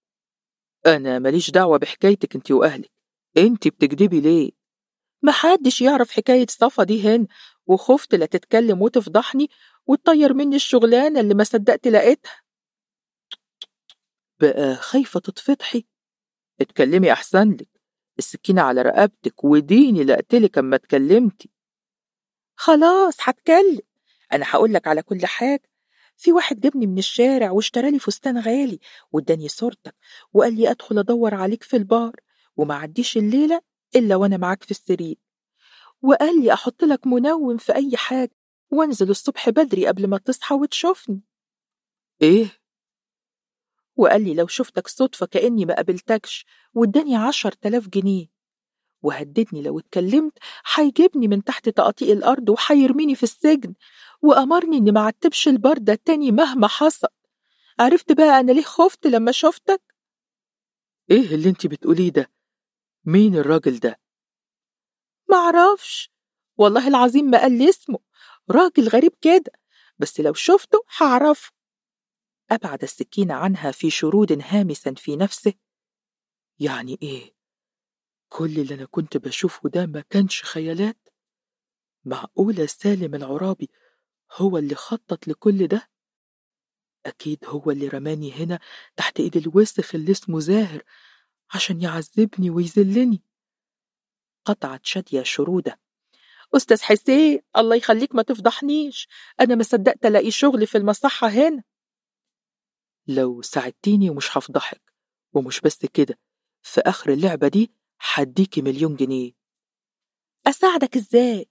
أنا ماليش دعوة بحكايتك انت وأهلك، انت بتكدبي ليه؟ محدش يعرف حكاية صفا دي هنا، وخفت لا تتكلم وتفضحني وتطير مني الشغلانة اللي ما صدقت لقيتها. بقى خايفة تتفضحي؟ اتكلمي أحسن لك، السكينة على رقبتك وديني لقتلك أما اتكلمتي. خلاص هتكلم، أنا هقولك على كل حاجة. في واحد جابني من الشارع واشترالي فستان غالي واداني صورتك، وقال لي أدخل أدور عليك في البار وما عديش الليلة إلا وأنا معاك في السرير، وقال لي أحط لك منوم في أي حاجة وانزل الصبح بدري قبل ما تصحى وتشوفني. إيه؟ وقال لي لو شفتك صدفة كأني ما قابلتكش، واداني 10,000 جنيه، وهددني لو اتكلمت هيجيبني من تحت تقاطيع الأرض وهيرميني في السجن، وأمرني إني ما عتبش البار ده تاني مهما حصل. عرفت بقى أنا ليه خفت لما شفتك؟ إيه اللي انت بتقوليه ده؟ مين الراجل ده؟ معرفش والله العظيم، ما قال لي اسمه، راجل غريب كده، بس لو شفته هعرفه. أبعد السكين عنها في شرود هامس في نفسه. يعني إيه؟ كل اللي أنا كنت بشوفه ده ما كانش خيالات؟ معقولة سالم العرابي هو اللي خطط لكل ده؟ أكيد هو اللي رماني هنا تحت إيد الوسخ اللي اسمه زاهر عشان يعذبني ويذلني. قطعت شادية شرودة. أستاذ حسين، الله يخليك ما تفضحنيش، أنا ما صدقت ألاقي شغل في المصحة هنا. لو ساعدتيني ومش هفضحك، ومش بس كده، في آخر اللعبة دي هديكي 1,000,000 جنيه. أساعدك إزاي؟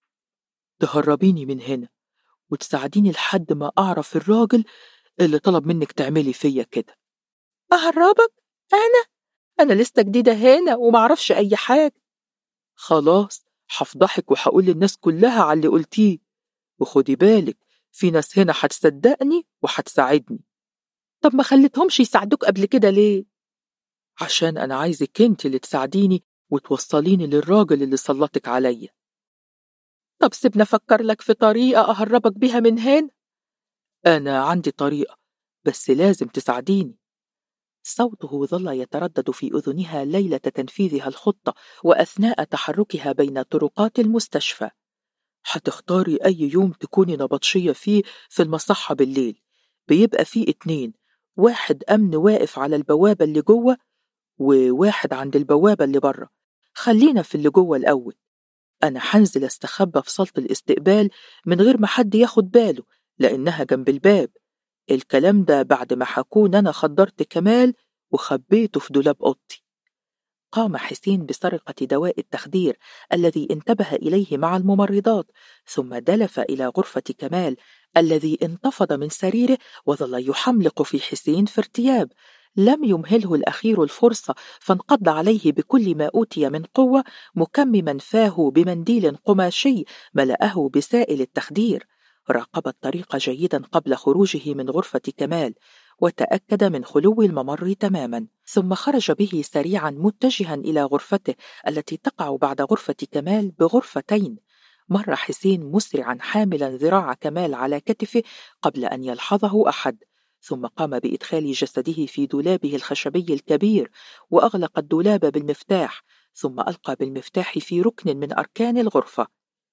تهربيني من هنا وتساعديني لحد ما أعرف الراجل اللي طلب منك تعملي فيا كده. أهربك؟ أنا لسه جديدة هنا ومعرفش أي حاجة. خلاص هفضحك وهقول للناس كلها على اللي قلتيه، وخدي بالك في ناس هنا هتصدقني وهتساعدني. طب ما خليتهمش يساعدوك قبل كده ليه؟ عشان أنا عايزك انت اللي تساعديني وتوصليني للراجل اللي سلطك عليا. طب سيبنا أفكر لك في طريقة أهربك بيها من هنا. أنا عندي طريقة، بس لازم تساعديني. صوته ظل يتردد في أذنها ليلة تنفيذها الخطة وأثناء تحركها بين طرقات المستشفى. هتختاري أي يوم تكوني نبطشية فيه في المصحة بالليل، بيبقى فيه 2، واحد أمن واقف على البوابة اللي جوه وواحد عند البوابة اللي بره. خلينا في اللي جوه الأول. أنا هنزل استخبى في صالة الاستقبال من غير ما حد ياخد باله لأنها جنب الباب. الكلام ده بعد ما هكون أنا خدرت كمال وخبيته في دولاب أوضتي. قام حسين بسرقة دواء التخدير الذي انتبه إليه مع الممرضات، ثم دلف إلى غرفة كمال الذي انتفض من سريره وظل يحملق في حسين في ارتياب. لم يمهله الأخير الفرصة، فانقض عليه بكل ما أوتي من قوة، مكمما فاه بمنديل قماشي ملأه بسائل التخدير. راقب الطريق جيدا قبل خروجه من غرفة كمال، وتأكد من خلو الممر تماما، ثم خرج به سريعا متجها إلى غرفته التي تقع بعد غرفة كمال بغرفتين. مر حسين مسرعا حاملا ذراع كمال على كتفه قبل أن يلحظه أحد، ثم قام بإدخال جسده في دولابه الخشبي الكبير وأغلق الدولاب بالمفتاح، ثم ألقى بالمفتاح في ركن من أركان الغرفة.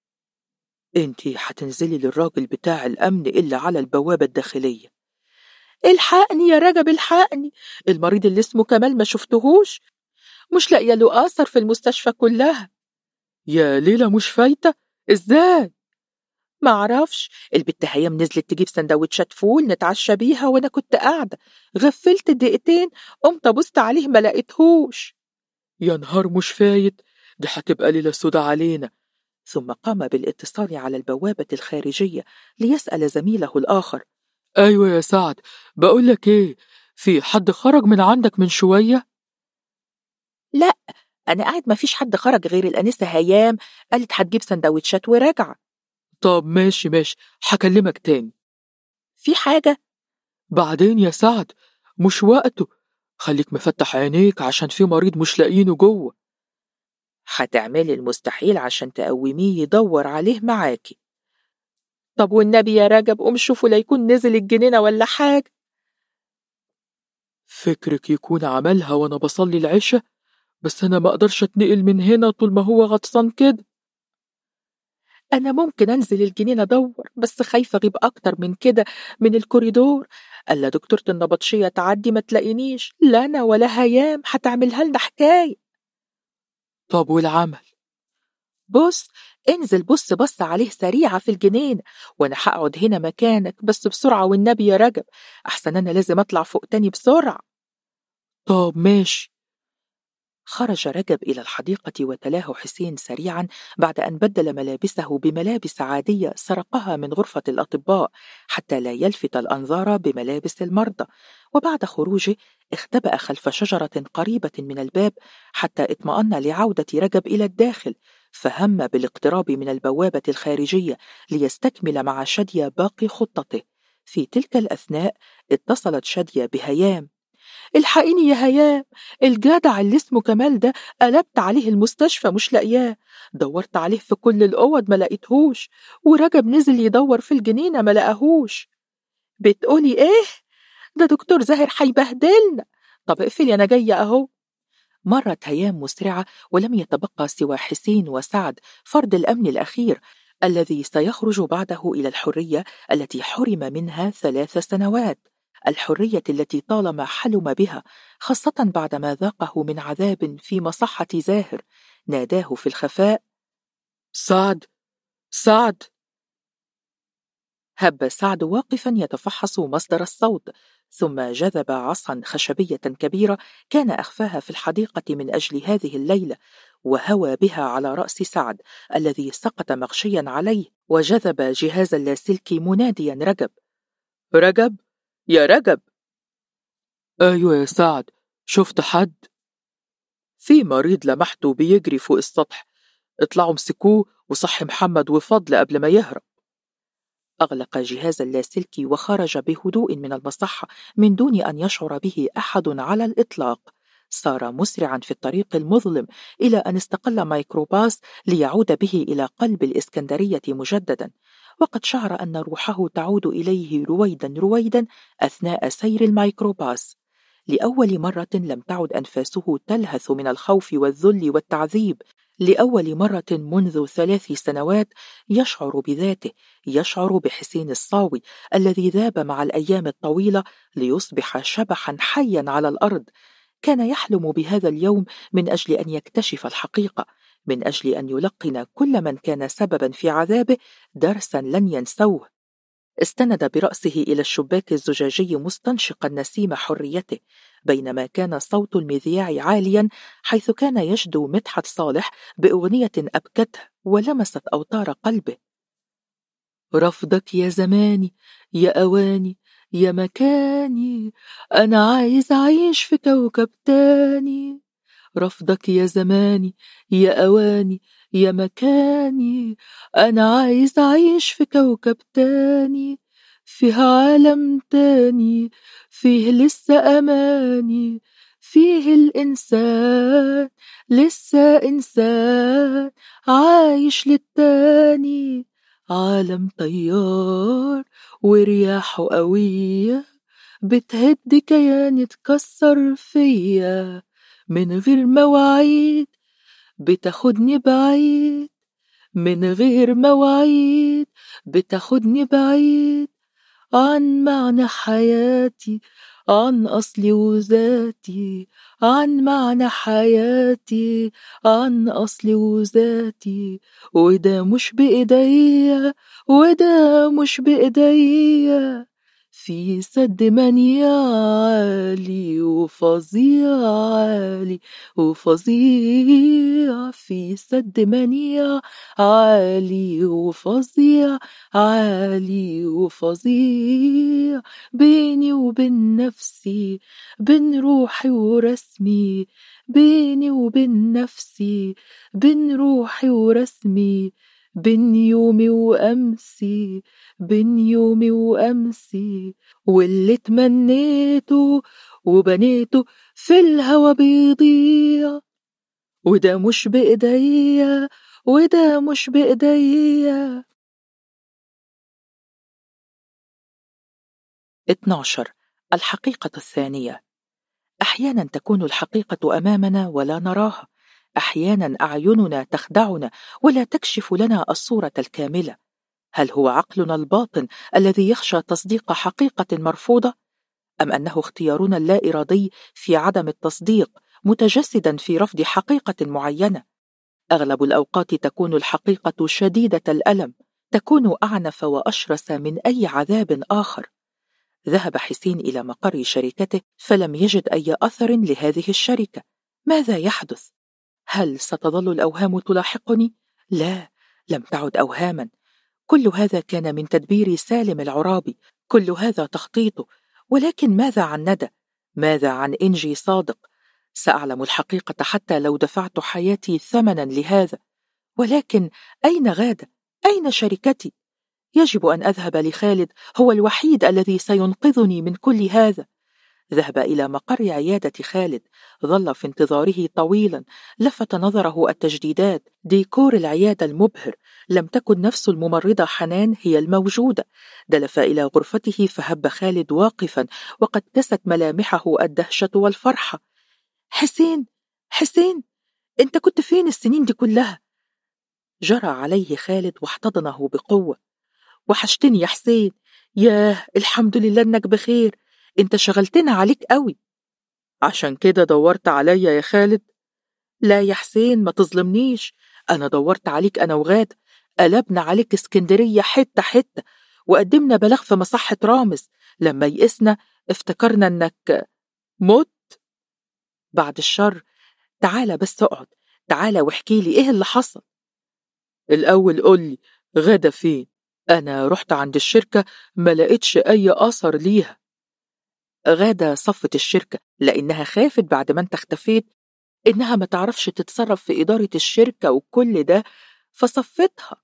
انتي هتنزلي للراجل بتاع الأمن إلا على البوابة الداخلية. الحقني يا رجب، الحقني، المريض اللي اسمه كمال ما شفتهوش، مش لاقيه له أثر في المستشفى كلها. يا ليلى، مش فايتة؟ ازاي؟ معرفش، البت هيام نزلت تجيب سندوتشات فول نتعشى بيها وانا كنت قاعدة، غفلت دقيقتين قمت ابص عليه ما لقيتهوش. يا نهار، مش فايت، دي هتبقى ليلة سودا علينا. ثم قام بالاتصال على البوابة الخارجية ليسأل زميله الآخر. أيوة يا سعد، بقولك إيه، في حد خرج من عندك من شوية؟ لا، أنا قاعد ما فيش حد خرج غير الأنسة هيام، قالت هتجيب سندوتشات وراجعة. طب ماشي هكلمك تاني. في حاجة؟ بعدين يا سعد، مش وقته، خليك مفتح عينيك عشان في مريض مش لاقيينه جوه. هتعملي المستحيل عشان تقوميه يدور عليه معاكي. طب والنبي يا رجب قوم شوفوا ليكون نزل الجنينة ولا حاجة. فكرك يكون عملها وانا بصلي العشاء، بس انا ما اقدرش اتنقل من هنا طول ما هو غطسان كده. أنا ممكن أنزل الجنينة أدور، بس خايفة أغيب أكتر من كده من الكوريدور، ألا دكتورة النبطشية تعدي ما تلاقينيش، لا أنا ولا هيام هتعملها لنا حكاية. طب والعمل؟ بص، انزل بص عليه سريعة في الجنينة، وأنا هقعد هنا مكانك، بس بسرعة والنبي يا رجب، أحسن أنا لازم أطلع فوق تاني بسرعة. طب ماشي. خرج رجب إلى الحديقة وتلاه حسين سريعا بعد أن بدل ملابسه بملابس عادية سرقها من غرفة الأطباء حتى لا يلفت الأنظار بملابس المرضى. وبعد خروجه اختبأ خلف شجرة قريبة من الباب حتى اطمأن لعودة رجب إلى الداخل، فهم بالاقتراب من البوابة الخارجية ليستكمل مع شادية باقي خطته. في تلك الأثناء اتصلت شادية بهيام. الحقيني يا هيام، الجدع اللي اسمه كمال ده قلبت عليه المستشفى مش لاقياه، دورت عليه في كل الأوض ما لقيتهوش، ورجب نزل يدور في الجنينة ما لقاهوش. بتقولي ايه؟ ده دكتور زاهر هيبهدلنا. طب اقفلي أنا جاية أهو. مرت هيام مسرعة ولم يتبقى سوى حسين وسعد فرد الأمن الأخير الذي سيخرج بعده إلى الحرية التي حرم منها 3 سنوات، الحرية التي طالما حلم بها، خاصة بعدما ذاقه من عذاب في مصحة زاهر. ناداه في الخفاء: سعد، سعد. هب سعد واقفا يتفحص مصدر الصوت، ثم جذب عصا خشبية كبيرة كان أخفاها في الحديقة من أجل هذه الليلة، وهوى بها على رأس سعد الذي سقط مغشيا عليه، وجذب جهاز اللاسلكي مناديا: رجب، رجب، يا رجب. أيوة يا سعد، شفت حد؟ في مريض لمحته بيجري فوق السطح، اطلعوا مسكوه وصحي محمد وفضل قبل ما يهرب. أغلق جهاز اللاسلكي وخرج بهدوء من المصحة من دون أن يشعر به أحد على الإطلاق. سار مسرعا في الطريق المظلم إلى أن استقل ميكروباص ليعود به إلى قلب الإسكندرية مجددا، وقد شعر أن روحه تعود إليه رويدا رويدا أثناء سير الميكروباص. لأول مرة لم تعد أنفاسه تلهث من الخوف والذل والتعذيب، لأول مرة منذ 3 سنوات يشعر بذاته، يشعر بحسين الصاوي الذي ذاب مع الأيام الطويلة ليصبح شبحا حيا على الأرض. كان يحلم بهذا اليوم من أجل أن يكتشف الحقيقة، من أجل أن يلقن كل من كان سببا في عذابه درسا لن ينسوه. استند برأسه إلى الشباك الزجاجي مستنشقا نسيم حريته، بينما كان صوت المذياع عاليا حيث كان يشدو مدحت صالح بأغنية أبكته ولمست أوتار قلبه. رفضك يا زماني يا أواني يا مكاني، أنا عايز أعيش في كوكب تاني. رفضك يا زماني يا أواني يا مكاني، أنا عايز أعيش في كوكب تاني، فيه عالم تاني، فيه لسه أماني، فيه الإنسان لسه إنسان عايش للتاني. عالم طيار ورياحه قوية بتهد كياني اتكسر فيا، من غير مواعيد بتاخدني بعيد، من غير مواعيد بتاخدني بعيد عن معنى حياتي، عن أصلي وذاتي، عن معنى حياتي، عن أصلي وذاتي. وده مش بإيديا، وده مش بإيديا، في سد منيع عالي وفظيع، عالي وفظيع، في سد منيع عالي وفظيع، عالي وفظيع، بيني وبين نفسي، بين روحي ورسمي، بيني وبين نفسي، بين روحي ورسمي، بين يومي وأمسي، بين يومي وأمسي. واللي تمنيته وبنيته في الهوى بيضيع، وده مش بإيديا، وده مش بإيديا. 12. الحقيقة الثانية. أحيانا تكون الحقيقة أمامنا ولا نراها، أحيانا أعيننا تخدعنا ولا تكشف لنا الصورة الكاملة. هل هو عقلنا الباطن الذي يخشى تصديق حقيقة مرفوضة، أم أنه اختيارنا اللا إرادي في عدم التصديق متجسدا في رفض حقيقة معينة؟ أغلب الأوقات تكون الحقيقة شديدة الألم، تكون أعنف وأشرس من أي عذاب آخر. ذهب حسين إلى مقر شركته فلم يجد أي أثر لهذه الشركة. ماذا يحدث؟ هل ستظل الأوهام تلاحقني؟ لا، لم تعد أوهاما. كل هذا كان من تدبير سالم العرابي، كل هذا تخطيطه. ولكن ماذا عن ندى؟ ماذا عن إنجي صادق؟ سأعلم الحقيقة حتى لو دفعت حياتي ثمنا لهذا. ولكن أين غادة؟ أين شركتي؟ يجب أن أذهب لخالد، هو الوحيد الذي سينقذني من كل هذا. ذهب إلى مقر عيادة خالد، ظل في انتظاره طويلا. لفت نظره التجديدات، ديكور العيادة المبهر. لم تكن نفس الممرضة حنان هي الموجودة. دلف إلى غرفته فهب خالد واقفا، وقد كست ملامحه الدهشة والفرحة. حسين، حسين، أنت كنت فين السنين دي كلها؟ جرى عليه خالد واحتضنه بقوة. وحشتني يا حسين، ياه الحمد لله إنك بخير، أنت شغلتنا عليك قوي. عشان كده دورت عليا يا خالد؟ لا يا حسين، ما تظلمنيش، أنا دورت عليك أنا وغادة، قلبنا عليك اسكندرية حتة حتة، وقدمنا بلاغ في مصحة رامز. لما يئسنا افتكرنا إنك مت. بعد الشر، تعالى بس اقعد، تعالى واحكي لي إيه اللي حصل. الأول قولي غادة فين؟ أنا رحت عند الشركة ما لقيتش أي أثر ليها. غادة صفت الشركة لأنها خافت بعد ما انت اختفيت إنها ما تعرفش تتصرف في إدارة الشركة وكل ده، فصفتها.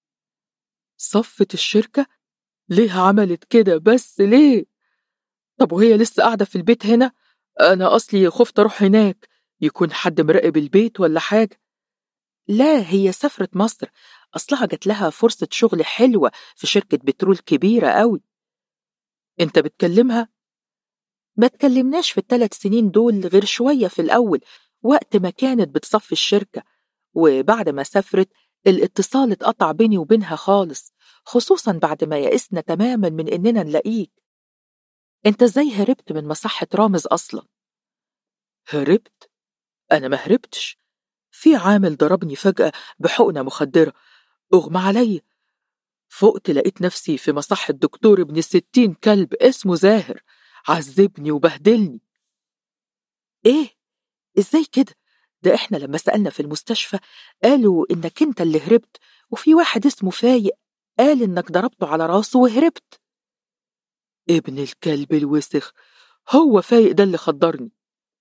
صفت الشركة؟ ليه عملت كده بس ليه؟ طب وهي لسه قاعدة في البيت هنا؟ أنا أصلي خفت أروح هناك يكون حد مراقب البيت ولا حاجة. لا، هي سافرت مصر، أصلها جات لها فرصة شغل حلوة في شركة بترول كبيرة قوي. أنت بتكلمها؟ ما تكلمناش في ال3 سنين دول غير شوية في الأول وقت ما كانت بتصفي الشركة، وبعد ما سافرت الاتصال اتقطع بيني وبينها خالص، خصوصا بعد ما يئسنا تماما من إننا نلاقيك. أنت إزاي هربت من مصحة رامز أصلا؟ هربت؟ أنا ما هربتش. في عامل ضربني فجأة بحقنة مخدرة، أغمى علي، فقت لقيت نفسي في مصحة دكتور ابن 60 كلب اسمه زاهر، عذبني وبهدلني. إيه؟ إزاي كده؟ ده إحنا لما سألنا في المستشفى قالوا إنك أنت اللي هربت، وفي واحد اسمه فايق قال إنك ضربته على راسه وهربت. ابن الكلب الوسخ، هو فايق ده اللي خدرني.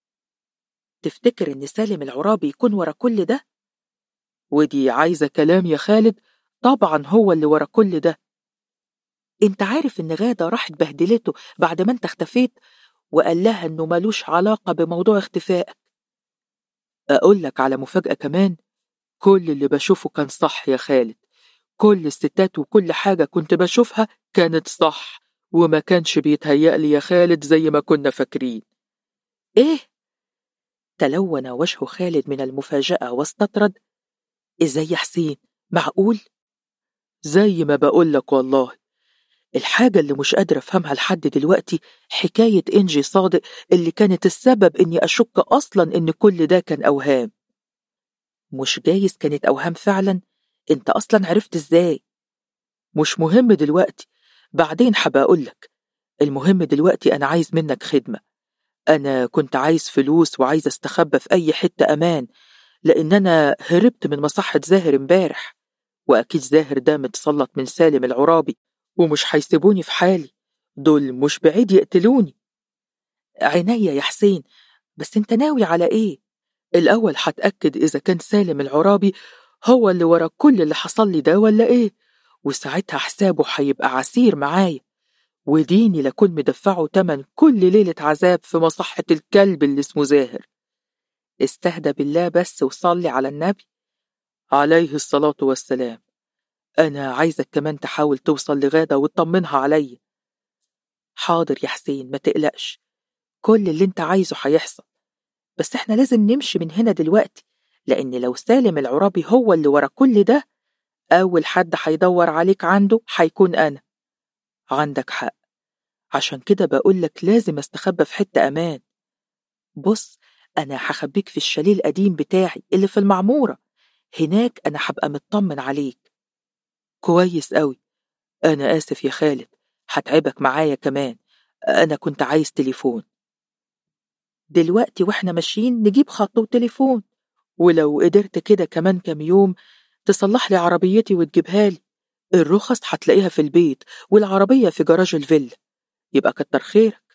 تفتكر إن سالم العرابي يكون ورا كل ده؟ ودي عايزة كلام يا خالد؟ طبعا هو اللي ورا كل ده. انت عارف ان غادة راحت بهدلته بعد ما انت اختفيت، وقال لها انه ملوش علاقة بموضوع اختفائك. اقول لك على مفاجأة كمان، كل اللي بشوفه كان صح يا خالد، كل الستات وكل حاجة كنت بشوفها كانت صح، وما كانش بيتهيألي يا خالد زي ما كنا فاكرين. ايه؟ تلون وجه خالد من المفاجأة واستطرد. ازاي يا حسين؟ معقول؟ زي ما بقولك والله. الحاجة اللي مش قادرة أفهمها لحد دلوقتي حكاية إنجي صادق اللي كانت السبب إني أشك أصلا إن كل ده كان أوهام. مش جايز كانت أوهام فعلا؟ أنت أصلا عرفت إزاي؟ مش مهم دلوقتي، بعدين حابة أقولك. المهم دلوقتي أنا عايز منك خدمة. أنا كنت عايز فلوس وعايز أستخبى في أي حتة أمان، لأن أنا هربت من مصحة زاهر امبارح، وأكيد زاهر ده متسلط من سالم العرابي، ومش هيسيبوني في حالي، دول مش بعيد يقتلوني. عينيا يا حسين، بس انت ناوي على ايه؟ الأول هتأكد إذا كان سالم العرابي هو اللي ورا كل اللي حصل لي ده ولا إيه، وساعتها حسابه هيبقى عسير معايا، وديني لكون مدفعه تمن كل ليلة عذاب في مصحة الكلب اللي اسمه زاهر. استهدى بالله بس وصلي على النبي عليه الصلاة والسلام. أنا عايزك كمان تحاول توصل لغادة وتطمنها عليا. حاضر يا حسين، ما تقلقش، كل اللي انت عايزه هيحصل، بس احنا لازم نمشي من هنا دلوقتي، لأن لو سالم العرابي هو اللي ورا كل ده، أول حد هيدور عليك عنده هيكون أنا. عندك حق، عشان كده بقولك لازم استخبى في حتة أمان. بص، أنا هخبيك في الشاليه القديم بتاعي اللي في المعمورة، هناك أنا هبقى مطمن عليك. كويس قوي. أنا آسف يا خالد، هتعبك معايا كمان، أنا كنت عايز تليفون. دلوقتي وإحنا ماشيين نجيب خط وتليفون، ولو قدرت كده كمان كام يوم تصلح لي عربيتي وتجيبها لي، الرخص هتلاقيها في البيت والعربية في جراج الفيلا، يبقى كتر خيرك.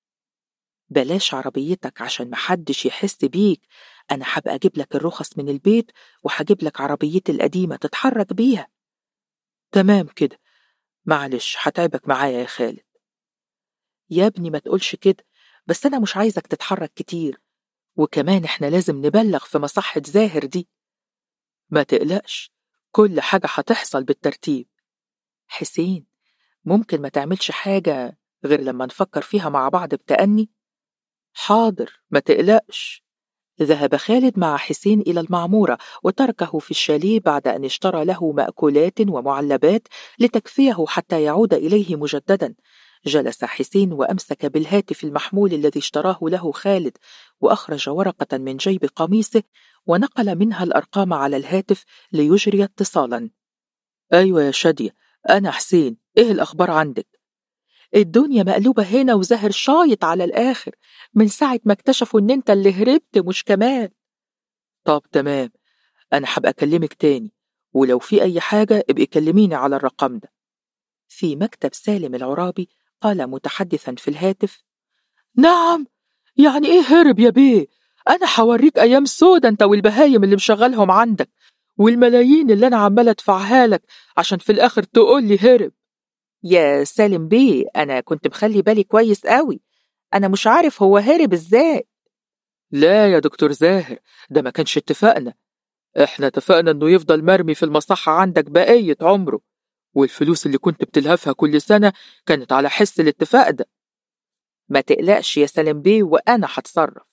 بلاش عربيتك عشان محدش يحس بيك، أنا هبقى أجيب لك الرخص من البيت وهجيب لك عربيتي القديمة تتحرك بيها. تمام كده، معلش هتعبك معايا يا خالد. يا ابني ما تقولش كده، بس أنا مش عايزك تتحرك كتير، وكمان إحنا لازم نبلغ في مصحة زاهر دي. ما تقلقش، كل حاجة هتحصل بالترتيب. حسين، ممكن ما تعملش حاجة غير لما نفكر فيها مع بعض بتأني؟ حاضر، ما تقلقش. ذهب خالد مع حسين إلى المعمورة وتركه في الشاليه بعد أن اشترى له مأكولات ومعلبات لتكفيه حتى يعود إليه مجددا. جلس حسين وأمسك بالهاتف المحمول الذي اشتراه له خالد، وأخرج ورقة من جيب قميصه ونقل منها الأرقام على الهاتف ليجري اتصالا. أيوة يا شادية، أنا حسين، إيه الأخبار عندك؟ الدنيا مقلوبة هنا وزهر شايط على الآخر من ساعة ما اكتشفوا إن أنت اللي هربت مش كمان. طب تمام، أنا هبقى أكلمك تاني، ولو في أي حاجة ابقي كلميني على الرقم ده. في مكتب سالم العرابي قال متحدثا في الهاتف: نعم، يعني إيه هرب يا بيه؟ أنا حوريك أيام سودة أنت والبهايم اللي مشغلهم عندك، والملايين اللي أنا عمالة أدفعها لك عشان في الآخر تقول لي هرب. يا سالم بيه، أنا كنت مخلي بالي كويس قوي، أنا مش عارف هو هرب إزاي. لا يا دكتور زاهر، ده ما كانش اتفقنا. احنا اتفقنا انه يفضل مرمي في المصحة عندك بقية عمره، والفلوس اللي كنت بتلهفها كل سنة كانت على حس الاتفاق ده. ما تقلقش يا سالم بيه وأنا هتصرف.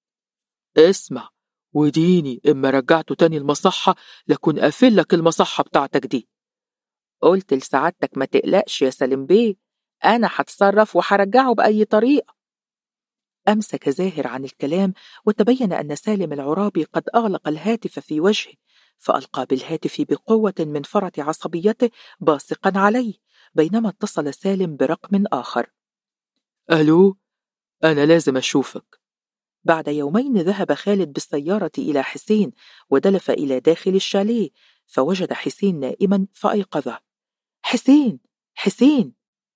اسمع وديني، اما رجعته تاني المصحة لكن قافل لك المصحة بتاعتك دي. قلت لسعادتك ما تقلقش يا سالم بيه، أنا هتصرف وهرجعه بأي طريقة. أمسك زاهر عن الكلام، وتبين أن سالم العرابي قد أغلق الهاتف في وجهه، فألقى بالهاتف بقوة من فرط عصبيته باصقا عليه، بينما اتصل سالم برقم آخر. ألو، أنا لازم أشوفك. بعد يومين ذهب خالد بالسيارة إلى حسين ودلف إلى داخل الشاليه، فوجد حسين نائما فأيقظه. حسين، حسين!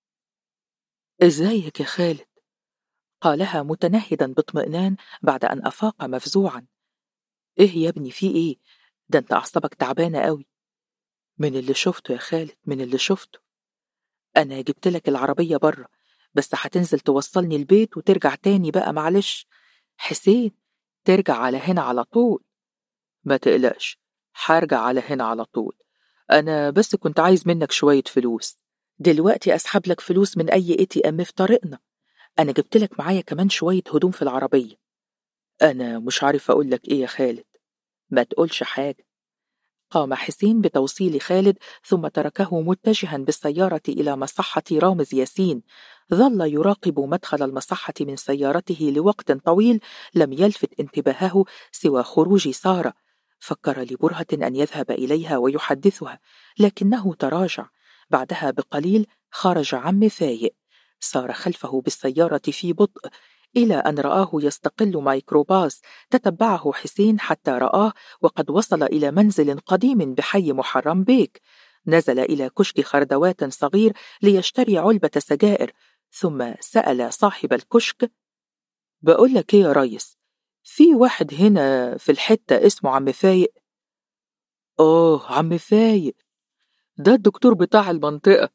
إزيك يا خالد؟ قالها متنهدا باطمئنان بعد أن أفاق مفزوعا. إيه يا ابني، في إيه؟ ده أنت أعصابك تعبانة قوي. من اللي شفته يا خالد، من اللي شفته. أنا جبت لك العربية بره، بس هتنزل توصلني البيت وترجع تاني بقى، معلش. حسين، ترجع على هنا على طول. ما تقلقش، هرجع على هنا على طول. أنا بس كنت عايز منك شوية فلوس. دلوقتي أسحب لك فلوس من أي ATM في طريقنا. أنا جبت لك معايا كمان شوية هدوم في العربية. أنا مش عارف أقول لك إيه يا خالد. ما تقولش حاجة. قام حسين بتوصيل خالد، ثم تركه متجها بالسيارة إلى مصحة رامز ياسين. ظل يراقب مدخل المصحة من سيارته لوقت طويل، لم يلفت انتباهه سوى خروج سارة. فكر لبرهة أن يذهب إليها ويحدثها، لكنه تراجع. بعدها بقليل خرج عم فايق. سار خلفه بالسيارة في بطء إلى أن رآه يستقل ميكروباص. تتبعه حسين حتى رآه وقد وصل إلى منزل قديم بحي محرم بيك. نزل إلى كشك خردوات صغير ليشتري علبة سجائر، ثم سأل صاحب الكشك: بقول لك إيه يا ريس، في واحد هنا في الحتة اسمه عم فايق؟ عم فايق ده الدكتور بتاع المنطقة.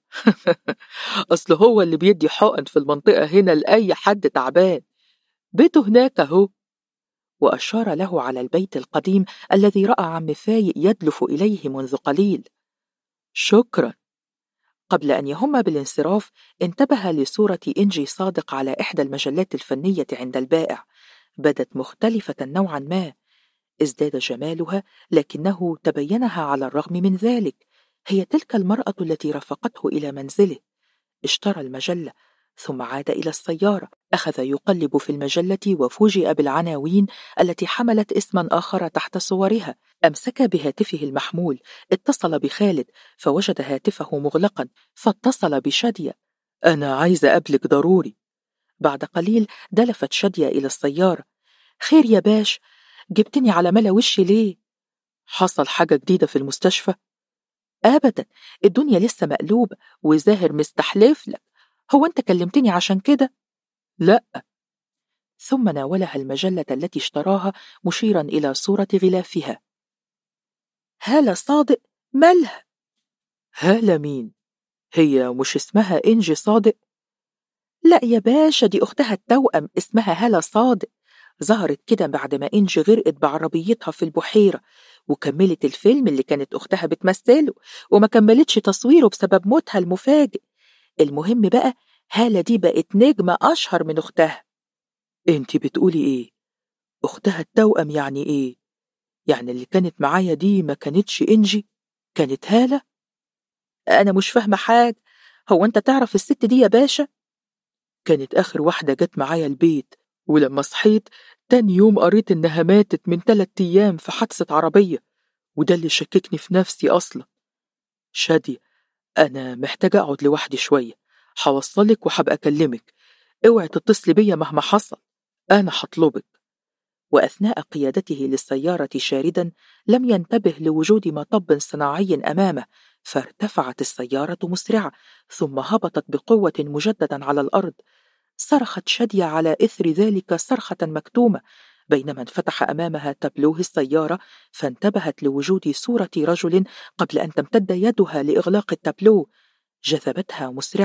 أصل هو اللي بيدي حقن في المنطقة هنا لأي حد تعبان. بيته هناك أهو. وأشار له على البيت القديم الذي رأى عم فايق يدلف إليه منذ قليل. شكرا. قبل أن يهم بالانصراف، انتبه لصورة إنجي صادق على إحدى المجلات الفنية عند البائع. بدت مختلفة نوعا ما. ازداد جمالها، لكنه تبينها على الرغم من ذلك هي تلك المرأة التي رافقته إلى منزله. اشترى المجلة، ثم عاد إلى السيارة. أخذ يقلب في المجلة وفوجئ بالعناوين التي حملت اسما آخر تحت صورها. أمسك بهاتفه المحمول، اتصل بخالد فوجد هاتفه مغلقا، فاتصل بشادية: أنا عايز أقابلك ضروري. بعد قليل دلفت شادية إلى السيارة. خير يا باش، جبتني على ملا وشي ليه؟ حصل حاجة جديدة في المستشفى؟ أبدا، الدنيا لسه مقلوبة وزاهر مستحلف لك. هو أنت كلمتني عشان كده؟ لا. ثم ناولها المجلة التي اشتراها مشيرا إلى صورة غلافها. هالة صادق مالها؟ هالة مين؟ هي مش اسمها إنجي صادق؟ لا يا باشا، دي أختها التوأم اسمها هالة صادق. ظهرت كده بعد ما إنجي غرقت بعربيتها في البحيرة، وكملت الفيلم اللي كانت أختها بتمثله، وما كملتش تصويره بسبب موتها المفاجئ. المهم بقى، هالة دي بقت نجمة أشهر من أختها. انتي بتقولي ايه؟ أختها التوأم يعني ايه؟ يعني اللي كانت معايا دي ما كانتش إنجي، كانت هالة؟ أنا مش فاهمة حاجة. هو أنت تعرف الست دي يا باشا؟ كانت آخر واحدة جت معايا البيت، ولما صحيت تاني يوم قريت إنها ماتت من 3 أيام في حادثة عربية، وده اللي شككني في نفسي أصلا. شادية، أنا محتاجة أقعد لوحدي شوية، هوصلك وهبقى أكلمك. اوعي تتصلي بيا مهما حصل، أنا هطلبك. وأثناء قيادته للسيارة شاردا لم ينتبه لوجود مطب صناعي أمامه، فارتفعت السيارة مسرعة، ثم هبطت بقوة مجددا على الأرض. صرخت شادية على إثر ذلك صرخة مكتومة، بينما انفتح أمامها تابلوه السيارة، فانتبهت لوجود صورة رجل قبل أن تمتد يدها لإغلاق التابلو. جذبتها مسرعة،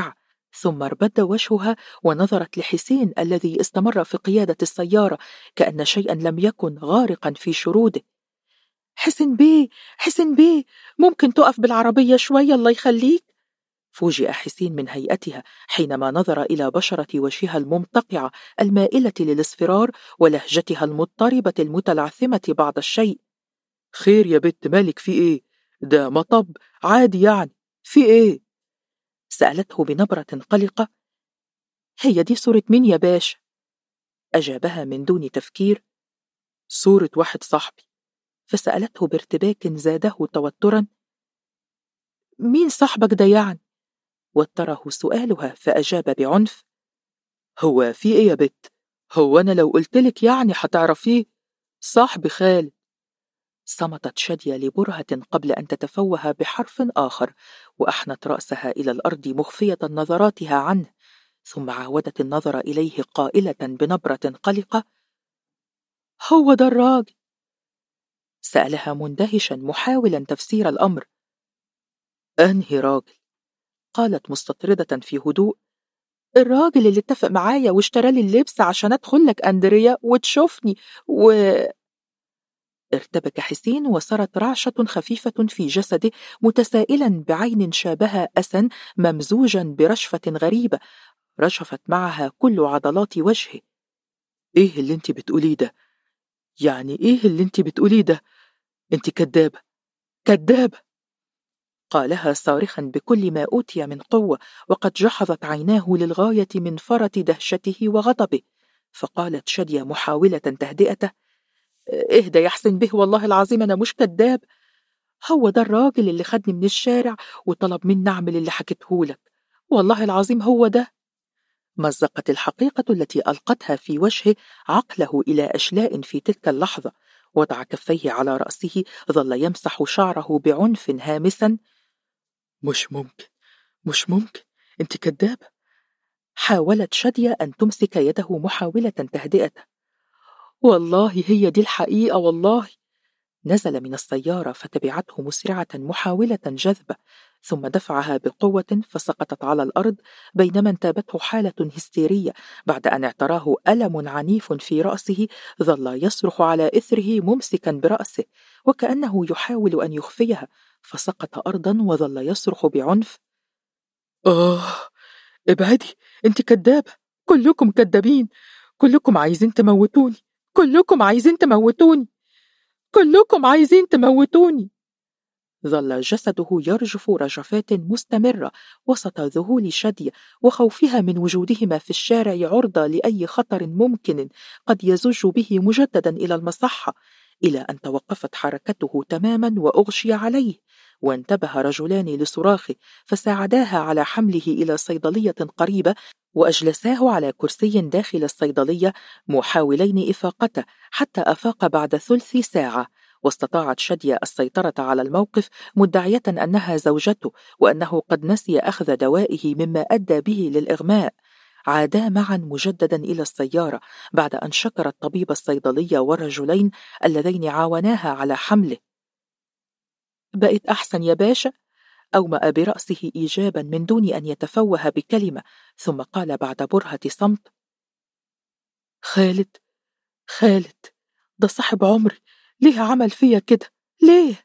ثم اربد وجهها ونظرت لحسين الذي استمر في قيادة السيارة كأن شيئا لم يكن غارقا في شروده. حسن بيه، حسن بيه، ممكن تقف بالعربية شوية الله يخليك؟ فوجئ حسين من هيئتها حينما نظر إلى بشرة وجهها الممتقعة المائلة للاصفرار ولهجتها المضطربة المتلعثمة بعض الشيء. خير يا بت، مالك في ايه؟ ده مطب عادي يعني، في ايه؟ سألته بنبرة قلقة. هي دي صورة مين يا باشا؟ أجابها من دون تفكير. صورة واحد صاحبي. فسألته بارتباك زاده توترا. مين صاحبك ده يعني؟ وتره سؤالها فأجاب بعنف. هو في ايه يا بت؟ هو أنا لو قلتلك يعني هتعرفيه؟ صاحبي خالد. صمتت شادية لبرهة قبل أن تتفوه بحرف آخر، وأحنت رأسها إلى الأرض مخفية نظراتها عنه، ثم عاودت النظر إليه قائلة بنبرة قلقة. هو ده الراجل؟ سألها مندهشا محاولا تفسير الأمر. أنهي راجل؟ قالت مستطردة في هدوء. الراجل اللي اتفق معايا واشترى لي اللبس عشان أدخل لك أندريا وتشوفني ارتبك حسين وسرت رعشة خفيفة في جسده متسائلا بعين شابها أسا ممزوجا برشفة غريبة رشفت معها كل عضلات وجهه. ايه اللي انت بتقوليه ده؟ يعني ايه اللي انت بتقوليه ده؟ انت كدابة، كدابة، قالها صارخا بكل ما أوتي من قوة وقد جحظت عيناه للغاية من فرط دهشته وغضبه. فقالت شادية محاولة تهدئته. اهدى يا حسن به، والله العظيم أنا مش كداب. هو ده الراجل اللي خدني من الشارع وطلب مني أعمل اللي حكيتهولك، والله العظيم هو ده. مزقت الحقيقة التي ألقتها في وجهه عقله إلى أشلاء في تلك اللحظة. وضع كفيه على رأسه، ظل يمسح شعره بعنف هامسا. مش ممكن، مش ممكن، انت كدابة. حاولت شادية أن تمسك يده محاولة تهدئته. والله هي دي الحقيقة والله. نزل من السيارة فتبعته مسرعة محاولة جذبه، ثم دفعها بقوة فسقطت على الأرض بينما انتابته حالة هستيرية بعد أن اعتراه ألم عنيف في رأسه. ظل يصرخ على إثره ممسكا برأسه وكأنه يحاول أن يخفيها، فسقط أرضا وظل يصرخ بعنف. ابعدي، انت كدابة، كلكم كدابين، كلكم عايزين تموتوني، كلكم عايزين تموتوني، كلكم عايزين تموتوني. ظل جسده يرجف رجفات مستمرة وسط ذهول شادية وخوفها من وجودهما في الشارع عرضة لأي خطر ممكن قد يزج به مجددا إلى المصحة، إلى أن توقفت حركته تماما وأغشي عليه، وانتبه رجلان لصراخه فساعداها على حمله إلى صيدلية قريبة وأجلساه على كرسي داخل الصيدلية محاولين إفاقته حتى أفاق بعد ثلث ساعة. واستطاعت شادية السيطرة على الموقف مدعية أنها زوجته وأنه قد نسي أخذ دوائه مما أدى به للإغماء. عادا معا مجددا إلى السيارة بعد أن شكر الطبيب الصيدلي والرجلين اللذين عاوناها على حمله. بقيت أحسن يا باشا؟ أومأ برأسه إيجابا من دون أن يتفوه بكلمة، ثم قال بعد برهة صمت. خالد، خالد ده صاحب عمري، ليه عمل فيا كده؟ ليه؟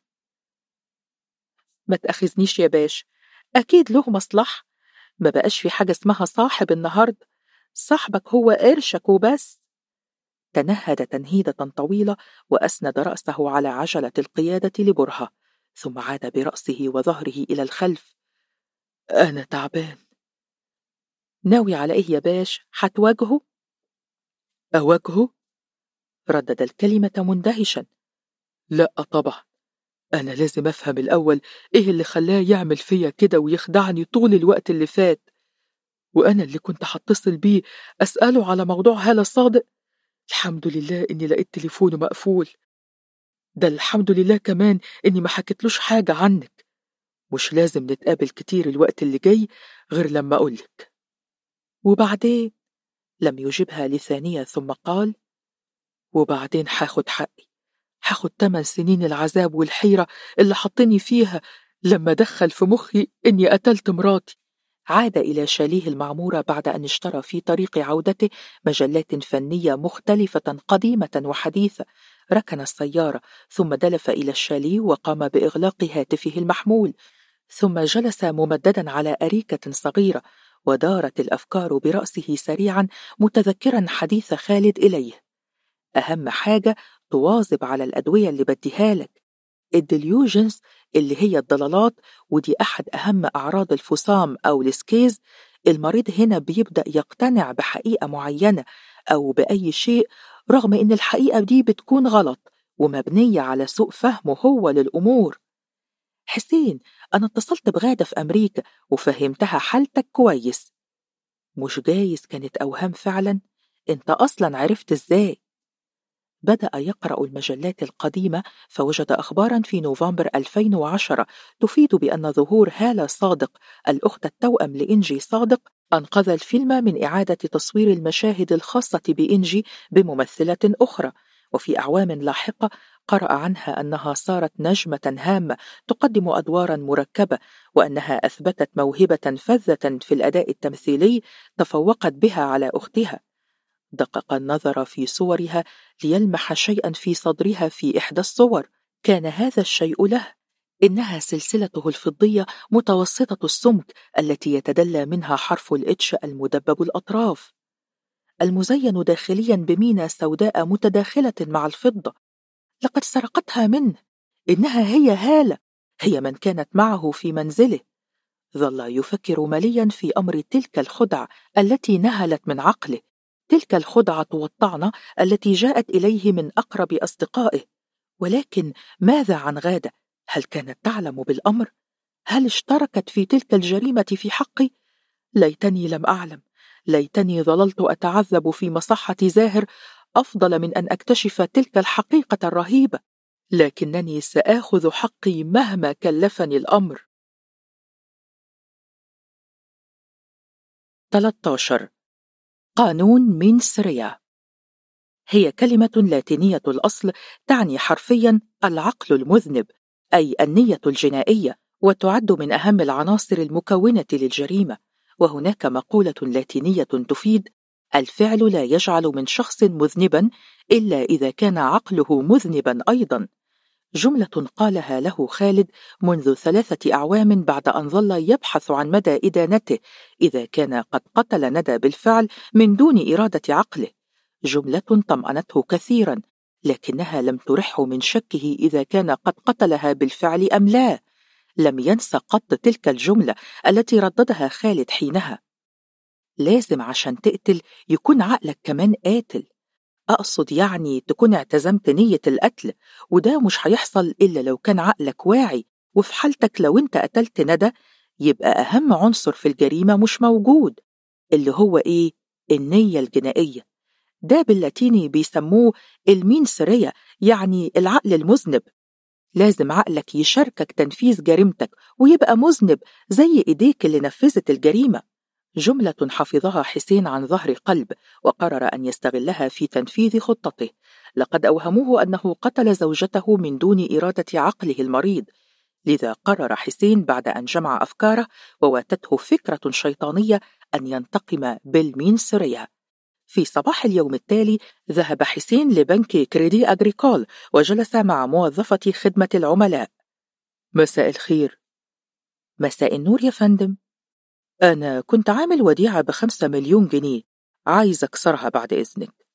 ما تأخذنيش يا باش، أكيد له مصلحة، ما بقاش في حاجة اسمها صاحب النهاردة، صاحبك هو قرشك وبس. تنهد تنهيدة طويلة وأسند رأسه على عجلة القيادة لبرهة، ثم عاد برأسه وظهره إلى الخلف. أنا تعبان. ناوي على إيه يا باش؟ حتواجهه؟ أواجهه؟ ردد الكلمة مندهشا. لا طبعا، أنا لازم أفهم الأول إيه اللي خلاه يعمل فيا كده ويخدعني طول الوقت اللي فات، وأنا اللي كنت هتصل بيه أسأله على موضوع هالة صادق. الحمد لله إني لقيت تليفونه مقفول، ده الحمد لله كمان إني ما حكيتلوش حاجة عنك. مش لازم نتقابل كتير الوقت اللي جاي غير لما أقولك. وبعدين؟ لم يجبها لثانية ثم قال. وبعدين حاخد حقي، حاخد 8 سنين العذاب والحيرة اللي حطني فيها لما دخل في مخي إني قتلت مراتي. عاد إلى شاليه المعمورة بعد أن اشترى في طريق عودته مجلات فنية مختلفة قديمة وحديثة. ركن السيارة ثم دلف إلى الشاليه وقام بإغلاق هاتفه المحمول، ثم جلس ممددا على أريكة صغيرة، ودارت الأفكار برأسه سريعا متذكرا حديث خالد إليه. أهم حاجة تواظب على الأدوية اللي بديها لك، الديليوجنز اللي هي الضلالات، ودي أحد أهم أعراض الفصام أو السكيز. المريض هنا بيبدأ يقتنع بحقيقة معينة أو بأي شيء رغم إن الحقيقة دي بتكون غلط ومبنية على سوء فهمه هو للأمور. حسين، أنا اتصلت بغادة في أمريكا وفهمتها حالتك كويس. مش جايز كانت أوهام فعلا؟ أنت أصلا عرفت إزاي؟ بدأ يقرأ المجلات القديمة فوجد أخبارا في نوفمبر 2010 تفيد بأن ظهور هالة صادق الأخت التوأم لإنجي صادق أنقذ الفيلم من إعادة تصوير المشاهد الخاصة بإنجي بممثلة أخرى. وفي أعوام لاحقة قرأ عنها أنها صارت نجمة هامة تقدم أدوارا مركبة، وأنها أثبتت موهبة فذة في الأداء التمثيلي تفوقت بها على أختها. دقق النظر في صورها ليلمح شيئا في صدرها في إحدى الصور، كان هذا الشيء له. إنها سلسلته الفضية متوسطة السمك التي يتدلى منها حرف الإتش المدبب الأطراف، المزين داخليا بمينا سوداء متداخلة مع الفضة. لقد سرقتها منه. إنها هي هالة، هي من كانت معه في منزله. ظل يفكر مليا في أمر تلك الخدعة التي نهلت من عقله، تلك الخدعة والطعنة التي جاءت إليه من أقرب أصدقائه. ولكن ماذا عن غادة؟ هل كانت تعلم بالأمر؟ هل اشتركت في تلك الجريمة في حقي؟ ليتني لم أعلم، ليتني ظللت أتعذب في مصحة زاهر أفضل من أن أكتشف تلك الحقيقة الرهيبة، لكنني سآخذ حقي مهما كلفني الأمر. 13. قانون مينس ريا. هي كلمة لاتينية الأصل تعني حرفيا العقل المذنب، أي النية الجنائية، وتعد من أهم العناصر المكونة للجريمة. وهناك مقولة لاتينية تفيد: الفعل لا يجعل من شخص مذنبا إلا إذا كان عقله مذنبا أيضا. جملة قالها له خالد منذ 3 أعوام بعد أن ظل يبحث عن مدى إدانته إذا كان قد قتل ندى بالفعل من دون إرادة عقله. جملة طمأنته كثيرا، لكنها لم ترحه من شكه إذا كان قد قتلها بالفعل أم لا. لم ينسى قط تلك الجملة التي رددها خالد حينها: لازم عشان تقتل يكون عقلك كمان قاتل. أقصد يعني تكون اعتزمت نية القتل، وده مش هيحصل إلا لو كان عقلك واعي. وفي حالتك لو انت قتلت ندى يبقى أهم عنصر في الجريمة مش موجود، اللي هو إيه؟ النية الجنائية. ده باللاتيني بيسموه المينس ريا، يعني العقل المذنب. لازم عقلك يشاركك تنفيذ جريمتك ويبقى مذنب زي إيديك اللي نفذت الجريمة. جملة حفظها حسين عن ظهر قلب، وقرر أن يستغلها في تنفيذ خطته. لقد أوهموه أنه قتل زوجته من دون إرادة عقله المريض، لذا قرر حسين بعد أن جمع أفكاره وواتته فكرة شيطانية أن ينتقم بالمينس ريا. في صباح اليوم التالي ذهب حسين لبنك كريدي أغريكول وجلس مع موظفة خدمة العملاء. مساء الخير. مساء النور يا فندم. أنا كنت عامل وديعة ب5 مليون جنيه، عايز أكسرها بعد إذنك.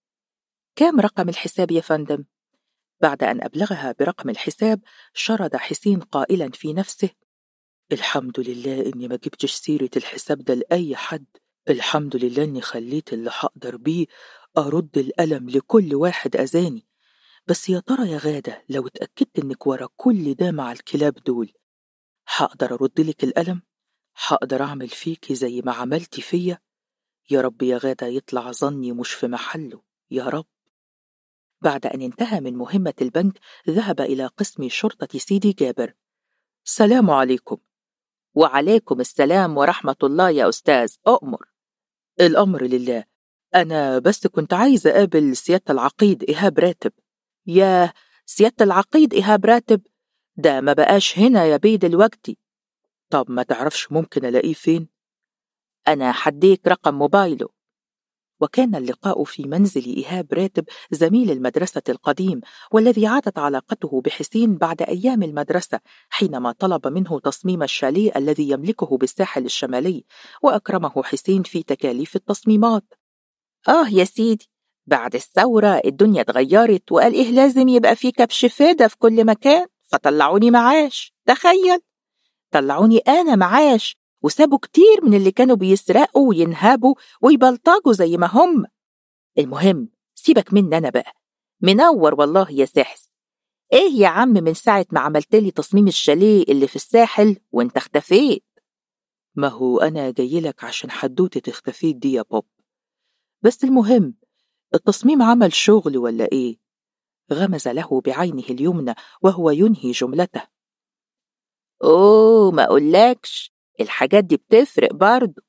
كام رقم الحساب يا فندم؟ بعد أن أبلغها برقم الحساب شرد حسين قائلا في نفسه: الحمد لله إني ما جبتش سيرة الحساب ده لأي حد، الحمد لله إني خليت اللي هقدر بيه أرد الألم لكل واحد أذاني. بس يا ترى يا غادة لو اتأكدت إنك ورا كل ده مع الكلاب دول هقدر أرد لك الألم؟ هقدر أعمل فيكي زي ما عملتي فيا؟ يا رب يا غادة يطلع ظني مش في محله يا رب. بعد أن انتهى من مهمة البنك ذهب إلى قسم شرطة سيدي جابر. السلام عليكم. وعليكم السلام ورحمة الله يا أستاذ، أؤمر. الأمر لله، أنا بس كنت عايزة أقابل سيادة العقيد إيهاب راتب. يا سيادة العقيد إيهاب راتب ده ما بقاش هنا يا بيه دلوقتي. طب ما تعرفش ممكن ألاقيه فين؟ أنا حديك رقم موبايله. وكان اللقاء في منزل إيهاب راتب زميل المدرسة القديم، والذي عادت علاقته بحسين بعد أيام المدرسة حينما طلب منه تصميم الشاليه الذي يملكه بالساحل الشمالي، وأكرمه حسين في تكاليف التصميمات. يا سيدي، بعد الثورة الدنيا اتغيرت وقال إيه لازم يبقى في كبش فدا في كل مكان، فطلعوني معاش. تخيل، طلعوني أنا معاش وسابوا كتير من اللي كانوا بيسرقوا وينهبوا ويبلطجوا زي ما هم. المهم سيبك مني أنا بقى، منور والله يا سحس. إيه يا عم من ساعة ما عملت لي تصميم الشاليه اللي في الساحل وانت اختفيت؟ ما هو أنا جايلك عشان حدوتة اختفيت دي يا بوب. بس المهم، التصميم عمل شغل ولا إيه؟ غمز له بعينه اليمنى وهو ينهي جملته. ما أقولكش، الحاجات دي بتفرق برضو.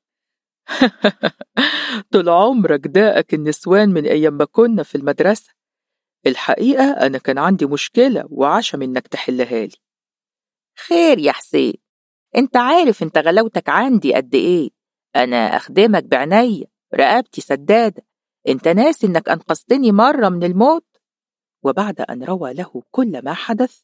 طول عمرك داقك النسوان من أيام ما كنا في المدرسة. الحقيقة أنا كان عندي مشكلة وعشم إنك تحلها لي. خير يا حسين، انت عارف انت غلاوتك عندي قد ايه. انا اخدمك بعناية، رقبتي سدادة. انت ناسي انك انقذتني مرة من الموت؟ وبعد أن روى له كل ما حدث: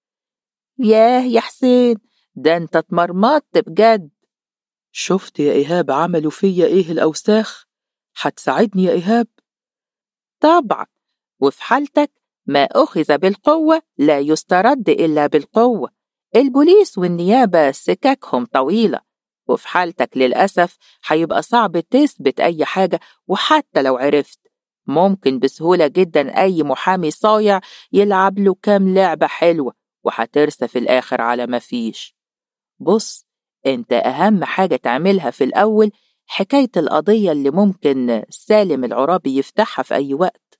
ياه يا حسين، ده انت اتمرمطت بجد. شفت يا إيهاب عملوا فيا إيه الأوساخ؟ هتساعدني يا إيهاب؟ طبعا، وفي حالتك ما أخذ بالقوة لا يسترد إلا بالقوة. البوليس والنيابة سكاكهم طويلة، وفي حالتك للأسف هيبقى صعب تثبت أي حاجة، وحتى لو عرفت ممكن بسهولة جدا أي محامي صايع يلعب له كام لعبة حلوة وهترسى في الآخر على مفيش. بص، انت أهم حاجة تعملها في الأول حكاية القضية اللي ممكن سالم العرابي يفتحها في أي وقت.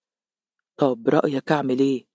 طب رأيك أعمل إيه؟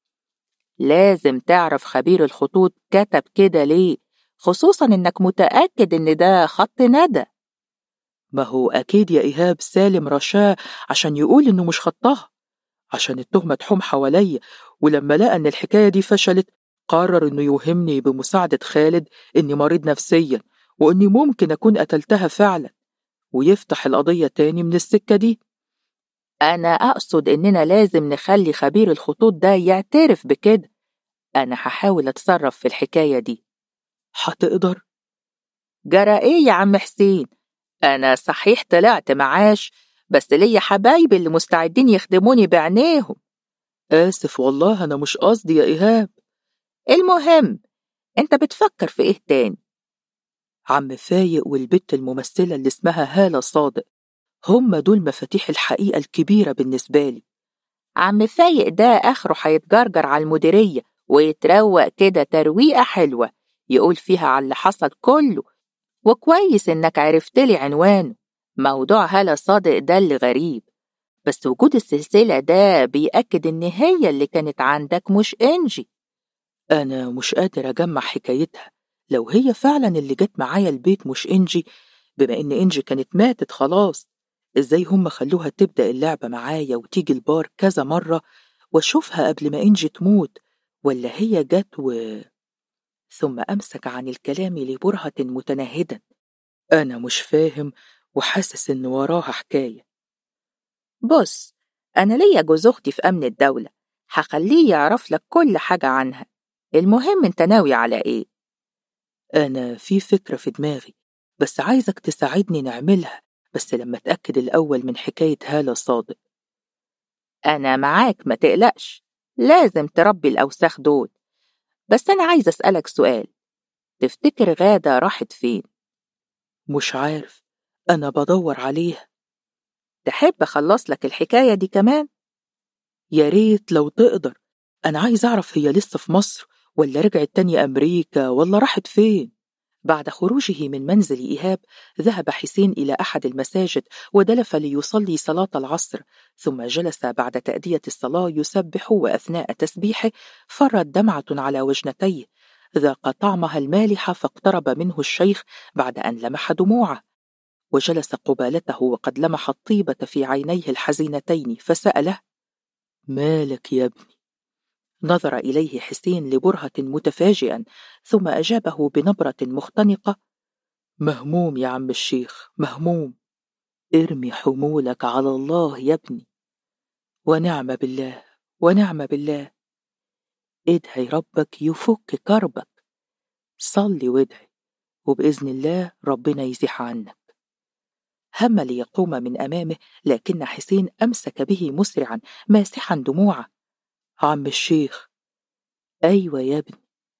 لازم تعرف خبير الخطوط كتب كده ليه، خصوصا إنك متأكد إن ده خط ندى. ما هو أكيد يا إيهاب سالم رشاه عشان يقول إنه مش خطها، عشان التهمة تحوم حواليا. ولما لقى إن الحكاية دي فشلت قرر إنه يوهمني بمساعدة خالد إني مريض نفسيا، وإني ممكن أكون قتلتها فعلا، ويفتح القضية تاني من السكة دي. أنا أقصد إننا لازم نخلي خبير الخطوط ده يعترف بكده. أنا هحاول أتصرف في الحكاية دي. هتقدر؟ جرى إيه يا عم حسين؟ أنا صحيح طلعت معاش، بس ليا حبايبي اللي مستعدين يخدموني بعينيهم. آسف والله، أنا مش قصدي يا إيهاب. المهم، أنت بتفكر في إيه تاني؟ عم فايق والبت الممثلة اللي اسمها هالة صادق، هم دول مفاتيح الحقيقة الكبيرة بالنسبة لي. عم فايق ده آخره هيتجرجر على المديرية ويتروق كده ترويقة حلوة يقول فيها على اللي حصل كله. وكويس إنك عرفت لي عنوانه. موضوع هالة صادق ده اللي غريب، بس وجود السلسلة ده بيأكد إن هي اللي كانت عندك مش إنجي. أنا مش قادر أجمع حكايتها. لو هي فعلا اللي جت معايا البيت مش إنجي، بما إن إنجي كانت ماتت خلاص، إزاي هم خلوها تبدأ اللعبة معايا وتيجي البار كذا مرة وأشوفها قبل ما إنجي تموت؟ ولا هي جت ثم أمسك عن الكلام لبرهة متنهدا. أنا مش فاهم وحاسس إن وراها حكاية. بص، أنا ليا جوز أختي في أمن الدولة، هخليه يعرف لك كل حاجة عنها. المهم أنت ناوي على إيه؟ أنا في فكرة في دماغي، بس عايزك تساعدني نعملها، بس لما أتأكد الأول من حكاية هالة صادق. أنا معاك ما تقلقش، لازم تربي الأوساخ دول. بس أنا عايز أسألك سؤال، تفتكر غادة راحت فين؟ مش عارف، أنا بدور عليها. تحب أخلص لك الحكاية دي كمان؟ يا ريت لو تقدر. أنا عايز أعرف هي لسه في مصر ولا رجعت تاني أمريكا ولا راحت فين. بعد خروجه من منزل إيهاب ذهب حسين إلى أحد المساجد ودلف ليصلي صلاة العصر، ثم جلس بعد تأدية الصلاة يسبح، وأثناء تسبيحه فرت دمعة على وجنتيه، ذاق طعمها المالح فاقترب منه الشيخ بعد أن لمح دموعه، وجلس قبالته وقد لمح الطيبة في عينيه الحزينتين فسأله: مالك يا ابني؟ نظر إليه حسين لبرهة متفاجئا، ثم أجابه بنبرة مختنقة: مهموم يا عم الشيخ، مهموم. ارمي حمولك على الله يا ابني. ونعم بالله، ونعم بالله. ادعي ربك يفك كربك. صلي وادعي، وبإذن الله ربنا يزيح عنك. هم ليقوم من أمامه، لكن حسين أمسك به مسرعا ماسحا دموعه. عم الشيخ. أيوة يا ابني،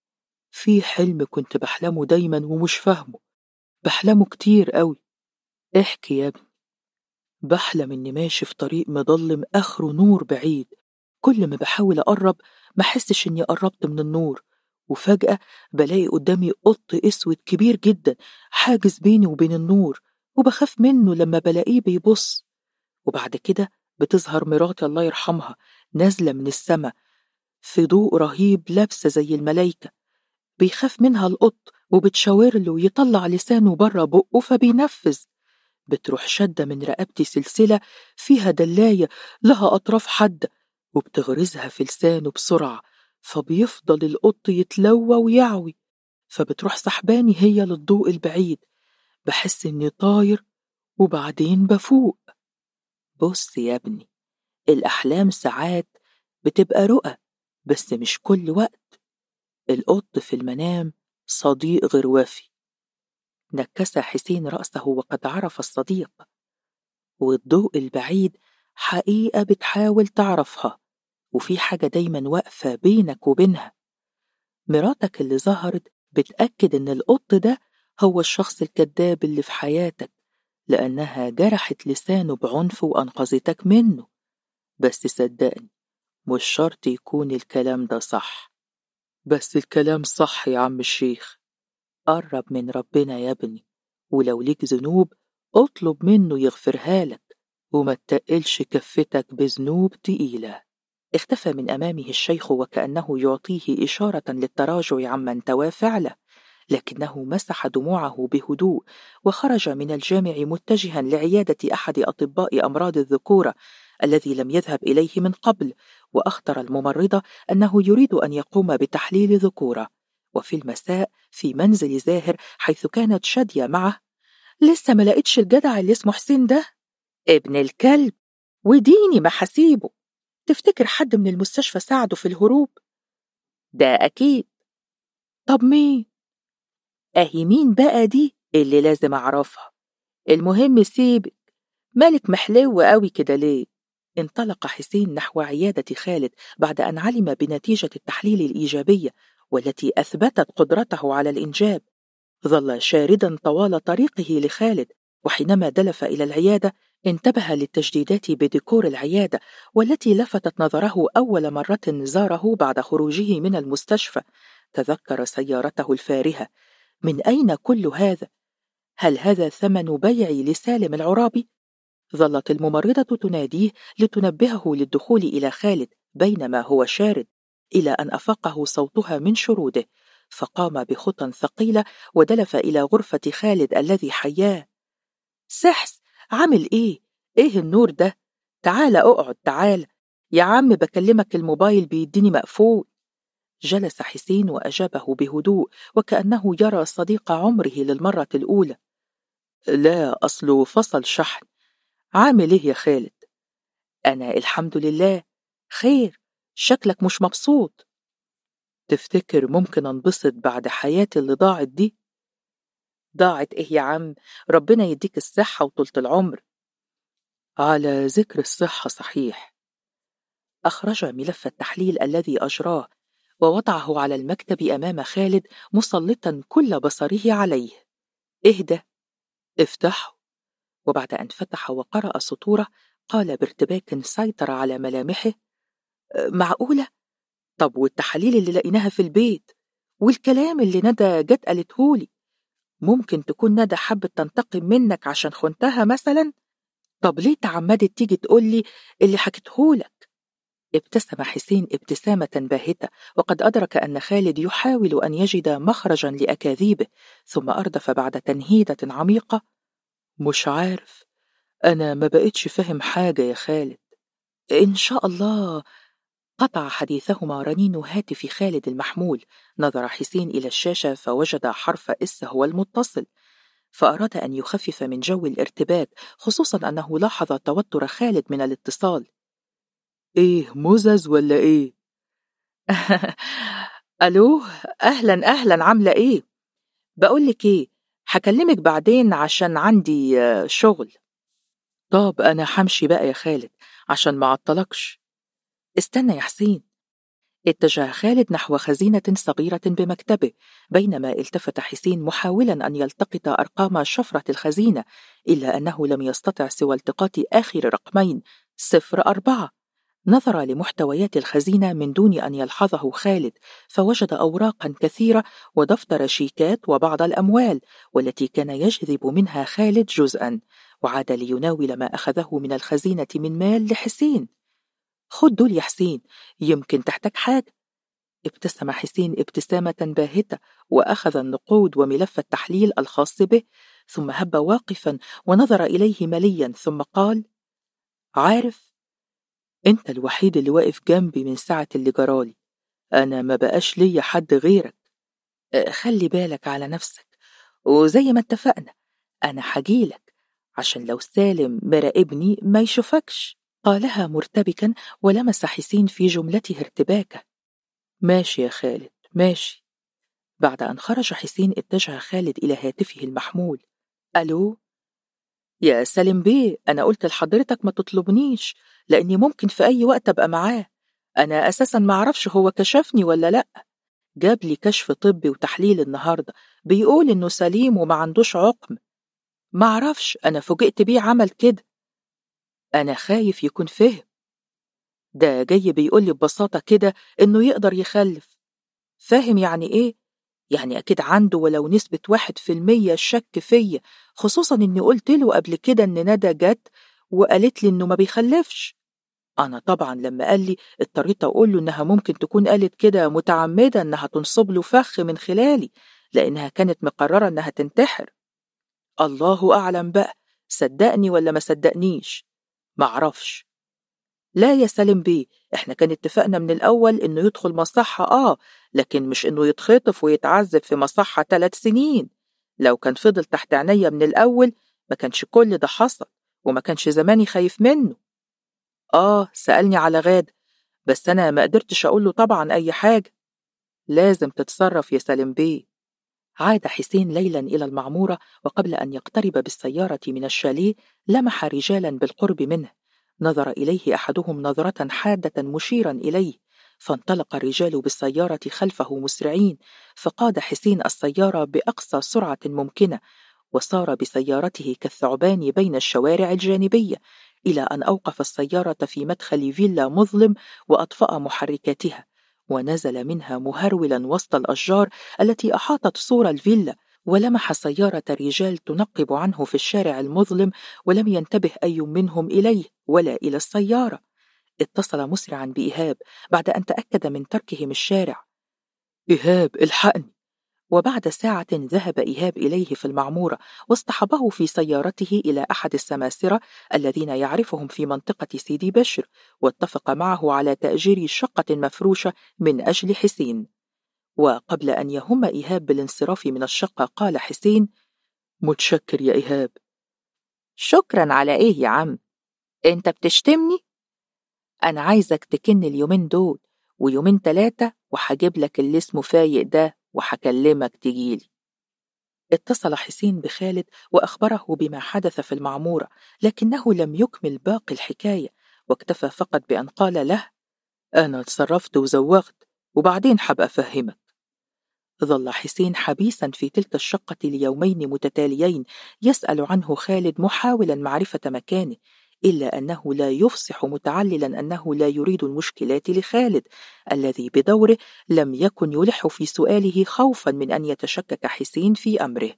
في حلم كنت بحلمه دايما ومش فاهمه، بحلمه كتير قوي. احكي يا ابني. بحلم إني ماشي في طريق مضلم آخره نور بعيد، كل ما بحاول أقرب ما حسش إني قربت من النور، وفجأة بلاقي قدامي قط أسود كبير جدا حاجز بيني وبين النور، وبخاف منه لما بلاقيه بيبص. وبعد كده بتظهر مراتي الله يرحمها نازلة من السما في ضوء رهيب لابسة زي الملايكة، بيخاف منها القط وبتشاور له يطلع لسانه بره بقه فبينفذ. بتروح شدة من رقبتي سلسلة فيها دلاية لها أطراف حادة، وبتغرزها في لسانه بسرعة، فبيفضل القط يتلوى ويعوي. فبتروح سحباني هي للضوء البعيد، بحس إني طاير وبعدين بفوق. بص يا ابني، الأحلام ساعات بتبقى رؤى، بس مش كل وقت. القط في المنام صديق غير وفي. نكس حسين رأسه وقد عرف الصديق، والضوء البعيد حقيقة بتحاول تعرفها، وفي حاجة دايما واقفة بينك وبينها. مراتك اللي ظهرت بتأكد إن القط ده هو الشخص الكذاب اللي في حياتك، لأنها جرحت لسانه بعنف وأنقذتك منه. بس صدقني، مش شرط يكون الكلام ده صح. بس الكلام صح يا عم الشيخ. قرب من ربنا يا ابني، ولو ليك ذنوب اطلب منه يغفرها لك، وما تتقلش كفتك بذنوب تقيلة. اختفى من أمامه الشيخ وكأنه يعطيه إشارة للتراجع عمن توى فعله، لكنه مسح دموعه بهدوء وخرج من الجامع متجها لعيادة أحد أطباء أمراض الذكورة الذي لم يذهب إليه من قبل، وأخطر الممرضة أنه يريد أن يقوم بتحليل ذكورة. وفي المساء في منزل زاهر حيث كانت شادية معه، لسه ما لقيتش الجدع اللي اسمه حسين ده؟ ابن الكلب، وديني ما حسيبه. تفتكر حد من المستشفى ساعده في الهروب؟ ده أكيد. طب مين؟ أهي مين بقى دي اللي لازم أعرفها. المهم سيبك، مالك محلو قوي كده ليه؟ انطلق حسين نحو عيادة خالد بعد أن علم بنتيجة التحليل الإيجابية والتي أثبتت قدرته على الإنجاب. ظل شاردا طوال طريقه لخالد، وحينما دلف إلى العيادة انتبه للتجديدات بديكور العيادة والتي لفتت نظره أول مرة زاره بعد خروجه من المستشفى. تذكر سيارته الفارهة. من أين كل هذا؟ هل هذا ثمن بيعي لسالم العرابي؟ ظلت الممرضة تناديه لتنبهه للدخول إلى خالد بينما هو شارد، إلى أن أفاقه صوتها من شروده، فقام بخطى ثقيلة ودلف إلى غرفة خالد الذي حياه. سحس، عامل إيه؟ إيه النور ده؟ تعال أقعد، تعال يا عم، بكلمك الموبايل بيديني مقفول. جلس حسين وأجابه بهدوء وكأنه يرى صديق عمره للمرة الأولى. لا، أصله فصل شحن. عامل إيه يا خالد؟ أنا الحمد لله خير، شكلك مش مبسوط. تفتكر ممكن أنبسط بعد حياتي اللي ضاعت دي؟ ضاعت إيه يا عم؟ ربنا يديك الصحة وطولة العمر. على ذكر الصحة صحيح. أخرج ملف التحليل الذي أجراه ووضعه على المكتب أمام خالد مسلطا كل بصره عليه. اهدى، افتحه. وبعد أن فتح وقرأ سطوره قال بارتباك سيطر على ملامحه: معقولة؟ طب والتحاليل اللي لقيناها في البيت والكلام اللي ندى جت قالتهولي، ممكن تكون ندى حبت تنتقم منك عشان خنتها مثلا؟ طب ليه تعمدت تيجي تقولي اللي حكيتهولك؟ ابتسم حسين ابتسامة باهتة، وقد أدرك أن خالد يحاول أن يجد مخرجا لأكاذيبه، ثم أردف بعد تنهيدة عميقة: مش عارف، أنا ما بقتش فاهم حاجة يا خالد. إن شاء الله. قطع حديثهما رنين هاتف خالد المحمول. نظر حسين إلى الشاشة فوجد حرف اس هو المتصل، فأراد أن يخفف من جو الارتباك، خصوصا أنه لاحظ توتر خالد من الاتصال. إيه مزز ولا إيه؟ ألو، أهلا، عاملة إيه؟ بقولك إيه، هكلمك بعدين عشان عندي شغل. طب أنا حمشي بقى يا خالد عشان ما عطلكش. استنى يا حسين. اتجه خالد نحو خزينة صغيرة بمكتبه، بينما التفت حسين محاولا أن يلتقط أرقام شفرة الخزينة، إلا أنه لم يستطع سوى التقاط آخر رقمين 04. نظر لمحتويات الخزينة من دون أن يلحظه خالد، فوجد أوراقا كثيرة ودفتر شيكات وبعض الأموال، والتي كان يجذب منها خالد جزءا، وعاد ليناول ما أخذه من الخزينة من مال لحسين. خد دول يا حسين، يمكن تحتاج حاجة. ابتسم حسين ابتسامة باهتة وأخذ النقود وملف التحليل الخاص به، ثم هب واقفا ونظر إليه مليا، ثم قال: عارف، انت الوحيد اللي واقف جنبي من ساعة اللي جرالي، أنا ما بقاش ليا حد غيرك. خلي بالك على نفسك، وزي ما اتفقنا أنا حجيلك عشان لو سالم مراقبني ما يشوفكش. قالها مرتبكا ولمس حسين في جملته ارتباكه. ماشي يا خالد ماشي. بعد أن خرج حسين اتجه خالد إلى هاتفه المحمول. ألو يا سالم بيه، أنا قلت لحضرتك ما تطلبنيش لأني ممكن في أي وقت أبقى معاه. أنا أساسا ما أعرفش هو كشفني ولا لأ، جاب لي كشف طبي وتحليل النهاردة، بيقول إنه سليم وما عندوش عقم. ما أعرفش، أنا فوجئت بيه عمل كده. أنا خايف يكون فهم، ده جاي بيقول لي ببساطة كده إنه يقدر يخلف. فاهم يعني إيه؟ يعني أكيد عنده ولو نسبة 1% شك فيا، خصوصا إني قلت له قبل كده إن ندى جت وقالت لي إنه ما بيخلفش. أنا طبعا لما قال لي اضطريت أقول له إنها ممكن تكون قالت كده متعمدة إنها تنصب له فخ من خلالي، لأنها كانت مقررة إنها تنتحر. الله أعلم بقى، صدقني ولا ما صدقنيش، معرفش. لا يا سالم بيه، احنا كان اتفقنا من الأول إنه يدخل مصحة لكن مش إنه يتخطف ويتعذب في مصحة 3 سنين. لو كان فضل تحت عينيا من الأول ما كانش كل ده حصل، وما كانش زماني خايف منه. سألني على غادة، بس أنا ما قدرتش أقول له طبعا أي حاجة. لازم تتصرف يا سالم بيه. عاد حسين ليلا إلى المعمورة، وقبل أن يقترب بالسيارة من الشاليه لمح رجالا بالقرب منه، نظر إليه أحدهم نظرة حادة مشيرا إليه، فانطلق الرجال بالسيارة خلفه مسرعين، فقاد حسين السيارة بأقصى سرعة ممكنة، وسار بسيارته كالثعبان بين الشوارع الجانبية، إلى أن أوقف السيارة في مدخل فيلا مظلم وأطفأ محركاتها، ونزل منها مهرولا وسط الأشجار التي أحاطت سور الفيلا، ولمح سيارة رجال تنقب عنه في الشارع المظلم، ولم ينتبه أي منهم إليه ولا إلى السيارة. اتصل مسرعا بإيهاب بعد أن تأكد من تركهم الشارع. إيهاب الحقني. وبعد ساعة ذهب إيهاب إليه في المعمورة، واصطحبه في سيارته إلى أحد السماسرة الذين يعرفهم في منطقة سيدي بشر، واتفق معه على تأجير شقة مفروشة من أجل حسين. وقبل أن يهم إيهاب بالانصراف من الشقة قال حسين: متشكر يا إيهاب. شكرا على إيه يا عم؟ أنت بتشتمني؟ أنا عايزك تكن اليومين دول ويومين 3 وحجيب لك اللي اسمه فايق ده وحكلمك تجيلي. اتصل حسين بخالد وأخبره بما حدث في المعمورة، لكنه لم يكمل باقي الحكاية، واكتفى فقط بأن قال له: أنا اتصرفت وزوغت وبعدين حبقى أفهمك. ظل حسين حبيسا في تلك الشقة ليومين متتاليين يسأل عنه خالد محاولا معرفة مكانه، إلا أنه لا يفصح متعللا أنه لا يريد المشكلات لخالد، الذي بدوره لم يكن يلح في سؤاله خوفا من أن يتشكك حسين في أمره.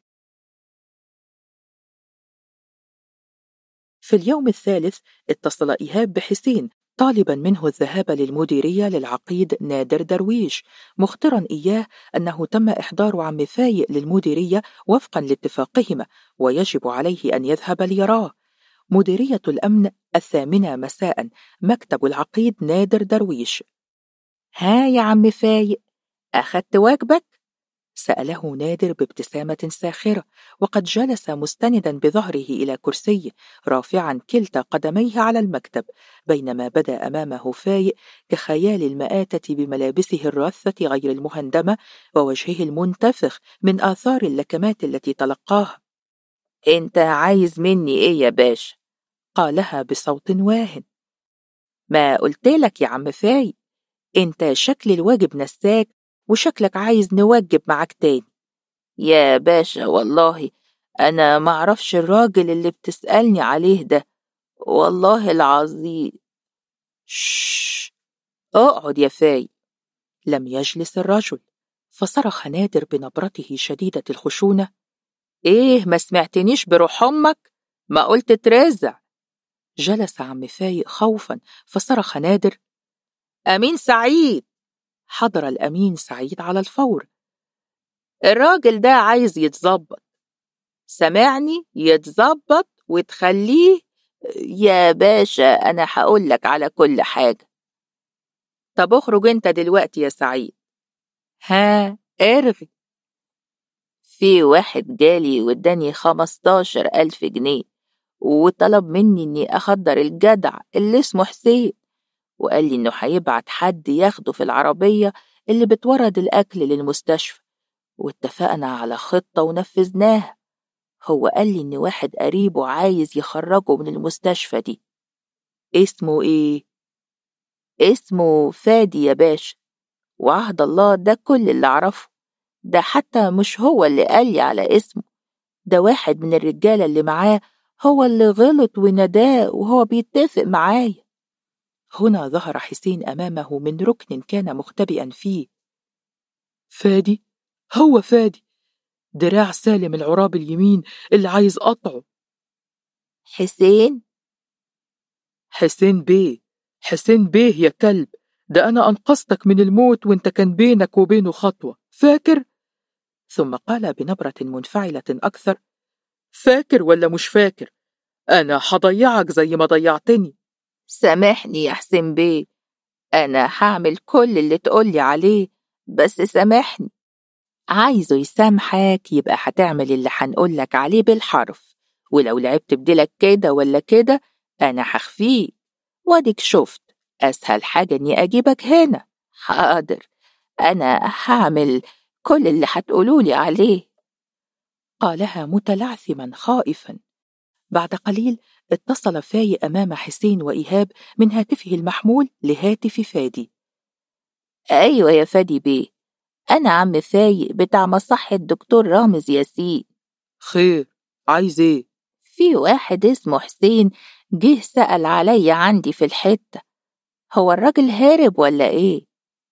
في اليوم الثالث اتصل إيهاب بحسين طالبا منه الذهاب للمديرية للعقيد نادر درويش، مخبرا إياه أنه تم إحضار عم فايق للمديرية وفقا لاتفاقهما، ويجب عليه أن يذهب ليراه. مديرية الأمن 8 مساء، مكتب العقيد نادر درويش. ها يا عم فايق، أخدت واجبك؟ سأله نادر بابتسامة ساخرة، وقد جلس مستندا بظهره إلى كرسي رافعا كلتا قدميه على المكتب، بينما بدا أمامه فايق كخيال المآتة بملابسه الراثة غير المهندمة ووجهه المنتفخ من آثار اللكمات التي تلقاها. انت عايز مني ايه يا باشا؟ قالها بصوت واهن. ما قلتلك يا عم فايق، انت شكل الواجب نساك وشكلك عايز نوجب معاك تاني. يا باشا والله أنا معرفش الراجل اللي بتسألني عليه ده، والله العظيم. شش، اقعد يا فايق. لم يجلس الرجل، فصرخ نادر بنبرته شديدة الخشونة: ايه ما سمعتنيش بروح أمك؟ ما قلت ترزع. جلس عم فايق خوفا، فصرخ نادر: أمين سعيد. حضر الأمين سعيد على الفور. الراجل ده عايز يتظبط، سمعني؟ يتظبط وتخليه. يا باشا أنا هقولك على كل حاجة. طب اخرج انت دلوقتي يا سعيد. ها ارغي. في واحد جالي واداني 15,000 جنيه وطلب مني اني اخدر الجدع اللي اسمه حسين، وقال لي انه هيبعت حد ياخده في العربية اللي بتورد الاكل للمستشفى، واتفقنا على خطة ونفذناها. هو قال لي ان واحد قريبه عايز يخرجه من المستشفى دي. اسمه ايه؟ اسمه فادي يا باشا، وعهد الله ده كل اللي اعرفه. ده حتى مش هو اللي قال لي على اسمه، ده واحد من الرجالة اللي معاه هو اللي غلط وناداه وهو بيتفق معايا. هنا ظهر حسين أمامه من ركن كان مختبئا فيه. فادي؟ هو فادي، دراع سالم العراب اليمين اللي عايز قطعه. حسين؟ حسين بيه، حسين بيه يا كلب، ده أنا أنقذتك من الموت وانت كان بينك وبينه خطوة، فاكر؟ ثم قال بنبرة منفعلة أكثر: فاكر ولا مش فاكر؟ أنا هضيعك زي ما ضيعتني. سامحني يا حسين بيه، أنا هعمل كل اللي تقولي عليه، بس سامحني. عايزه يسامحك يبقى هتعمل اللي هنقولك عليه بالحرف، ولو لعبت بديلك كده ولا كده أنا هخفيه. واديك شفت أسهل حاجة إني أجيبك هنا. حاضر، أنا هعمل كل اللي هتقولولي عليه. قالها متلعثما خائفا. بعد قليل اتصل فاي أمام حسين وإيهاب من هاتفه المحمول لهاتف فادي. أيوة يا فادي بيه، أنا عم فايق بتاع مصحة الدكتور رامز ياسين. خير، عايز ايه؟ في واحد اسمه حسين جه سأل عليا عندي في الحتة، هو الراجل هارب ولا ايه؟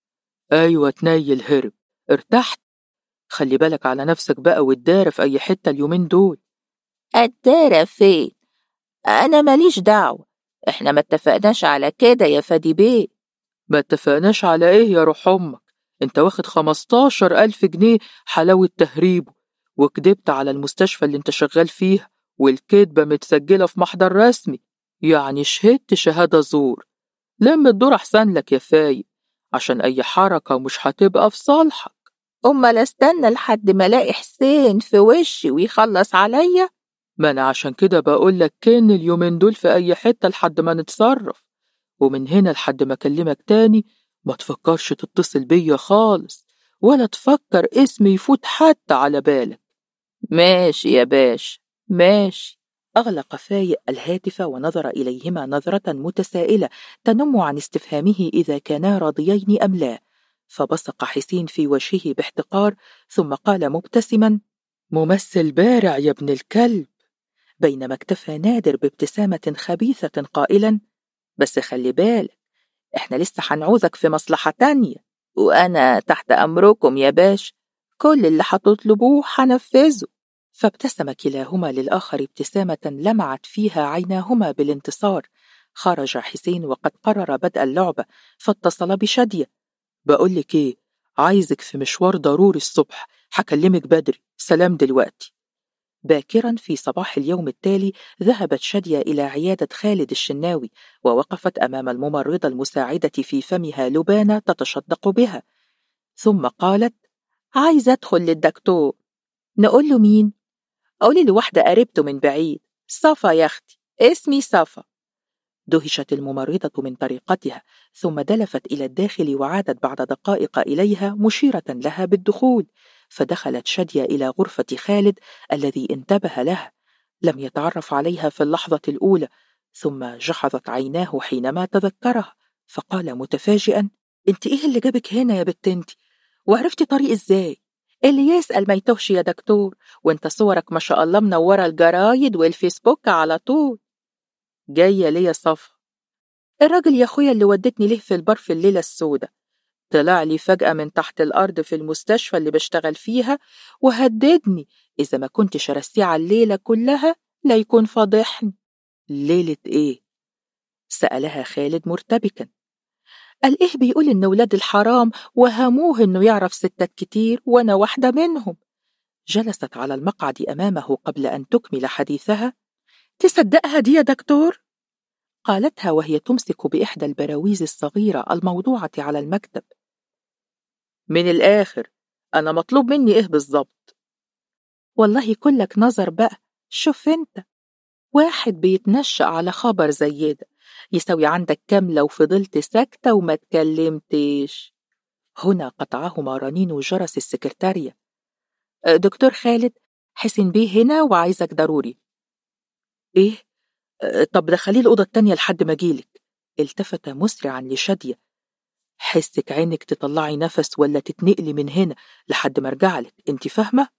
ايوه تنيل هرب، ارتحت. خلي بالك على نفسك بقى والدارة في اي حتة اليومين دول. الدارة فين؟ أنا ماليش دعوة، احنا ما اتفقناش على كده يا فادي بيه. ما اتفقناش على ايه يا روح امك؟ انت واخد 15,000 جنيه حلاوة تهريبه، وكدبت على المستشفى اللي انت شغال فيها، والكدبة متسجلة في محضر رسمي، يعني شهدت شهادة زور. لم الدور احسن لك يا فايق، عشان اي حركة مش هتبقى في صالحك. أمال استنى لحد ما الاقي حسين في وشي ويخلص عليا؟ ما انا عشان كده بقولك كان اليومين دول في اي حتة لحد ما نتصرف، ومن هنا لحد ما اكلمك تاني ما تفكرش تتصل بيا خالص، ولا تفكر اسمي يفوت حتى على بالك. ماشي يا باش، ماشي. أغلق فايق الهاتف ونظر إليهما نظرة متسائلة تنم عن استفهامه إذا كانا راضيين أم لا، فبصق حسين في وجهه باحتقار، ثم قال مبتسما: ممثل بارع يا ابن الكلب. بينما اكتفى نادر بابتسامة خبيثة قائلا: بس خلي بالك، احنا لسه هنعوزك في مصلحة تانية. وأنا تحت أمركم يا باش، كل اللي هتطلبوه هنفذه. فابتسم كلاهما للآخر ابتسامة لمعت فيها عيناهما بالانتصار. خرج حسين وقد قرر بدء اللعبة، فاتصل بشادية: بقولك ايه، عايزك في مشوار ضروري الصبح، هكلمك بدري، سلام دلوقتي. باكرا في صباح اليوم التالي ذهبت شادية إلى عيادة خالد الشناوي، ووقفت أمام الممرضة المساعدة في فمها لبانة تتشدق بها، ثم قالت: عايزة أدخل للدكتور. نقول له مين؟ قولي له واحدة قريبته من بعيد. صفا يا أختي، اسمي صفا. دهشت الممرضة من طريقتها، ثم دلفت إلى الداخل وعادت بعد دقائق إليها مشيرة لها بالدخول. فدخلت شادية إلى غرفة خالد الذي انتبه لها. لم يتعرف عليها في اللحظة الأولى، ثم جحظت عيناه حينما تذكرها، فقال متفاجئا: انت ايه اللي جابك هنا يا بنت انت؟ وعرفتي طريق ازاي؟ اللي يسأل ما يتوهش يا دكتور، وانت صورك ما شاء الله منورة الجرايد والفيسبوك على طول. جاية ليه يا صفا؟ الراجل يا اخويا اللي ودتني ليه في البار في الليلة السوداء طلع لي فجأة من تحت الأرض في المستشفى اللي بشتغل فيها، وهددني إذا ما كنتش أرسيه على الليلة كلها لا يكون فاضحني. ليلة إيه؟ سألها خالد مرتبكا. قال إيه؟ بيقول إن ولاد الحرام وهموه إنه يعرف ستات كتير وأنا واحدة منهم. جلست على المقعد أمامه قبل أن تكمل حديثها. تصدقها دي يا دكتور؟ قالتها وهي تمسك بإحدى البراويز الصغيرة الموضوعة على المكتب. من الآخر، أنا مطلوب مني إيه بالظبط؟ والله كلك نظر بقى. شوف انت، واحد بيتنشأ على خبر زي ده يسوي عندك كام لو فضلت ساكتة وما تكلمتش؟ هنا قطعهما رنين جرس السكرتارية. دكتور خالد، حسين بيه هنا وعايزك ضروري. ايه؟ طب دخليه الأوضة التانية لحد ما جيلك. التفت مسرعا لشادية. حسك عينك تطلعي نفس ولا تتنقلي من هنا لحد ما ارجعلك، انت فاهمة؟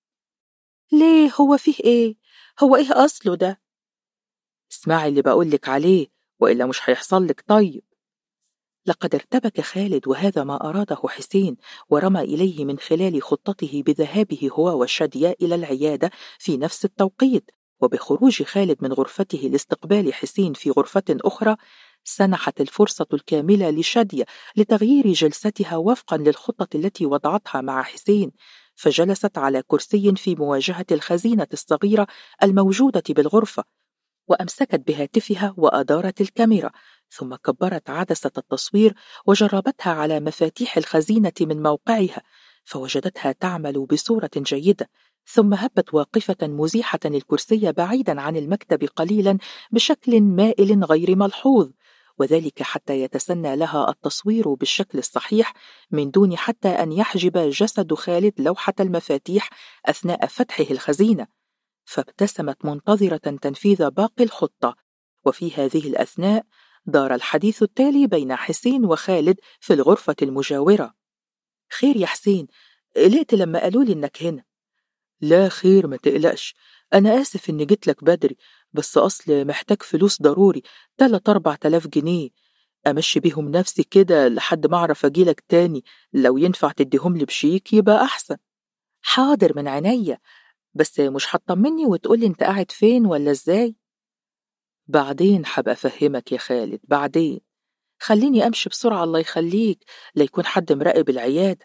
ليه؟ هو فيه ايه؟ هو ايه اصله ده؟ اسمعي اللي بقولك عليه وإلا مش هيحصل لك. طيب. لقد ارتبك خالد، وهذا ما أراده حسين، ورمى إليه من خلال خطته بذهابه هو وشادية إلى العيادة في نفس التوقيت. وبخروج خالد من غرفته لاستقبال حسين في غرفة أخرى، سنحت الفرصة الكاملة لشادية لتغيير جلستها وفقا للخطة التي وضعتها مع حسين، فجلست على كرسي في مواجهة الخزينة الصغيرة الموجودة بالغرفة، وأمسكت بهاتفها وأدارت الكاميرا، ثم كبرت عدسة التصوير وجربتها على مفاتيح الخزينة من موقعها، فوجدتها تعمل بصورة جيدة. ثم هبت واقفة مزيحة الكرسي بعيدا عن المكتب قليلا بشكل مائل غير ملحوظ، وذلك حتى يتسنى لها التصوير بالشكل الصحيح من دون حتى أن يحجب جسد خالد لوحة المفاتيح أثناء فتحه الخزينة. فابتسمت منتظرة تنفيذ باقي الخطة. وفي هذه الأثناء دار الحديث التالي بين حسين وخالد في الغرفة المجاورة. خير يا حسين؟ قلقت لما قالوا لي إنك هنا. لا خير، ما تقلقش، أنا آسف إني جيت لك بدري، بس أصل محتاج فلوس ضروري، 3-4 آلاف جنيه أمشي بيهم نفسي كده لحد ما أعرف أجيلك تاني. لو ينفع تديهم لي بشيك يبقى أحسن. حاضر من عينيا، بس مش هتطمني وتقولي انت قاعد فين ولا ازاي؟ بعدين حبقى أفهمك يا خالد، بعدين. خليني أمشي بسرعة الله يخليك، لا يكون حد مراقب العيادة.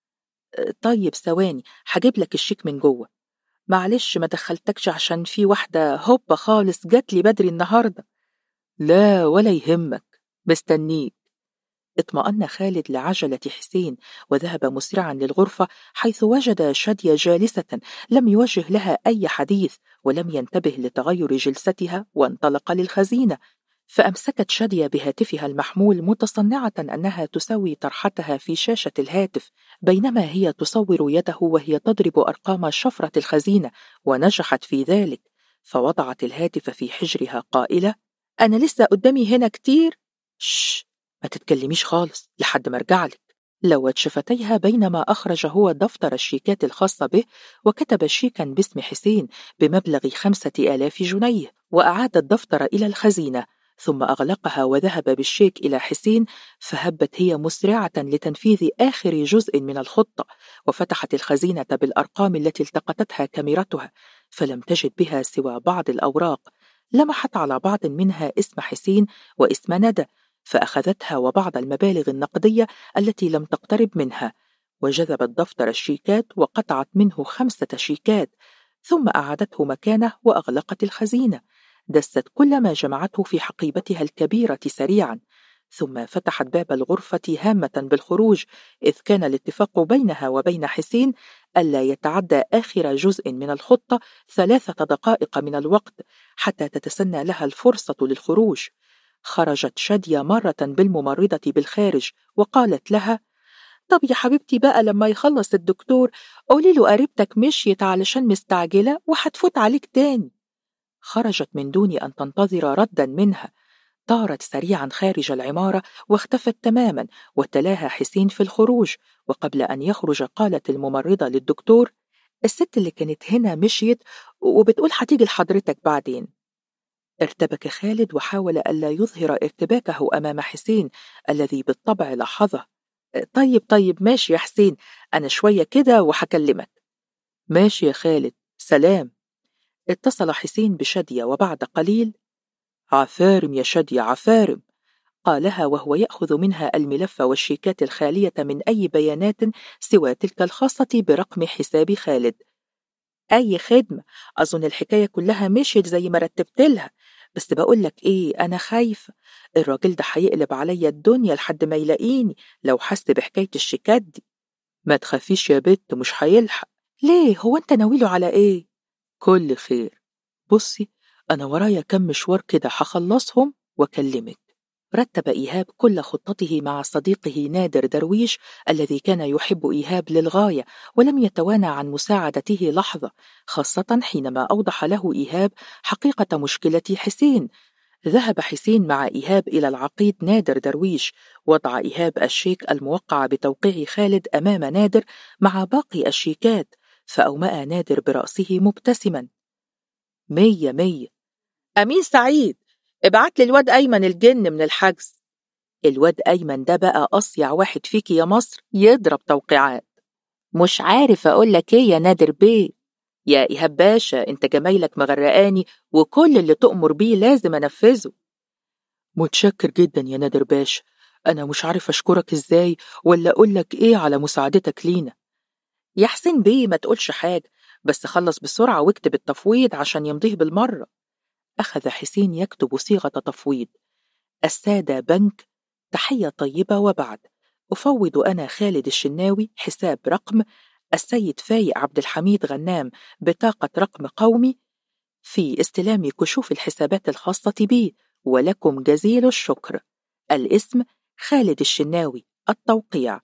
طيب ثواني، هجيب لك الشيك من جوه. معلش ما دخلتكش عشان في واحدة هوبة خالص جات لي بدري النهاردة. لا ولا يهمك، مستنيك. اطمأن خالد لعجلة حسين وذهب مسرعا للغرفة، حيث وجد شادية جالسة لم يوجه لها أي حديث ولم ينتبه لتغير جلستها، وانطلق للخزينة. فأمسكت شادية بهاتفها المحمول متصنعة أنها تسوي طرحتها في شاشة الهاتف، بينما هي تصور يده وهي تضرب أرقام شفرة الخزينة، ونجحت في ذلك. فوضعت الهاتف في حجرها قائلة: أنا لسه قدامي هنا كتير. شش، ما تتكلميش خالص لحد ما ارجعلك. لوت شفتيها بينما أخرج هو دفتر الشيكات الخاصة به، وكتب شيكا باسم حسين بمبلغ 5,000 جنيه، وأعاد الدفتر إلى الخزينة، ثم أغلقها وذهب بالشيك إلى حسين. فهبت هي مسرعة لتنفيذ آخر جزء من الخطة، وفتحت الخزينة بالأرقام التي التقطتها كاميرتها، فلم تجد بها سوى بعض الأوراق. لمحت على بعض منها اسم حسين واسم ندى، فأخذتها وبعض المبالغ النقدية التي لم تقترب منها، وجذبت دفتر الشيكات وقطعت منه 5 شيكات، ثم أعادته مكانه وأغلقت الخزينة. دست كل ما جمعته في حقيبتها الكبيرة سريعا، ثم فتحت باب الغرفة هامة بالخروج، إذ كان الاتفاق بينها وبين حسين ألا يتعدى آخر جزء من الخطة 3 دقائق من الوقت حتى تتسنى لها الفرصة للخروج. خرجت شادية مرة بالممرضة بالخارج وقالت لها: طب يا حبيبتي بقى لما يخلص الدكتور قولي له قريبتك مشيت علشان مستعجلة وهتفوت عليك تاني. خرجت من دون أن تنتظر ردا منها، طارت سريعا خارج العمارة واختفت تماما، وتلاها حسين في الخروج. وقبل أن يخرج قالت الممرضة للدكتور: الست اللي كانت هنا مشيت وبتقول هتيجي لحضرتك بعدين. ارتبك خالد وحاول ألا يظهر ارتباكه أمام حسين الذي بالطبع لاحظه. طيب ماشي يا حسين، أنا شوية كده وحكلمك. ماشي يا خالد، سلام. اتصل حسين بشادية وبعد قليل: عفارم يا شادية عفارم، قالها وهو يأخذ منها الملف والشيكات الخالية من أي بيانات سوى تلك الخاصة برقم حساب خالد. أي خدمة، أظن الحكاية كلها مشيت زي ما رتبت لها، بس بقولك إيه، أنا خايفة الراجل ده هيقلب عليا الدنيا لحد ما يلاقيني لو حس بحكاية الشيكات دي. ما تخافيش يا بت، مش هيلحق. ليه، هو أنت ناويله على إيه؟ كل خير، بصي أنا ورايا كم مشوار كده هخلصهم وأكلمك. رتب إيهاب كل خطته مع صديقه نادر درويش الذي كان يحب إيهاب للغاية ولم يتوانى عن مساعدته لحظة، خاصة حينما أوضح له إيهاب حقيقة مشكلة حسين. ذهب حسين مع إيهاب إلى العقيد نادر درويش، وضع إيهاب الشيك الموقع بتوقيع خالد أمام نادر مع باقي الشيكات، فأومأ نادر برأسه مبتسما: 100. أمين سعيد، ابعت لي الواد أيمن الجن من الحجز. الواد أيمن ده بقى أصيع واحد فيك يا مصر، يضرب توقيعات. مش عارف أقول لك إيه يا نادر بيه. يا إيهاب باشا، أنت جمايلك مغرقاني وكل اللي تؤمر بيه لازم أنفذه. متشكر جدا يا نادر باشا، أنا مش عارف أشكرك إزاي ولا أقول لك إيه على مساعدتك لينا. يا حسين بيه ما تقولش حاجة، بس خلص بسرعة واكتب التفويض عشان يمضيه بالمرة. أخذ حسين يكتب صيغة تفويض: السادة بنك، تحية طيبة وبعد، أفوض أنا خالد الشناوي حساب رقم السيد فايق عبد الحميد غنام بطاقة رقم قومي في استلام كشوف الحسابات الخاصة بي، ولكم جزيل الشكر. الاسم خالد الشناوي، التوقيع.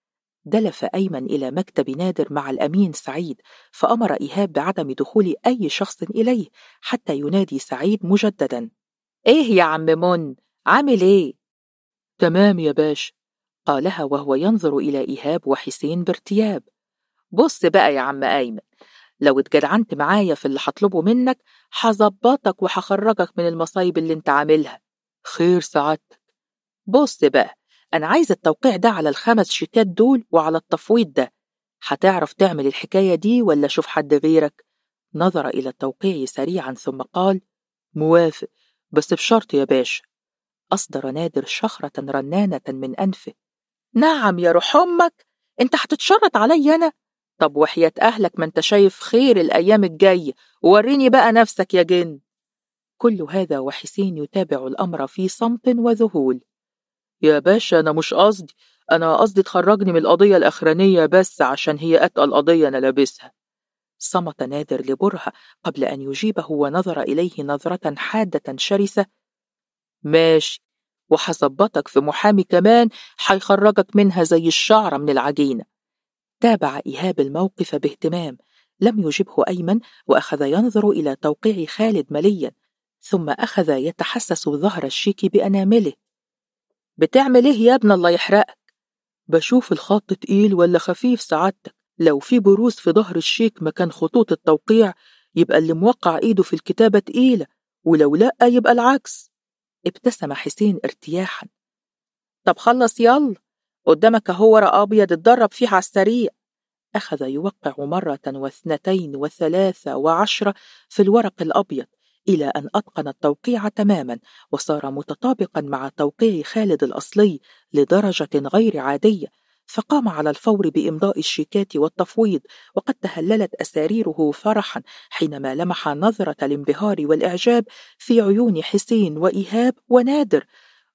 دلف أيمن إلى مكتب نادر مع الأمين سعيد، فأمر إيهاب بعدم دخول أي شخص إليه حتى ينادي سعيد مجددا: إيه يا عم من، عامل إيه؟ تمام يا باش، قالها وهو ينظر إلى إيهاب وحسين بارتياب. بص بقى يا عم أيمن، لو اتجدعنت معايا في اللي هطلبه منك هظبطك وهخرجك من المصايب اللي انت عاملها. خير سعادتك. بص بقى، أنا عايز التوقيع ده على ال5 شيكات دول وعلى التفويض ده. هتعرف تعمل الحكاية دي ولا شوف حد غيرك؟ نظر إلى التوقيع سريعا ثم قال: موافق، بس بشرط يا باشا. أصدر نادر شخرة رنانة من أنفه: نعم يا روح أمك، أنت هتتشرط علي أنا؟ طب وحياة أهلك ما أنت شايف خير الأيام الجاية، وريني بقى نفسك يا جن. كل هذا وحسين يتابع الأمر في صمت وذهول. يا باشا أنا مش قصدي، أنا قصدي تخرجني من القضية الأخرانية بس عشان هي أتقل قضية أنا لابسها. صمت نادر لبرهة قبل أن يجيبه ونظر إليه نظرة حادة شرسة. ماشي، وحظبطك في محامي كمان حيخرجك منها زي الشعرة من العجينة. تابع إيهاب الموقف باهتمام، لم يجبه أيمن، وأخذ ينظر إلى توقيع خالد مليا، ثم أخذ يتحسس ظهر الشيك بأنامله. بتعمل إيه يا ابن الله يحرقك؟ بشوف الخط تقيل ولا خفيف سعادتك، لو في بروز في ظهر الشيك مكان خطوط التوقيع يبقى اللي موقع إيده في الكتابة تقيلة، ولو لأ يبقى العكس. ابتسم حسين ارتياحا. طب خلص يلا، قدامك اهو ورق أبيض اتدرب فيه على السريع. أخذ يوقع 1 و2 و3 و10 في الورق الأبيض إلى أن أتقن التوقيع تماما، وصار متطابقا مع توقيع خالد الأصلي لدرجة غير عادية، فقام على الفور بإمضاء الشيكات والتفويض، وقد تهللت أساريره فرحا حينما لمح نظرة الانبهار والإعجاب في عيون حسين وإيهاب ونادر،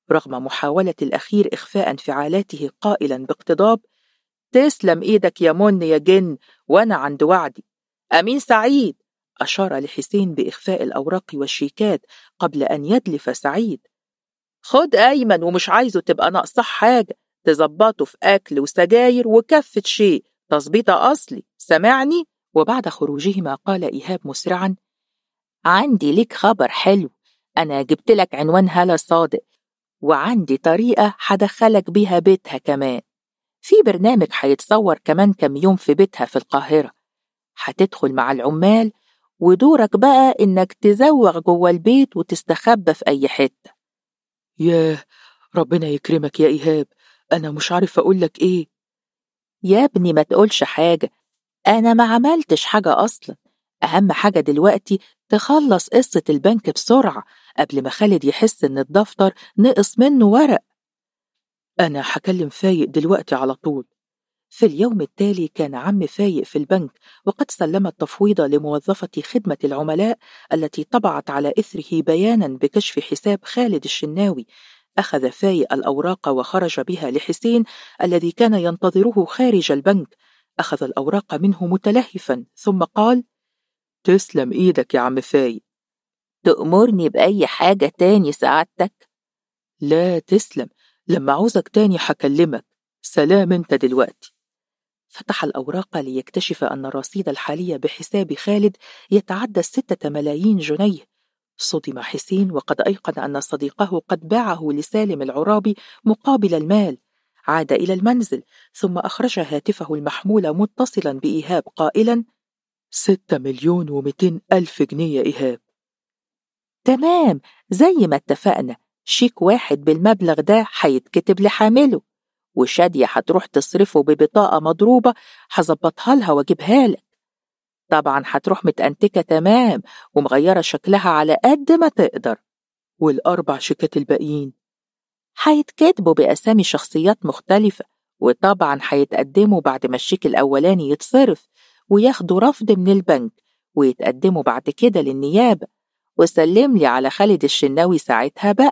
رغم محاولة الأخير إخفاء انفعالاته قائلا باقتضاب: تسلم إيدك يا من يا جن، وأنا عند وعدي. أمين سعيد، أشار لحسين بإخفاء الأوراق والشيكات قبل أن يدلف سعيد. خد أيمن، ومش عايزه تبقى ناقصه حاجة، تظبطه في أكل وسجاير وكفة شيء، تظبيطة أصلي، سمعني؟ وبعد خروجهما قال إيهاب مسرعا: عندي ليك خبر حلو، أنا جبت لك عنوان هالة صادق، وعندي طريقة هدخلك بيها بيتها كمان. في برنامج هيتصور كمان كم يوم في بيتها في القاهرة، هتدخل مع العمال، ودورك بقى إنك تزوغ جوه البيت وتستخبى في أي حتة. ياه، ربنا يكرمك يا إيهاب، أنا مش عارف أقولك إيه. يا ابني ما تقولش حاجة، أنا ما عملتش حاجة أصلا. أهم حاجة دلوقتي تخلص قصة البنك بسرعة قبل ما خالد يحس إن الدفتر نقص منه ورق. أنا هكلم فايق دلوقتي على طول. في اليوم التالي كان عم فايق في البنك، وقد سلم التفويض لموظفة خدمة العملاء التي طبعت على إثره بيانا بكشف حساب خالد الشناوي. أخذ فايق الأوراق وخرج بها لحسين الذي كان ينتظره خارج البنك. أخذ الأوراق منه متلهفا ثم قال: تسلم إيدك يا عم فايق. تأمرني بأي حاجة تاني سعادتك؟ لا تسلم، لما عوزك تاني هكلمك. سلام انت دلوقتي. فتح الأوراق ليكتشف أن الرصيد الحالي بحساب خالد يتعدى 6 ملايين جنيه. صدم حسين، وقد أيقن أن صديقه قد باعه لسالم العرابي مقابل المال. عاد إلى المنزل ثم أخرج هاتفه المحمول متصلا بإيهاب قائلا: 6,200,000 جنيه يا إيهاب. تمام، زي ما اتفقنا. شيك واحد بالمبلغ ده هيتكتب لحامله، وشادية هتروح تصرفه ببطاقة مضروبة هظبطها لها واجيبها لك. طبعا هتروح متأنتكة تمام ومغيرة شكلها على قد ما تقدر. وال4 شيكات الباقيين هيتكتبوا بأسامي شخصيات مختلفة، وطبعا هيتقدموا بعد ما الشيك الأولاني يتصرف وياخدوا رفض من البنك، ويتقدموا بعد كده للنيابة. وسلم لي على خالد الشناوي ساعتها بقى.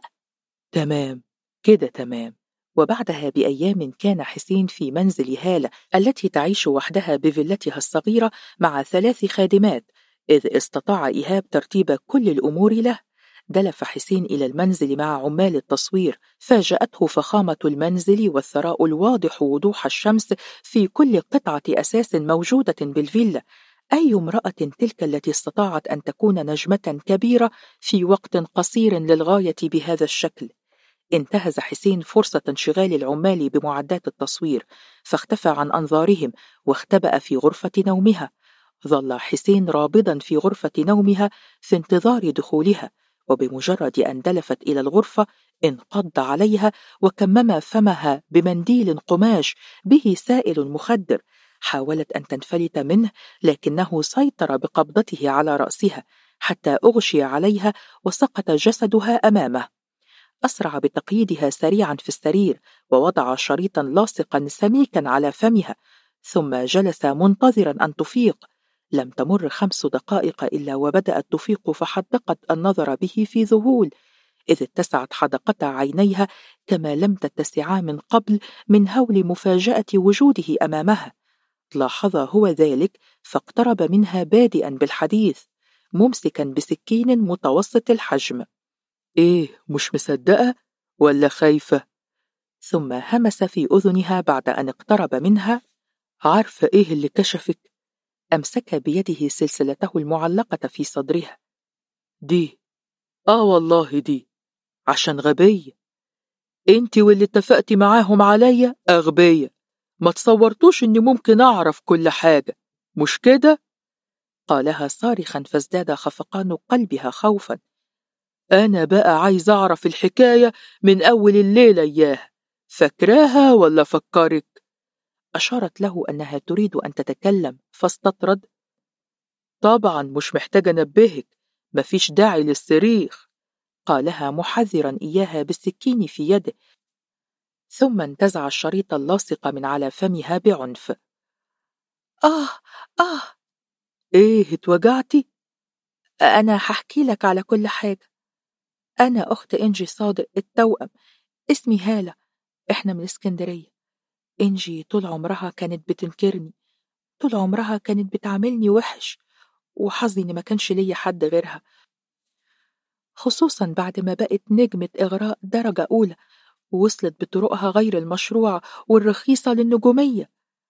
تمام كده تمام. وبعدها بأيام كان حسين في منزل هالة التي تعيش وحدها بفيلتها الصغيرة مع 3 خادمات، إذ استطاع إيهاب ترتيب كل الأمور له. دلف حسين إلى المنزل مع عمال التصوير، فاجأته فخامة المنزل والثراء الواضح وضوح الشمس في كل قطعة أساس موجودة بالفيلا. أي امرأة تلك التي استطاعت أن تكون نجمة كبيرة في وقت قصير للغاية بهذا الشكل؟ انتهز حسين فرصة انشغال العمال بمعدات التصوير، فاختفى عن أنظارهم واختبأ في غرفة نومها. ظل حسين رابضا في غرفة نومها في انتظار دخولها، وبمجرد أن دلفت إلى الغرفة انقض عليها وكمم فمها بمنديل قماش به سائل مخدر. حاولت أن تنفلت منه، لكنه سيطر بقبضته على رأسها حتى أغشي عليها وسقط جسدها أمامه. أسرع بتقييدها سريعا في السرير، ووضع شريطا لاصقا سميكا على فمها، ثم جلس منتظرا أن تفيق. لم تمر 5 دقائق إلا وبدأت تفيق، فحدقت النظر به في ذهول، إذ اتسعت حدقتا عينيها كما لم تتسعا من قبل من هول مفاجأة وجوده أمامها. لاحظ هو ذلك فاقترب منها بادئا بالحديث، ممسكا بسكين متوسط الحجم. إيه، مش مصدقة ولا خايفة؟ ثم همس في أذنها بعد أن اقترب منها: عارفة إيه اللي كشفك؟ أمسك بيده سلسلته المعلقة في صدرها. دي والله دي عشان غبية. انتي واللي اتفقتي معاهم عليا أغبية، ما تصورتوش اني ممكن أعرف كل حاجة، مش كده؟ قالها صارخا، فازداد خفقان قلبها خوفا. أنا بقى عايز أعرف الحكاية من أول الليلة إياها، فاكراها ولا فكرك؟ أشارت له أنها تريد أن تتكلم فاستطرد: طبعا مش محتاجة أنبهك، مفيش داعي للصريخ. قالها محذرا إياها بالسكين في يده، ثم انتزع الشريط اللاصق من على فمها بعنف. إيه، اتوجعتي؟ أنا هحكي لك على كل حاجة. أنا أخت إنجي صادق التوأم اسمي هالة، إحنا من اسكندرية. إنجي طول عمرها كانت بتنكرني، طول عمرها كانت بتعاملني وحش، وحظي إن ما كانش ليا حد غيرها، خصوصا بعد ما بقت نجمة إغراء درجة أولى ووصلت بطرقها غير المشروعة والرخيصة للنجومية.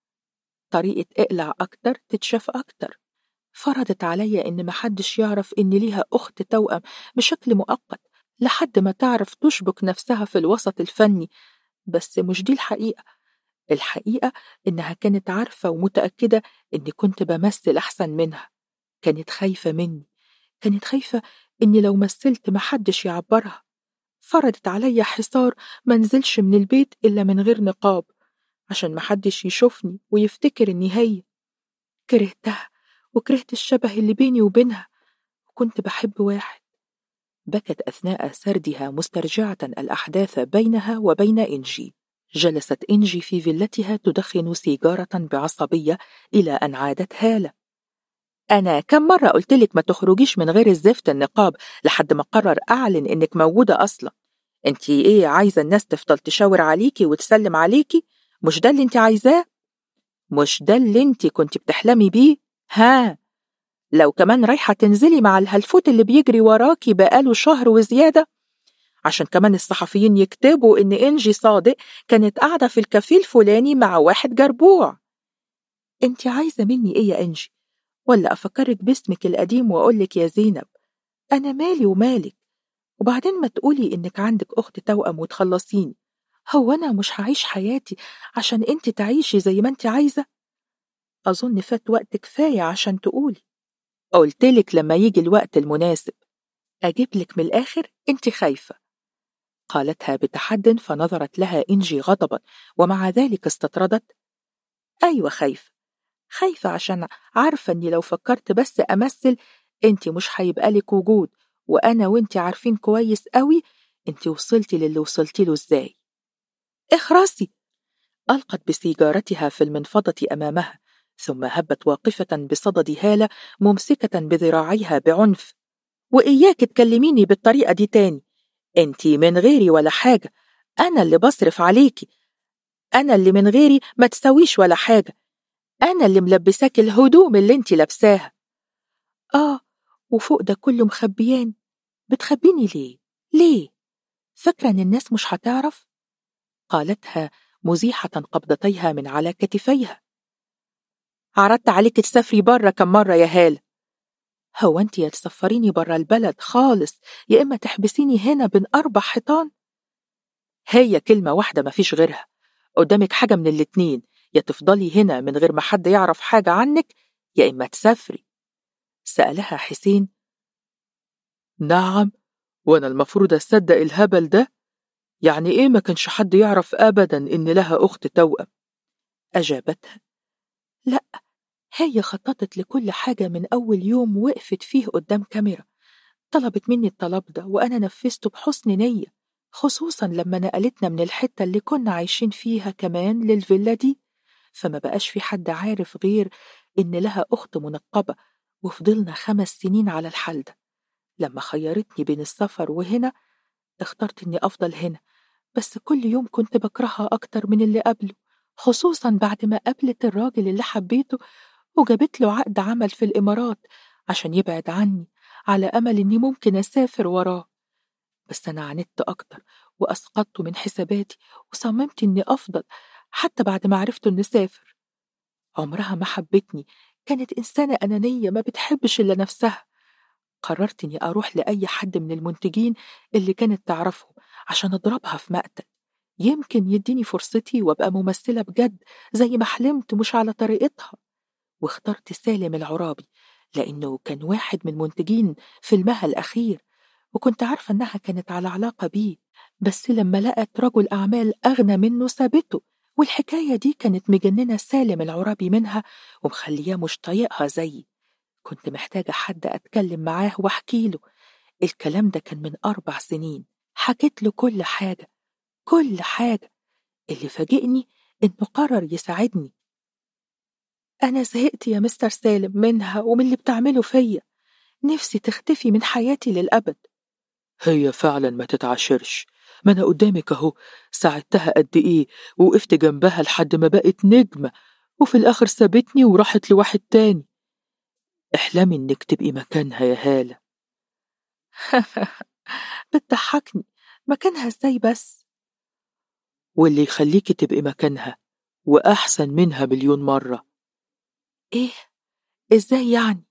طريقة اقلع أكتر تتشاف أكتر. فرضت عليا إن محدش يعرف إن ليها أخت توأم بشكل مؤقت لحد ما تعرف تشبك نفسها في الوسط الفني. بس مش دي الحقيقة. الحقيقة إنها كانت عارفة ومتأكدة إني كنت بمثل أحسن منها. كانت خايفة مني، كانت خايفة إني لو مثلت محدش يعبرها. فرضت عليا حصار منزلش من البيت إلا من غير نقاب عشان محدش يشوفني ويفتكر إني هي. كرهتها وكرهت الشبه اللي بيني وبينها، وكنت بحب واحد. بكت أثناء سردها مسترجعة الأحداث بينها وبين إنجي. جلست إنجي في فيلتها تدخن سيجارة بعصبية إلى أن عادت هالة. أنا كم مرة قلتلك ما تخرجيش من غير الزفت النقاب لحد ما قرر أعلن إنك موجودة أصلا. انتي إيه، عايزة الناس تفضل تشاور عليكي وتسلم عليكي؟ مش ده اللي انتي عايزاه؟ مش ده اللي انتي كنت بتحلمي بيه؟ ها، لو كمان رايحة تنزلي مع الهلفوت اللي بيجري وراكي بقاله شهر وزيادة عشان كمان الصحفيين يكتبوا إن إنجي صادق كانت قاعدة في الكافيه الفلاني مع واحد جربوع. انتي عايزة مني إيه يا إنجي؟ ولا أفكرك باسمك القديم وأقولك يا زينب؟ أنا مالي ومالك؟ وبعدين ما تقولي إنك عندك أخت توأم وتخلصيني. هو أنا مش هعيش حياتي عشان انت تعيشي زي ما انت عايزة؟ أظن فات وقت كفاية عشان تقولي. قلتلك لما يجي الوقت المناسب. أجيبلك من الآخر، انت خايفة، قالتها بتحد، فنظرت لها إنجي غضبا ومع ذلك استطردت. أيوة خايفة، خايفة عشان عارفة أني لو فكرت بس أمثل انت مش هيبقالك وجود، وأنا وانت عارفين كويس قوي انت وصلتي للي وصلتي له ازاي. اخرسي. ألقت بسيجارتها في المنفضة أمامها، ثم هبت واقفة بصدد هالة ممسكة بذراعيها بعنف. وإياك تكلميني بالطريقة دي تاني، انتي من غيري ولا حاجة، أنا اللي بصرف عليكي، أنا اللي من غيري ما تسويش ولا حاجة، أنا اللي ملبساك الهدوم اللي انتي لابساها. وفوق ده كله مخبياني. بتخبيني ليه؟ ليه؟ فاكرة إن الناس مش هتعرف؟ قالتها مزيحة قبضتيها من على كتفيها. عرضت عليك تسافري برا كم مرة يا هالة؟ هو انت يا تسفريني برا البلد خالص يا إما تحبسيني هنا بين 4 حيطان؟ هي كلمة واحدة مفيش غيرها. قدامك حاجة من الاتنين، يا تفضلي هنا من غير ما حد يعرف حاجة عنك يا إما تسافري. سألها حسين. نعم، وأنا المفروض أصدق الهبل ده؟ يعني إيه ما كانش حد يعرف أبدا إن لها أخت توأم؟ أجابتها. لأ، هي خططت لكل حاجة من أول يوم وقفت فيه قدام كاميرا. طلبت مني الطلب ده وأنا نفذته بحسن نية، خصوصا لما نقلتنا من الحتة اللي كنا عايشين فيها كمان للفيلا دي، فما بقاش في حد عارف غير إن لها أخت منقبة. وفضلنا 5 سنين على الحال ده. لما خيرتني بين السفر وهنا اخترت إني أفضل هنا، بس كل يوم كنت بكرهها أكتر من اللي قبله، خصوصا بعد ما قابلت الراجل اللي حبيته وجابت له عقد عمل في الإمارات عشان يبعد عني على أمل إني ممكن أسافر وراه. بس أنا عاندت أكتر وأسقطته من حساباتي وصممت إني أفضل حتى بعد ما عرفت إني سافر. عمرها ما حبتني، كانت إنسانة أنانية ما بتحبش إلا نفسها. قررت إني أروح لأي حد من المنتجين اللي كانت تعرفهم عشان أضربها في مقتل، يمكن يديني فرصتي وأبقى ممثلة بجد زي ما حلمت مش على طريقتها. واخترت سالم العرابي لأنه كان واحد من منتجين فيلمها الأخير، وكنت عارفة أنها كانت على علاقة بيه، بس لما لقت رجل أعمال أغنى منه سابته. والحكاية دي كانت مجننة سالم العرابي منها ومخلياه مش طايقها زيي. كنت محتاجة حد أتكلم معاه وأحكيله. الكلام ده كان من 4 سنين. حكيت له كل حاجة، كل حاجة. اللي فاجئني إنه قرر يساعدني. أنا زهقت يا مستر سالم منها ومن اللي بتعمله فيا، نفسي تختفي من حياتي للأبد. هي فعلا ما تتعاشرش، ما أنا قدامك أهو، ساعدتها قد إيه ووقفت جنبها لحد ما بقت نجمة، وفي الآخر سابتني وراحت لواحد تاني. احلمي إنك تبقي مكانها يا هالة. بتضحكني، مكانها إزاي بس؟ واللي يخليكي تبقي مكانها وأحسن منها مليون مرة. إيه؟ إزاي يعني؟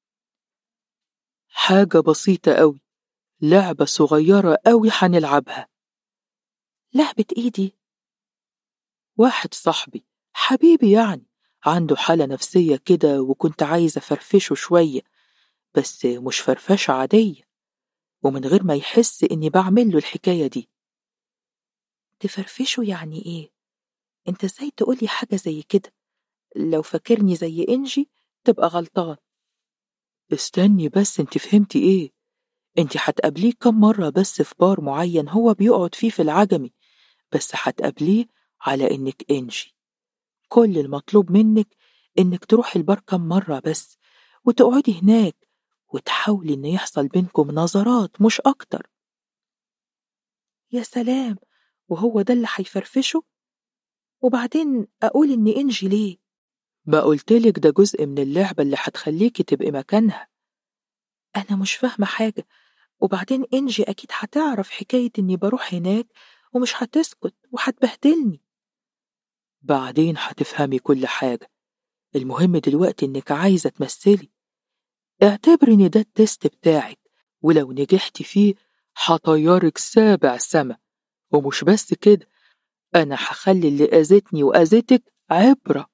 حاجة بسيطة أوي، لعبة صغيرة أوي هنلعبها. لعبة إيه دي؟ واحد صاحبي حبيبي يعني عنده حالة نفسية كده، وكنت عايزة فرفشه شوية، بس مش فرفشة عادية، ومن غير ما يحس إني بعمل له الحكاية دي. تفرفشه يعني إيه؟ أنت إزاي تقولي حاجة زي كده؟ لو فاكرني زي إنجي تبقى غلطان. استني بس، انت فهمتي ايه؟ انت هتقابليه كم مرة بس في بار معين هو بيقعد فيه في العجمي، بس هتقابليه على انك انجي. كل المطلوب منك انك تروحي البار كم مرة بس، وتقعدي هناك وتحاولي ان يحصل بينكم نظرات مش اكتر. يا سلام، وهو ده اللي هيفرفشه؟ وبعدين أقول إني إنجي ليه؟ ما قلتلك ده جزء من اللعبة اللي هتخليكي تبقي مكانها. أنا مش فاهمة حاجة، وبعدين إنجي أكيد هتعرف حكاية إني بروح هناك ومش هتسكت وهتبهدلني. بعدين هتفهمي كل حاجة، المهم دلوقتي إنك عايزة تمثلي. اعتبري إن ده التست بتاعك، ولو نجحتي فيه هطيرك 7 سما. ومش بس كده، أنا هخلي اللي أذتني وأذتك عبرة.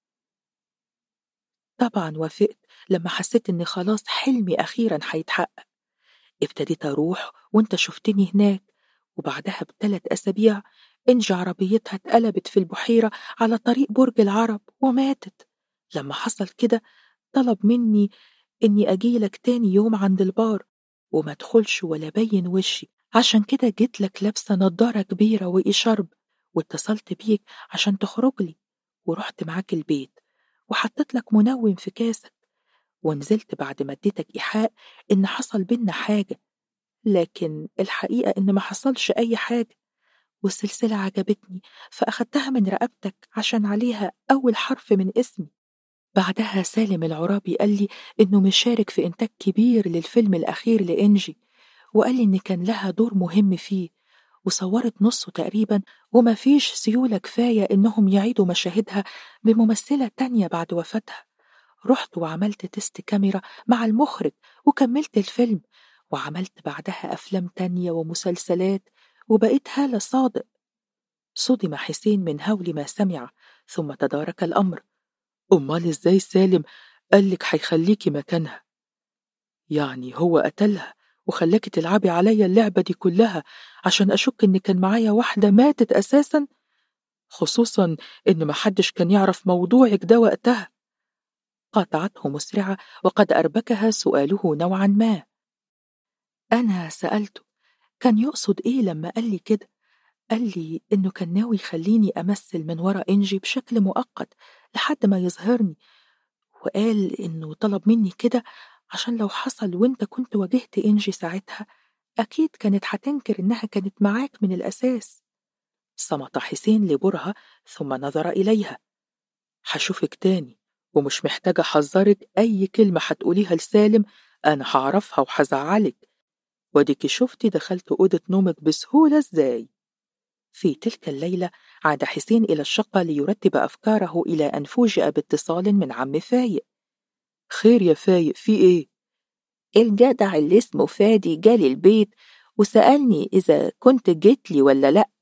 طبعا وافقت لما حسيت إن خلاص حلمي أخيرا هيتحقق. ابتديت أروح وإنت شفتني هناك، وبعدها ب3 أسابيع إنجي عربيتها اتقلبت في البحيرة على طريق برج العرب وماتت. لما حصل كده طلب مني إني أجيلك تاني يوم عند البار وما ادخلش ولا بين وشي، عشان كده جيت لك لابسة نضارة كبيرة وإشارب، واتصلت بيك عشان تخرجلي، ورحت معاك البيت وحطيت لك منوم في كاسك، ونزلت بعد ما اديتك إيحاء إن حصل بينا حاجة، لكن الحقيقة إن ما حصلش أي حاجة. والسلسلة عجبتني فأخدتها من رقبتك عشان عليها أول حرف من اسمي. بعدها سالم العرابي قال لي إنه مشارك في إنتاج كبير للفيلم الأخير لإنجي، وقال لي إن كان لها دور مهم فيه، وصورت نصه تقريبا، وما فيش سيولة كفاية إنهم يعيدوا مشاهدها بممثلة تانية بعد وفاتها. رحت وعملت تست كاميرا مع المخرج وكملت الفيلم، وعملت بعدها أفلام تانية ومسلسلات، وبقيت هالة صادق. صدم حسين من هول ما سمع، ثم تدارك الأمر. أمال إزاي سالم قالك هيخليكي مكانها؟ يعني هو قتلها وخلاكي تلعبي عليا اللعبة دي كلها عشان أشك إن كان معايا واحدة ماتت أساسا، خصوصا إن محدش كان يعرف موضوعك ده وقتها. قاطعته مسرعة وقد أربكها سؤاله نوعا ما. أنا سألته كان يقصد إيه لما قال لي كده. قال لي إنه كان ناوي يخليني أمثل من ورا إنجي بشكل مؤقت لحد ما يظهرني، وقال إنه طلب مني كده عشان لو حصل وإنت كنت واجهت إنجي ساعتها أكيد كانت هتنكر إنها كانت معاك من الأساس. صمت حسين لبرهة ثم نظر إليها. هشوفك تاني، ومش محتاجة أحذرك أي كلمة هتقوليها لسالم أنا هعرفها وهزعلك، وديكي شفتي دخلت أوضة نومك بسهولة إزاي. في تلك الليلة عاد حسين إلى الشقة ليرتب أفكاره إلى أن فوجئ باتصال من عم فايق. خير يا فايق، في إيه؟ الجدع اللي اسمه فادي جالي البيت وسألني إذا كنت جيت لي ولا لأ.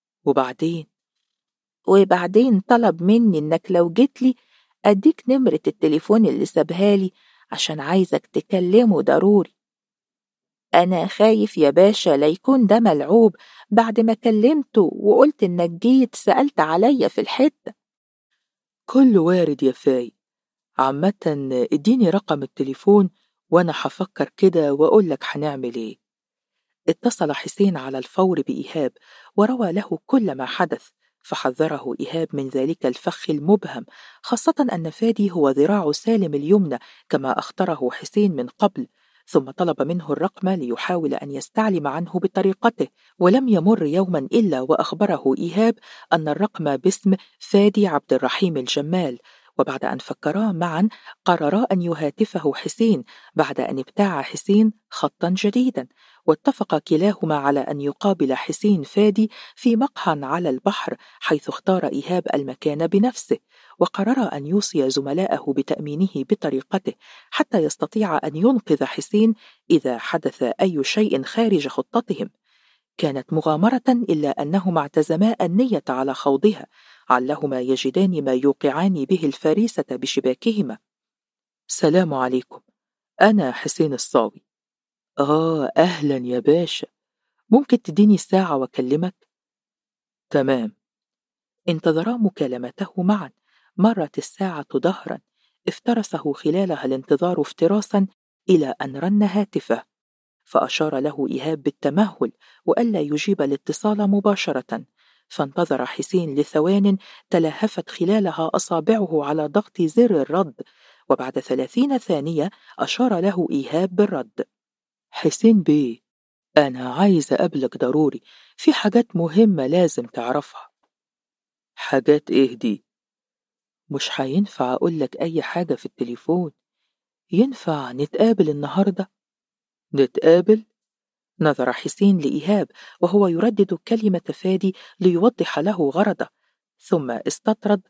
وبعدين طلب مني إنك لو جيت لي أديك نمرة التليفون اللي سابها لي عشان عايزك تكلمه ضروري. أنا خايف يا باشا لا يكون ده ملعوب بعد ما كلمته وقلت إنك جيت سألت عليا في الحتة. كل وارد يا فايق، عامة اديني رقم التليفون وأنا هفكر كده وأقول لك هنعمل إيه. اتصل حسين على الفور بإيهاب وروى له كل ما حدث، فحذره إيهاب من ذلك الفخ المبهم، خاصة أن فادي هو ذراع سالم اليمنى كما أخطره حسين من قبل، ثم طلب منه الرقم ليحاول أن يستعلم عنه بطريقته. ولم يمر يوما إلا وأخبره إيهاب أن الرقم باسم فادي عبد الرحيم الجمال. وبعد أن فكرا معا قررا أن يهاتفه حسين بعد أن ابتاع حسين خطا جديدا، واتفق كلاهما على أن يقابل حسين فادي في مقهى على البحر، حيث اختار إيهاب المكان بنفسه، وقرر أن يوصي زملائه بتأمينه بطريقته حتى يستطيع أن ينقذ حسين إذا حدث أي شيء خارج خطتهم. كانت مغامرة إلا أنهما اعتزما النية على خوضها، علهما يجدان ما يوقعان به الفريسة بشباكهما. سلام عليكم، أنا حسين الصاوي. أهلا يا باشا، ممكن تديني ساعة وأكلمك؟ تمام. انتظرا مكالمته معا. مرت الساعة دهرا، افترسه خلالها الانتظار افتراسا إلى أن رن هاتفه، فأشار له إيهاب بالتمهل وألا يجيب الاتصال مباشرة. فانتظر حسين لثوان تلهفت خلالها أصابعه على ضغط زر الرد، وبعد 30 ثانية أشار له إيهاب بالرد. حسين بيه، أنا عايز أقابلك ضروري، في حاجات مهمة لازم تعرفها. حاجات إيه دي؟ مش هينفع أقولك أي حاجة في التليفون، ينفع نتقابل النهاردة؟ نتقابل؟ نظر حسين لإيهاب وهو يردد كلمة فادي ليوضح له غرضه، ثم استطرد.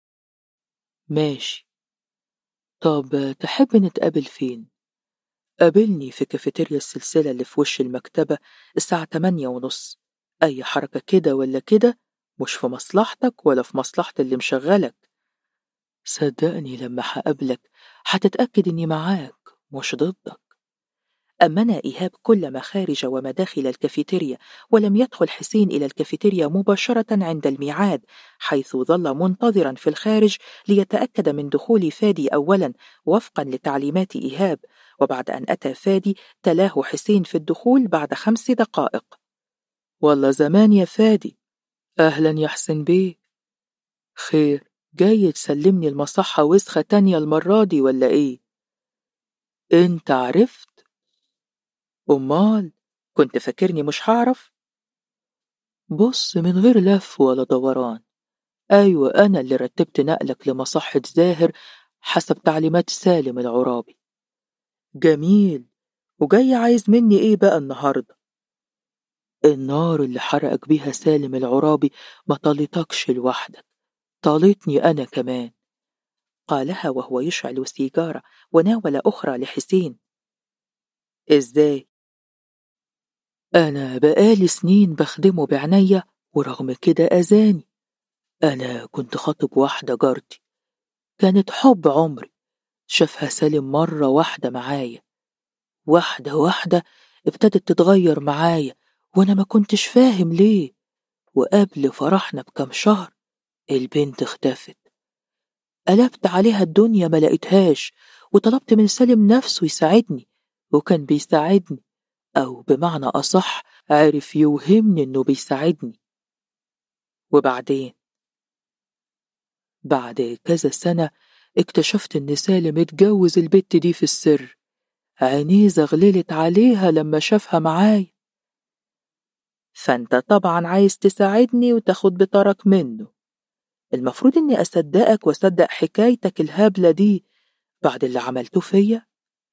ماشي. طب تحب نتقابل فين؟ قابلني في كافيتيريا السلسلة اللي في وش المكتبة الساعة 8:30. أي حركة كده ولا كده مش في مصلحتك ولا في مصلحة اللي مشغلك. صدقني لما هقابلك هتتأكد إني معاك مش ضدك. أمن إيهاب كل مخارج ومداخل الكافيتيريا، ولم يدخل حسين إلى الكافيتيريا مباشرة عند الميعاد، حيث ظل منتظرا في الخارج ليتأكد من دخول فادي أولا وفقا لتعليمات إيهاب. وبعد أن أتى فادي تلاه حسين في الدخول بعد 5 دقائق. والله زمان يا فادي. أهلا يا حسين بيه. خير، جاي تسلمني المصحة وسخة تانية المرة دي ولا إيه؟ أنت عرفت؟ أمال كنت فاكرني مش هعرف؟ بص، من غير لف ولا دوران، أيوة أنا اللي رتبت نقلك لمصحة زاهر حسب تعليمات سالم العرابي. جميل، وجاي عايز مني إيه بقى النهاردة؟ النار اللي حرقك بيها سالم العرابي ما طالتكش لوحدك، طالتني أنا كمان، قالها وهو يشعل سيجارة وناول أخرى لحسين. إزاي؟ أنا بقالي سنين بخدمه بعناية ورغم كده أذاني. أنا كنت خاطب واحدة جارتي، كانت حب عمري، شافها سالم مرة واحدة معايا، واحدة ابتدت تتغير معايا وأنا ما كنتش فاهم ليه، وقبل فرحنا بكم شهر البنت اختفت. قلبت عليها الدنيا ما لقيتهاش، وطلبت من سالم نفسه يساعدني، وكان بيساعدني، أو بمعنى أصح عرف يوهمني إنه بيساعدني. وبعدين بعد كذا سنة اكتشفت إن سالم اتجوز البت دي في السر، عينيه زغللت عليها لما شافها معاي. فأنت طبعا عايز تساعدني وتاخد بطرك منه، المفروض إني أصدقك وأصدق حكايتك الهبلة دي بعد اللي عملته فيا.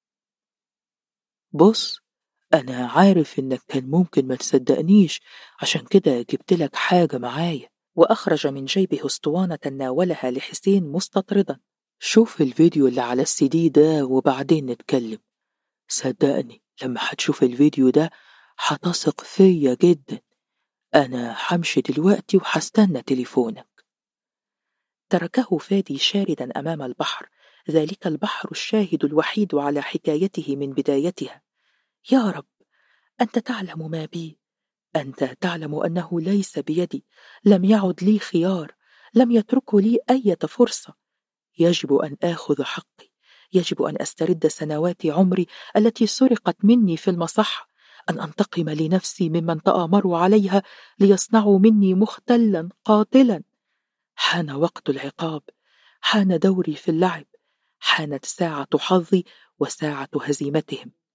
بص، أنا عارف إنك كان ممكن ما تصدقنيش، عشان كده جبتلك حاجة معايا. وأخرج من جيبه اسطوانة ناولها لحسين مستطردا. شوف الفيديو اللي على السي ده وبعدين نتكلم، صدقني لما هتشوف الفيديو ده هتثق فيا جدا. أنا همشي دلوقتي وهستنى تليفونك. تركه فادي شاردا أمام البحر، ذلك البحر الشاهد الوحيد على حكايته من بدايتها. يا رب، أنت تعلم ما بي، أنت تعلم أنه ليس بيدي، لم يعد لي خيار، لم يتركوا لي أي فرصة. يجب أن آخذ حقي، يجب أن أسترد سنوات عمري التي سرقت مني في المصحة، أن أنتقم لنفسي ممن تآمروا عليها ليصنعوا مني مختلا قاتلا. حان وقت العقاب، حان دوري في اللعب، حانت ساعة حظي وساعة هزيمتهم.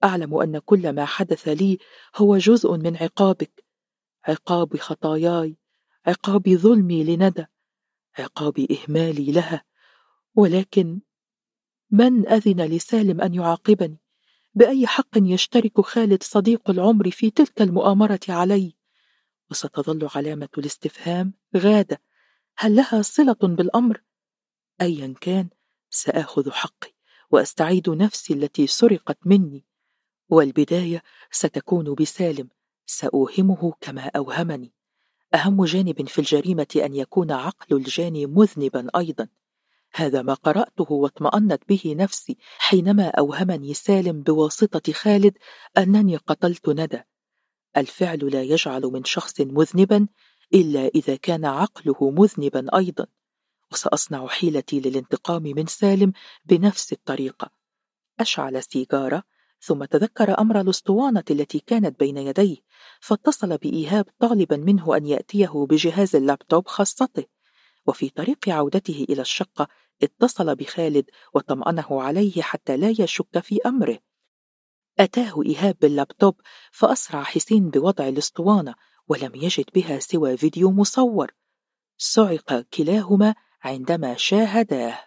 أعلم أن كل ما حدث لي هو جزء من عقابك، عقاب خطاياي، عقاب ظلمي لندى، عقاب إهمالي لها. ولكن من أذن لسالم أن يعاقبني؟ بأي حق يشترك خالد صديق العمر في تلك المؤامرة علي؟ وستظل علامة الاستفهام غادة، هل لها صلة بالأمر؟ أيا كان، سآخذ حقي وأستعيد نفسي التي سرقت مني، والبداية ستكون بسالم، سأوهمه كما أوهمني. أهم جانب في الجريمة أن يكون عقل الجاني مذنبا أيضا. هذا ما قرأته واطمأنت به نفسي حينما أوهمني سالم بواسطة خالد أنني قتلت ندى. الفعل لا يجعل من شخص مذنبا إلا إذا كان عقله مذنبا أيضا. وسأصنع حيلتي للانتقام من سالم بنفس الطريقة. أشعل سيجارة ثم تذكر أمر الأسطوانة التي كانت بين يديه، فاتصل بإيهاب طالبا منه أن يأتيه بجهاز اللابتوب خاصته. وفي طريق عودته إلى الشقة اتصل بخالد وطمأنه عليه حتى لا يشك في أمره. أتاه إيهاب باللابتوب، فأسرع حسين بوضع الأسطوانة ولم يجد بها سوى فيديو مصور. صعق كلاهما عندما شاهداه.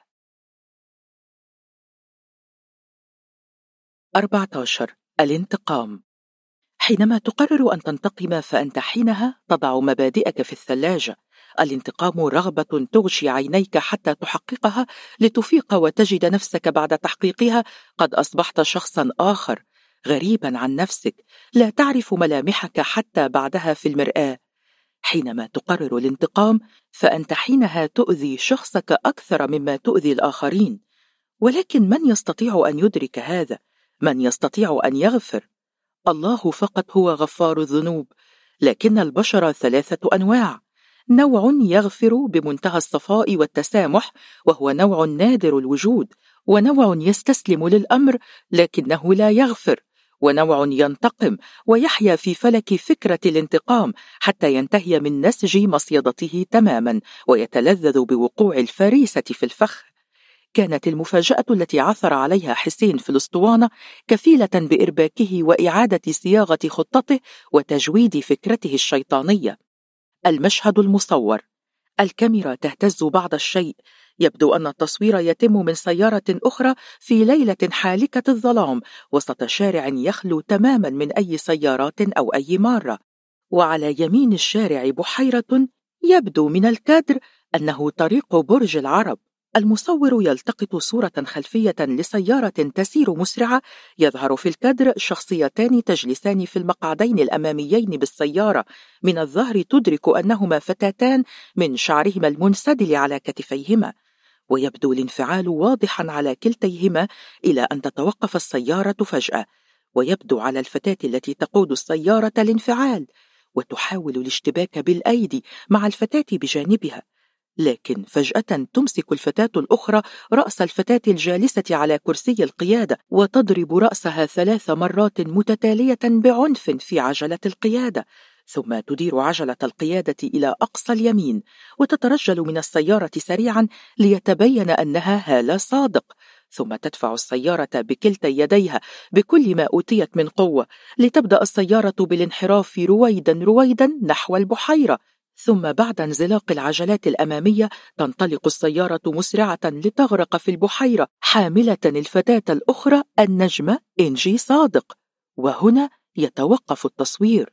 14. الانتقام. حينما تقرر أن تنتقم فأنت حينها تضع مبادئك في الثلاجة. الانتقام رغبة تغشي عينيك حتى تحققها، لتفيق وتجد نفسك بعد تحقيقها قد أصبحت شخصا آخر، غريبا عن نفسك، لا تعرف ملامحك حتى بعدها في المرآة. حينما تقرر الانتقام فأنت حينها تؤذي شخصك أكثر مما تؤذي الآخرين. ولكن من يستطيع أن يدرك هذا؟ من يستطيع أن يغفر؟ الله فقط هو غفار الذنوب. لكن البشر 3 أنواع: نوع يغفر بمنتهى الصفاء والتسامح وهو نوع نادر الوجود، ونوع يستسلم للأمر لكنه لا يغفر، ونوع ينتقم ويحيا في فلك فكرة الانتقام حتى ينتهي من نسج مصيدته تماما ويتلذذ بوقوع الفريسة في الفخ. كانت المفاجأة التي عثر عليها حسين في الأسطوانة كفيلة بإرباكه وإعادة صياغة خطته وتجويد فكرته الشيطانية. المشهد المصور: الكاميرا تهتز بعض الشيء، يبدو أن التصوير يتم من سيارة أخرى في ليلة حالكة الظلام وسط شارع يخلو تماما من أي سيارات أو أي مارة، وعلى يمين الشارع بحيرة يبدو من الكادر أنه طريق برج العرب. المصور يلتقط صورة خلفية لسيارة تسير مسرعة، يظهر في الكادر شخصيتان تجلسان في المقعدين الأماميين بالسيارة، من الظهر تدرك أنهما فتاتان من شعرهما المنسدل على كتفيهما، ويبدو الانفعال واضحا على كلتيهما إلى أن تتوقف السيارة فجأة، ويبدو على الفتاة التي تقود السيارة الانفعال وتحاول الاشتباك بالأيدي مع الفتاة بجانبها، لكن فجأة تمسك الفتاة الأخرى رأس الفتاة الجالسة على كرسي القيادة وتضرب رأسها 3 مرات متتالية بعنف في عجلة القيادة، ثم تدير عجلة القيادة إلى أقصى اليمين وتترجل من السيارة سريعا ليتبين أنها هالة صادق، ثم تدفع السيارة بكلتا يديها بكل ما أوتيت من قوة لتبدأ السيارة بالانحراف رويدا نحو البحيرة، ثم بعد انزلاق العجلات الأمامية تنطلق السيارة مسرعة لتغرق في البحيرة حاملة الفتاة الأخرى النجمة إنجي صادق. وهنا يتوقف التصوير.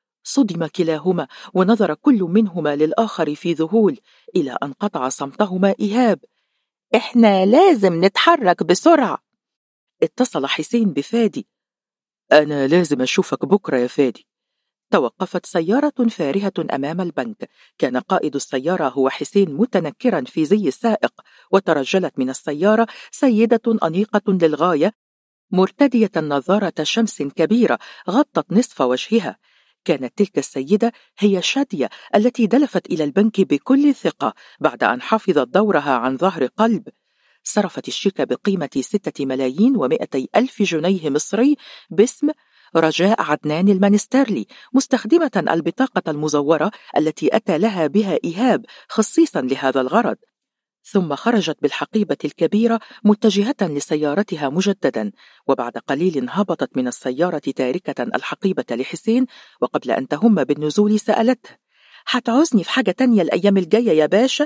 صدم كلاهما ونظر كل منهما للآخر في ذهول، إلى أن قطع صمتهما إيهاب: إحنا لازم نتحرك بسرعة. اتصل حسين بفادي: أنا لازم أشوفك بكرة يا فادي. توقفت سيارة فارهة أمام البنك، كان قائد السيارة هو حسين متنكرا في زي السائق، وترجلت من السيارة سيدة أنيقة للغاية مرتدية نظارة شمس كبيرة غطت نصف وجهها. كانت تلك السيدة هي شادية التي دلفت إلى البنك بكل ثقة بعد أن حفظت دورها عن ظهر قلب. صرفت الشيك بقيمة 6,200,000 جنيه مصري باسم رجاء عدنان المنسترلي، مستخدمة البطاقة المزورة التي أتى لها بها إيهاب خصيصا لهذا الغرض. ثم خرجت بالحقيبة الكبيرة متجهة لسيارتها مجددا، وبعد قليل هبطت من السيارة تاركة الحقيبة لحسين، وقبل أن تهم بالنزول سألته: هتعوزني في حاجة تانية الأيام الجاية يا باشا؟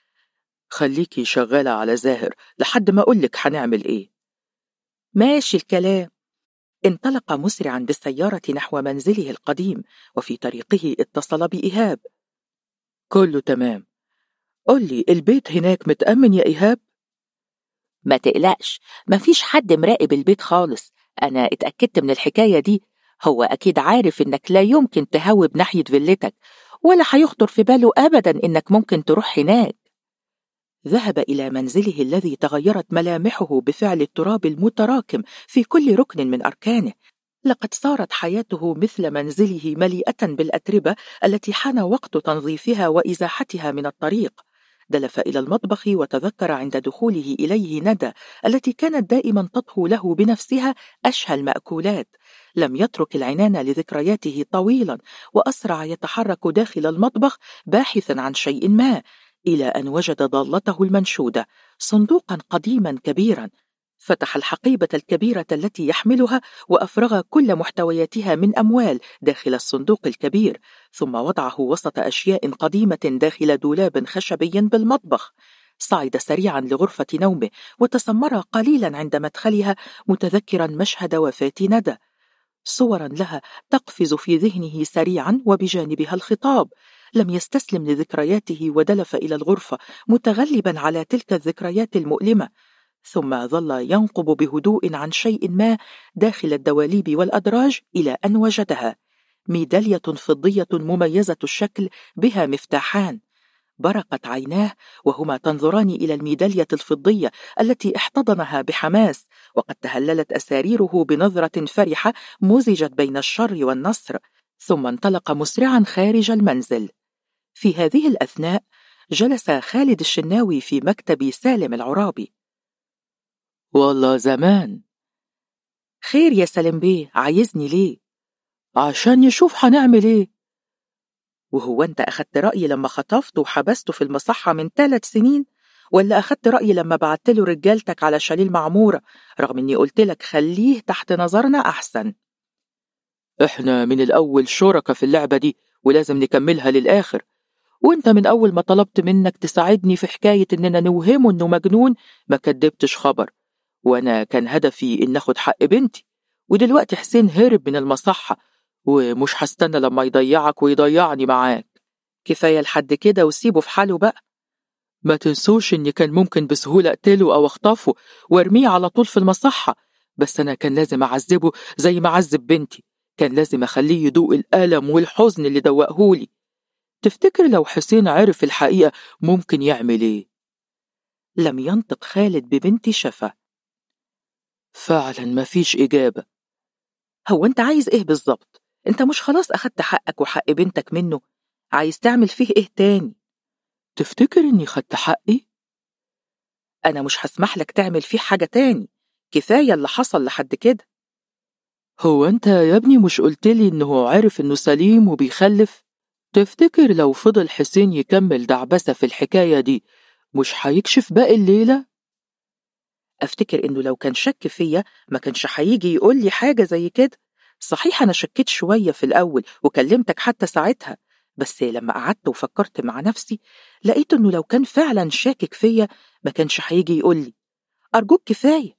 خليكي شغالة على زاهر لحد ما أقولك هنعمل إيه. ماشي الكلام. انطلق مسرعا بالسيارة نحو منزله القديم، وفي طريقه اتصل بإيهاب. كله تمام. قولي، البيت هناك متأمن يا إيهاب؟ ما تقلقش، مفيش حد مراقب البيت خالص. أنا اتأكدت من الحكاية دي. هو أكيد عارف إنك لا يمكن تهوب ناحية فيلتك، ولا هيخطر في باله أبدا إنك ممكن تروح هناك. ذهب إلى منزله الذي تغيرت ملامحه بفعل التراب المتراكم في كل ركن من أركانه. لقد صارت حياته مثل منزله مليئة بالأتربة التي حان وقت تنظيفها وإزاحتها من الطريق. دلف إلى المطبخ وتذكر عند دخوله إليه ندى التي كانت دائما تطهو له بنفسها أشهى المأكولات. لم يترك العنان لذكرياته طويلا، وأسرع يتحرك داخل المطبخ باحثا عن شيء ما، إلى أن وجد ضالته المنشودة، صندوقا قديما كبيرا. فتح الحقيبة الكبيرة التي يحملها وأفرغ كل محتوياتها من أموال داخل الصندوق الكبير، ثم وضعه وسط أشياء قديمة داخل دولاب خشبي بالمطبخ. صعد سريعا لغرفة نومه وتسمر قليلا عند مدخلها، متذكرا مشهد وفاة ندى. صورا لها تقفز في ذهنه سريعا وبجانبها الخطاب. لم يستسلم لذكرياته ودلف إلى الغرفة متغلبا على تلك الذكريات المؤلمة، ثم ظل ينقب بهدوء عن شيء ما داخل الدواليب والأدراج إلى أن وجدها، ميدالية فضية مميزة الشكل بها مفتاحان. برقت عيناه وهما تنظران إلى الميدالية الفضية التي احتضنها بحماس، وقد تهللت أساريره بنظرة فرحة مزجت بين الشر والنصر، ثم انطلق مسرعا خارج المنزل. في هذه الأثناء جلس خالد الشناوي في مكتب سالم العرابي. والله زمان. خير يا سالم بيه، عايزني ليه؟ عشان يشوف هنعمل ايه. وهو انت أخدت رأيي لما خطفته وحبسته في المصحة من 3 سنين، ولا أخدت رأيي لما بعتله رجالتك على شاليه المعمورة رغم اني قلتلك خليه تحت نظرنا أحسن؟ احنا من الأول شركة في اللعبة دي ولازم نكملها للآخر، وانت من أول ما طلبت منك تساعدني في حكاية اننا نوهمه انه مجنون ما كدبتش خبر، وانا كان هدفي ان اخد حق بنتي، ودلوقتي حسين هرب من المصحة ومش هستنى لما يضيعك ويضيعني معاك. كفاية لحد كده وسيبه في حاله بقى. ما تنسوش اني كان ممكن بسهولة اقتله او اخطفه وارميه على طول في المصحة، بس انا كان لازم اعذبه زي ما عذب بنتي، كان لازم اخليه يدوق الألم والحزن اللي دوقهولي. تفتكر لو حسين عرف الحقيقة ممكن يعمل ايه؟ لم ينطق خالد ببنت شفة. فعلا مفيش إجابة. هو انت عايز ايه بالظبط؟ انت مش خلاص أخدت حقك وحق بنتك منه؟ عايز تعمل فيه ايه تاني؟ تفتكر اني خدت حقي؟ انا مش هسمح لك تعمل فيه حاجة تاني، كفاية اللي حصل لحد كده. هو انت يا ابني مش قلتلي انه عارف انه سليم وبيخلف؟ تفتكر لو فضل حسين يكمل دعبسة في الحكاية دي مش هيكشف باقي الليلة؟ أفتكر إنه لو كان شك فيا ما كانش هيجي يقول لي حاجة زي كده. صحيح أنا شكيت شوية في الأول وكلمتك حتى ساعتها، بس لما قعدت وفكرت مع نفسي لقيت إنه لو كان فعلا شاكك فيا ما كانش هيجي يقول لي. أرجوك كفاية.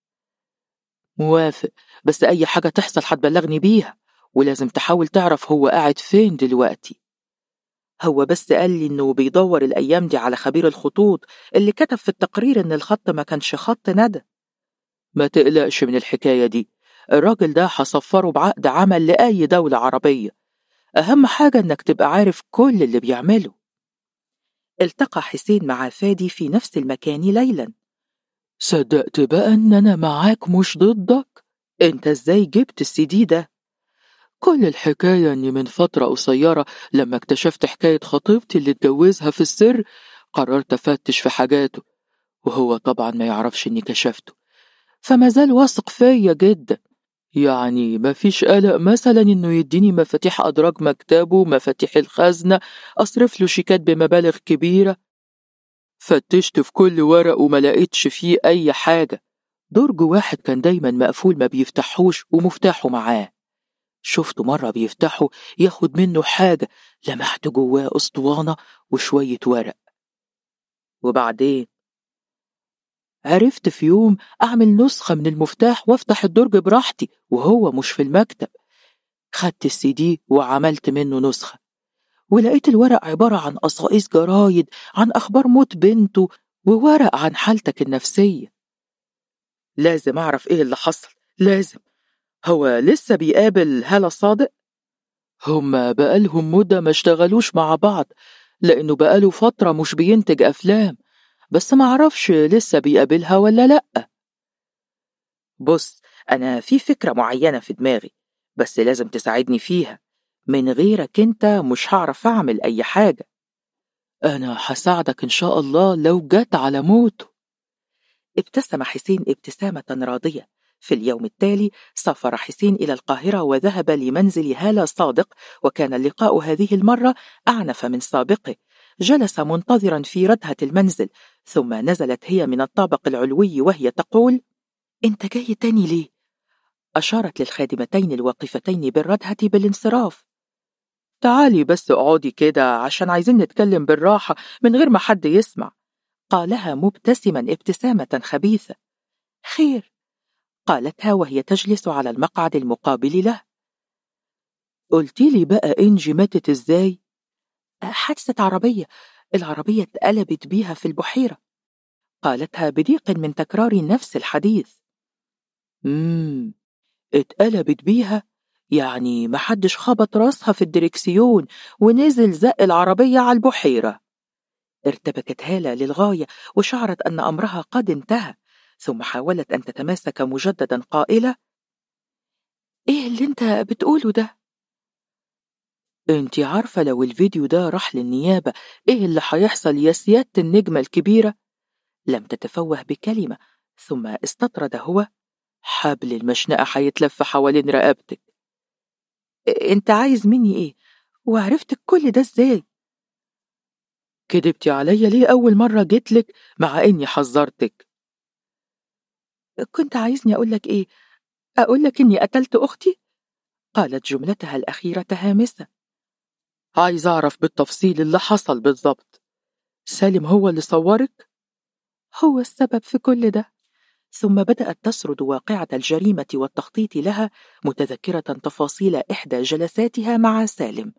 موافق، بس أي حاجة تحصل هتبلغني بيها، ولازم تحاول تعرف هو قاعد فين دلوقتي. هو بس قال لي إنه بيدور الأيام دي على خبير الخطوط اللي كتب في التقرير إن الخط ما كانش خط ندى. ما تقلقش من الحكاية دي، الراجل ده هصفره بعقد عمل لأي دولة عربية، أهم حاجة إنك تبقى عارف كل اللي بيعمله. التقى حسين مع فادي في نفس المكان ليلا. صدقت بقى إن أنا معاك مش ضدك؟ أنت إزاي جبت السي ده؟ كل الحكاية إني من فترة قصيرة لما اكتشفت حكاية خطيبتي اللي اتجوزها في السر قررت أفتش في حاجاته، وهو طبعا ما يعرفش إني كشفته، فما زال واثق فيا جدا. يعني مفيش قلق مثلا إنه يديني مفاتيح أدراج مكتبه، مفاتيح الخزنة، أصرف له شيكات بمبالغ كبيرة. فتشت في كل ورق وما لقيتش فيه أي حاجة. درج واحد كان دايما مقفول ما بيفتحوش ومفتاحه معاه. شفته مرة بيفتحه ياخد منه حاجة، لمحت جواه أسطوانة وشوية ورق. وبعدين عرفت في يوم أعمل نسخة من المفتاح وافتح الدرج براحتي وهو مش في المكتب. خدت الCD وعملت منه نسخة، ولقيت الورق عبارة عن قصائص جرايد عن أخبار موت بنته وورق عن حالتك النفسية. لازم أعرف إيه اللي حصل، لازم. هو لسه بيقابل هالة صادق؟ هما بقالهم مدة ما اشتغلوش مع بعض، لأنه بقاله فترة مش بينتج أفلام، بس ما عرفش لسه بيقابلها ولا لأ. بص، أنا في فكرة معينة في دماغي، بس لازم تساعدني فيها. من غيرك أنت مش هعرف أعمل أي حاجة. أنا هساعدك إن شاء الله لو جت على موته. ابتسم حسين ابتسامة راضية. في اليوم التالي سافر حسين إلى القاهرة وذهب لمنزل هالة صادق، وكان اللقاء هذه المرة أعنف من سابقه. جلس منتظرا في ردهة المنزل، ثم نزلت هي من الطابق العلوي وهي تقول: أنت جاي تاني ليه؟ أشارت للخادمتين الواقفتين بالردهة بالانصراف. تعالي بس اقعدي كده عشان عايزين نتكلم بالراحة من غير ما حد يسمع، قالها مبتسما ابتسامة خبيثة. خير، قالتها وهي تجلس على المقعد المقابل له. قلتي لي بقى إنجي ماتت إزاي؟ حادثة عربية، العربية اتقلبت بيها في البحيرة، قالتها بضيق من تكرار نفس الحديث. اتقلبت بيها؟ يعني محدش خبط راسها في الدركسيون ونزل زق العربية على البحيرة؟ ارتبكت هالة للغاية وشعرت أن أمرها قد انتهى، ثم حاولت أن تتماسك مجددا قائلة: إيه اللي أنت بتقوله ده؟ أنت عارفة لو الفيديو ده راح للنيابة إيه اللي هيحصل يا سيادة النجمة الكبيرة؟ لم تتفوه بكلمة، ثم استطرد هو: حبل المشنقة هيتلف حوالين رقبتك. أنت عايز مني إيه؟ وعرفت كل ده إزاي؟ كدبتي عليا ليه أول مرة جيتلك مع إني حذرتك؟ كنت عايزني أقولك إيه؟ أقولك إني قتلت أختي؟ قالت جملتها الأخيرة هامسة. عايز أعرف بالتفصيل اللي حصل بالضبط. سالم هو اللي صورك؟ هو السبب في كل ده. ثم بدأت تسرد واقعة الجريمة والتخطيط لها، متذكرة تفاصيل إحدى جلساتها مع سالم.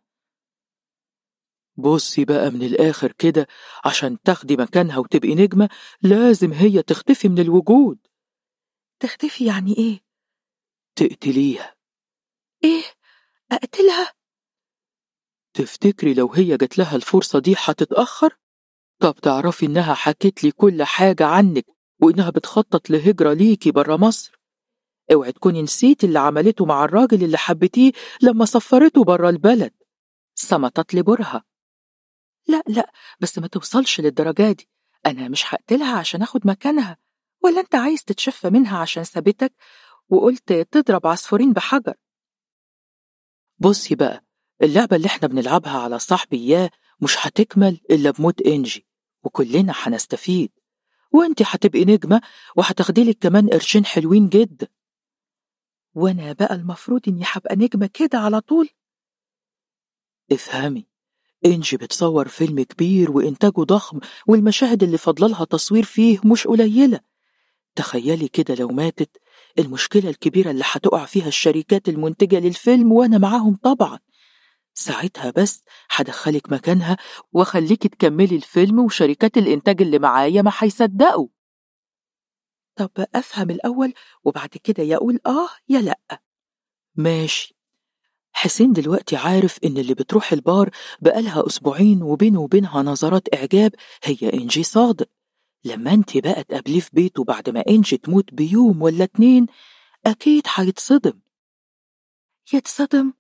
بصي بقى من الآخر كده، عشان تاخدي مكانها وتبقي نجمة لازم هي تختفي من الوجود. تختفي يعني إيه؟ تقتليها. إيه؟ أقتلها؟ تفتكري لو هي جات لها الفرصة دي هتتأخر؟ طب تعرفي إنها حكت لي كل حاجة عنك، وإنها بتخطط لهجرة ليكي برا مصر. اوعي تكوني نسيتي اللي عملته مع الراجل اللي حبتيه لما سفرته برا البلد. صمتت لبرهة. لا، بس ما توصلش للدرجة دي. أنا مش هقتلها عشان أخد مكانها، ولا أنت عايز تتشفى منها عشان سابتك وقلت تضرب عصفورين بحجر؟ بصي بقى، اللعبة اللي احنا بنلعبها على صاحبي إياه مش هتكمل إلا بموت إنجي، وكلنا هنستفيد، وانت هتبقي نجمة وهتاخديلك كمان قرشين حلوين جدا. وانا بقى المفروض اني هبقى نجمة كده على طول؟ افهمي، إنجي بتصور فيلم كبير وإنتاجه ضخم، والمشاهد اللي فضلها تصوير فيه مش قليلة. تخيلي كده لو ماتت، المشكلة الكبيرة اللي هتقع فيها الشركات المنتجة للفيلم وأنا معاهم طبعا. ساعتها بس هدخلك مكانها وخليكي تكملي الفيلم، وشركات الإنتاج اللي معايا ما هيصدقوا. طب أفهم الأول وبعد كده يقول يا لأ. ماشي. حسين دلوقتي عارف إن اللي بتروح البار بقالها أسبوعين وبينه وبينها نظرات إعجاب هي إنجي صادق. لما انت بقى تقابليه في بيته بعد ما إنجي تموت بيوم ولا 2، أكيد هيتصدم. يتصدم؟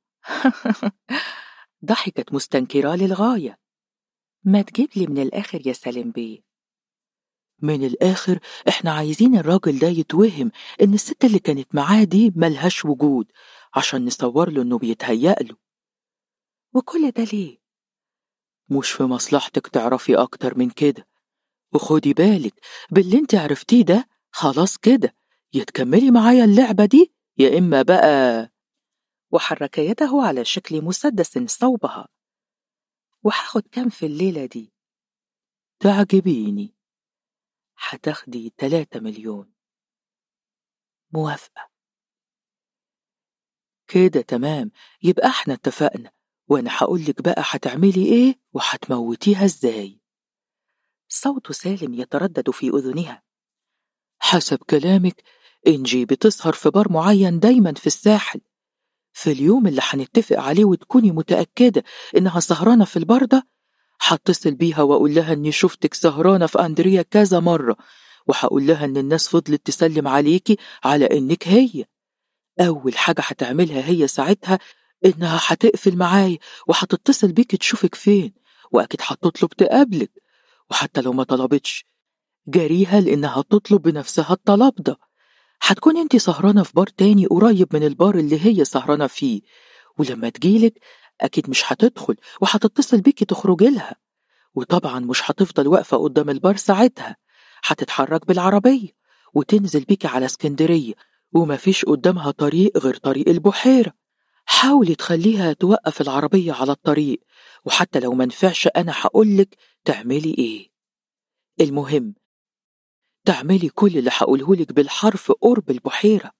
ضحكت مستنكرة للغاية. ما تجيبلي من الآخر يا سالم بيه. من الآخر إحنا عايزين الراجل ده يتوهم إن الست اللي كانت معاه دي ملهاش وجود، عشان نصور له إنه بيتهيأ له. وكل ده ليه؟ مش في مصلحتك تعرفي أكتر من كده، وخدي بالك باللي انت عرفتيه ده، خلاص كده يتكملي معايا اللعبة دي يا إما بقى. وحرك يده على شكل مسدس صوبها. وهاخد كام في الليلة دي؟ تعجبيني. هتاخدي 3 مليون. موافقة. كده تمام، يبقى احنا اتفقنا، وانا هقولك بقى هتعملي ايه وهتموتيها ازاي. صوت سالم يتردد في أذنها. حسب كلامك إنجي بتسهر في بار معين دايما في الساحل. في اليوم اللي هنتفق عليه وتكوني متأكدة إنها سهرانة في البار ده، هتصل بيها وأقول لها إني شفتك سهرانة في أندريا كذا مرة، وهقول لها إن الناس فضلت تسلم عليكي على إنك هي. أول حاجة هتعملها هي ساعتها إنها هتقفل معايا وهتتصل بيك تشوفك فين، وأكيد هتطلب تقابلك، وحتى لو ما طلبتش جاريها لإنها تطلب بنفسها الطلب ده. هتكون انتي سهرانة في بار تاني قريب من البار اللي هي سهرانة فيه، ولما تجيلك أكيد مش هتدخل وهتتصل بيكي تخرجي لها، وطبعا مش هتفضل واقفة قدام البار ساعتها، هتتحرك بالعربية وتنزل بيكي على اسكندرية، ومفيش قدامها طريق غير طريق البحيرة. حاولي تخليها توقف العربية على الطريق، وحتى لو منفعش أنا هقولك تعملي إيه. المهم تعملي كل اللي هقولهولك بالحرف قرب البحيرة.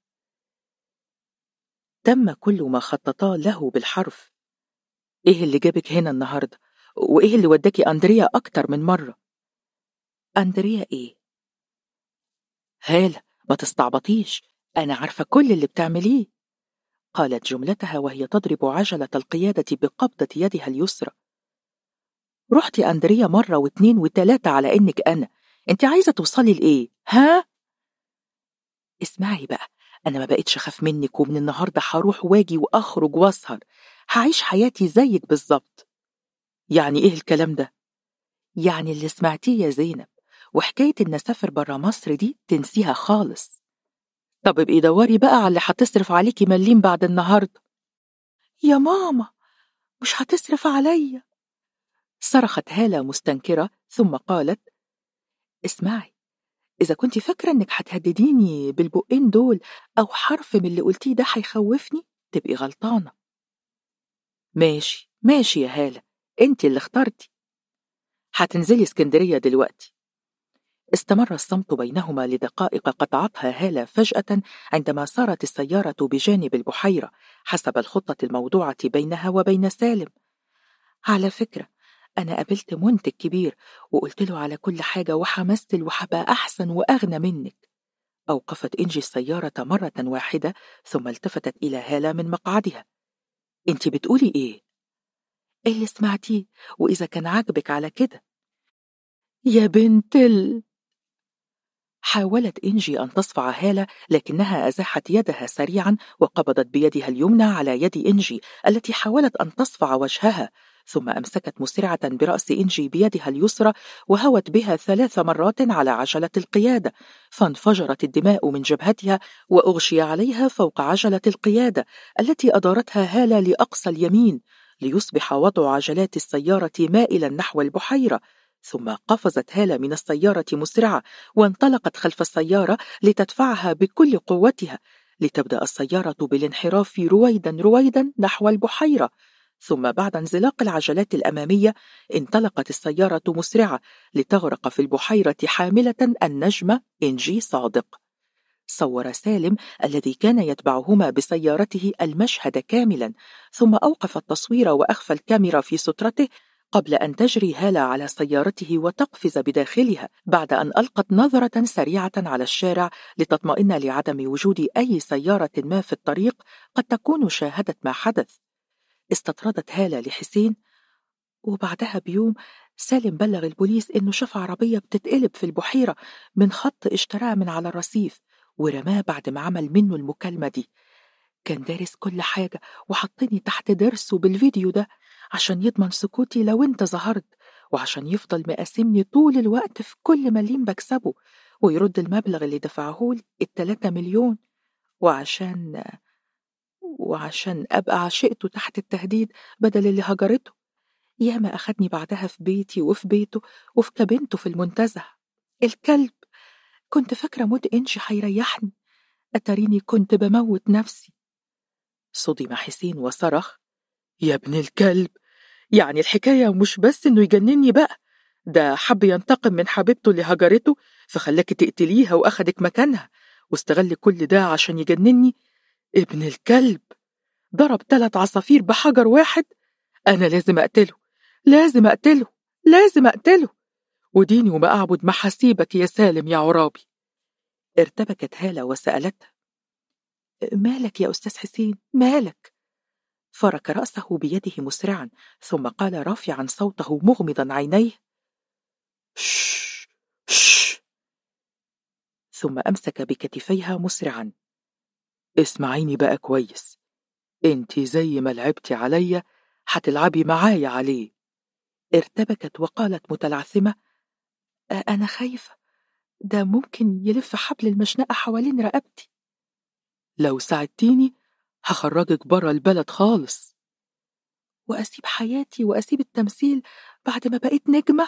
تم كل ما خططاه له بالحرف. إيه اللي جابك هنا النهاردة؟ وإيه اللي وداكي أندريا أكتر من مرة؟ أندريا إيه؟ هالة، ما تستعبطيش، أنا عارفة كل اللي بتعمليه. قالت جملتها وهي تضرب عجلة القيادة بقبضة يدها اليسرى. رحتي أندريا مرة واثنين وثلاثة على إنك أنت عايزة توصلي لإيه؟ ها؟ اسمعي بقى، أنا ما بقتش أخاف منك، ومن النهاردة هروح واجي وأخرج وأسهر، هعيش حياتي زيك بالظبط. يعني إيه الكلام ده؟ يعني اللي سمعتيه يا زينب، وحكاية إن أسافر برا مصر دي تنسيها خالص. طب ابقي دوري بقى على اللي هتصرف عليكي مليم بعد النهاردة. يا ماما مش هتصرف عليا، صرخت هالة مستنكرة، ثم قالت: اسمعي، إذا كنت فاكرة إنك هتهدديني بالبقين دول أو حرف من اللي قلتيه ده هيخوفني، تبقي غلطانة. ماشي ماشي يا هالة، انت اللي اخترتي. هتنزلي اسكندرية دلوقتي. استمر الصمت بينهما لدقائق قطعتها هالة فجأة عندما سارت السيارة بجانب البحيرة حسب الخطة الموضوعة بينها وبين سالم. على فكرة، أنا قابلت منتج كبير وقلت له على كل حاجة وحمثل وحبقى أحسن وأغنى منك. أوقفت إنجي السيارة مرة واحدة ثم التفتت إلى هالة من مقعدها. أنت بتقولي إيه؟ اللي سمعتيه، وإذا كان عاجبك على كده. يا بنت حاولت إنجي أن تصفع هالة، لكنها أزاحت يدها سريعا وقبضت بيدها اليمنى على يد إنجي التي حاولت أن تصفع وجهها، ثم أمسكت مسرعة برأس إنجي بيدها اليسرى وهوت بها 3 مرات على عجلة القيادة، فانفجرت الدماء من جبهتها وأغشي عليها فوق عجلة القيادة التي أدارتها هالة لأقصى اليمين ليصبح وضع عجلات السيارة مائلا نحو البحيرة. ثم قفزت هالة من السيارة مسرعة وانطلقت خلف السيارة لتدفعها بكل قوتها، لتبدأ السيارة بالانحراف رويدا رويدا نحو البحيرة. ثم بعد انزلاق العجلات الأمامية انطلقت السيارة مسرعة لتغرق في البحيرة حاملة النجمة إنجي صادق. صور سالم الذي كان يتبعهما بسيارته المشهد كاملا، ثم أوقف التصوير وأخفى الكاميرا في سترته قبل أن تجري هالة على سيارته وتقفز بداخلها، بعد أن ألقت نظرة سريعة على الشارع لتطمئن لعدم وجود أي سيارة ما في الطريق قد تكون شاهدت ما حدث. استطردت هالة لحسين، وبعدها بيوم سالم بلغ البوليس إنه شاف عربية بتتقلب في البحيرة من خط اشتراه من على الرصيف ورماه بعد ما عمل منه المكالمة دي. كان دارس كل حاجة وحطني تحت درسه بالفيديو ده عشان يضمن سكوتي لو انت ظهرت، وعشان يفضل مقاسمني طول الوقت في كل مليم بكسبه، ويرد المبلغ اللي دفعهولي 3 مليون، وعشان أبقى عشقته تحت التهديد بدل اللي هجرته. ياما أخدني بعدها في بيتي وفي بيته وفي كابينته في المنتزه. الكلب، كنت فاكرة موت إنشي هيريحني، أتريني كنت بموت نفسي. صدم حسين وصرخ: يا ابن الكلب، يعني الحكاية مش بس إنه يجنني بقى، ده حب ينتقم من حبيبته اللي هجرته فخلاك تقتليها وأخدك مكانها، واستغل كل ده عشان يجنني. ابن الكلب ضرب 3 عصافير بحجر واحد. أنا لازم أقتله، لازم أقتله، لازم أقتله، وديني وما أعبد محاسيبك يا سالم يا عرابي. ارتبكت هالة وسألته: مالك يا أستاذ حسين، مالك؟ فرك رأسه بيده مسرعا، ثم قال رافعا صوته مغمضا عينيه: شش شش. ثم أمسك بكتفيها مسرعا: اسمعيني بقى كويس، انتي زي ما لعبتي عليا هتلعبي معايا عليه. ارتبكت وقالت متلعثمة: أنا خايفة، ده ممكن يلف حبل المشنقة حوالين رقبتي. لو ساعدتيني هخرجك برا البلد خالص. وأسيب حياتي وأسيب التمثيل بعد ما بقيت نجمة؟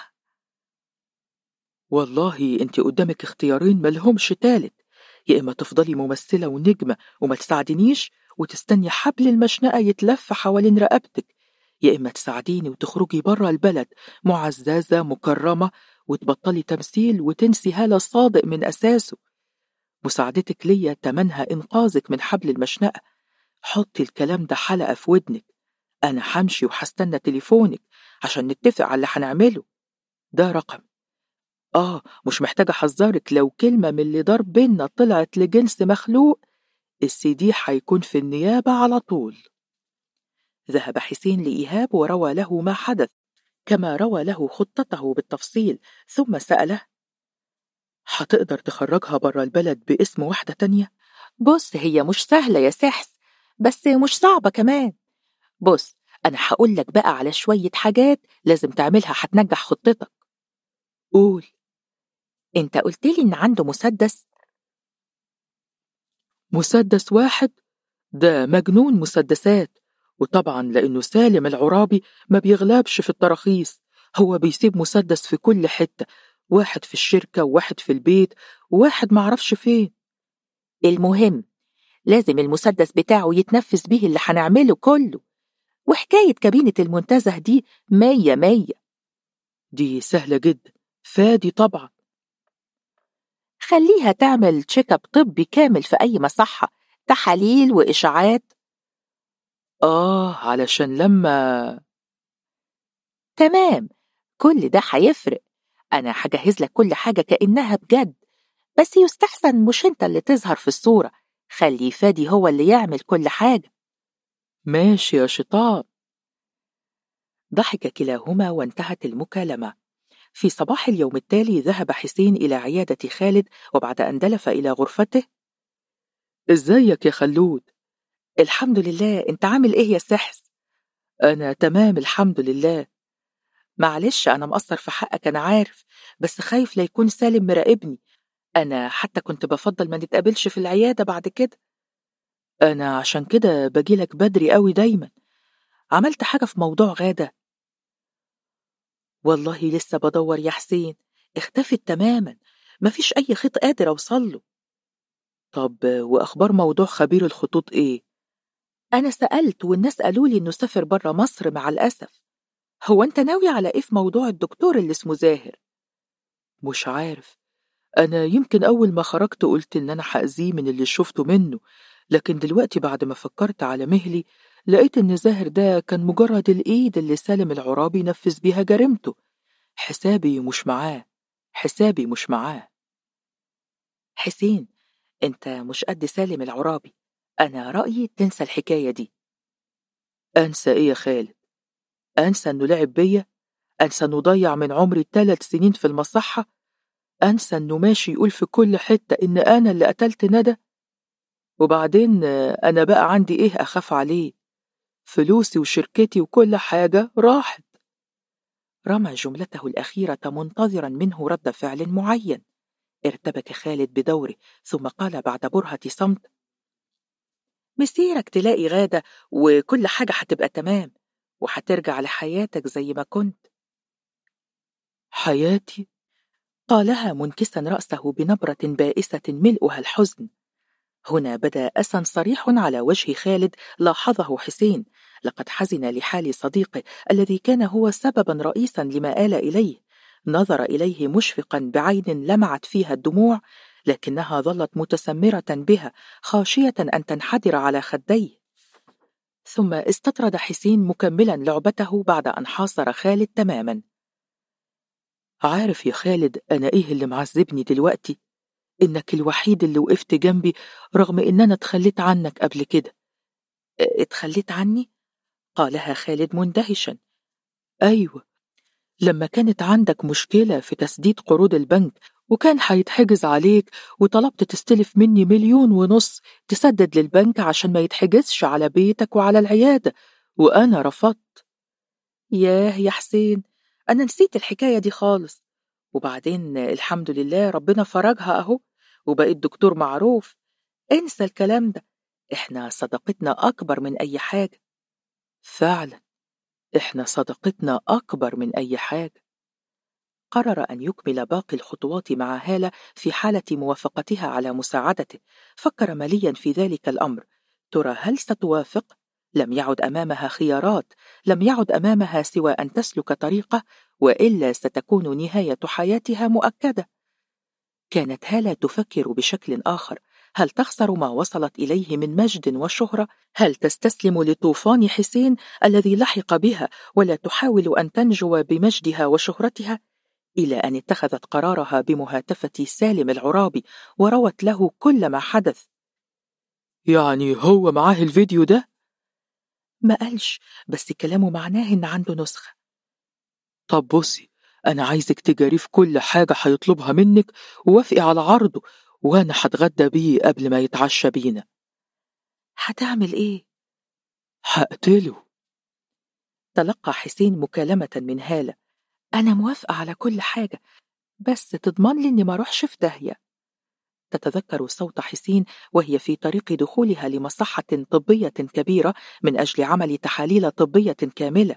والله انت قدامك اختيارين ملهمش تالت، يا إما تفضلي ممثلة ونجمة وما تساعدنيش وتستني حبل المشنقة يتلف حوالين رقبتك، يا إما تساعديني وتخرجي برا البلد معززة مكرمة وتبطلي تمثيل وتنسي هالة صادق من أساسه. مساعدتك ليا تمنها إنقاذك من حبل المشنقة. حطي الكلام ده حلقة في ودنك، أنا همشي وهستنى تليفونك عشان نتفق على اللي هنعمله. ده رقم. مش محتاجة أحذرك، لو كلمة من اللي ضرب بينا طلعت لجنس مخلوق، السي هيكون في النيابة على طول. ذهب حسين لإيهاب وروى له ما حدث، كما روى له خطته بالتفصيل، ثم سأله: هتقدر تخرجها برا البلد باسم واحدة تانية؟ بص، هي مش سهلة يا سحس، بس مش صعبة كمان. بص، أنا هقولك بقى على شوية حاجات لازم تعملها هتنجح خطتك. قول. انت قلتلي إن عنده مسدس. مسدس واحد؟ ده مجنون مسدسات، وطبعا لأنه سالم العرابي ما بيغلبش في التراخيص، هو بيسيب مسدس في كل حتة، واحد في الشركة وواحد في البيت وواحد معرفش فين. المهم لازم المسدس بتاعه يتنفذ بيه اللي هنعمله كله، وحكاية كابينة المنتزه دي 100. دي سهلة جدا، فادي طبعا. خليها تعمل تشيك اب طبي كامل في أي مصحة، تحاليل وإشعاعات. علشان لما... تمام، كل ده هيفرق. أنا هجهز لك كل حاجة كأنها بجد، بس يستحسن مش انت اللي تظهر في الصورة، خلي فادي هو اللي يعمل كل حاجة. ماشي يا شيطان. ضحك كلاهما وانتهت المكالمة. في صباح اليوم التالي ذهب حسين إلى عيادة خالد، وبعد أن دلف إلى غرفته: إزيك يا خلود؟ الحمد لله، انت عامل ايه يا سحس؟ أنا تمام الحمد لله. معلش أنا مقصر في حقك، أنا عارف، بس خايف لا يكون سالم مراقبني، أنا حتى كنت بفضل ما نتقابلش في العيادة بعد كده. أنا عشان كده بجيلك بدري قوي دايما. عملت حاجة في موضوع غادة؟ والله لسه بدور يا حسين، اختفت تماما، مفيش أي خيط قادر أوصله. طب وأخبار موضوع خبير الخطوط إيه؟ أنا سألت والناس قالوا لي إنه سافر برا مصر مع الأسف. هو أنت ناوي على إيه في موضوع الدكتور اللي اسمه زاهر؟ مش عارف، أنا يمكن أول ما خرجت قلت إن أنا هأذيه من اللي شفته منه، لكن دلوقتي بعد ما فكرت على مهلي لقيت إن زاهر ده كان مجرد الإيد اللي سالم العرابي نفذ بيها جريمته. حسابي مش معاه، حسابي مش معاه. حسين، أنت مش قد سالم العرابي، أنا رأيي تنسى الحكاية دي. أنسى إيه يا خالد؟ أنسى إنه لعب بيا؟ أنسى إنه ضيع من عمري 3 سنين في المصحة؟ أنسى إنه ماشي يقول في كل حتة إن أنا اللي قتلت ندى؟ وبعدين أنا بقى عندي إيه أخاف عليه؟ فلوسي وشركتي وكل حاجة راحت. رمى جملته الأخيرة منتظرا منه رد فعل معين. ارتبك خالد بدوره، ثم قال بعد برهة صمت: مسيرك تلاقي غادة وكل حاجة هتبقى تمام، وهترجع لحياتك زي ما كنت. حياتي؟ قالها منكسا رأسه بنبرة بائسة ملؤها الحزن. هنا بدا أسى صريح على وجه خالد لاحظه حسين. لقد حزن لحال صديقه الذي كان هو سببا رئيسا لما آل إليه. نظر إليه مشفقا بعين لمعت فيها الدموع، لكنها ظلت متسمرة بها خاشية أن تنحدر على خديه. ثم استطرد حسين مكملا لعبته بعد أن حاصر خالد تماما. عارف يا خالد أنا إيه اللي معذبني دلوقتي؟ إنك الوحيد اللي وقفت جنبي رغم إن أنا اتخليت عنك قبل كده. اتخليت عني؟ قالها خالد مندهشا. أيوة، لما كانت عندك مشكلة في تسديد قروض البنك وكان هيتحجز عليك وطلبت تستلف مني 1.5 مليون تسدد للبنك عشان ما يتحجزش على بيتك وعلى العيادة، وأنا رفضت. ياه يا حسين، أنا نسيت الحكاية دي خالص. وبعدين الحمد لله ربنا فرجها أهو وبقيت دكتور معروف. انسى الكلام ده، احنا صداقتنا أكبر من أي حاجة. فعلا احنا صداقتنا أكبر من أي حاجة. قرر أن يكمل باقي الخطوات مع هالة في حالة موافقتها على مساعدته. فكر مليا في ذلك الأمر، ترى هل ستوافق؟ لم يعد أمامها خيارات، لم يعد أمامها سوى أن تسلك طريقه، وإلا ستكون نهاية حياتها مؤكدة. كانت هالة تفكر بشكل آخر. هل تخسر ما وصلت إليه من مجد وشهرة؟ هل تستسلم لطوفان حسين الذي لحق بها ولا تحاول أن تنجو بمجدها وشهرتها؟ إلى أن اتخذت قرارها بمهاتفة سالم العرابي وروت له كل ما حدث. يعني هو معاه الفيديو ده؟ ما قالش، بس كلامه معناه إن عنده نسخة. طب بصي، أنا عايزك تجاري في كل حاجة هيطلبها منك ووافقي على عرضه، وأنا هتغدى بيه قبل ما يتعشى بينا. هتعمل إيه؟ هقتله. تلقى حسين مكالمة من هالة. أنا موافقة على كل حاجة، بس تضمن لي إني ما أروحش في داهية. تتذكر صوت حسين وهي في طريق دخولها لمصحة طبية كبيرة من أجل عمل تحاليل طبية كاملة.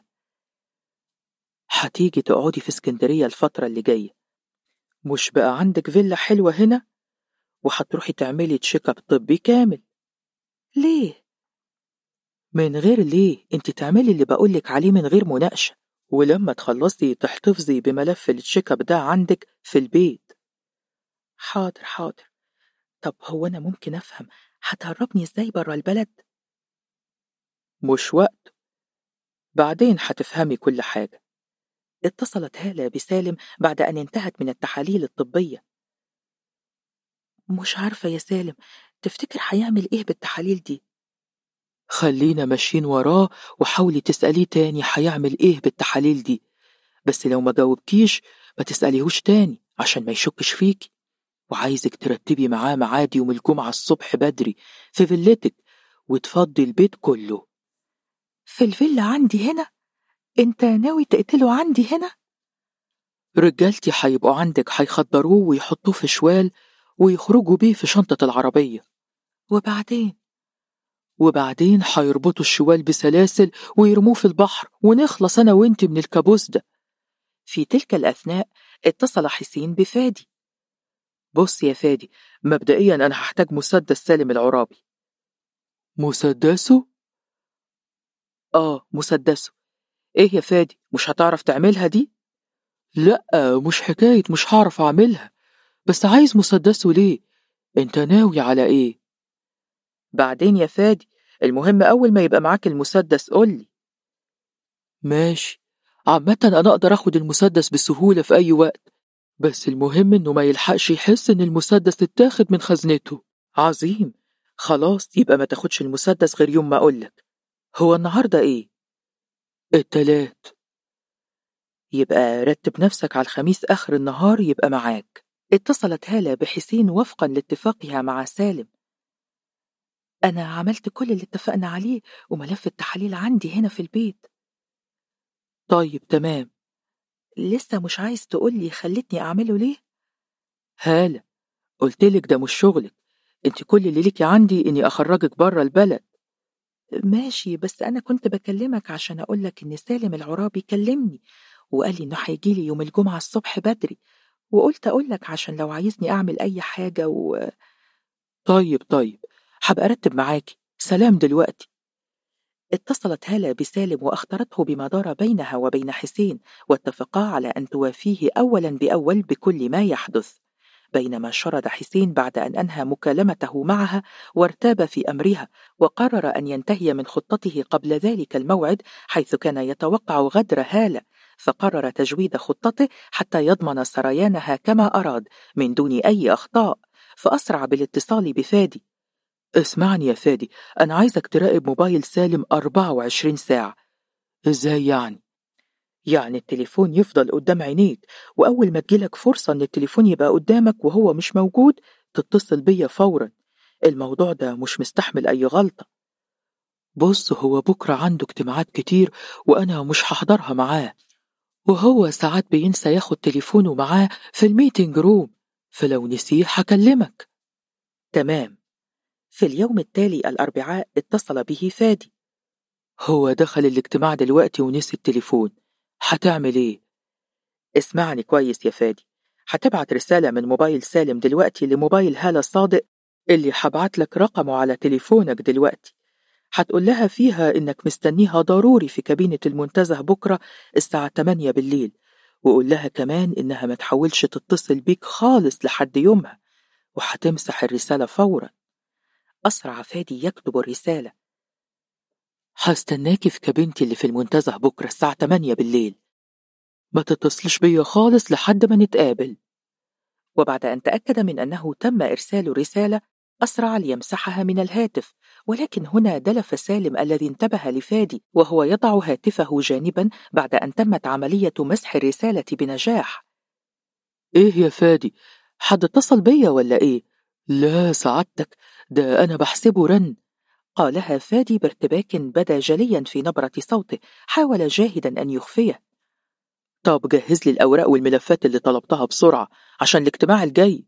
هتيجي تقعدي في اسكندرية الفترة اللي جاية، مش بقى عندك فيلا حلوة هنا؟ وهتروحي تعملي تشيك اب طبي كامل. ليه؟ من غير ليه، انت تعملي اللي بقولك عليه من غير مناقشة، ولما تخلصي تحتفظي بملف التشيك اب ده عندك في البيت. حاضر حاضر. طب هو أنا ممكن أفهم هتهربني إزاي برا البلد؟ مش وقت، بعدين هتفهمي كل حاجة. اتصلت هالة بسالم بعد أن انتهت من التحاليل الطبية. مش عارفة يا سالم، تفتكر هيعمل إيه بالتحاليل دي؟ خلينا ماشيين وراه وحاولي تسأليه تاني هيعمل إيه بالتحاليل دي، بس لو ما جاوبكيش ما تسأليهوش تاني عشان ما يشكش فيكي. وعايزك ترتبي معاه ميعاد يوم الجمعة الصبح بدري في فيلتك وتفضي البيت كله. في الفيلا عندي هنا؟ انت ناوي تقتله عندي هنا؟ رجالتي هيبقوا عندك، هيخدروه ويحطوه في شوال ويخرجوا بيه في شنطة العربية. وبعدين هيربطوا الشوال بسلاسل ويرموه في البحر ونخلص أنا وانت من الكابوس ده. في تلك الأثناء اتصل حسين بفادي. بص يا فادي، مبدئيا أنا هحتاج مسدس سالم العرابي. مسدسه؟ مسدسه. ايه يا فادي، مش هتعرف تعملها دي؟ لا، مش حكاية مش هعرف اعملها، بس عايز مسدسه ليه؟ انت ناوي على ايه؟ بعدين يا فادي، المهم أول ما يبقى معاك المسدس قولي. ماشي، عامة أنا أقدر أخد المسدس بسهولة في أي وقت، بس المهم إنه ما يلحقش يحس إن المسدس اتاخد من خزنته. عظيم، خلاص يبقى ما تاخدش المسدس غير يوم ما أقولك. هو النهاردة إيه؟ التلات. يبقى رتب نفسك على الخميس آخر النهار يبقى معاك. اتصلت هالة بحسين وفقا لاتفاقها مع سالم. أنا عملت كل اللي اتفقنا عليه وملف التحاليل عندي هنا في البيت. طيب تمام. لسه مش عايز تقولي خلتني أعمله ليه؟ هالة، قلتلك ده مش شغلك، انت كل اللي ليكي عندي إني أخرجك برا البلد. ماشي، بس أنا كنت بكلمك عشان أقولك إن سالم العرابي كلمني وقال لي إنه هيجيلي يوم الجمعة الصبح بدري، وقلت أقولك عشان لو عايزني أعمل أي حاجة طيب، هبقى أرتب معاكي. سلام دلوقتي. اتصلت هالة بسالم وأخبرته بما دار بينها وبين حسين، واتفقا على أن توافيه أولا بأول بكل ما يحدث. بينما شرد حسين بعد أن أنهى مكالمته معها وارتاب في أمرها، وقرر أن ينتهي من خطته قبل ذلك الموعد، حيث كان يتوقع غدر هالة، فقرر تجويد خطته حتى يضمن سريانها كما أراد من دون أي أخطاء، فأسرع بالاتصال بفادي. اسمعني يا فادي، أنا عايزك تراقب موبايل سالم 24 ساعة. إزاي يعني؟ يعني التليفون يفضل قدام عينيك، وأول ما تجيلك فرصة أن التليفون يبقى قدامك وهو مش موجود تتصل بيا فورا. الموضوع ده مش مستحمل أي غلطة. بص، هو بكرة عنده اجتماعات كتير وأنا مش هحضرها معاه، وهو ساعات بينسى ياخد تليفونه معاه في الميتنج روم، فلو نسيه هكلمك. تمام. في اليوم التالي الأربعاء اتصل به فادي. هو دخل الاجتماع دلوقتي ونسي التليفون، هتعمل ايه؟ اسمعني كويس يا فادي، هتبعت رسالة من موبايل سالم دلوقتي لموبايل هالة صادق اللي هبعت لك رقمه على تليفونك دلوقتي. هتقول لها فيها إنك مستنيها ضروري في كابينة المنتزه بكرة الساعة 8 بالليل، وقول لها كمان إنها ما تحاولش تتصل بيك خالص لحد يومها، وهتمسح الرسالة فورا. أسرع فادي يكتب الرسالة. هستناكي في كابينتي اللي في المنتزه بكرة الساعة 8 بالليل، ما تتصلش بيا خالص لحد ما نتقابل. وبعد أن تأكد من أنه تم إرسال رسالة، أسرع ليمسحها من الهاتف، ولكن هنا دلف سالم الذي انتبه لفادي وهو يضع هاتفه جانبا بعد أن تمت عملية مسح الرسالة بنجاح. إيه يا فادي، حد اتصل بيا ولا إيه؟ لا سعادتك، ده أنا بحسبه رن، قالها فادي بارتباك بدا جليا في نبرة صوته، حاول جاهدا أن يخفيه. طب جهز لي الأوراق والملفات اللي طلبتها بسرعة عشان الاجتماع الجاي.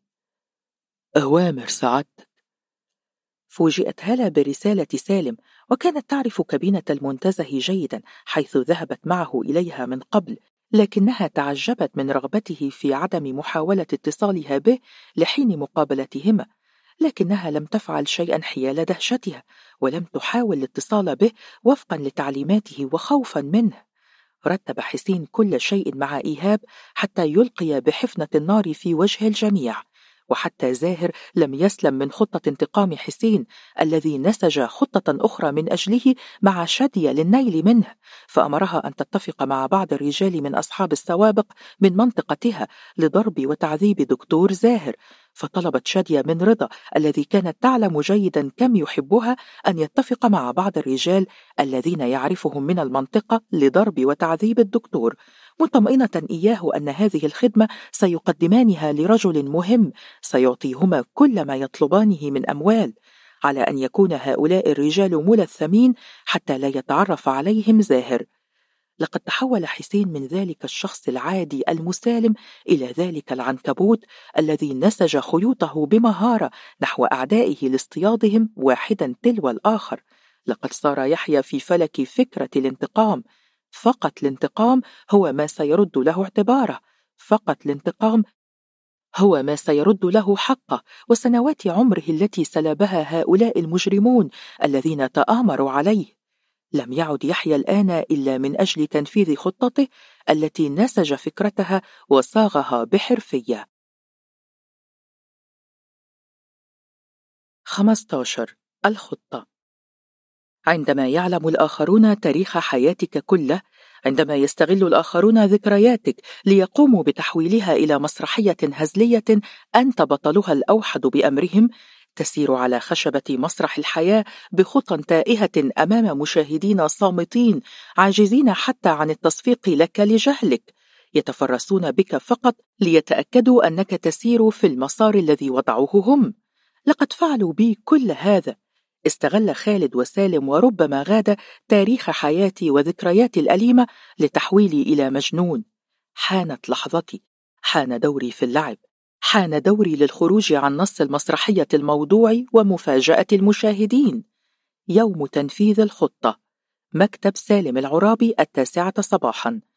أوامر سعادتك. فوجئت هالة برسالة سالم، وكانت تعرف كابينة المنتزه جيدا حيث ذهبت معه إليها من قبل، لكنها تعجبت من رغبته في عدم محاولة اتصالها به لحين مقابلتهما، لكنها لم تفعل شيئا حيال دهشتها، ولم تحاول الاتصال به وفقا لتعليماته وخوفا منه. رتب حسين كل شيء مع إيهاب حتى يلقي بحفنة النار في وجه الجميع، وحتى زاهر لم يسلم من خطة انتقام حسين الذي نسج خطة أخرى من أجله مع شادية للنيل منه، فأمرها أن تتفق مع بعض الرجال من أصحاب السوابق من منطقتها لضرب وتعذيب دكتور زاهر، فطلبت شادية من رضا الذي كانت تعلم جيدا كم يحبها أن يتفق مع بعض الرجال الذين يعرفهم من المنطقة لضرب وتعذيب الدكتور، مطمئنة إياه أن هذه الخدمة سيقدمانها لرجل مهم سيعطيهما كل ما يطلبانه من أموال، على أن يكون هؤلاء الرجال ملثمين حتى لا يتعرف عليهم زاهر. لقد تحول حسين من ذلك الشخص العادي المسالم إلى ذلك العنكبوت الذي نسج خيوطه بمهارة نحو أعدائه لاصطيادهم واحدا تلو الآخر. لقد صار يحيا في فلك فكرة الانتقام، فقط الانتقام هو ما سيرد له اعتباره، فقط الانتقام هو ما سيرد له حقه وسنوات عمره التي سلبها هؤلاء المجرمون الذين تآمروا عليه. لم يعد يحيى الآن إلا من أجل تنفيذ خطته التي نسج فكرتها وصاغها بحرفية. 15. الخطة. عندما يعلم الآخرون تاريخ حياتك كله، عندما يستغل الآخرون ذكرياتك ليقوموا بتحويلها إلى مسرحية هزلية أنت بطلها الأوحد بأمرهم، تسير على خشبة مسرح الحياة بخطى تائهة أمام مشاهدين صامتين عاجزين حتى عن التصفيق لك لجهلك، يتفرسون بك فقط ليتأكدوا أنك تسير في المسار الذي وضعوه هم. لقد فعلوا بي كل هذا. استغل خالد وسالم وربما غادة تاريخ حياتي وذكرياتي الأليمة لتحويلي إلى مجنون. حانت لحظتي، حان دوري في اللعب، حان دوري للخروج عن نص المسرحية الموضوع ومفاجأة المشاهدين. يوم تنفيذ الخطة. مكتب سالم العرابي 9 صباحا.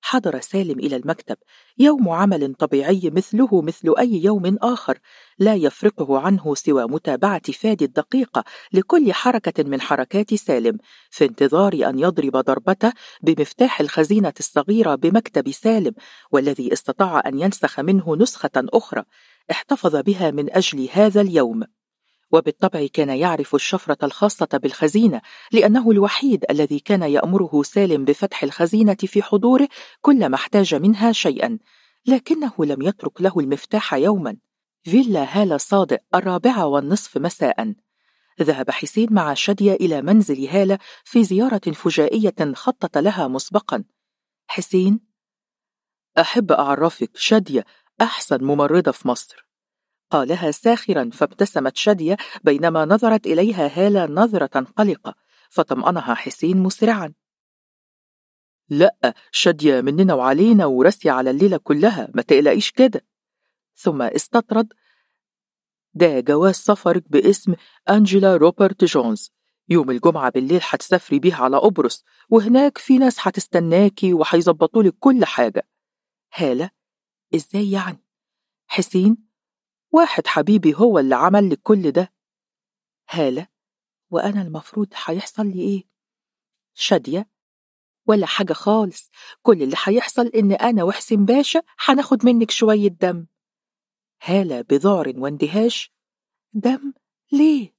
حضر سالم إلى المكتب. يوم عمل طبيعي مثله مثل أي يوم آخر، لا يفرقه عنه سوى متابعة فادي الدقيقة لكل حركة من حركات سالم، في انتظار أن يضرب ضربته بمفتاح الخزينة الصغيرة بمكتب سالم، والذي استطاع أن ينسخ منه نسخة أخرى احتفظ بها من أجل هذا اليوم. وبالطبع كان يعرف الشفرة الخاصة بالخزينة، لأنه الوحيد الذي كان يأمره سالم بفتح الخزينة في حضوره كلما احتاج منها شيئا، لكنه لم يترك له المفتاح يوما. فيلا هالة صادق 4:30 مساء. ذهب حسين مع شادية إلى منزل هالة في زيارة فجائية خطط لها مسبقا. حسين: أحب أعرفك، شادية أحسن ممرضة في مصر، قالها ساخرا، فابتسمت شادية بينما نظرت إليها هالة نظرة قلقة، فطمأنها حسين مسرعا: لا، شادية مننا وعلينا وراسية على الليلة كلها، ما تقلقيش كده. ثم استطرد: ده جواز سفرك باسم أنجيلا روبرت جونز، يوم الجمعة بالليل هتسافري بيه على قبرص، وهناك في ناس هتستناكي وهيظبطولك كل حاجة. هالة: إزاي يعني؟ حسين: واحد حبيبي هو اللي عمل لك كل ده. هالة: وأنا المفروض هيحصل لي إيه؟ شادية: ولا حاجة خالص، كل اللي هيحصل إن أنا وحسين باشا هناخد منك شوية دم. هالة بذعر واندهاش: دم؟ ليه؟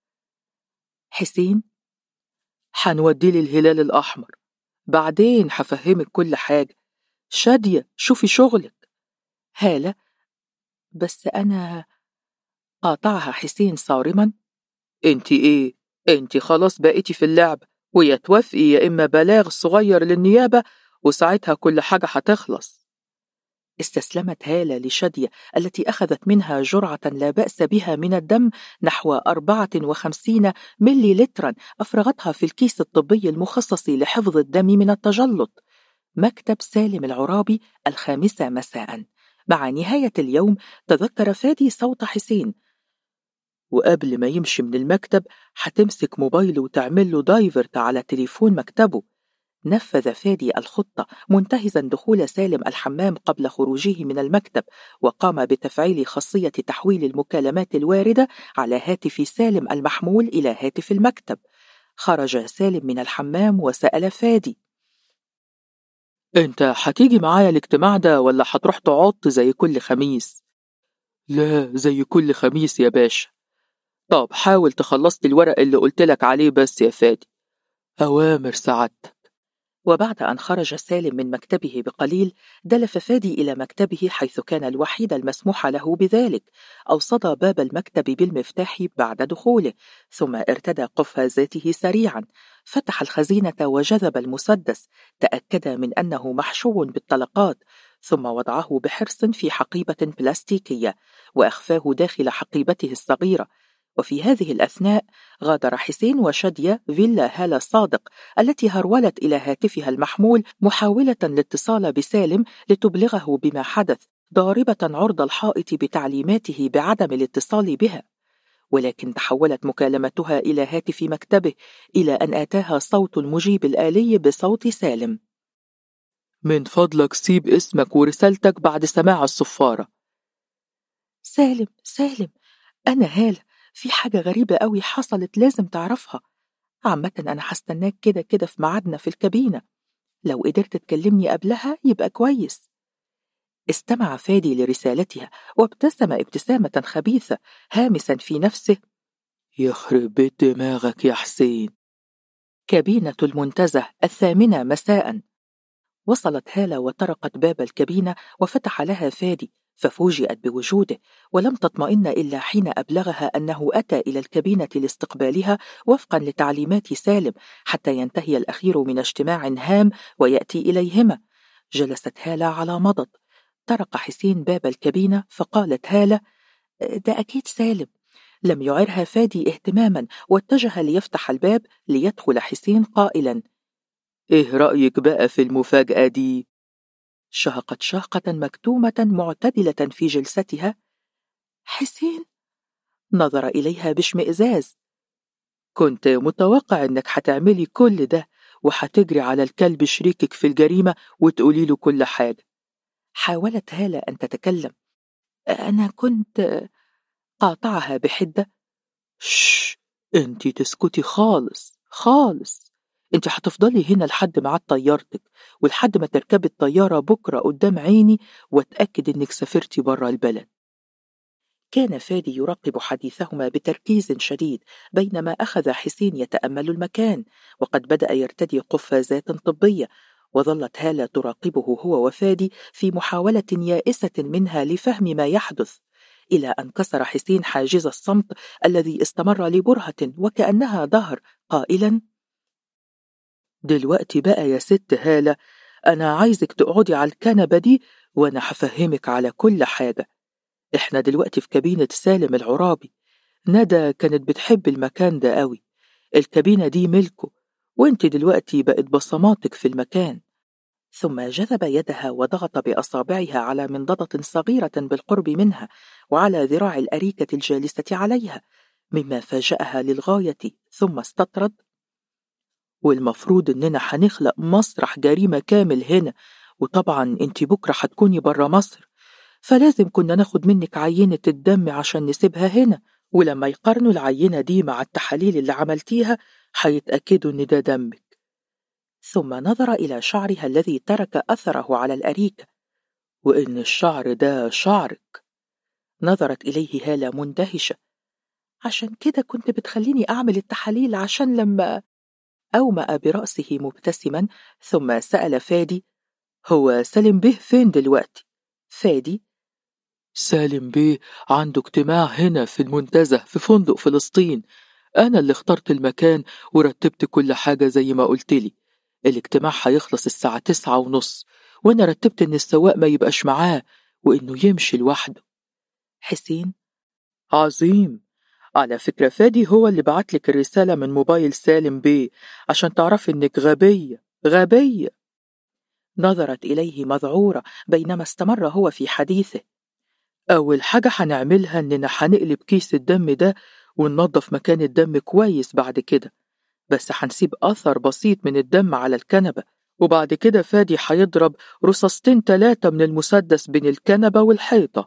حسين: هنوديه للهلال الأحمر، بعدين هفهمك كل حاجة. شادية شوفي شغلك. هالة: بس أنا... قاطعها حسين صارما: انتي ايه؟ انتي خلاص بقيتي في اللعب، ويا توافقي يا إما بلاغ صغير للنيابة وساعتها كل حاجة هتخلص. استسلمت هالة لشادية التي أخذت منها جرعة لا بأس بها من الدم نحو 54 ملي لترا أفرغتها في الكيس الطبي المخصص لحفظ الدم من التجلط. مكتب سالم العرابي 5 مساء. مع نهاية اليوم تذكر فادي صوت حسين: وقبل ما يمشي من المكتب هتمسك موبايله وتعمل له دايفرت على تليفون مكتبه. نفذ فادي الخطة منتهزا دخول سالم الحمام قبل خروجه من المكتب، وقام بتفعيل خاصية تحويل المكالمات الواردة على هاتف سالم المحمول إلى هاتف المكتب. خرج سالم من الحمام وسأل فادي: انت هتيجي معايا الاجتماع ده ولا هتروح تقعد زي كل خميس؟ لا، زي كل خميس يا باشا. طب حاول تخلصت الورق اللي قلتلك عليه بس يا فادي. أوامر سعادتك. وبعد أن خرج سالم من مكتبه بقليل دلف فادي إلى مكتبه، حيث كان الوحيد المسموح له بذلك. أوصد باب المكتب بالمفتاح بعد دخوله، ثم ارتدى قفازاته سريعا، فتح الخزينة وجذب المسدس، تأكد من أنه محشو بالطلقات، ثم وضعه بحرص في حقيبة بلاستيكية وأخفاه داخل حقيبته الصغيرة. وفي هذه الأثناء غادر حسين وشادية فيلا هالة صادق التي هرولت إلى هاتفها المحمول محاولة الاتصال بسالم لتبلغه بما حدث، ضاربة عرض الحائط بتعليماته بعدم الاتصال بها. ولكن تحولت مكالمتها إلى هاتف مكتبه، إلى أن آتاها صوت المجيب الآلي بصوت سالم: من فضلك سيب اسمك ورسالتك بعد سماع الصفارة. سالم، أنا هالة، في حاجة غريبة قوي حصلت لازم تعرفها. عامة أنا هستناك كده في ميعادنا في الكابينة، لو قدرت تكلمني قبلها يبقى كويس. استمع فادي لرسالتها وابتسم ابتسامة خبيثة، هامسا في نفسه: يخرب بيت دماغك يا حسين. كابينة المنتزه 8 مساء. وصلت هالة وطرقت باب الكابينة وفتح لها فادي، ففوجئت بوجوده، ولم تطمئن إلا حين أبلغها أنه أتى إلى الكابينة لاستقبالها وفقا لتعليمات سالم، حتى ينتهي الأخير من اجتماع هام ويأتي إليهما. جلست هالة على مضض. طرق حسين باب الكابينة فقالت هالة: ده أكيد سالم. لم يعرها فادي اهتماما، واتجه ليفتح الباب ليدخل حسين قائلا: إيه رأيك بقى في المفاجأة دي؟ شهقت شهقة مكتومة معتدلة في جلستها. حسين نظر إليها باشمئزاز: كنت متوقع إنك هتعملي كل ده، وهتجري على الكلب شريكك في الجريمة وتقولي له كل حاجة. حاولت هالة أن تتكلم. أنا كنت... قاطعها بحدة. شش، انتي تسكتي خالص خالص. انتي هتفضلي هنا لحد ميعاد طيارتك، ولحد ما تركبي الطيارة بكرة قدام عيني واتأكد انك سافرتي برا البلد. كان فادي يراقب حديثهما بتركيز شديد بينما أخذ حسين يتأمل المكان، وقد بدأ يرتدي قفازات طبية، وظلت هالة تراقبه هو وفادي في محاولة يائسة منها لفهم ما يحدث، إلى أن كسر حسين حاجز الصمت الذي استمر لبرهة وكأنها دهر، قائلا: دلوقتي بقى يا ست هالة، أنا عايزك تقعدي على الكنبة دي وأنا هفهمك على كل حاجة. إحنا دلوقتي في كابينة سالم العرابي. ندى كانت بتحب المكان ده قوي، الكابينة دي ملكه، وانت دلوقتي بقت بصماتك في المكان. ثم جذب يدها وضغط بأصابعها على منضدة صغيرة بالقرب منها وعلى ذراع الأريكة الجالسة عليها، مما فاجأها للغاية، ثم استطرد: والمفروض إننا هنخلق مسرح جريمة كامل هنا، وطبعا انت بكرة هتكوني برا مصر، فلازم كنا ناخد منك عينة الدم عشان نسيبها هنا، ولما يقارنوا العينة دي مع التحاليل اللي عملتيها هيتأكدوا إن ده دمك. ثم نظر إلى شعرها الذي ترك أثره على الأريكة: وإن الشعر ده شعرك. نظرت إليه هالة مندهشة: عشان كده كنت بتخليني أعمل التحاليل عشان لما... أومأ برأسه مبتسما، ثم سأل فادي: هو سالم بيه فين دلوقتي؟ فادي: سالم بيه عنده اجتماع هنا في المنتزه في فندق فلسطين، أنا اللي اخترت المكان ورتبت كل حاجة زي ما قلتلي. الاجتماع هيخلص الساعة 9:30، وأنا رتبت إن السواق ما يبقاش معاه وإنه يمشي لوحده. حسين: عظيم. على فكرة فادي هو اللي بعتلك الرسالة من موبايل سالم بيه عشان تعرفي إنك غبية غبية. نظرت إليه مذعورة بينما استمر هو في حديثه: أول حاجة هنعملها إننا هنقلب كيس الدم ده وننظف مكان الدم كويس بعد كده، بس هنسيب أثر بسيط من الدم على الكنبة، وبعد كده فادي هيضرب رصاصتين 3 من المسدس بين الكنبة والحيطة.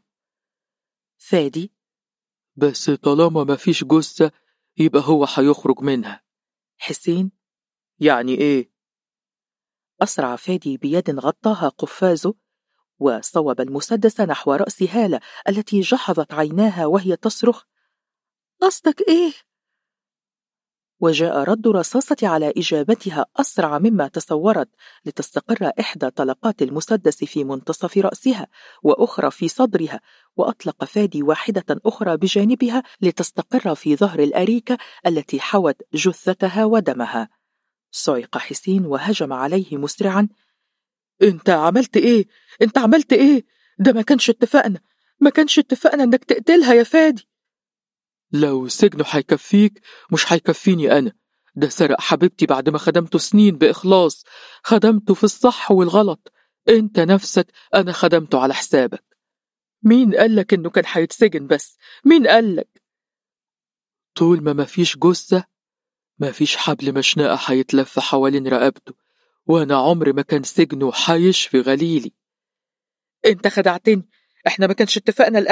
فادي: بس طالما مفيش جثة يبقى هو هيخرج منها. حسين: يعني إيه؟ أسرع فادي بيد غطاها قفازه وصوب المسدس نحو رأس هالة التي جحظت عيناها وهي تصرخ: قصدك إيه؟ وجاء رد رصاصة على إجابتها أسرع مما تصورت، لتستقر إحدى طلقات المسدس في منتصف رأسها وأخرى في صدرها، وأطلق فادي واحدة أخرى بجانبها لتستقر في ظهر الأريكة التي حوت جثتها ودمها. صعق حسين وهجم عليه مسرعا: انت عملت ايه؟ انت عملت ايه؟ ده ما كانش اتفقنا انك تقتلها يا فادي. لو سجنه هيكفيك مش هيكفيني انا، ده سرق حبيبتي بعد ما خدمته سنين بإخلاص، خدمته في الصح والغلط، انت نفسك انا خدمته على حسابك. مين قالك انه كان هيتسجن؟ بس مين قالك؟ طول ما مفيش جثة مفيش حبل مشنقة هيتلف حوالين رقبته، وانا عمري ما كان سجنه حيشفي غليلي. انت خدعتني، احنا ما كانش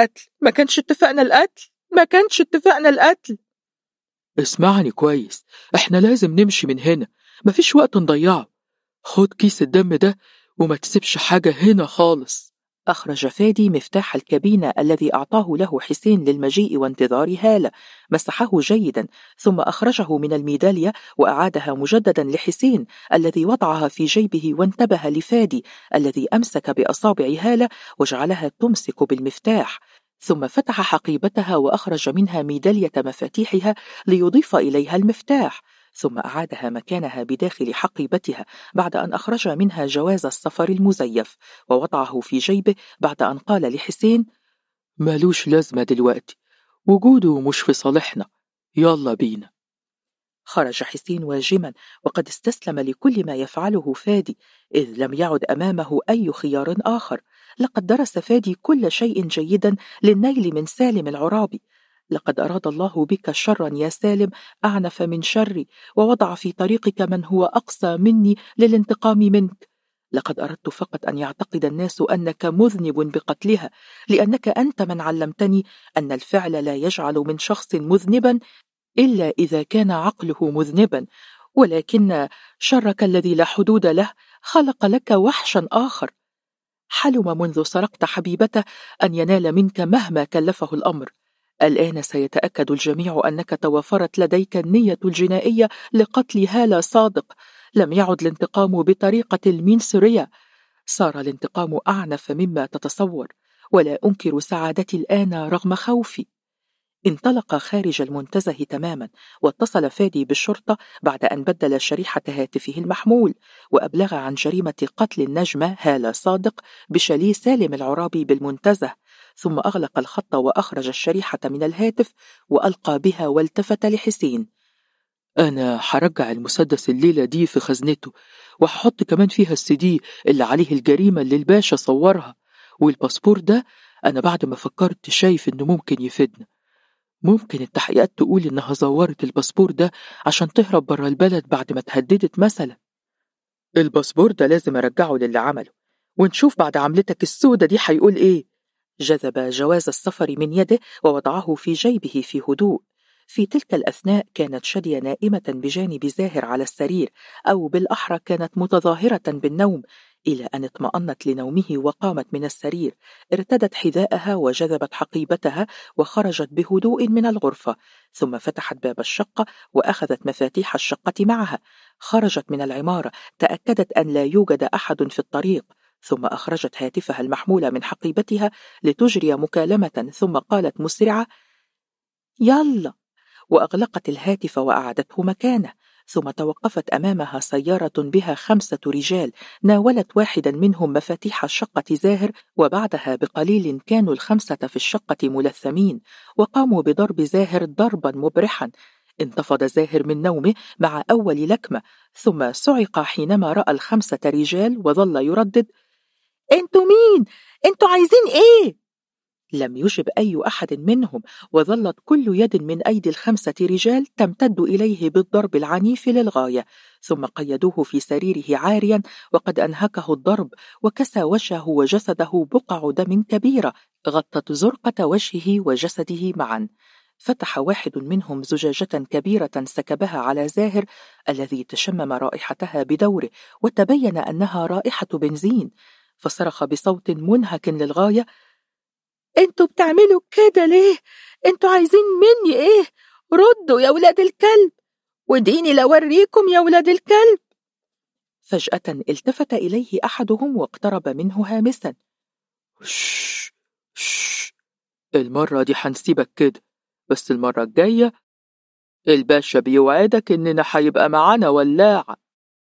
اتفقنا القتل. اسمعني كويس، احنا لازم نمشي من هنا، مفيش وقت نضيعه. خد كيس الدم ده وما تسيبش حاجة هنا خالص. أخرج فادي مفتاح الكابينة الذي أعطاه له حسين للمجيء وانتظار هالة، مسحه جيدا، ثم أخرجه من الميدالية وأعادها مجددا لحسين الذي وضعها في جيبه، وانتبه لفادي الذي أمسك بأصابع هالة وجعلها تمسك بالمفتاح، ثم فتح حقيبتها وأخرج منها ميدالية مفاتيحها ليضيف إليها المفتاح، ثم أعادها مكانها بداخل حقيبتها بعد أن أخرج منها جواز السفر المزيف ووضعه في جيبه، بعد أن قال لحسين: مالوش لازمة دلوقتي، وجوده مش في صالحنا، يلا بينا. خرج حسين واجما وقد استسلم لكل ما يفعله فادي، إذ لم يعد أمامه أي خيار آخر. لقد درس فادي كل شيء جيدا للنيل من سالم العرابي، لقد أراد الله بك شرا يا سالم أعنف من شري، ووضع في طريقك من هو أقسى مني للانتقام منك. لقد أردت فقط أن يعتقد الناس أنك مذنب بقتلها، لأنك أنت من علمتني أن الفعل لا يجعل من شخص مذنبا إلا إذا كان عقله مذنبا، ولكن شرك الذي لا حدود له خلق لك وحشا آخر. حلم منذ سرقت حبيبته أن ينال منك مهما كلفه الأمر. الآن سيتأكد الجميع أنك توافرت لديك النية الجنائية لقتل هالة صادق. لم يعد الانتقام بطريقة المنسورية، صار الانتقام أعنف مما تتصور، ولا أنكر سعادتي الآن رغم خوفي. انطلق خارج المنتزه تماما، واتصل فادي بالشرطة بعد أن بدل شريحة هاتفه المحمول، وأبلغ عن جريمة قتل النجمة هالة صادق بشاليه سالم العرابي بالمنتزه، ثم أغلق الخط وأخرج الشريحة من الهاتف وألقى بها، والتفت لحسين: أنا حرجع المسدس الليلة دي في خزنته، وححط كمان فيها السي اللي عليه الجريمة اللي الباشا صورها، والباسبور ده أنا بعد ما فكرت شايف إنه ممكن يفيدنا. ممكن التحقيقات تقول إنها زورت الباسبور ده عشان تهرب برا البلد بعد ما تهددت مثلا. الباسبور ده لازم أرجعه للي عمله، ونشوف بعد عملتك السودة دي هيقول إيه. جذب جواز السفر من يده ووضعه في جيبه في هدوء. في تلك الأثناء كانت شادية نائمة بجانب زاهر على السرير، أو بالأحرى كانت متظاهرة بالنوم، إلى أن اطمأنت لنومه وقامت من السرير، ارتدت حذاءها وجذبت حقيبتها وخرجت بهدوء من الغرفة، ثم فتحت باب الشقة وأخذت مفاتيح الشقة معها. خرجت من العمارة، تأكدت أن لا يوجد أحد في الطريق، ثم أخرجت هاتفها المحمول من حقيبتها لتجري مكالمة، ثم قالت مسرعة: يلا، وأغلقت الهاتف وأعادته مكانه. ثم توقفت أمامها سيارة بها 5 رجال، ناولت واحدا منهم مفاتيح شقة زاهر، وبعدها بقليل كانوا ال5 في الشقة ملثمين، وقاموا بضرب زاهر ضربا مبرحا. انتفض زاهر من نومه مع أول لكمة، ثم صعق حينما رأى ال5 رجال وظل يردد: انتوا مين؟ انتوا عايزين ايه؟ لم يجب أي أحد منهم، وظلت كل يد من أيدي ال5 رجال تمتد إليه بالضرب العنيف للغاية، ثم قيدوه في سريره عاريا وقد أنهكه الضرب، وكسى وجهه وجسده بقع دم كبيرة غطت زرقة وجهه وجسده معا. فتح واحد منهم زجاجة كبيرة سكبها على زاهر الذي تشمم رائحتها بدوره، وتبين أنها رائحة بنزين، فصرخ بصوت منهك للغاية: انتوا بتعملوا كده ليه؟ انتوا عايزين مني ايه؟ ردوا يا ولاد الكلب، وديني لوريكم يا ولاد الكلب. فجأة التفت إليه أحدهم واقترب منه هامسا: شش شش، المرة دي هنسيبك كده، بس المرة الجاية الباشا بيوعدك إننا هيبقى معانا ولاعة.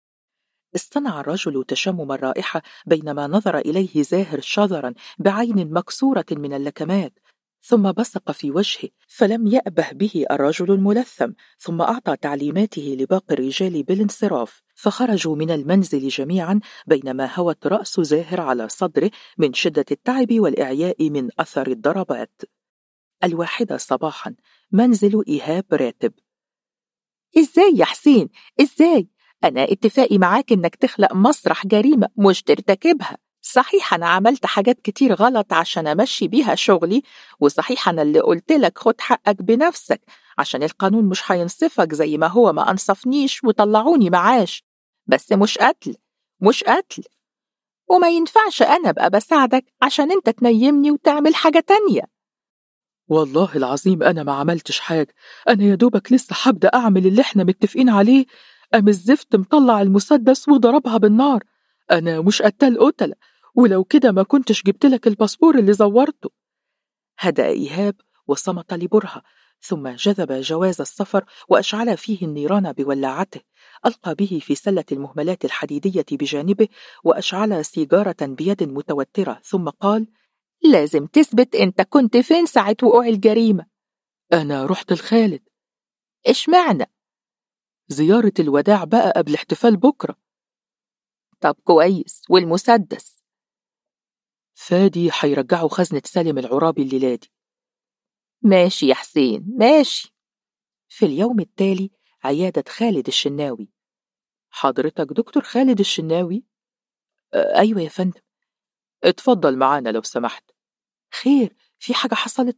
اصطنع الرجل تشمم الرائحة بينما نظر إليه زاهر شذرا بعين مكسورة من اللكمات، ثم بصق في وجهه، فلم يأبه به الرجل الملثم، ثم أعطى تعليماته لباقي الرجال بالانصراف، فخرجوا من المنزل جميعا بينما هوت رأس زاهر على صدره من شدة التعب والإعياء من أثر الضربات. 1 صباحا، منزل إيهاب راتب. إزاي يا حسين؟ إزاي؟ أنا اتفاقي معاك إنك تخلق مسرح جريمة مش ترتكبها. صحيح أنا عملت حاجات كتير غلط عشان أمشي بيها شغلي، وصحيح أنا اللي قلت لك خد حقك بنفسك عشان القانون مش هينصفك زي ما هو ما أنصفنيش وطلعوني معاش، بس مش قتل، مش قتل، وما ينفعش أنا أبقى بساعدك عشان أنت تنيمني وتعمل حاجة تانية. والله العظيم أنا ما عملتش حاجة، أنا يا دوبك لسه هبدأ أعمل اللي إحنا متفقين عليه، قام الزفت مطلع المسدس وضربها بالنار. أنا مش قتلة، ولو كده ما كنتش جبتلك الباسبور اللي زورته. هدأ إيهاب وصمت لبرهة، ثم جذب جواز السفر وأشعل فيه النيران بولاعته، ألقى به في سلة المهملات الحديدية بجانبه، وأشعل سيجارة بيد متوترة، ثم قال: لازم تثبت أنت كنت فين ساعة وقوع الجريمة. أنا رحت لخالد. إيش معنى؟ زيارة الوداع بقى قبل احتفال بكرة. طب كويس، والمسدس؟ فادي حيرجعوا خزنة سالم العرابي الليلة دي. ماشي يا حسين ماشي. في اليوم التالي عيادة خالد الشناوي. حضرتك دكتور خالد الشناوي؟ أيوة يا فندم. اتفضل معانا لو سمحت. خير، في حاجة حصلت؟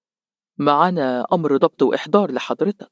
معانا أمر ضبط وإحضار لحضرتك.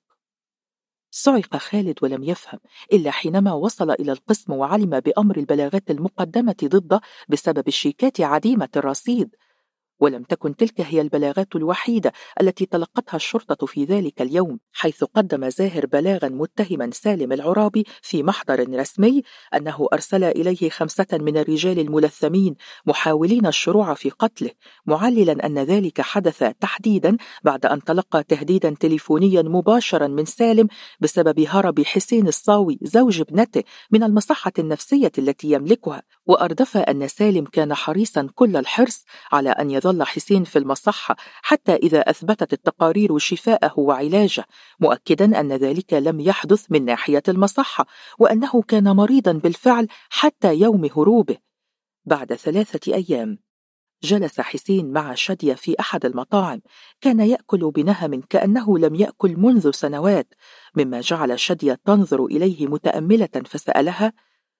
صعق خالد ولم يفهم إلا حينما وصل إلى القسم وعلم بأمر البلاغات المقدمة ضده بسبب الشيكات عديمة الرصيد. ولم تكن تلك هي البلاغات الوحيدة التي تلقتها الشرطة في ذلك اليوم، حيث قدم زاهر بلاغا متهما سالم العرابي في محضر رسمي أنه أرسل إليه 5 من الرجال الملثمين محاولين الشروع في قتله، معللا أن ذلك حدث تحديدا بعد أن تلقى تهديدا تليفونيا مباشرا من سالم بسبب هرب حسين الصاوي زوج ابنته من المصحة النفسية التي يملكها. وأردف أن سالم كان حريصا كل الحرص على أن يظل حسين في المصحة حتى إذا أثبتت التقارير شفاءه وعلاجه، مؤكدا أن ذلك لم يحدث من ناحية المصحة، وأنه كان مريضا بالفعل حتى يوم هروبه. بعد 3 أيام جلس حسين مع شادية في أحد المطاعم، كان يأكل بنهم كأنه لم يأكل منذ سنوات، مما جعل شادية تنظر إليه متأملة فسألها: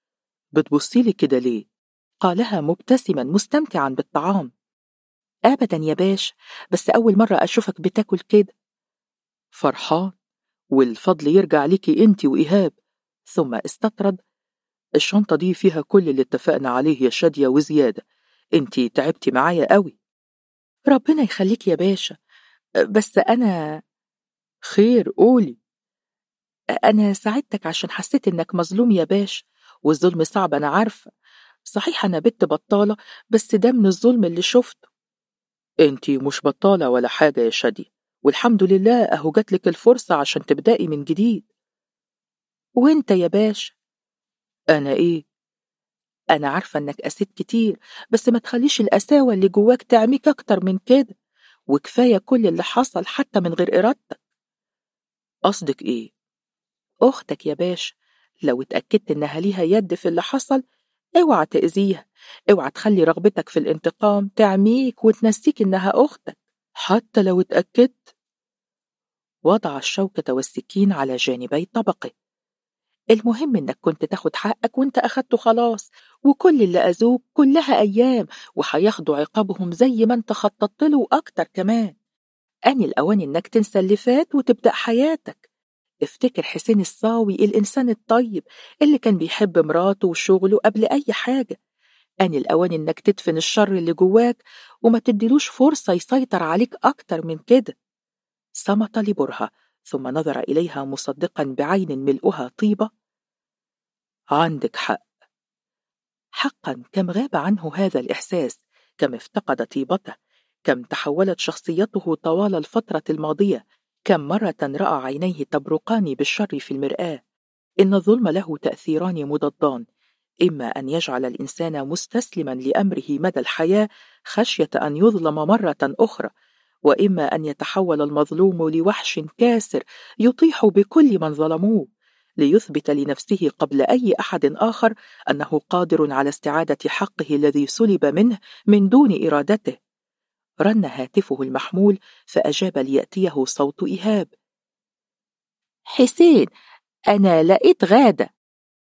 بتبصي لي كده ليه؟ قالها مبتسما مستمتعا بالطعام: أبدا يا باش، بس أول مرة أشوفك بتاكل كده. فرحان، والفضل يرجع ليكي انتي وإيهاب. ثم استطرد: الشنطة دي فيها كل اللي اتفقنا عليه يا شادية وزيادة، انتي تعبتي معايا قوي. ربنا يخليك يا باشا، بس أنا... خير قولي. أنا ساعدتك عشان حسيت إنك مظلوم يا باش، والظلم صعب أنا عارفة. صحيح أنا بنت بطالة، بس ده من الظلم اللي شفته. انتي مش بطالة ولا حاجة يا شادية، والحمد لله أهو جاتلك الفرصة عشان تبدأي من جديد. وانت يا باش؟ أنا إيه؟ أنا عارفة إنك قسيت كتير، بس ما تخليش القساوة اللي جواك تعميك أكتر من كده، وكفاية كل اللي حصل حتى من غير إرادتك. قصدك إيه؟ أختك يا باش، لو اتأكدت إنها ليها يد في اللي حصل اوعى تأذيها، اوعى تخلي رغبتك في الانتقام تعميك وتنسيك إنها أختك. حتى لو اتأكدت؟ وضع الشوكة والسكين على جانبي طبقه. المهم إنك كنت تاخد حقك وانت أخدته خلاص، وكل اللي أذوك كلها أيام وحياخدوا عقابهم زي ما انت خططت له أكتر كمان. أني الأوان إنك تنسى اللي فات وتبدأ حياتك. افتكر حسين الصاوي الإنسان الطيب اللي كان بيحب مراته وشغله قبل أي حاجة. أني الأوان إنك تدفن الشر اللي جواك وما تديلوش فرصة يسيطر عليك أكتر من كده. صمت لبرهة ثم نظر إليها مصدقا بعين ملؤها طيبة: عندك حق. حقا كم غاب عنه هذا الإحساس، كم افتقد طيبته، كم تحولت شخصيته طوال الفترة الماضية، كم مرة رأى عينيه تبرقان بالشر في المرآة. إن الظلم له تأثيران مضادان، إما أن يجعل الإنسان مستسلما لأمره مدى الحياة خشية أن يظلم مرة أخرى، وإما أن يتحول المظلوم لوحش كاسر يطيح بكل من ظلموه، ليثبت لنفسه قبل أي أحد آخر أنه قادر على استعادة حقه الذي سلب منه من دون إرادته. رن هاتفه المحمول فأجاب ليأتيه صوت إيهاب: حسين، أنا لقيت غادة.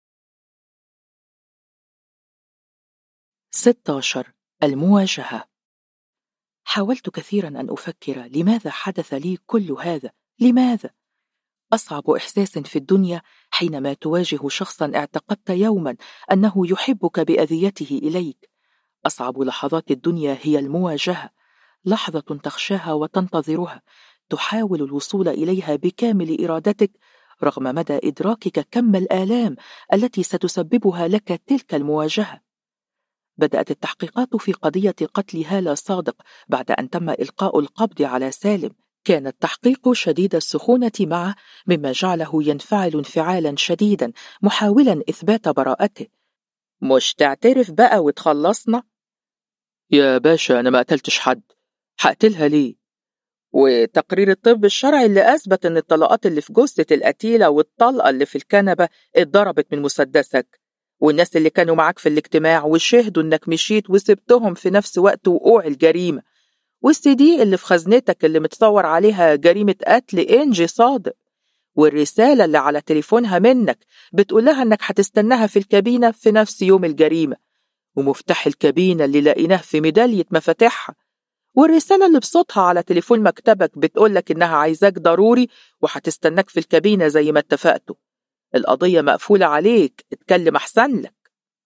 16. المواجهة. حاولت كثيرا أن أفكر لماذا حدث لي كل هذا، لماذا؟ أصعب إحساس في الدنيا حينما تواجه شخصا اعتقدت يوما أنه يحبك بأذيته إليك. أصعب لحظات الدنيا هي المواجهة، لحظة تخشاها وتنتظرها، تحاول الوصول إليها بكامل إرادتك رغم مدى إدراكك كم الآلام التي ستسببها لك تلك المواجهة. بدأت التحقيقات في قضية قتل هالة صادق بعد أن تم إلقاء القبض على سالم. كان التحقيق شديد السخونة معه، مما جعله ينفعل انفعالا شديدا محاولا إثبات براءته. مش تعترف بقى وتخلصنا؟ يا باشا أنا ما قتلتش حد، هقتلها ليه؟ وتقرير الطب الشرعي اللي أثبت أن الطلقات اللي في جثة القتيلة والطلقة اللي في الكنبة اتضربت من مسدسك، والناس اللي كانوا معاك في الاجتماع وشهدوا أنك مشيت وسبتهم في نفس وقت وقوع الجريمة، والCD اللي في خزنتك اللي متصور عليها جريمة قتل إنجي صادق، والرسالة اللي على تليفونها منك بتقولها إنك هتستناها في الكابينة في نفس يوم الجريمة، ومفتاح الكابينة اللي لقيناه في ميدالية مفاتيحها، والرسالة اللي بصوتها على تليفون مكتبك بتقولك إنها عايزاك ضروري وهتستناك في الكابينة زي ما اتفقتوا. القضية مقفولة عليك، اتكلم أحسن لك.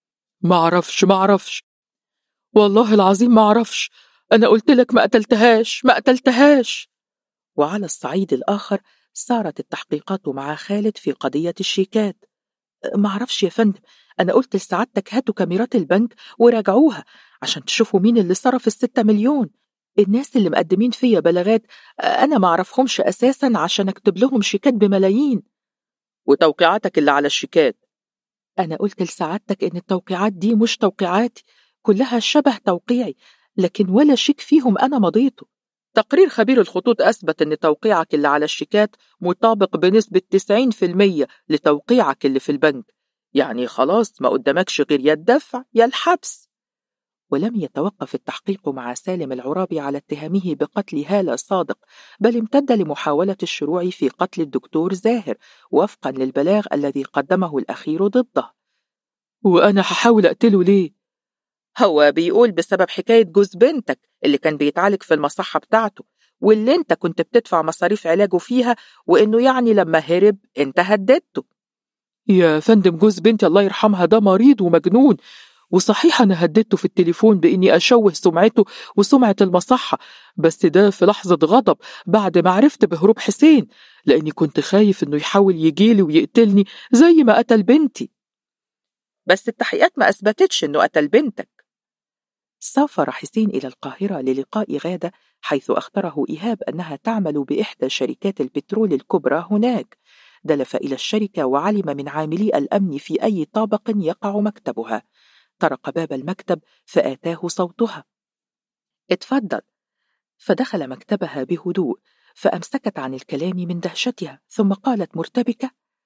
معرفش والله العظيم معرفش، أنا قلت لك ما قتلتهاش. وعلى الصعيد الآخر صارت التحقيقات مع خالد في قضية الشيكات. معرفش يا فندم، أنا قلت لسعادتك هاتوا كاميرات البنك وراجعوها عشان تشوفوا مين اللي صرف ال6 مليون. الناس اللي مقدمين فيا بلاغات أنا معرفهمش أساسا عشان أكتب لهم شيكات بملايين. وتوقيعاتك اللي على الشيكات؟ أنا قلت لسعادتك إن التوقيعات دي مش توقيعاتي، كلها شبه توقيعي، لكن ولا شيك فيهم أنا مضيته. تقرير خبير الخطوط أثبت إن توقيعك اللي على الشيكات مطابق بنسبة 90% لتوقيعك اللي في البنك، يعني خلاص ما قدامكش غير يا الدفع يا الحبس. ولم يتوقف التحقيق مع سالم العرابي على اتهامه بقتل هالة صادق، بل امتد لمحاولة الشروع في قتل الدكتور زاهر وفقا للبلاغ الذي قدمه الأخير ضده. وأنا هحاول أقتله ليه؟ هو بيقول بسبب حكاية جوز بنتك اللي كان بيتعالج في المصحة بتاعته، واللي انت كنت بتدفع مصاريف علاجه فيها، وإنه يعني لما هرب انت هددته. يا فندم جوز بنتي الله يرحمها ده مريض ومجنون، وصحيح أنا هددته في التليفون بإني أشوه سمعته وسمعة المصحة، بس ده في لحظة غضب بعد ما عرفت بهروب حسين، لأني كنت خايف إنه يحاول يجيلي ويقتلني زي ما قتل بنتي. بس التحقيقات ما أثبتتش إنه قتل بنتك. سافر حسين إلى القاهرة للقاء غادة، حيث أخبره إيهاب أنها تعمل بإحدى شركات البترول الكبرى هناك. دلف إلى الشركة وعلم من عاملي الأمن في أي طابق يقع مكتبها. طرق باب المكتب فآتاه صوتها: اتفضل. فدخل مكتبها بهدوء، فأمسكت عن الكلام من دهشتها، ثم قالت مرتبكة: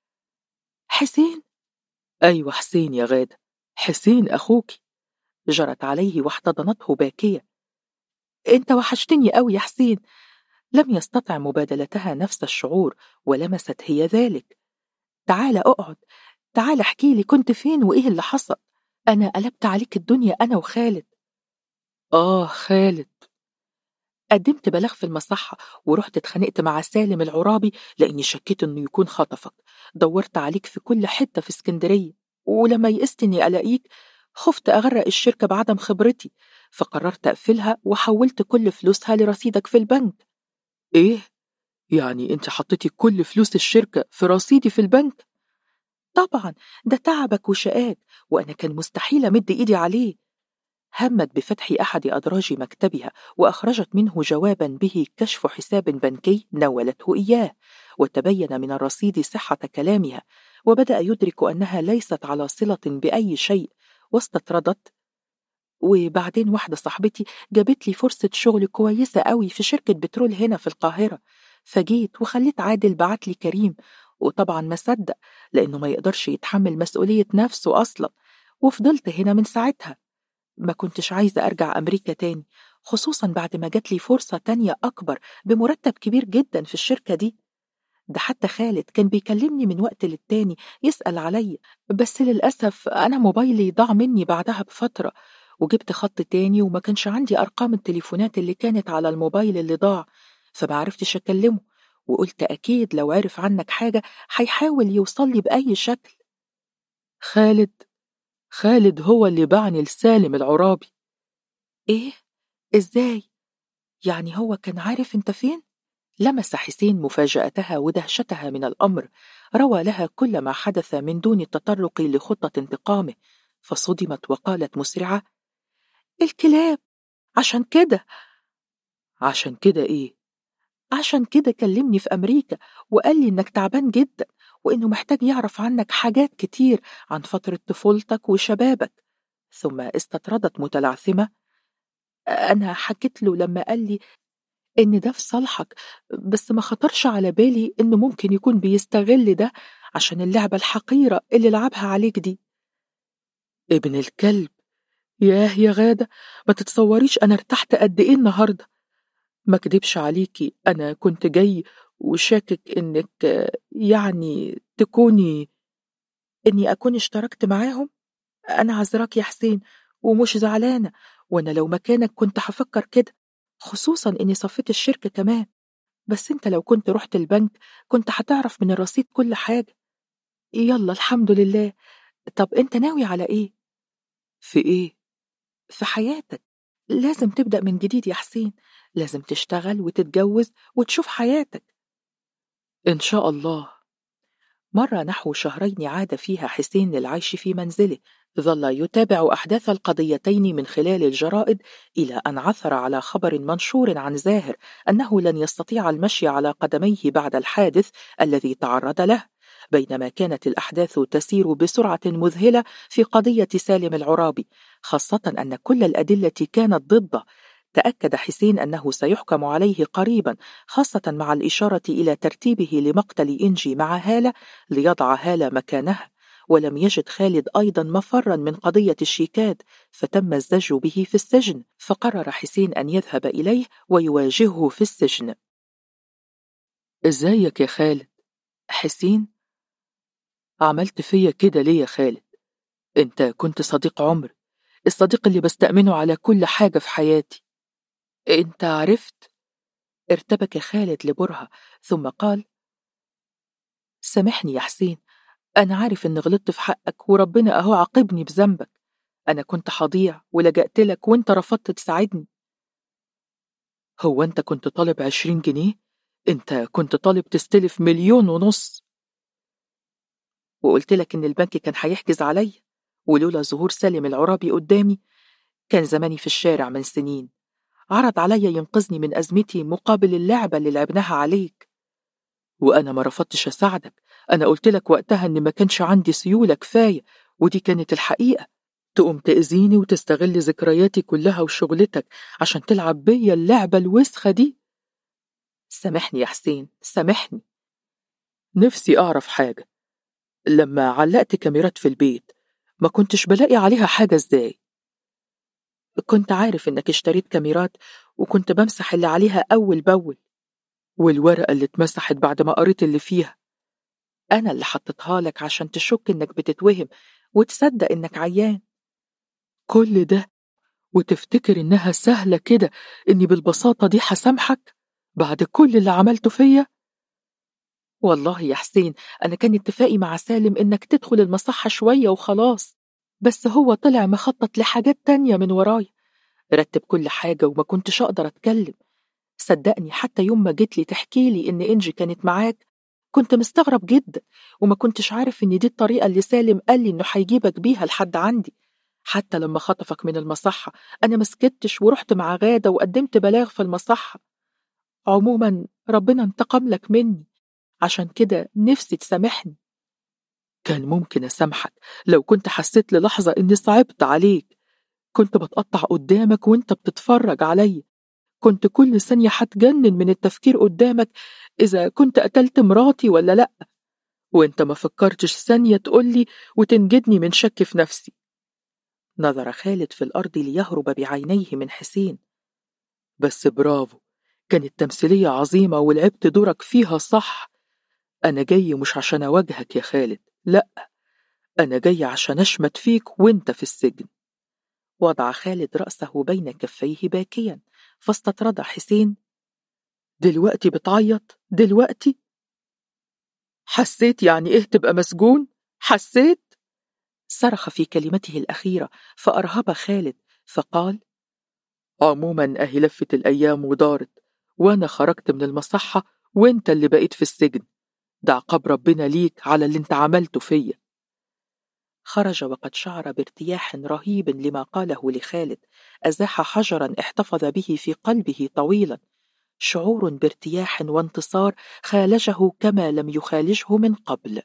حسين؟ أيوة حسين يا غادة، حسين أخوك. جرت عليه واحتضنته باكية: انت وحشتني قوي يا حسين. لم يستطع مبادلتها نفس الشعور، ولمست هي ذلك. تعال اقعد، تعال احكي لي كنت فين وايه اللي حصل. انا قلبت عليك الدنيا انا وخالد. خالد. قدمت بلاغ في المصحة ورحت اتخانقت مع سالم العرابي لاني شكيت انه يكون خطفك. دورت عليك في كل حتة في اسكندرية، ولما يئست اني الاقيك خفت اغرق الشركة بعدم خبرتي، فقررت اقفلها وحولت كل فلوسها لرصيدك في البنك. ايه؟ يعني انت حطيتي كل فلوس الشركة في رصيدي في البنك؟ طبعا، ده تعبك وشقاك، وأنا كان مستحيل أمد إيدي عليه. همت بفتح أحد أدراج مكتبها وأخرجت منه جوابا به كشف حساب بنكي ناولته إياه، وتبين من الرصيد صحة كلامها، وبدأ يدرك أنها ليست على صلة بأي شيء، واستطردت: وبعدين واحدة صاحبتي جابت لي فرصة شغل كويسة قوي في شركة بترول هنا في القاهرة، فجيت وخليت عادل بعت لي كريم، وطبعا ما صدق لأنه ما يقدرش يتحمل مسؤولية نفسه أصلا، وفضلت هنا من ساعتها. ما كنتش عايزة أرجع أمريكا تاني، خصوصا بعد ما جات لي فرصة تانية أكبر بمرتب كبير جدا في الشركة دي. ده حتى خالد كان بيكلمني من وقت للتاني يسأل علي، بس للأسف أنا موبايلي ضاع مني بعدها بفترة، وجبت خط تاني وما كانش عندي أرقام التليفونات اللي كانت على الموبايل اللي ضاع، فما عرفتش أكلمه، وقلت أكيد لو عرف عنك حاجة هيحاول يوصل لي بأي شكل. خالد هو اللي باعني لسالم العرابي. إيه؟ إزاي؟ يعني هو كان عارف أنت فين؟ لمس حسين مفاجأتها ودهشتها من الأمر، روى لها كل ما حدث من دون التطرق لخطة انتقامه، فصدمت وقالت مسرعة: الكلاب. عشان كده إيه؟ عشان كده كلمني في أمريكا وقال لي إنك تعبان جدا، وإنه محتاج يعرف عنك حاجات كتير عن فترة طفولتك وشبابك. ثم استطردت متلعثمة: أنا حكيت له لما قال لي إن ده في صالحك، بس ما خطرش على بالي إنه ممكن يكون بيستغل ده عشان اللعبة الحقيرة اللي لعبها عليك دي. ابن الكلب. ياه يا غادة، ما تتصوريش أنا ارتحت قد إيه النهاردة. ما كدبش عليكي، أنا كنت جاي وشاكك إنك يعني إني أكون اشتركت معاهم. أنا عذراك يا حسين ومش زعلانة، وأنا لو مكانك كنت هفكر كده، خصوصا إني صفيت الشركة كمان. بس أنت لو كنت رحت البنك كنت هتعرف من الرصيد كل حاجة. يلا الحمد لله. طب أنت ناوي على إيه؟ في إيه؟ في حياتك. لازم تبدأ من جديد يا حسين، لازم تشتغل وتتجوز وتشوف حياتك. إن شاء الله. مر نحو شهرين عاد فيها حسين للعيش في منزله، ظل يتابع أحداث القضيتين من خلال الجرائد إلى أن عثر على خبر منشور عن زاهر أنه لن يستطيع المشي على قدميه بعد الحادث الذي تعرض له، بينما كانت الأحداث تسير بسرعة مذهلة في قضية سالم العرابي، خاصة أن كل الأدلة كانت ضده. تأكد حسين أنه سيحكم عليه قريبا، خاصة مع الإشارة إلى ترتيبه لمقتل إنجي مع هالة ليضع هالة مكانها. ولم يجد خالد أيضا مفرا من قضية الشيكات، فتم الزج به في السجن، فقرر حسين أن يذهب إليه ويواجهه في السجن. إزيك يا خالد؟ حسين، عملت فيا كده ليه يا خالد؟ أنت كنت صديق عمري، الصديق اللي بستأمنه على كل حاجة في حياتي. أنت عرفت؟ ارتبك خالد لبرهة ثم قال: سامحني يا حسين، أنا عارف إن غلطت في حقك وربنا أهو عاقبني بذنبك. أنا كنت هضيع ولجأت لك وإنت رفضت تساعدني. هو أنت كنت طالب 20 جنيه؟ أنت كنت طالب تستلف 1.5 مليون. وقلت لك إن البنك كان هيحجز عليا، ولولا ظهور سالم العرابي قدامي كان زماني في الشارع من سنين. عرض عليا ينقذني من أزمتي مقابل اللعبة اللي لعبناها عليك. وأنا ما رفضتش أساعدك، أنا قلت لك وقتها إن ما كانش عندي سيولة كفاية، ودي كانت الحقيقة. تقوم تأذيني وتستغل ذكرياتي كلها وشغلتك عشان تلعب بيا اللعبة الوسخة دي. سامحني يا حسين، سامحني. نفسي أعرف حاجة، لما علقت كاميرات في البيت ما كنتش بلاقي عليها حاجة إزاي؟ كنت عارف إنك اشتريت كاميرات وكنت بمسح اللي عليها أول بأول. والورقة اللي اتمسحت بعد ما قريت اللي فيها أنا اللي حطيتها لك عشان تشك إنك بتتوهم وتصدق إنك عيان. كل ده وتفتكر إنها سهلة كده، إني بالبساطة دي هسامحك بعد كل اللي عملته فيا؟ والله يا حسين أنا كان اتفاقي مع سالم إنك تدخل المصحة شوية وخلاص، بس هو طلع مخطط لحاجات تانية من ورايا، رتب كل حاجة وما كنتش أقدر أتكلم. صدقني حتى يوم ما جيت لي تحكي لي إن إنجي كانت معاك كنت مستغرب جدا، وما كنتش عارف إن دي الطريقة اللي سالم قال لي إنه هيجيبك بيها لحد عندي. حتى لما خطفك من المصحة أنا مسكتش ورحت مع غادة وقدمت بلاغ في المصحة. عموما ربنا انتقم لك مني، عشان كده نفسي تسامحني. كان ممكن أسامحك لو كنت حسيت للحظة إني صعبت عليك، كنت بتقطع قدامك وإنت بتتفرج علي، كنت كل ثانية هتجنن من التفكير قدامك إذا كنت قتلت مراتي ولا لأ، وإنت ما فكرتش ثانية تقولي وتنجدني من شك في نفسي. نظر خالد في الأرض ليهرب بعينيه من حسين. بس برافو، كانت تمثيلية عظيمة ولعبت دورك فيها صح. أنا جاي مش عشان أواجهك يا خالد، لأ، أنا جاي عشان أشمت فيك وإنت في السجن. وضع خالد رأسه بين كفيه باكيا، فاستطرد حسين: دلوقتي بتعيط؟ دلوقتي؟ حسيت يعني إيه تبقى مسجون؟ حسيت؟ صرخ في كلمته الأخيرة فأرهب خالد، فقال: عموما أهي لفت الأيام ودارت، وأنا خرجت من المصحة وإنت اللي بقيت في السجن، ده عقاب ربنا ليك على اللي انت عملته فيا. خرج وقد شعر بارتياح رهيب لما قاله لخالد، أزاح حجرا احتفظ به في قلبه طويلا، شعور بارتياح وانتصار خالجه كما لم يخالجه من قبل.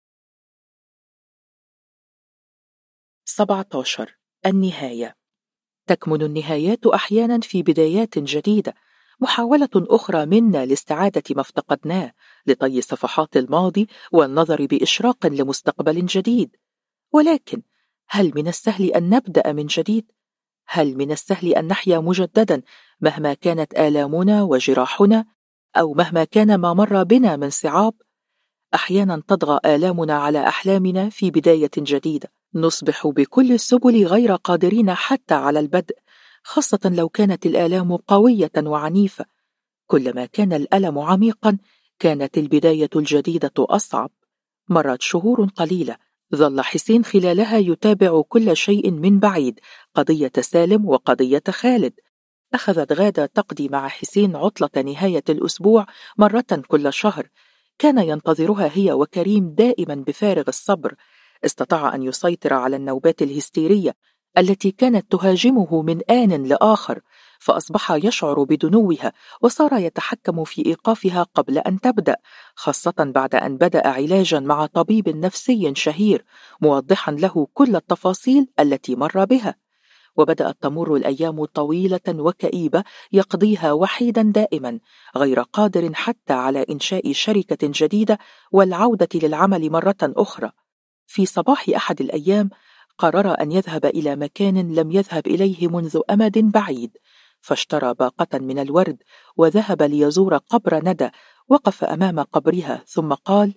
17. النهاية. تكمن النهايات أحيانا في بدايات جديدة، محاولة أخرى منا لاستعادة ما افتقدناه، لطي صفحات الماضي والنظر بإشراق لمستقبل جديد. ولكن هل من السهل أن نبدأ من جديد؟ هل من السهل أن نحيا مجددا مهما كانت آلامنا وجراحنا، أو مهما كان ما مر بنا من صعاب؟ أحيانا تطغى آلامنا على أحلامنا في بداية جديدة، نصبح بكل السبل غير قادرين حتى على البدء، خاصة لو كانت الآلام قوية وعنيفة. كلما كان الألم عميقا كانت البداية الجديدة أصعب. مرت شهور قليلة، ظل حسين خلالها يتابع كل شيء من بعيد، قضية سالم وقضية خالد. أخذت غادة تقضي مع حسين عطلة نهاية الأسبوع مرة كل شهر، كان ينتظرها هي وكريم دائما بفارغ الصبر. استطاع أن يسيطر على النوبات الهستيرية التي كانت تهاجمه من آن لآخر، فأصبح يشعر بدنوها وصار يتحكم في إيقافها قبل أن تبدأ، خاصة بعد أن بدأ علاجا مع طبيب نفسي شهير موضحا له كل التفاصيل التي مر بها. وبدأت تمر الأيام طويلة وكئيبة يقضيها وحيدا دائما، غير قادر حتى على إنشاء شركة جديدة والعودة للعمل مرة أخرى. في صباح أحد الأيام قرر أن يذهب إلى مكان لم يذهب إليه منذ أمد بعيد، فاشترى باقة من الورد وذهب ليزور قبر ندى. وقف أمام قبرها ثم قال: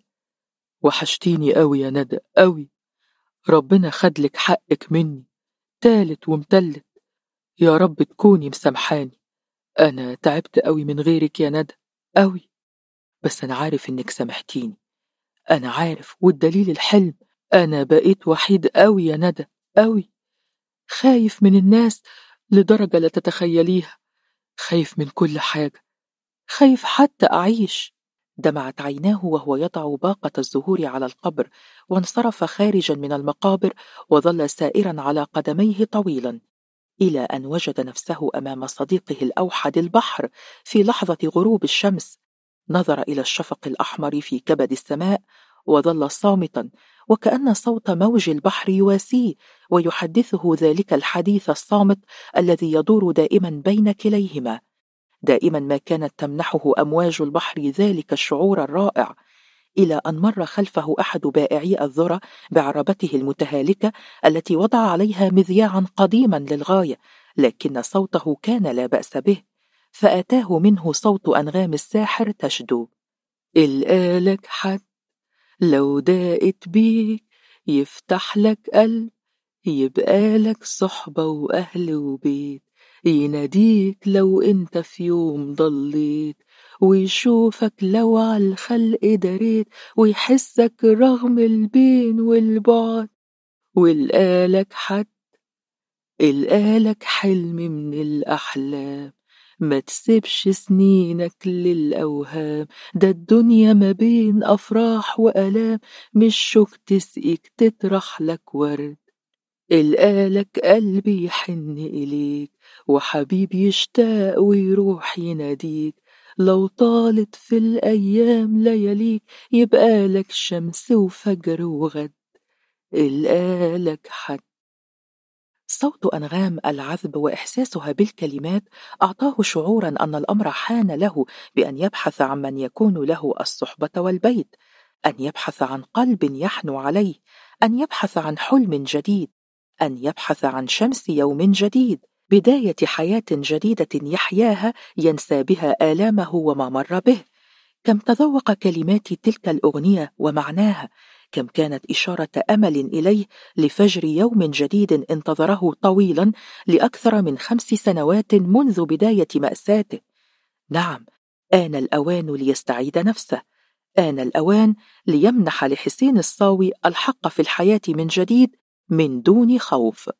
وحشتيني أوي يا ندى أوي، ربنا خدلك حقك مني تالت ومتلت، يا رب تكوني مسامحاني، أنا تعبت أوي من غيرك يا ندى أوي، بس أنا عارف إنك سامحتيني، أنا عارف، والدليل الحلم، أنا بقيت وحيد أوي يا ندى أوي، خايف من الناس لدرجة لا تتخيليها، خايف من كل حاجة، خايف حتى أعيش. دمعت عيناه وهو يضع باقة الزهور على القبر، وانصرف خارجا من المقابر وظل سائرا على قدميه طويلا، إلى أن وجد نفسه أمام صديقه الأوحد البحر في لحظة غروب الشمس. نظر إلى الشفق الأحمر في كبد السماء وظل صامتا، وكأن صوت موج البحر يواسيه ويحدثه ذلك الحديث الصامت الذي يدور دائما بين كليهما. دائما ما كانت تمنحه أمواج البحر ذلك الشعور الرائع، إلى أن مر خلفه أحد بائعي الذرة بعربته المتهالكة التي وضع عليها مذياعا قديما للغاية، لكن صوته كان لا بأس به، فأتاه منه صوت أنغام الساحر تشدو: الآلك حد لو داقت بيك يفتح لك قلب، يبقى لك صحبة وأهل وبيت، يناديك لو انت في يوم ضليت، ويشوفك لو على الخلق دريت، ويحسك رغم البين والبعد، والقالك حد القالك حلم من الأحلام، ما تسيبش سنينك للأوهام، ده الدنيا ما بين أفراح وألام، مش شوك تسقيك تطرح لك ورد، القالك قلبي يحن إليك، وحبيب يشتاق ويروح يناديك، لو طالت في الأيام لياليك، يبقى لك شمس وفجر وغد، القالك حد. صوت أنغام العذب وإحساسها بالكلمات أعطاه شعورا أن الأمر حان له بأن يبحث عن من يكون له الصحبة والبيت، أن يبحث عن قلب يحنو عليه، أن يبحث عن حلم جديد، أن يبحث عن شمس يوم جديد، بداية حياة جديدة يحياها ينسى بها آلامه وما مر به. كم تذوق كلمات تلك الأغنية ومعناها، كم كانت إشارة أمل إليه لفجر يوم جديد انتظره طويلا لأكثر من 5 سنوات منذ بداية مأساته. نعم، آن الأوان ليستعيد نفسه، آن الأوان ليمنح لحسين الصاوي الحق في الحياة من جديد من دون خوف.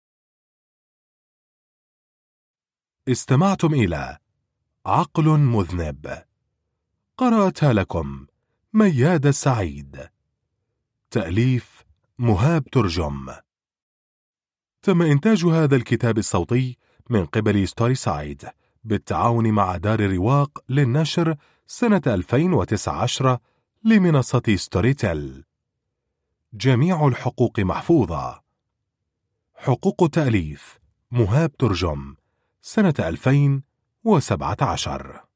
استمعتم إلى عقل مذنب، قرأتها لكم مياد السعيد، تأليف مهاب ترجم. تم إنتاج هذا الكتاب الصوتي من قبل ستوري سايد بالتعاون مع دار الرواق للنشر سنة 2019 لمنصة ستوري تيل. جميع الحقوق محفوظة. حقوق تأليف مهاب ترجم سنة 2017.